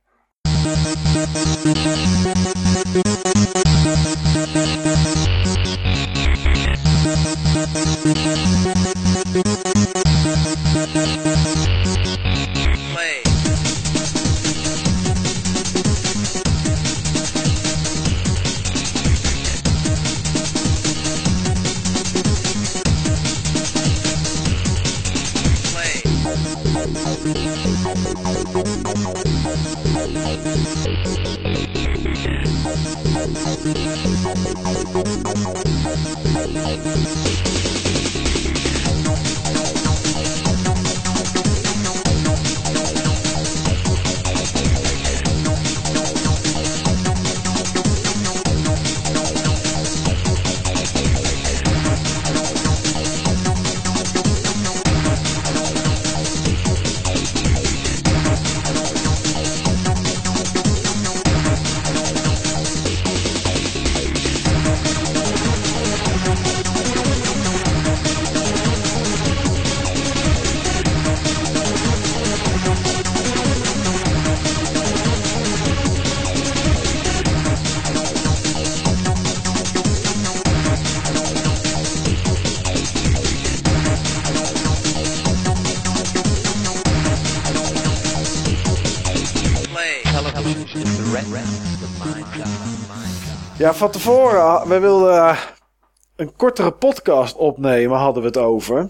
Ja, van tevoren, we wilden een kortere podcast opnemen, hadden we het over.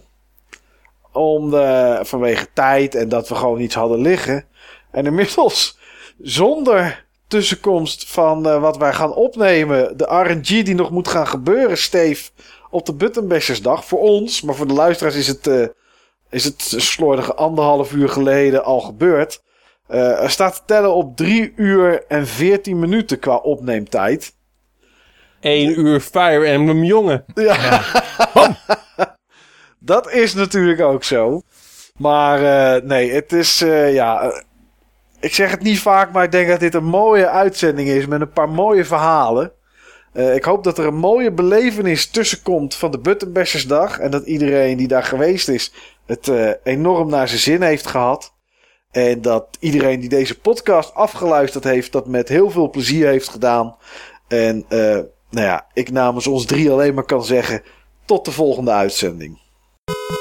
Vanwege tijd en dat we gewoon iets hadden liggen. En inmiddels, zonder tussenkomst van wat wij gaan opnemen, de RNG die nog moet gaan gebeuren, Steve, op de Buttonbashersdag. Voor ons, maar voor de luisteraars is het slordige 1,5 uur geleden al gebeurd. Er staat te tellen op 3 uur en 14 minuten qua opneemtijd. 1 uur Fire Emblem, jongen. Ja. Dat is natuurlijk ook zo. Maar nee, het is... ik zeg het niet vaak, maar ik denk dat dit een mooie uitzending is met een paar mooie verhalen. Ik hoop dat er een mooie belevenis tussenkomt van de Buttonbashersdag. En dat iedereen die daar geweest is het enorm naar zijn zin heeft gehad. En dat iedereen die deze podcast afgeluisterd heeft, dat met heel veel plezier heeft gedaan. En ik namens ons 3 alleen maar kan zeggen, tot de volgende uitzending.